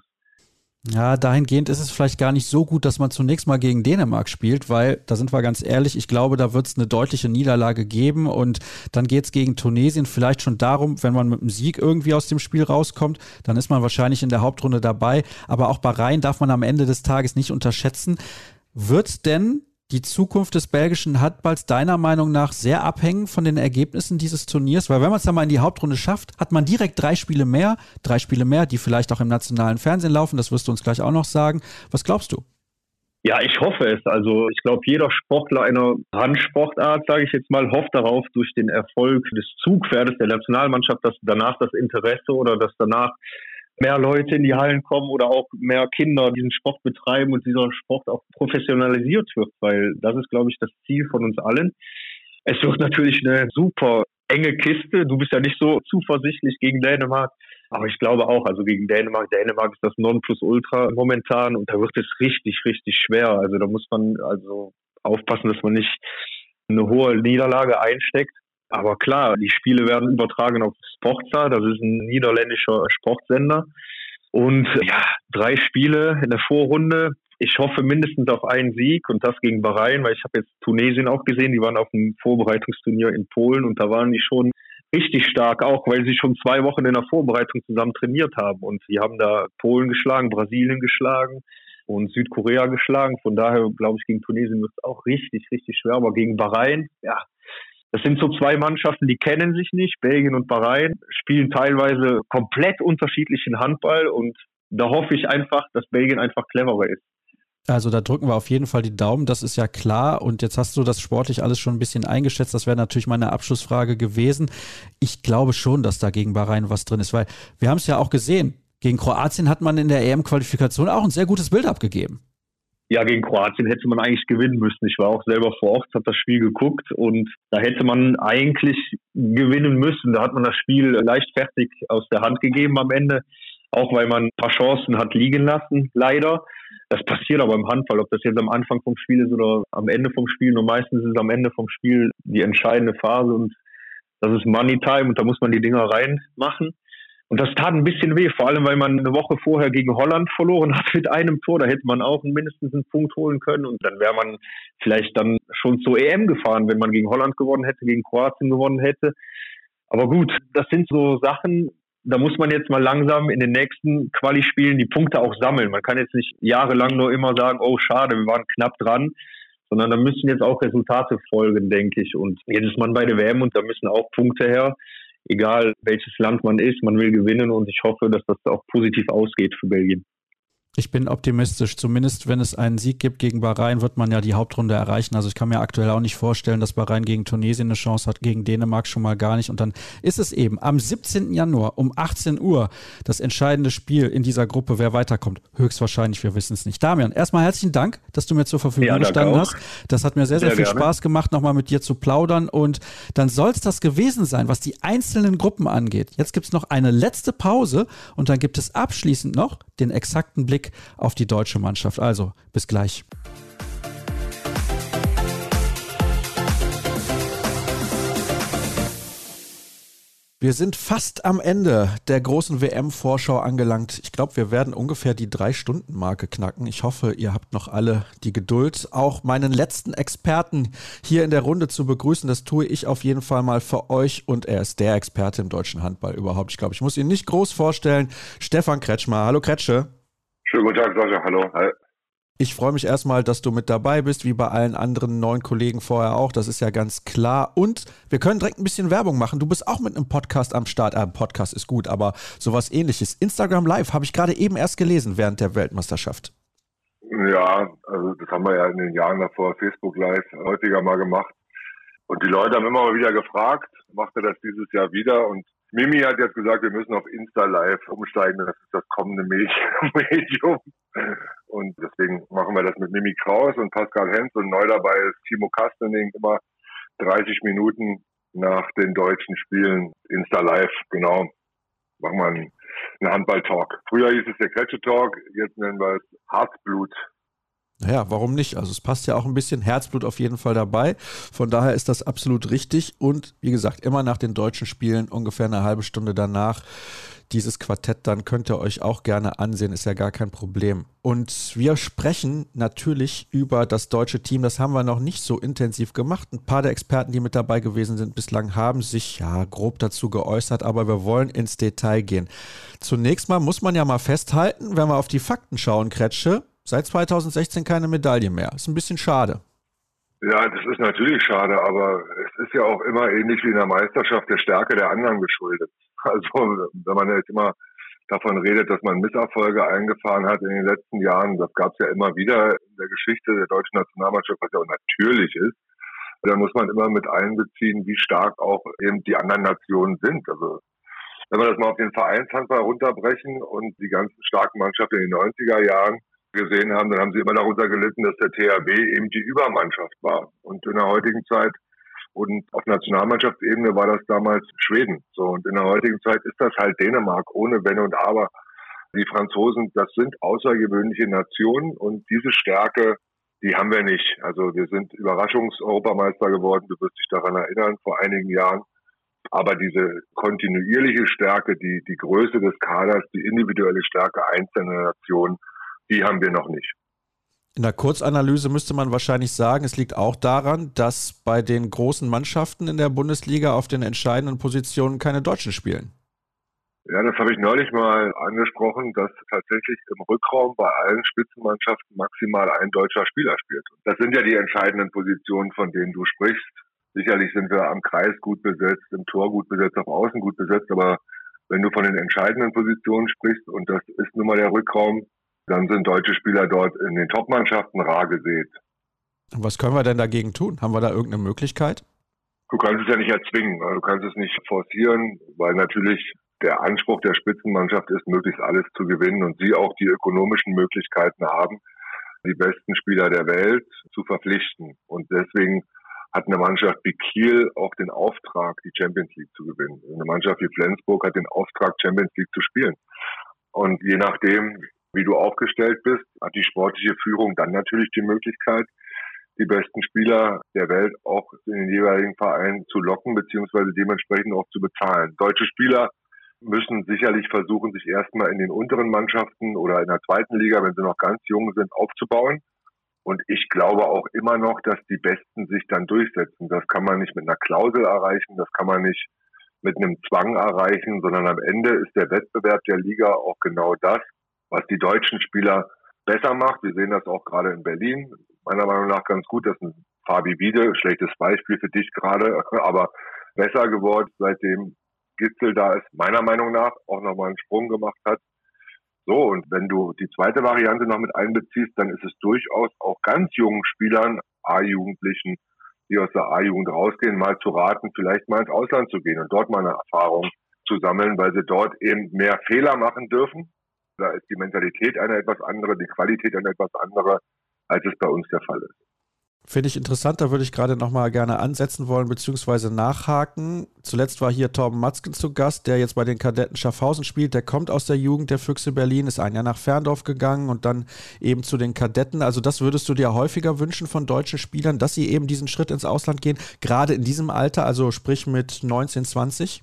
Ja, dahingehend ist es vielleicht gar nicht so gut, dass man zunächst mal gegen Dänemark spielt, weil, da sind wir ganz ehrlich, ich glaube, da wird es eine deutliche Niederlage geben und dann geht es gegen Tunesien vielleicht schon darum, wenn man mit einem Sieg irgendwie aus dem Spiel rauskommt, dann ist man wahrscheinlich in der Hauptrunde dabei, aber auch Bahrain darf man am Ende des Tages nicht unterschätzen. Wird denn die Zukunft des belgischen Handballs deiner Meinung nach sehr abhängen von den Ergebnissen dieses Turniers? Weil wenn man es dann mal in die Hauptrunde schafft, hat man direkt drei Spiele mehr, drei Spiele mehr, die vielleicht auch im nationalen Fernsehen laufen, das wirst du uns gleich auch noch sagen. Was glaubst du? Ja, ich hoffe es. Also ich glaube, jeder Sportler einer Randsportart, sage ich jetzt mal, hofft darauf, durch den Erfolg des Zugpferdes der Nationalmannschaft, dass danach das Interesse oder dass danach mehr Leute in die Hallen kommen oder auch mehr Kinder diesen Sport betreiben und dieser Sport auch professionalisiert wird, weil das ist, glaube ich, das Ziel von uns allen. Es wird natürlich eine super enge Kiste. Du bist ja nicht so zuversichtlich gegen Dänemark, aber ich glaube auch, also gegen Dänemark, Dänemark ist das Nonplusultra momentan und da wird es richtig, richtig schwer. Also da muss man also aufpassen, dass man nicht eine hohe Niederlage einsteckt. Aber klar, die Spiele werden übertragen auf Sportza, das ist ein niederländischer Sportsender. Und ja, drei Spiele in der Vorrunde. Ich hoffe mindestens auf einen Sieg und das gegen Bahrain, weil ich habe jetzt Tunesien auch gesehen, die waren auf einem Vorbereitungsturnier in Polen und da waren die schon richtig stark, auch weil sie schon zwei Wochen in der Vorbereitung zusammen trainiert haben. Und sie haben da Polen geschlagen, Brasilien geschlagen und Südkorea geschlagen. Von daher glaube ich, gegen Tunesien wird es auch richtig, richtig schwer. Aber gegen Bahrain, ja, das sind so zwei Mannschaften, die kennen sich nicht. Belgien und Bahrain spielen teilweise komplett unterschiedlichen Handball. Und da hoffe ich einfach, dass Belgien einfach cleverer ist. Also da drücken wir auf jeden Fall die Daumen, das ist ja klar. Und jetzt hast du das sportlich alles schon ein bisschen eingeschätzt. Das wäre natürlich meine Abschlussfrage gewesen. Ich glaube schon, dass da gegen Bahrain was drin ist, weil wir haben es ja auch gesehen. Gegen Kroatien hat man in der E M-Qualifikation auch ein sehr gutes Bild abgegeben. Ja, gegen Kroatien hätte man eigentlich gewinnen müssen. Ich war auch selber vor Ort, habe das Spiel geguckt und da hätte man eigentlich gewinnen müssen. Da hat man das Spiel leichtfertig aus der Hand gegeben am Ende. Auch weil man ein paar Chancen hat liegen lassen, leider. Das passiert aber im Handball, ob das jetzt am Anfang vom Spiel ist oder am Ende vom Spiel. Nur meistens ist es am Ende vom Spiel die entscheidende Phase und das ist Money Time und da muss man die Dinger reinmachen. Und das tat ein bisschen weh, vor allem weil man eine Woche vorher gegen Holland verloren hat mit einem Tor. Da hätte man auch mindestens einen Punkt holen können und dann wäre man vielleicht dann schon zur E M gefahren, wenn man gegen Holland gewonnen hätte, gegen Kroatien gewonnen hätte. Aber gut, das sind so Sachen, da muss man jetzt mal langsam in den nächsten Quali-Spielen die Punkte auch sammeln. Man kann jetzt nicht jahrelang nur immer sagen, oh schade, wir waren knapp dran, sondern da müssen jetzt auch Resultate folgen, denke ich. Und jetzt ist man bei der W M und da müssen auch Punkte her, egal welches Land man ist, man will gewinnen und ich hoffe, dass das auch positiv ausgeht für Belgien. Ich bin optimistisch. Zumindest wenn es einen Sieg gibt gegen Bahrain, wird man ja die Hauptrunde erreichen. Also ich kann mir aktuell auch nicht vorstellen, dass Bahrain gegen Tunesien eine Chance hat, gegen Dänemark schon mal gar nicht. Und dann ist es eben am siebzehnten Januar um achtzehn Uhr das entscheidende Spiel in dieser Gruppe, wer weiterkommt. Höchstwahrscheinlich, wir wissen es nicht. Damian, erstmal herzlichen Dank, dass du mir zur Verfügung ja, gestanden hast. Das hat mir sehr, sehr, sehr viel gerne. Spaß gemacht, nochmal mit dir zu plaudern. Und dann soll es das gewesen sein, was die einzelnen Gruppen angeht. Jetzt gibt es noch eine letzte Pause und dann gibt es abschließend noch den exakten Blick auf die deutsche Mannschaft. Also, bis gleich. Wir sind fast am Ende der großen W M-Vorschau angelangt. Ich glaube, wir werden ungefähr die Drei-Stunden-Marke knacken. Ich hoffe, ihr habt noch alle die Geduld, auch meinen letzten Experten hier in der Runde zu begrüßen. Das tue ich auf jeden Fall mal für euch und er ist der Experte im deutschen Handball überhaupt. Ich glaube, ich muss ihn nicht groß vorstellen. Stefan Kretschmer. Hallo Kretsche. Schönen guten Tag, Sascha. Hallo. Hi. Ich freue mich erstmal, dass du mit dabei bist, wie bei allen anderen neuen Kollegen vorher auch. Das ist ja ganz klar. Und wir können direkt ein bisschen Werbung machen. Du bist auch mit einem Podcast am Start. Äh, Podcast ist gut, aber sowas Ähnliches. Instagram Live habe ich gerade eben erst gelesen während der Weltmeisterschaft. Ja, also das haben wir ja in den Jahren davor Facebook Live häufiger mal gemacht. Und die Leute haben immer mal wieder gefragt, macht er das dieses Jahr wieder? Und Mimi hat jetzt gesagt, wir müssen auf Insta Live umsteigen, das ist das kommende Medium. Und deswegen machen wir das mit Mimi Kraus und Pascal Hens und neu dabei ist Timo Kastening, immer dreißig Minuten nach den deutschen Spielen Insta Live, genau. Machen wir einen, einen Handball-Talk. Früher hieß es der Kretsche-Talk, jetzt nennen wir es Herzblut. Naja, warum nicht? Also es passt ja auch ein bisschen Herzblut auf jeden Fall dabei. Von daher ist das absolut richtig. Und wie gesagt, immer nach den deutschen Spielen, ungefähr eine halbe Stunde danach, dieses Quartett, dann könnt ihr euch auch gerne ansehen, ist ja gar kein Problem. Und wir sprechen natürlich über das deutsche Team, das haben wir noch nicht so intensiv gemacht. Ein paar der Experten, die mit dabei gewesen sind bislang, haben sich ja grob dazu geäußert, aber wir wollen ins Detail gehen. Zunächst mal muss man ja mal festhalten, wenn wir auf die Fakten schauen, Kretsche, seit zweitausendsechzehn keine Medaille mehr. Ist ein bisschen schade. Ja, das ist natürlich schade, aber es ist ja auch immer ähnlich wie in der Meisterschaft der Stärke der anderen geschuldet. Also wenn man jetzt immer davon redet, dass man Misserfolge eingefahren hat in den letzten Jahren, das gab es ja immer wieder in der Geschichte der deutschen Nationalmannschaft, was ja auch natürlich ist, dann muss man immer mit einbeziehen, wie stark auch eben die anderen Nationen sind. Also wenn wir das mal auf den Vereinshandball runterbrechen und die ganzen starken Mannschaften in den neunziger Jahren gesehen haben, dann haben sie immer darunter gelitten, dass der T H W eben die Übermannschaft war. Und in der heutigen Zeit und auf Nationalmannschaftsebene war das damals Schweden. So, und in der heutigen Zeit ist das halt Dänemark, ohne Wenn und Aber. Die Franzosen, das sind außergewöhnliche Nationen und diese Stärke, die haben wir nicht. Also wir sind Überraschungseuropameister geworden, du wirst dich daran erinnern, vor einigen Jahren. Aber diese kontinuierliche Stärke, die, die Größe des Kaders, die individuelle Stärke einzelner Nationen, die haben wir noch nicht. In der Kurzanalyse müsste man wahrscheinlich sagen, es liegt auch daran, dass bei den großen Mannschaften in der Bundesliga auf den entscheidenden Positionen keine Deutschen spielen. Ja, das habe ich neulich mal angesprochen, dass tatsächlich im Rückraum bei allen Spitzenmannschaften maximal ein deutscher Spieler spielt. Das sind ja die entscheidenden Positionen, von denen du sprichst. Sicherlich sind wir am Kreis gut besetzt, im Tor gut besetzt, auf Außen gut besetzt, aber wenn du von den entscheidenden Positionen sprichst, und das ist nun mal der Rückraum, dann sind deutsche Spieler dort in den Top-Mannschaften rar gesät. Was können wir denn dagegen tun? Haben wir da irgendeine Möglichkeit? Du kannst es ja nicht erzwingen, du kannst es nicht forcieren, weil natürlich der Anspruch der Spitzenmannschaft ist, möglichst alles zu gewinnen und sie auch die ökonomischen Möglichkeiten haben, die besten Spieler der Welt zu verpflichten. Und deswegen hat eine Mannschaft wie Kiel auch den Auftrag, die Champions League zu gewinnen. Eine Mannschaft wie Flensburg hat den Auftrag, Champions League zu spielen. Und je nachdem, wie du aufgestellt bist, hat die sportliche Führung dann natürlich die Möglichkeit, die besten Spieler der Welt auch in den jeweiligen Verein zu locken, beziehungsweise dementsprechend auch zu bezahlen. Deutsche Spieler müssen sicherlich versuchen, sich erstmal in den unteren Mannschaften oder in der zweiten Liga, wenn sie noch ganz jung sind, aufzubauen. Und ich glaube auch immer noch, dass die Besten sich dann durchsetzen. Das kann man nicht mit einer Klausel erreichen, das kann man nicht mit einem Zwang erreichen, sondern am Ende ist der Wettbewerb der Liga auch genau das, was die deutschen Spieler besser macht. Wir sehen das auch gerade in Berlin. Meiner Meinung nach ganz gut, dass ein Fabi Wiede, schlechtes Beispiel für dich gerade, aber besser geworden, seitdem Gitzel da ist, meiner Meinung nach auch nochmal einen Sprung gemacht hat. So, und wenn du die zweite Variante noch mit einbeziehst, dann ist es durchaus auch ganz jungen Spielern, A-Jugendlichen, die aus der A-Jugend rausgehen, mal zu raten, vielleicht mal ins Ausland zu gehen und dort mal eine Erfahrung zu sammeln, weil sie dort eben mehr Fehler machen dürfen. Da ist die Mentalität eine etwas andere, die Qualität eine etwas andere, als es bei uns der Fall ist. Finde ich interessant, da würde ich gerade nochmal gerne ansetzen wollen, beziehungsweise nachhaken. Zuletzt war hier Torben Matzken zu Gast, der jetzt bei den Kadetten Schaffhausen spielt. Der kommt aus der Jugend der Füchse Berlin, ist ein Jahr nach Ferndorf gegangen und dann eben zu den Kadetten. Also das würdest du dir häufiger wünschen von deutschen Spielern, dass sie eben diesen Schritt ins Ausland gehen, gerade in diesem Alter, also sprich mit neunzehn, zwanzig?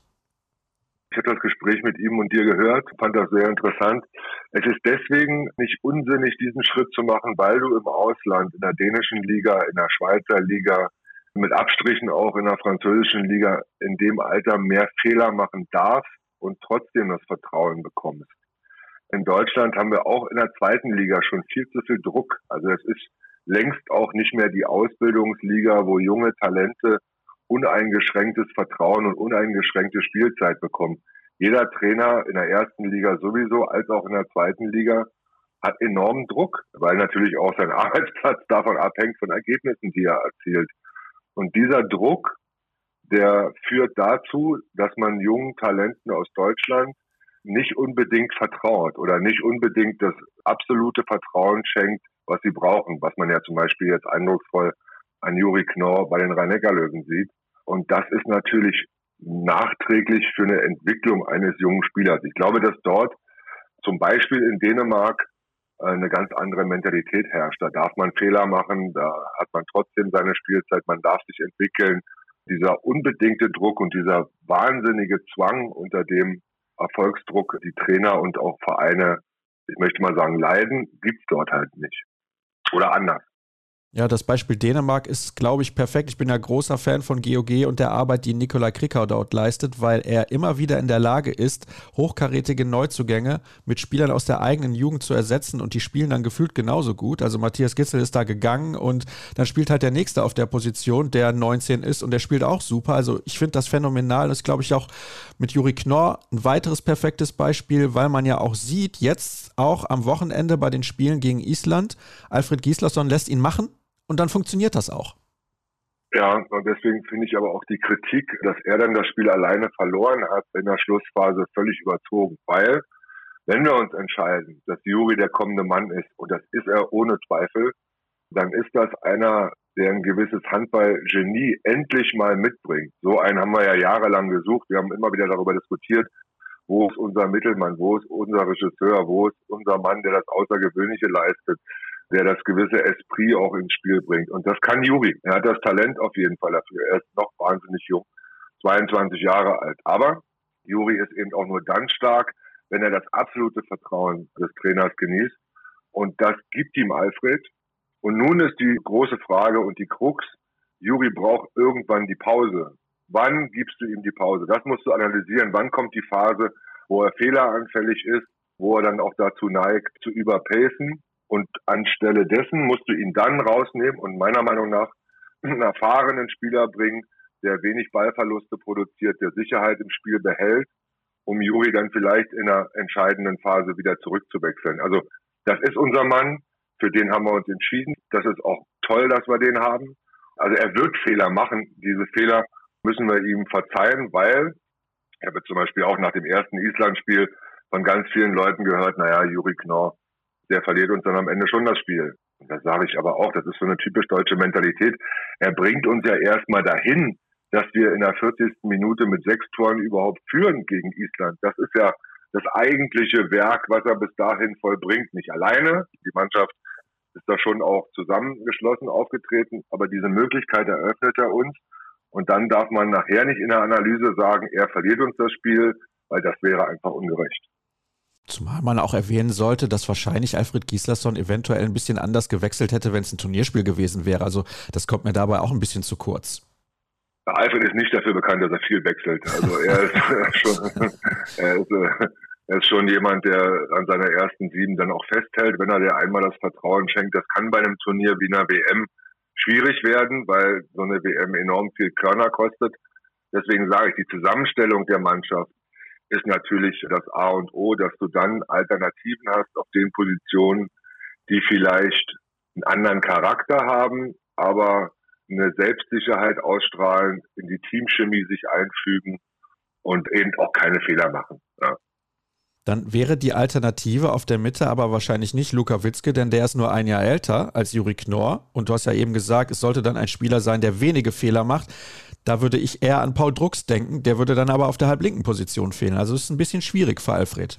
Ich habe das Gespräch mit ihm und dir gehört, fand das sehr interessant. Es ist deswegen nicht unsinnig, diesen Schritt zu machen, weil du im Ausland, in der dänischen Liga, in der Schweizer Liga, mit Abstrichen auch in der französischen Liga, in dem Alter mehr Fehler machen darfst und trotzdem das Vertrauen bekommst. In Deutschland haben wir auch in der zweiten Liga schon viel zu viel Druck. Also es ist längst auch nicht mehr die Ausbildungsliga, wo junge Talente uneingeschränktes Vertrauen und uneingeschränkte Spielzeit bekommen. Jeder Trainer in der ersten Liga sowieso, als auch in der zweiten Liga, hat enormen Druck, weil natürlich auch sein Arbeitsplatz davon abhängt, von Ergebnissen, die er erzielt. Und dieser Druck, der führt dazu, dass man jungen Talenten aus Deutschland nicht unbedingt vertraut oder nicht unbedingt das absolute Vertrauen schenkt, was sie brauchen, was man ja zum Beispiel jetzt eindrucksvoll an Juri Knorr bei den Rhein-Neckar-Löwen sieht. Und das ist natürlich nachträglich für eine Entwicklung eines jungen Spielers. Ich glaube, dass dort zum Beispiel in Dänemark eine ganz andere Mentalität herrscht. Da darf man Fehler machen, da hat man trotzdem seine Spielzeit, man darf sich entwickeln. Dieser unbedingte Druck und dieser wahnsinnige Zwang, unter dem Erfolgsdruck die Trainer und auch Vereine, ich möchte mal sagen, leiden, gibt's dort halt nicht. Oder anders. Ja, das Beispiel Dänemark ist, glaube ich, perfekt. Ich bin ja großer Fan von G O G und der Arbeit, die Nikolai Krikau dort leistet, weil er immer wieder in der Lage ist, hochkarätige Neuzugänge mit Spielern aus der eigenen Jugend zu ersetzen und die spielen dann gefühlt genauso gut. Also Matthias Gitzel ist da gegangen und dann spielt halt der Nächste auf der Position, der neunzehn ist und der spielt auch super. Also ich finde das phänomenal. Das ist, glaube ich, auch mit Juri Knorr ein weiteres perfektes Beispiel, weil man ja auch sieht, jetzt auch am Wochenende bei den Spielen gegen Island, Alfred Gislason lässt ihn machen. Und dann funktioniert das auch. Ja, und deswegen finde ich aber auch die Kritik, dass er dann das Spiel alleine verloren hat in der Schlussphase, völlig überzogen. Weil, wenn wir uns entscheiden, dass Juri der kommende Mann ist, und das ist er ohne Zweifel, dann ist das einer, der ein gewisses Handballgenie endlich mal mitbringt. So einen haben wir ja jahrelang gesucht. Wir haben immer wieder darüber diskutiert, wo ist unser Mittelmann, wo ist unser Regisseur, wo ist unser Mann, der das Außergewöhnliche leistet, der das gewisse Esprit auch ins Spiel bringt. Und das kann Juri. Er hat das Talent auf jeden Fall dafür. Er ist noch wahnsinnig jung, zweiundzwanzig Jahre alt. Aber Juri ist eben auch nur dann stark, wenn er das absolute Vertrauen des Trainers genießt. Und das gibt ihm Alfred. Und nun ist die große Frage und die Krux, Juri braucht irgendwann die Pause. Wann gibst du ihm die Pause? Das musst du analysieren. Wann kommt die Phase, wo er fehleranfällig ist, wo er dann auch dazu neigt, zu überpacen? Und anstelle dessen musst du ihn dann rausnehmen und meiner Meinung nach einen erfahrenen Spieler bringen, der wenig Ballverluste produziert, der Sicherheit im Spiel behält, um Juri dann vielleicht in einer entscheidenden Phase wieder zurückzuwechseln. Also das ist unser Mann, für den haben wir uns entschieden. Das ist auch toll, dass wir den haben. Also er wird Fehler machen. Diese Fehler müssen wir ihm verzeihen, weil ich habe zum Beispiel auch nach dem ersten Island-Spiel von ganz vielen Leuten gehört, naja, Juri Knorr, der verliert uns dann am Ende schon das Spiel. Und das sage ich aber auch, das ist so eine typisch deutsche Mentalität. Er bringt uns ja erstmal dahin, dass wir in der vierzigsten Minute mit sechs Toren überhaupt führen gegen Island. Das ist ja das eigentliche Werk, was er bis dahin vollbringt. Nicht alleine, die Mannschaft ist da schon auch zusammengeschlossen aufgetreten, aber diese Möglichkeit eröffnet er uns. Und dann darf man nachher nicht in der Analyse sagen, er verliert uns das Spiel, weil das wäre einfach ungerecht. Zumal man auch erwähnen sollte, dass wahrscheinlich Alfred Gislason eventuell ein bisschen anders gewechselt hätte, wenn es ein Turnierspiel gewesen wäre. Also das kommt mir dabei auch ein bisschen zu kurz. Alfred ist nicht dafür bekannt, dass er viel wechselt. Also er ist schon, er ist, er ist schon jemand, der an seiner ersten sieben dann auch festhält, wenn er dir einmal das Vertrauen schenkt. Das kann bei einem Turnier wie einer W M schwierig werden, weil so eine W M enorm viel Körner kostet. Deswegen sage ich, die Zusammenstellung der Mannschaft ist natürlich das A und O, dass du dann Alternativen hast auf den Positionen, die vielleicht einen anderen Charakter haben, aber eine Selbstsicherheit ausstrahlen, in die Teamchemie sich einfügen und eben auch keine Fehler machen. Ja. Dann wäre die Alternative auf der Mitte aber wahrscheinlich nicht Luka Witzke, denn der ist nur ein Jahr älter als Juri Knorr. Und du hast ja eben gesagt, es sollte dann ein Spieler sein, der wenige Fehler macht. Da würde ich eher an Paul Drucks denken, der würde dann aber auf der halblinken Position fehlen. Also es ist ein bisschen schwierig für Alfred.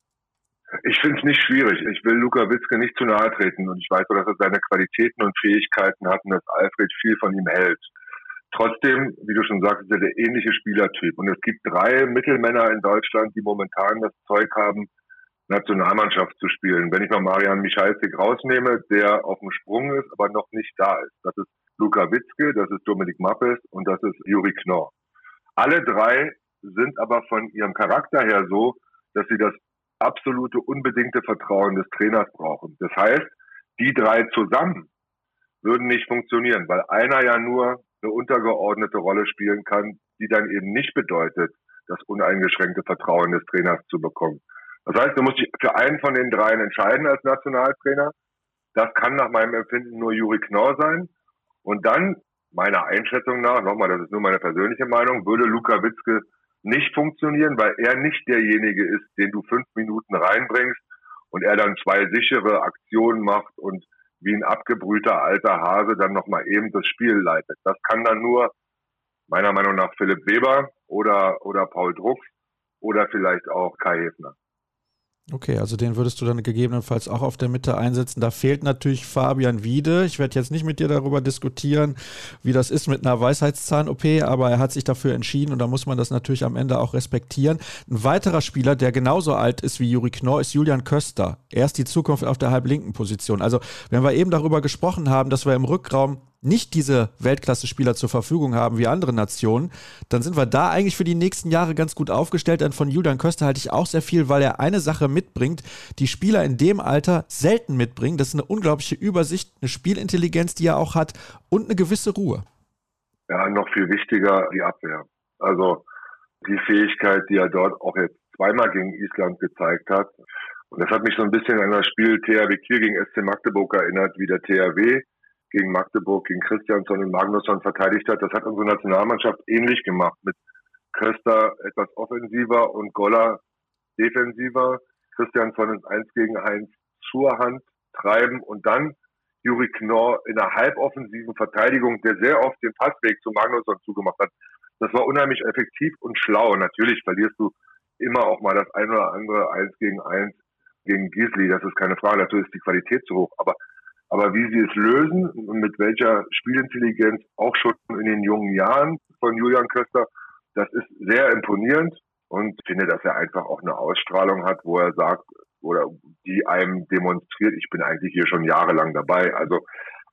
Ich finde es nicht schwierig. Ich will Luka Witzke nicht zu nahe treten und ich weiß auch, dass er seine Qualitäten und Fähigkeiten hat und dass Alfred viel von ihm hält. Trotzdem, wie du schon sagst, ist er der ähnliche Spielertyp. Und es gibt drei Mittelmänner in Deutschland, die momentan das Zeug haben, Nationalmannschaft zu spielen. Wenn ich mal Marian Michalczyk rausnehme, der auf dem Sprung ist, aber noch nicht da ist. Das ist Luka Witzke, das ist Dominik Mappes und das ist Juri Knorr. Alle drei sind aber von ihrem Charakter her so, dass sie das absolute, unbedingte Vertrauen des Trainers brauchen. Das heißt, die drei zusammen würden nicht funktionieren, weil einer ja nur eine untergeordnete Rolle spielen kann, die dann eben nicht bedeutet, das uneingeschränkte Vertrauen des Trainers zu bekommen. Das heißt, du musst dich für einen von den dreien entscheiden als Nationaltrainer. Das kann nach meinem Empfinden nur Juri Knorr sein. Und dann, meiner Einschätzung nach, nochmal, das ist nur meine persönliche Meinung, würde Luka Witzke nicht funktionieren, weil er nicht derjenige ist, den du fünf Minuten reinbringst und er dann zwei sichere Aktionen macht und wie ein abgebrühter alter Hase dann nochmal eben das Spiel leitet. Das kann dann nur, meiner Meinung nach, Philipp Weber oder, oder Paul Drucks oder vielleicht auch Kai Häfner. Okay, also den würdest du dann gegebenenfalls auch auf der Mitte einsetzen. Da fehlt natürlich Fabian Wiede. Ich werde jetzt nicht mit dir darüber diskutieren, wie das ist mit einer Weisheitszahn-O P, aber er hat sich dafür entschieden und da muss man das natürlich am Ende auch respektieren. Ein weiterer Spieler, der genauso alt ist wie Juri Knorr, ist Julian Köster. Er ist die Zukunft auf der halblinken Position. Also wenn wir eben darüber gesprochen haben, dass wir im Rückraum nicht diese Weltklasse-Spieler zur Verfügung haben wie andere Nationen, dann sind wir da eigentlich für die nächsten Jahre ganz gut aufgestellt. Denn von Julian Köster halte ich auch sehr viel, weil er eine Sache mitbringt, die Spieler in dem Alter selten mitbringen. Das ist eine unglaubliche Übersicht, eine Spielintelligenz, die er auch hat und eine gewisse Ruhe. Ja, noch viel wichtiger die Abwehr. Also die Fähigkeit, die er dort auch jetzt zweimal gegen Island gezeigt hat. Und das hat mich so ein bisschen an das Spiel T H W Kiel gegen S C Magdeburg erinnert, wie der T H W gegen Magdeburg, gegen Christiansson und Magnusson verteidigt hat. Das hat unsere Nationalmannschaft ähnlich gemacht, mit Köster etwas offensiver und Goller defensiver. Christiansson ins eins gegen eins zur Hand treiben und dann Juri Knorr in einer halboffensiven Verteidigung, der sehr oft den Passweg zu Magnusson zugemacht hat. Das war unheimlich effektiv und schlau. Natürlich verlierst du immer auch mal das ein oder andere eins gegen eins gegen Gisli, das ist keine Frage, dazu ist die Qualität zu hoch. Aber Aber wie sie es lösen und mit welcher Spielintelligenz auch schon in den jungen Jahren von Julian Köster, das ist sehr imponierend und ich finde, dass er einfach auch eine Ausstrahlung hat, wo er sagt oder die einem demonstriert, ich bin eigentlich hier schon jahrelang dabei. Also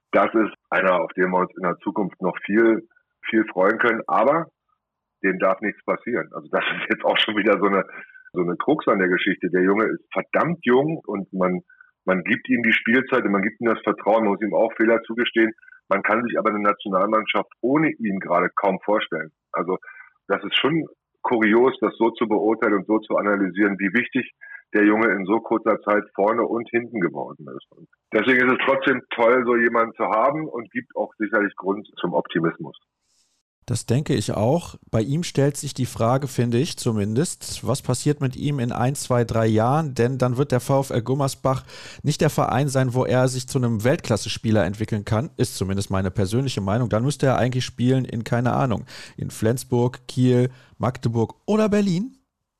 das ist einer, auf den wir uns in der Zukunft noch viel, viel freuen können. Aber dem darf nichts passieren. Also das ist jetzt auch schon wieder so eine, so eine Krux an der Geschichte. Der Junge ist verdammt jung und man, man gibt ihm die Spielzeit und man gibt ihm das Vertrauen, man muss ihm auch Fehler zugestehen. Man kann sich aber eine Nationalmannschaft ohne ihn gerade kaum vorstellen. Also das ist schon kurios, das so zu beurteilen und so zu analysieren, wie wichtig der Junge in so kurzer Zeit vorne und hinten geworden ist. Und deswegen ist es trotzdem toll, so jemanden zu haben und gibt auch sicherlich Grund zum Optimismus. Das denke ich auch. Bei ihm stellt sich die Frage, finde ich zumindest, was passiert mit ihm in ein, zwei, drei Jahren? Denn dann wird der VfL Gummersbach nicht der Verein sein, wo er sich zu einem Weltklasse-Spieler entwickeln kann. Ist zumindest meine persönliche Meinung. Dann müsste er eigentlich spielen in, keine Ahnung, in Flensburg, Kiel, Magdeburg oder Berlin.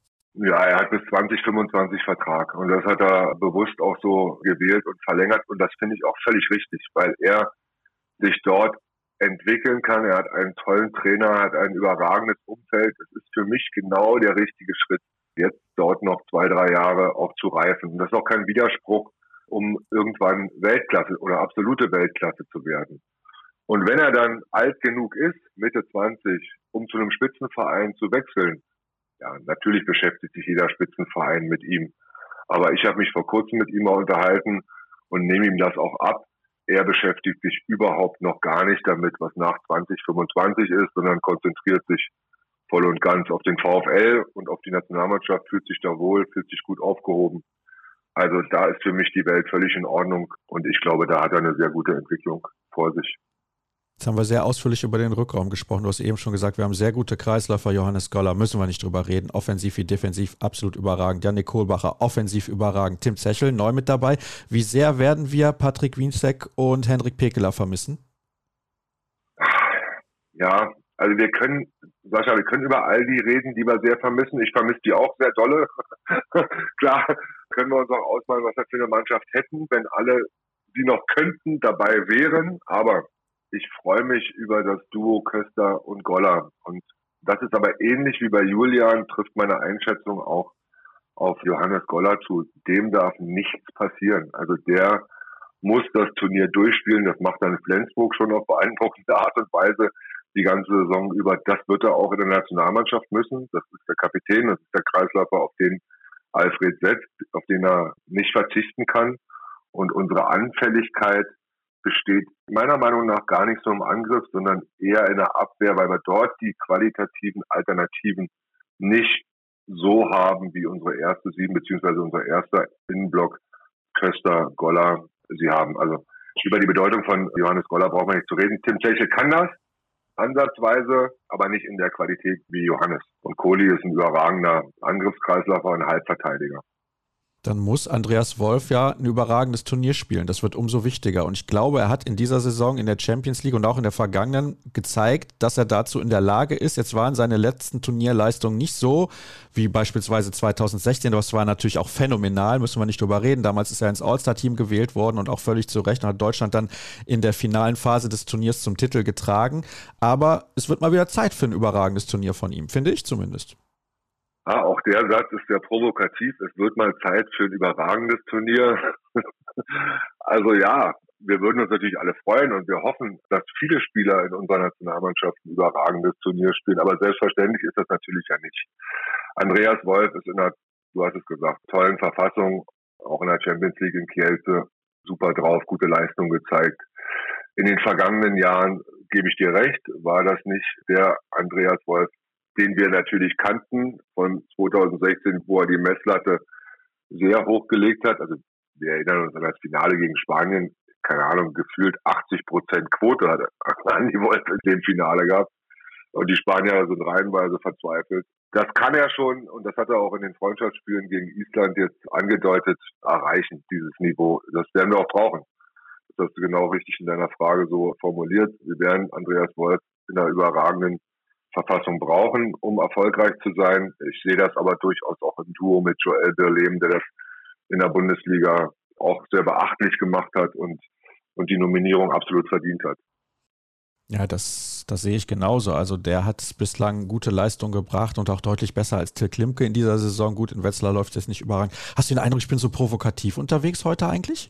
Ja, er hat bis zwanzig fünfundzwanzig Vertrag und das hat er bewusst auch so gewählt und verlängert und das finde ich auch völlig richtig, weil er sich dort entwickeln kann. Er hat einen tollen Trainer, hat ein überragendes Umfeld. Es ist für mich genau der richtige Schritt, jetzt dort noch zwei, drei Jahre auch zu reifen. Und das ist auch kein Widerspruch, um irgendwann Weltklasse oder absolute Weltklasse zu werden. Und wenn er dann alt genug ist, Mitte zwanzig, um zu einem Spitzenverein zu wechseln, ja, natürlich beschäftigt sich jeder Spitzenverein mit ihm. Aber ich habe mich vor kurzem mit ihm mal unterhalten und nehme ihm das auch ab. Er beschäftigt sich überhaupt noch gar nicht damit, was nach zwanzig fünfundzwanzig ist, sondern konzentriert sich voll und ganz auf den VfL und auf die Nationalmannschaft, fühlt sich da wohl, fühlt sich gut aufgehoben. Also da ist für mich die Welt völlig in Ordnung und ich glaube, da hat er eine sehr gute Entwicklung vor sich. Jetzt haben wir sehr ausführlich über den Rückraum gesprochen. Du hast eben schon gesagt, wir haben sehr gute Kreisläufer. Johannes Goller, müssen wir nicht drüber reden. Offensiv wie defensiv absolut überragend. Jannik Kohlbacher, offensiv überragend. Tim Zechel, neu mit dabei. Wie sehr werden wir Patrick Wienzek und Henrik Pekeler vermissen? Ja, also wir können, Sascha, wir können über all die reden, die wir sehr vermissen. Ich vermisse die auch sehr dolle. Klar, können wir uns auch ausmalen, was wir für eine Mannschaft hätten, wenn alle, die noch könnten, dabei wären. Aber ich freue mich über das Duo Köster und Goller. Und das ist aber ähnlich wie bei Julian, trifft meine Einschätzung auch auf Johannes Goller zu. Dem darf nichts passieren. Also der muss das Turnier durchspielen. Das macht er in Flensburg schon auf beeindruckende Art und Weise die ganze Saison über. Das wird er auch in der Nationalmannschaft müssen. Das ist der Kapitän, das ist der Kreisläufer, auf den Alfred setzt, auf den er nicht verzichten kann. Und unsere Anfälligkeit besteht meiner Meinung nach gar nicht so im Angriff, sondern eher in der Abwehr, weil wir dort die qualitativen Alternativen nicht so haben wie unsere erste Sieben, beziehungsweise unser erster Innenblock, Köster, Goller, sie haben. Also über die Bedeutung von Johannes Goller brauchen wir nicht zu reden. Tim Zechel kann das, ansatzweise, aber nicht in der Qualität wie Johannes. Und Kohli ist ein überragender Angriffskreisläufer und Halbverteidiger. Dann muss Andreas Wolf ja ein überragendes Turnier spielen. Das wird umso wichtiger. Und ich glaube, er hat in dieser Saison in der Champions League und auch in der vergangenen gezeigt, dass er dazu in der Lage ist. Jetzt waren seine letzten Turnierleistungen nicht so wie beispielsweise zwanzig sechzehn. Das war natürlich auch phänomenal, müssen wir nicht drüber reden. Damals ist er ins All-Star-Team gewählt worden und auch völlig zu Recht und hat Deutschland dann in der finalen Phase des Turniers zum Titel getragen. Aber es wird mal wieder Zeit für ein überragendes Turnier von ihm, finde ich zumindest. Ah, auch der Satz ist sehr provokativ. Es wird mal Zeit für ein überragendes Turnier. Also ja, wir würden uns natürlich alle freuen und wir hoffen, dass viele Spieler in unserer Nationalmannschaft ein überragendes Turnier spielen. Aber selbstverständlich ist das natürlich ja nicht. Andreas Wolf ist in einer, du hast es gesagt, tollen Verfassung, auch in der Champions League in Kielce, super drauf, gute Leistung gezeigt. In den vergangenen Jahren, gebe ich dir recht, war das nicht der Andreas Wolf, den wir natürlich kannten von zwanzig sechzehn, wo er die Messlatte sehr hoch gelegt hat. Also wir erinnern uns an das Finale gegen Spanien, keine Ahnung, gefühlt achtzig Prozent Quote hatte Andi Wolf in dem Finale gehabt. Und die Spanier sind reihenweise verzweifelt. Das kann er schon, und das hat er auch in den Freundschaftsspielen gegen Island jetzt angedeutet, erreichen, dieses Niveau. Das werden wir auch brauchen. Das hast du genau richtig in deiner Frage so formuliert. Wir werden Andreas Wolf in einer überragenden Verfassung brauchen, um erfolgreich zu sein. Ich sehe das aber durchaus auch im Duo mit Joel Birlehm, der das in der Bundesliga auch sehr beachtlich gemacht hat und, und die Nominierung absolut verdient hat. Ja, das, das sehe ich genauso. Also der hat bislang gute Leistung gebracht und auch deutlich besser als Till Klimke in dieser Saison. Gut, in Wetzlar läuft es nicht überragend. Hast du den Eindruck, ich bin so provokativ unterwegs heute eigentlich?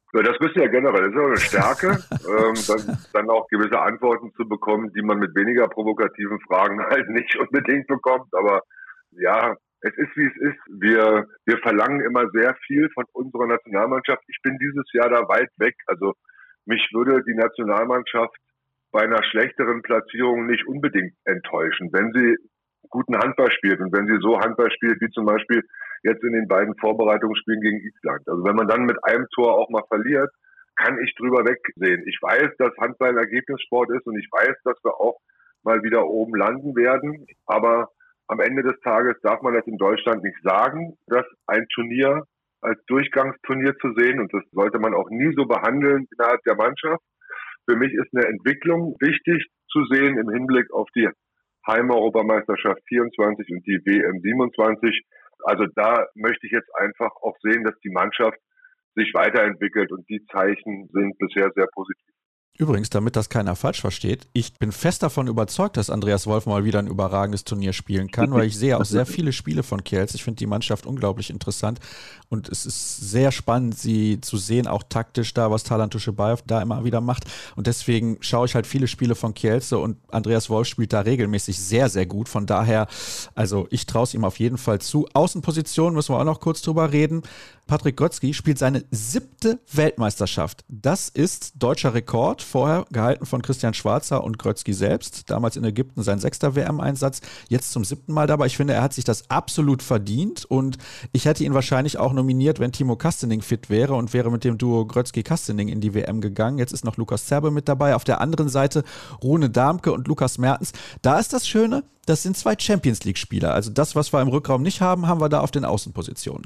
Ja, das bist du ja generell. Das ist ja eine Stärke, ähm, dann, dann auch gewisse Antworten zu bekommen, die man mit weniger provokativen Fragen halt nicht unbedingt bekommt. Aber ja, es ist, wie es ist. Wir, wir verlangen immer sehr viel von unserer Nationalmannschaft. Ich bin dieses Jahr da weit weg. Also mich würde die Nationalmannschaft bei einer schlechteren Platzierung nicht unbedingt enttäuschen, wenn sie guten Handball spielt und wenn sie so Handball spielt, wie zum Beispiel jetzt in den beiden Vorbereitungsspielen gegen Island. Also wenn man dann mit einem Tor auch mal verliert, kann ich drüber wegsehen. Ich weiß, dass Handball ein Ergebnissport ist und ich weiß, dass wir auch mal wieder oben landen werden. Aber am Ende des Tages darf man das in Deutschland nicht sagen, dass ein Turnier als Durchgangsturnier zu sehen, und das sollte man auch nie so behandeln innerhalb der Mannschaft. Für mich ist eine Entwicklung wichtig zu sehen im Hinblick auf die Heim-Europameisterschaft vierundzwanzig und die W M siebenundzwanzig. Also da möchte ich jetzt einfach auch sehen, dass die Mannschaft sich weiterentwickelt und die Zeichen sind bisher sehr positiv. Übrigens, damit das keiner falsch versteht, ich bin fest davon überzeugt, dass Andreas Wolf mal wieder ein überragendes Turnier spielen kann, weil ich sehe auch sehr viele Spiele von Kielce. Ich finde die Mannschaft unglaublich interessant und es ist sehr spannend, sie zu sehen, auch taktisch da, was Talan Tuschebaev da immer wieder macht. Und deswegen schaue ich halt viele Spiele von Kielce und Andreas Wolf spielt da regelmäßig sehr, sehr gut. Von daher, also ich traue es ihm auf jeden Fall zu. Außenposition müssen wir auch noch kurz drüber reden. Patrick Grötzky spielt seine siebte Weltmeisterschaft. Das ist deutscher Rekord, vorher gehalten von Christian Schwarzer und Grötzky selbst. Damals in Ägypten sein sechster W M-Einsatz, jetzt zum siebten Mal dabei. Ich finde, er hat sich das absolut verdient und ich hätte ihn wahrscheinlich auch nominiert, wenn Timo Kastening fit wäre und wäre mit dem Duo Grötzky-Kastening in die W M gegangen. Jetzt ist noch Lukas Zerbe mit dabei. Auf der anderen Seite Rune Darmke und Lukas Mertens. Da ist das Schöne, das sind zwei Champions-League-Spieler. Also das, was wir im Rückraum nicht haben, haben wir da auf den Außenpositionen.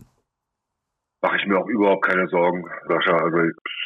Mache ich mir auch überhaupt keine Sorgen, Sascha. Also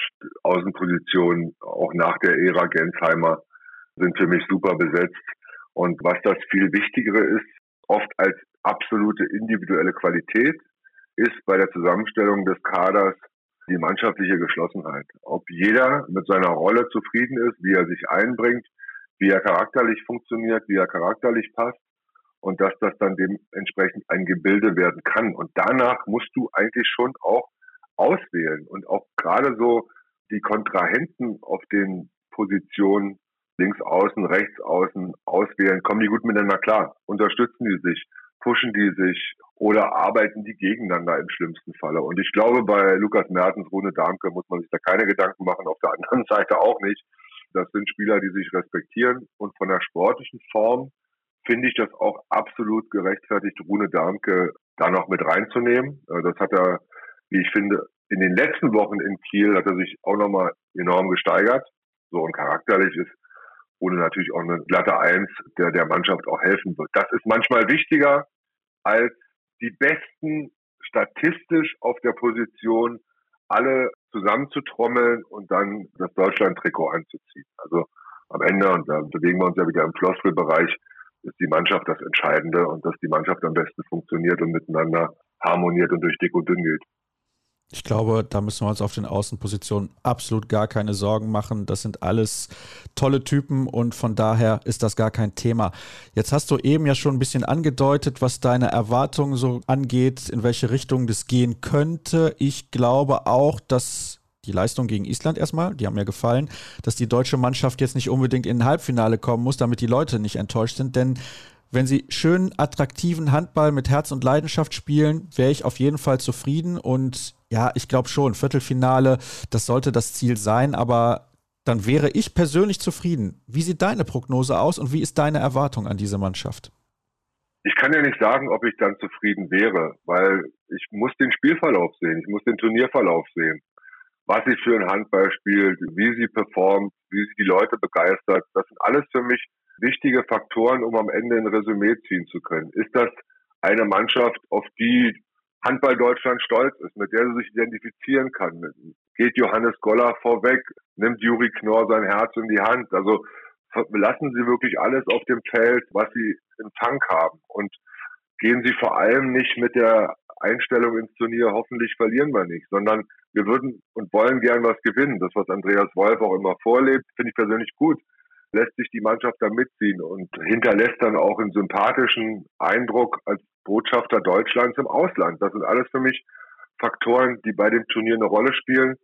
Außenpositionen, auch nach der Ära Gensheimer, sind für mich super besetzt. Und was das viel Wichtigere ist, oft als absolute individuelle Qualität, ist bei der Zusammenstellung des Kaders die mannschaftliche Geschlossenheit. Ob jeder mit seiner Rolle zufrieden ist, wie er sich einbringt, wie er charakterlich funktioniert, wie er charakterlich passt. Und dass das dann dementsprechend ein Gebilde werden kann. Und danach musst du eigentlich schon auch auswählen und auch gerade so die Kontrahenten auf den Positionen links außen, rechts außen auswählen. Kommen die gut miteinander klar? Unterstützen die sich? Pushen die sich? Oder arbeiten die gegeneinander im schlimmsten Falle? Und ich glaube, bei Lukas Mertens, Rune Darmke muss man sich da keine Gedanken machen. Auf der anderen Seite auch nicht. Das sind Spieler, die sich respektieren. Und von der sportlichen Form finde ich das auch absolut gerechtfertigt, Rune Darmke da noch mit reinzunehmen. Das hat er, wie ich finde, in den letzten Wochen in Kiel hat er sich auch nochmal enorm gesteigert. So, und charakterlich ist Rune natürlich auch eine glatte Eins, der der Mannschaft auch helfen wird. Das ist manchmal wichtiger, als die Besten statistisch auf der Position alle zusammenzutrommeln und dann das Deutschland-Trikot anzuziehen. Also am Ende, und da bewegen wir uns ja wieder im Floskelbereich, ist die Mannschaft das Entscheidende und dass die Mannschaft am besten funktioniert und miteinander harmoniert und durch dick und dünn geht. Ich glaube, da müssen wir uns auf den Außenpositionen absolut gar keine Sorgen machen. Das sind alles tolle Typen und von daher ist das gar kein Thema. Jetzt hast du eben ja schon ein bisschen angedeutet, was deine Erwartungen so angeht, in welche Richtung das gehen könnte. Ich glaube auch, dass die Leistung gegen Island erstmal, die haben mir gefallen, dass die deutsche Mannschaft jetzt nicht unbedingt in ein Halbfinale kommen muss, damit die Leute nicht enttäuscht sind, denn wenn sie schönen, attraktiven Handball mit Herz und Leidenschaft spielen, wäre ich auf jeden Fall zufrieden und ja, ich glaube schon, Viertelfinale, das sollte das Ziel sein, aber dann wäre ich persönlich zufrieden. Wie sieht deine Prognose aus und wie ist deine Erwartung an diese Mannschaft? Ich kann ja nicht sagen, ob ich dann zufrieden wäre, weil ich muss den Spielverlauf sehen, ich muss den Turnierverlauf sehen. Was sie für ein Handball spielt, wie sie performt, wie sie die Leute begeistert. Das sind alles für mich wichtige Faktoren, um am Ende ein Resümee ziehen zu können. Ist das eine Mannschaft, auf die Handball Deutschland stolz ist, mit der sie sich identifizieren kann? Geht Johannes Goller vorweg? Nimmt Juri Knorr sein Herz in die Hand? Also lassen sie wirklich alles auf dem Feld, was sie im Tank haben und gehen sie vor allem nicht mit der Einstellung ins Turnier, hoffentlich verlieren wir nicht, sondern wir würden und wollen gern was gewinnen. Das, was Andreas Wolf auch immer vorlebt, finde ich persönlich gut. Lässt sich die Mannschaft da mitziehen und hinterlässt dann auch einen sympathischen Eindruck als Botschafter Deutschlands im Ausland. Das sind alles für mich Faktoren, die bei dem Turnier eine Rolle spielen.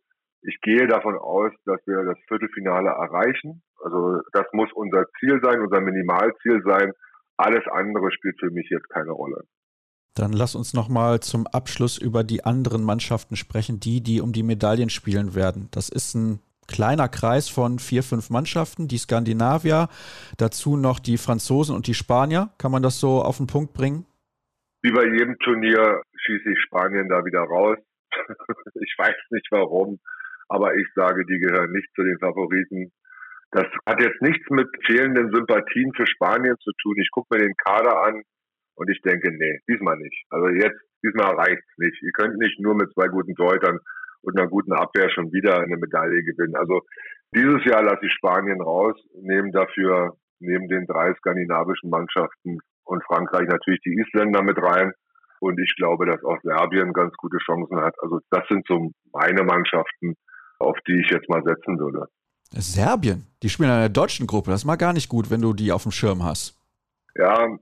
Ich gehe davon aus, dass wir das Viertelfinale erreichen. Also das muss unser Ziel sein, unser Minimalziel sein. Alles andere spielt für mich jetzt keine Rolle. Dann lass uns nochmal zum Abschluss über die anderen Mannschaften sprechen, die, die um die Medaillen spielen werden. Das ist ein kleiner Kreis von vier, fünf Mannschaften, die Skandinavier, dazu noch die Franzosen und die Spanier. Kann man das so auf den Punkt bringen? Wie bei jedem Turnier schieße ich Spanien da wieder raus. Ich weiß nicht warum, aber ich sage, die gehören nicht zu den Favoriten. Das hat jetzt nichts mit fehlenden Sympathien für Spanien zu tun. Ich gucke mir den Kader an und ich denke, nee, diesmal nicht. Also jetzt, diesmal reicht's nicht. Ihr könnt nicht nur mit zwei guten Torhütern und einer guten Abwehr schon wieder eine Medaille gewinnen. Also dieses Jahr lasse ich Spanien raus, nehme dafür neben den drei skandinavischen Mannschaften und Frankreich natürlich die Isländer mit rein. Und ich glaube, dass auch Serbien ganz gute Chancen hat. Also das sind so meine Mannschaften, auf die ich jetzt mal setzen würde. Serbien? Die spielen in der deutschen Gruppe. Das ist mal gar nicht gut, wenn du die auf dem Schirm hast. Ja,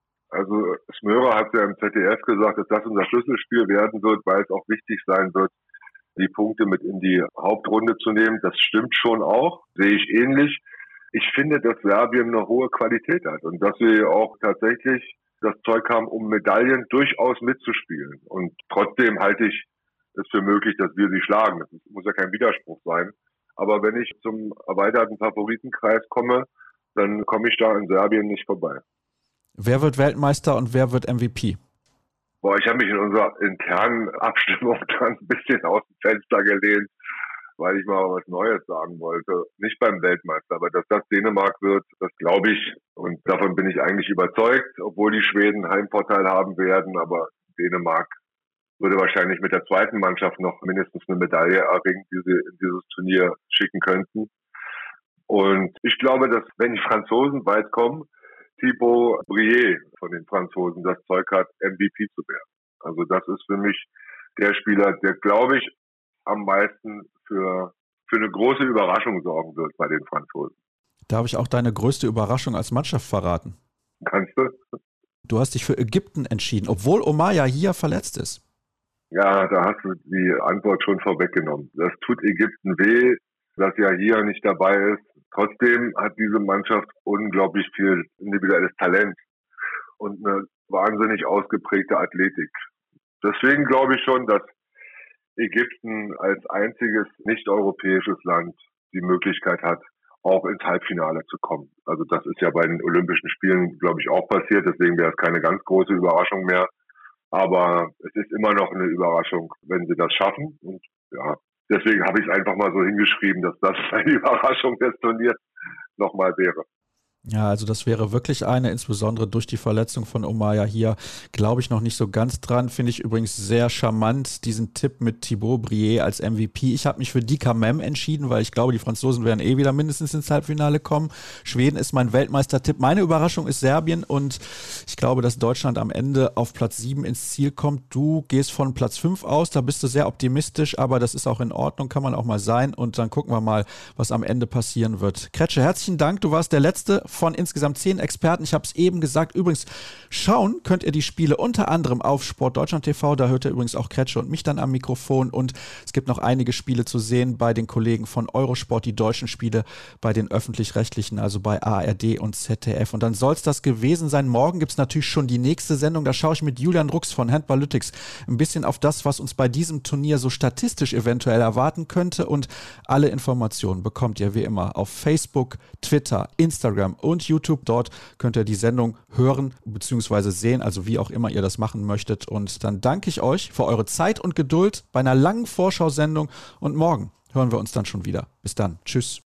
also Smörer hat ja im Z D F gesagt, dass das unser Schlüsselspiel werden wird, weil es auch wichtig sein wird, die Punkte mit in die Hauptrunde zu nehmen. Das stimmt schon auch, sehe ich ähnlich. Ich finde, dass Serbien eine hohe Qualität hat und dass wir auch tatsächlich das Zeug haben, um Medaillen durchaus mitzuspielen. Und trotzdem halte ich es für möglich, dass wir sie schlagen. Das muss ja kein Widerspruch sein. Aber wenn ich zum erweiterten Favoritenkreis komme, dann komme ich da in Serbien nicht vorbei. Wer wird Weltmeister und wer wird M V P? Boah, ich habe mich in unserer internen Abstimmung dann ein bisschen aus dem Fenster gelehnt, weil ich mal was Neues sagen wollte. Nicht beim Weltmeister, aber dass das Dänemark wird, das glaube ich. Und davon bin ich eigentlich überzeugt, obwohl die Schweden Heimvorteil haben werden. Aber Dänemark würde wahrscheinlich mit der zweiten Mannschaft noch mindestens eine Medaille erringen, die sie in dieses Turnier schicken könnten. Und ich glaube, dass wenn die Franzosen weit kommen, Thibaut Brier von den Franzosen das Zeug hat, M V P zu werden. Also das ist für mich der Spieler, der, glaube ich, am meisten für, für eine große Überraschung sorgen wird bei den Franzosen. Darf ich auch deine größte Überraschung als Mannschaft verraten? Kannst du? Du hast dich für Ägypten entschieden, obwohl Omar Yahia verletzt ist. Ja, da hast du die Antwort schon vorweggenommen. Das tut Ägypten weh, dass Yahia nicht dabei ist. Trotzdem hat diese Mannschaft unglaublich viel individuelles Talent und eine wahnsinnig ausgeprägte Athletik. Deswegen glaube ich schon, dass Ägypten als einziges nicht-europäisches Land die Möglichkeit hat, auch ins Halbfinale zu kommen. Also das ist ja bei den Olympischen Spielen, glaube ich, auch passiert. Deswegen wäre es keine ganz große Überraschung mehr. Aber es ist immer noch eine Überraschung, wenn sie das schaffen. Und ja, deswegen habe ich es einfach mal so hingeschrieben, dass das eine Überraschung des Turniers nochmal wäre. Ja, also das wäre wirklich eine, insbesondere durch die Verletzung von Omar Yahia, glaube ich noch nicht so ganz dran. Finde ich übrigens sehr charmant, diesen Tipp mit Thibaut Brier als M V P. Ich habe mich für Dika Mem entschieden, weil ich glaube, die Franzosen werden eh wieder mindestens ins Halbfinale kommen. Schweden ist mein Weltmeistertipp. Meine Überraschung ist Serbien und ich glaube, dass Deutschland am Ende auf Platz sieben ins Ziel kommt. Du gehst von Platz fünf aus, da bist du sehr optimistisch, aber das ist auch in Ordnung, kann man auch mal sein und dann gucken wir mal, was am Ende passieren wird. Kretsche, herzlichen Dank, du warst der Letzte von insgesamt zehn Experten. Ich habe es eben gesagt. Übrigens, schauen könnt ihr die Spiele unter anderem auf Sportdeutschland T V. Da hört ihr übrigens auch Kretsche und mich dann am Mikrofon. Und es gibt noch einige Spiele zu sehen bei den Kollegen von Eurosport, die deutschen Spiele bei den Öffentlich-Rechtlichen, also bei A R D und Z D F. Und dann soll es das gewesen sein. Morgen gibt es natürlich schon die nächste Sendung. Da schaue ich mit Julian Rux von Handballytics ein bisschen auf das, was uns bei diesem Turnier so statistisch eventuell erwarten könnte. Und alle Informationen bekommt ihr wie immer auf Facebook, Twitter, Instagram und YouTube. Dort könnt ihr die Sendung hören bzw. sehen, also wie auch immer ihr das machen möchtet. Und dann danke ich euch für eure Zeit und Geduld bei einer langen Vorschau-Sendung und morgen hören wir uns dann schon wieder. Bis dann. Tschüss.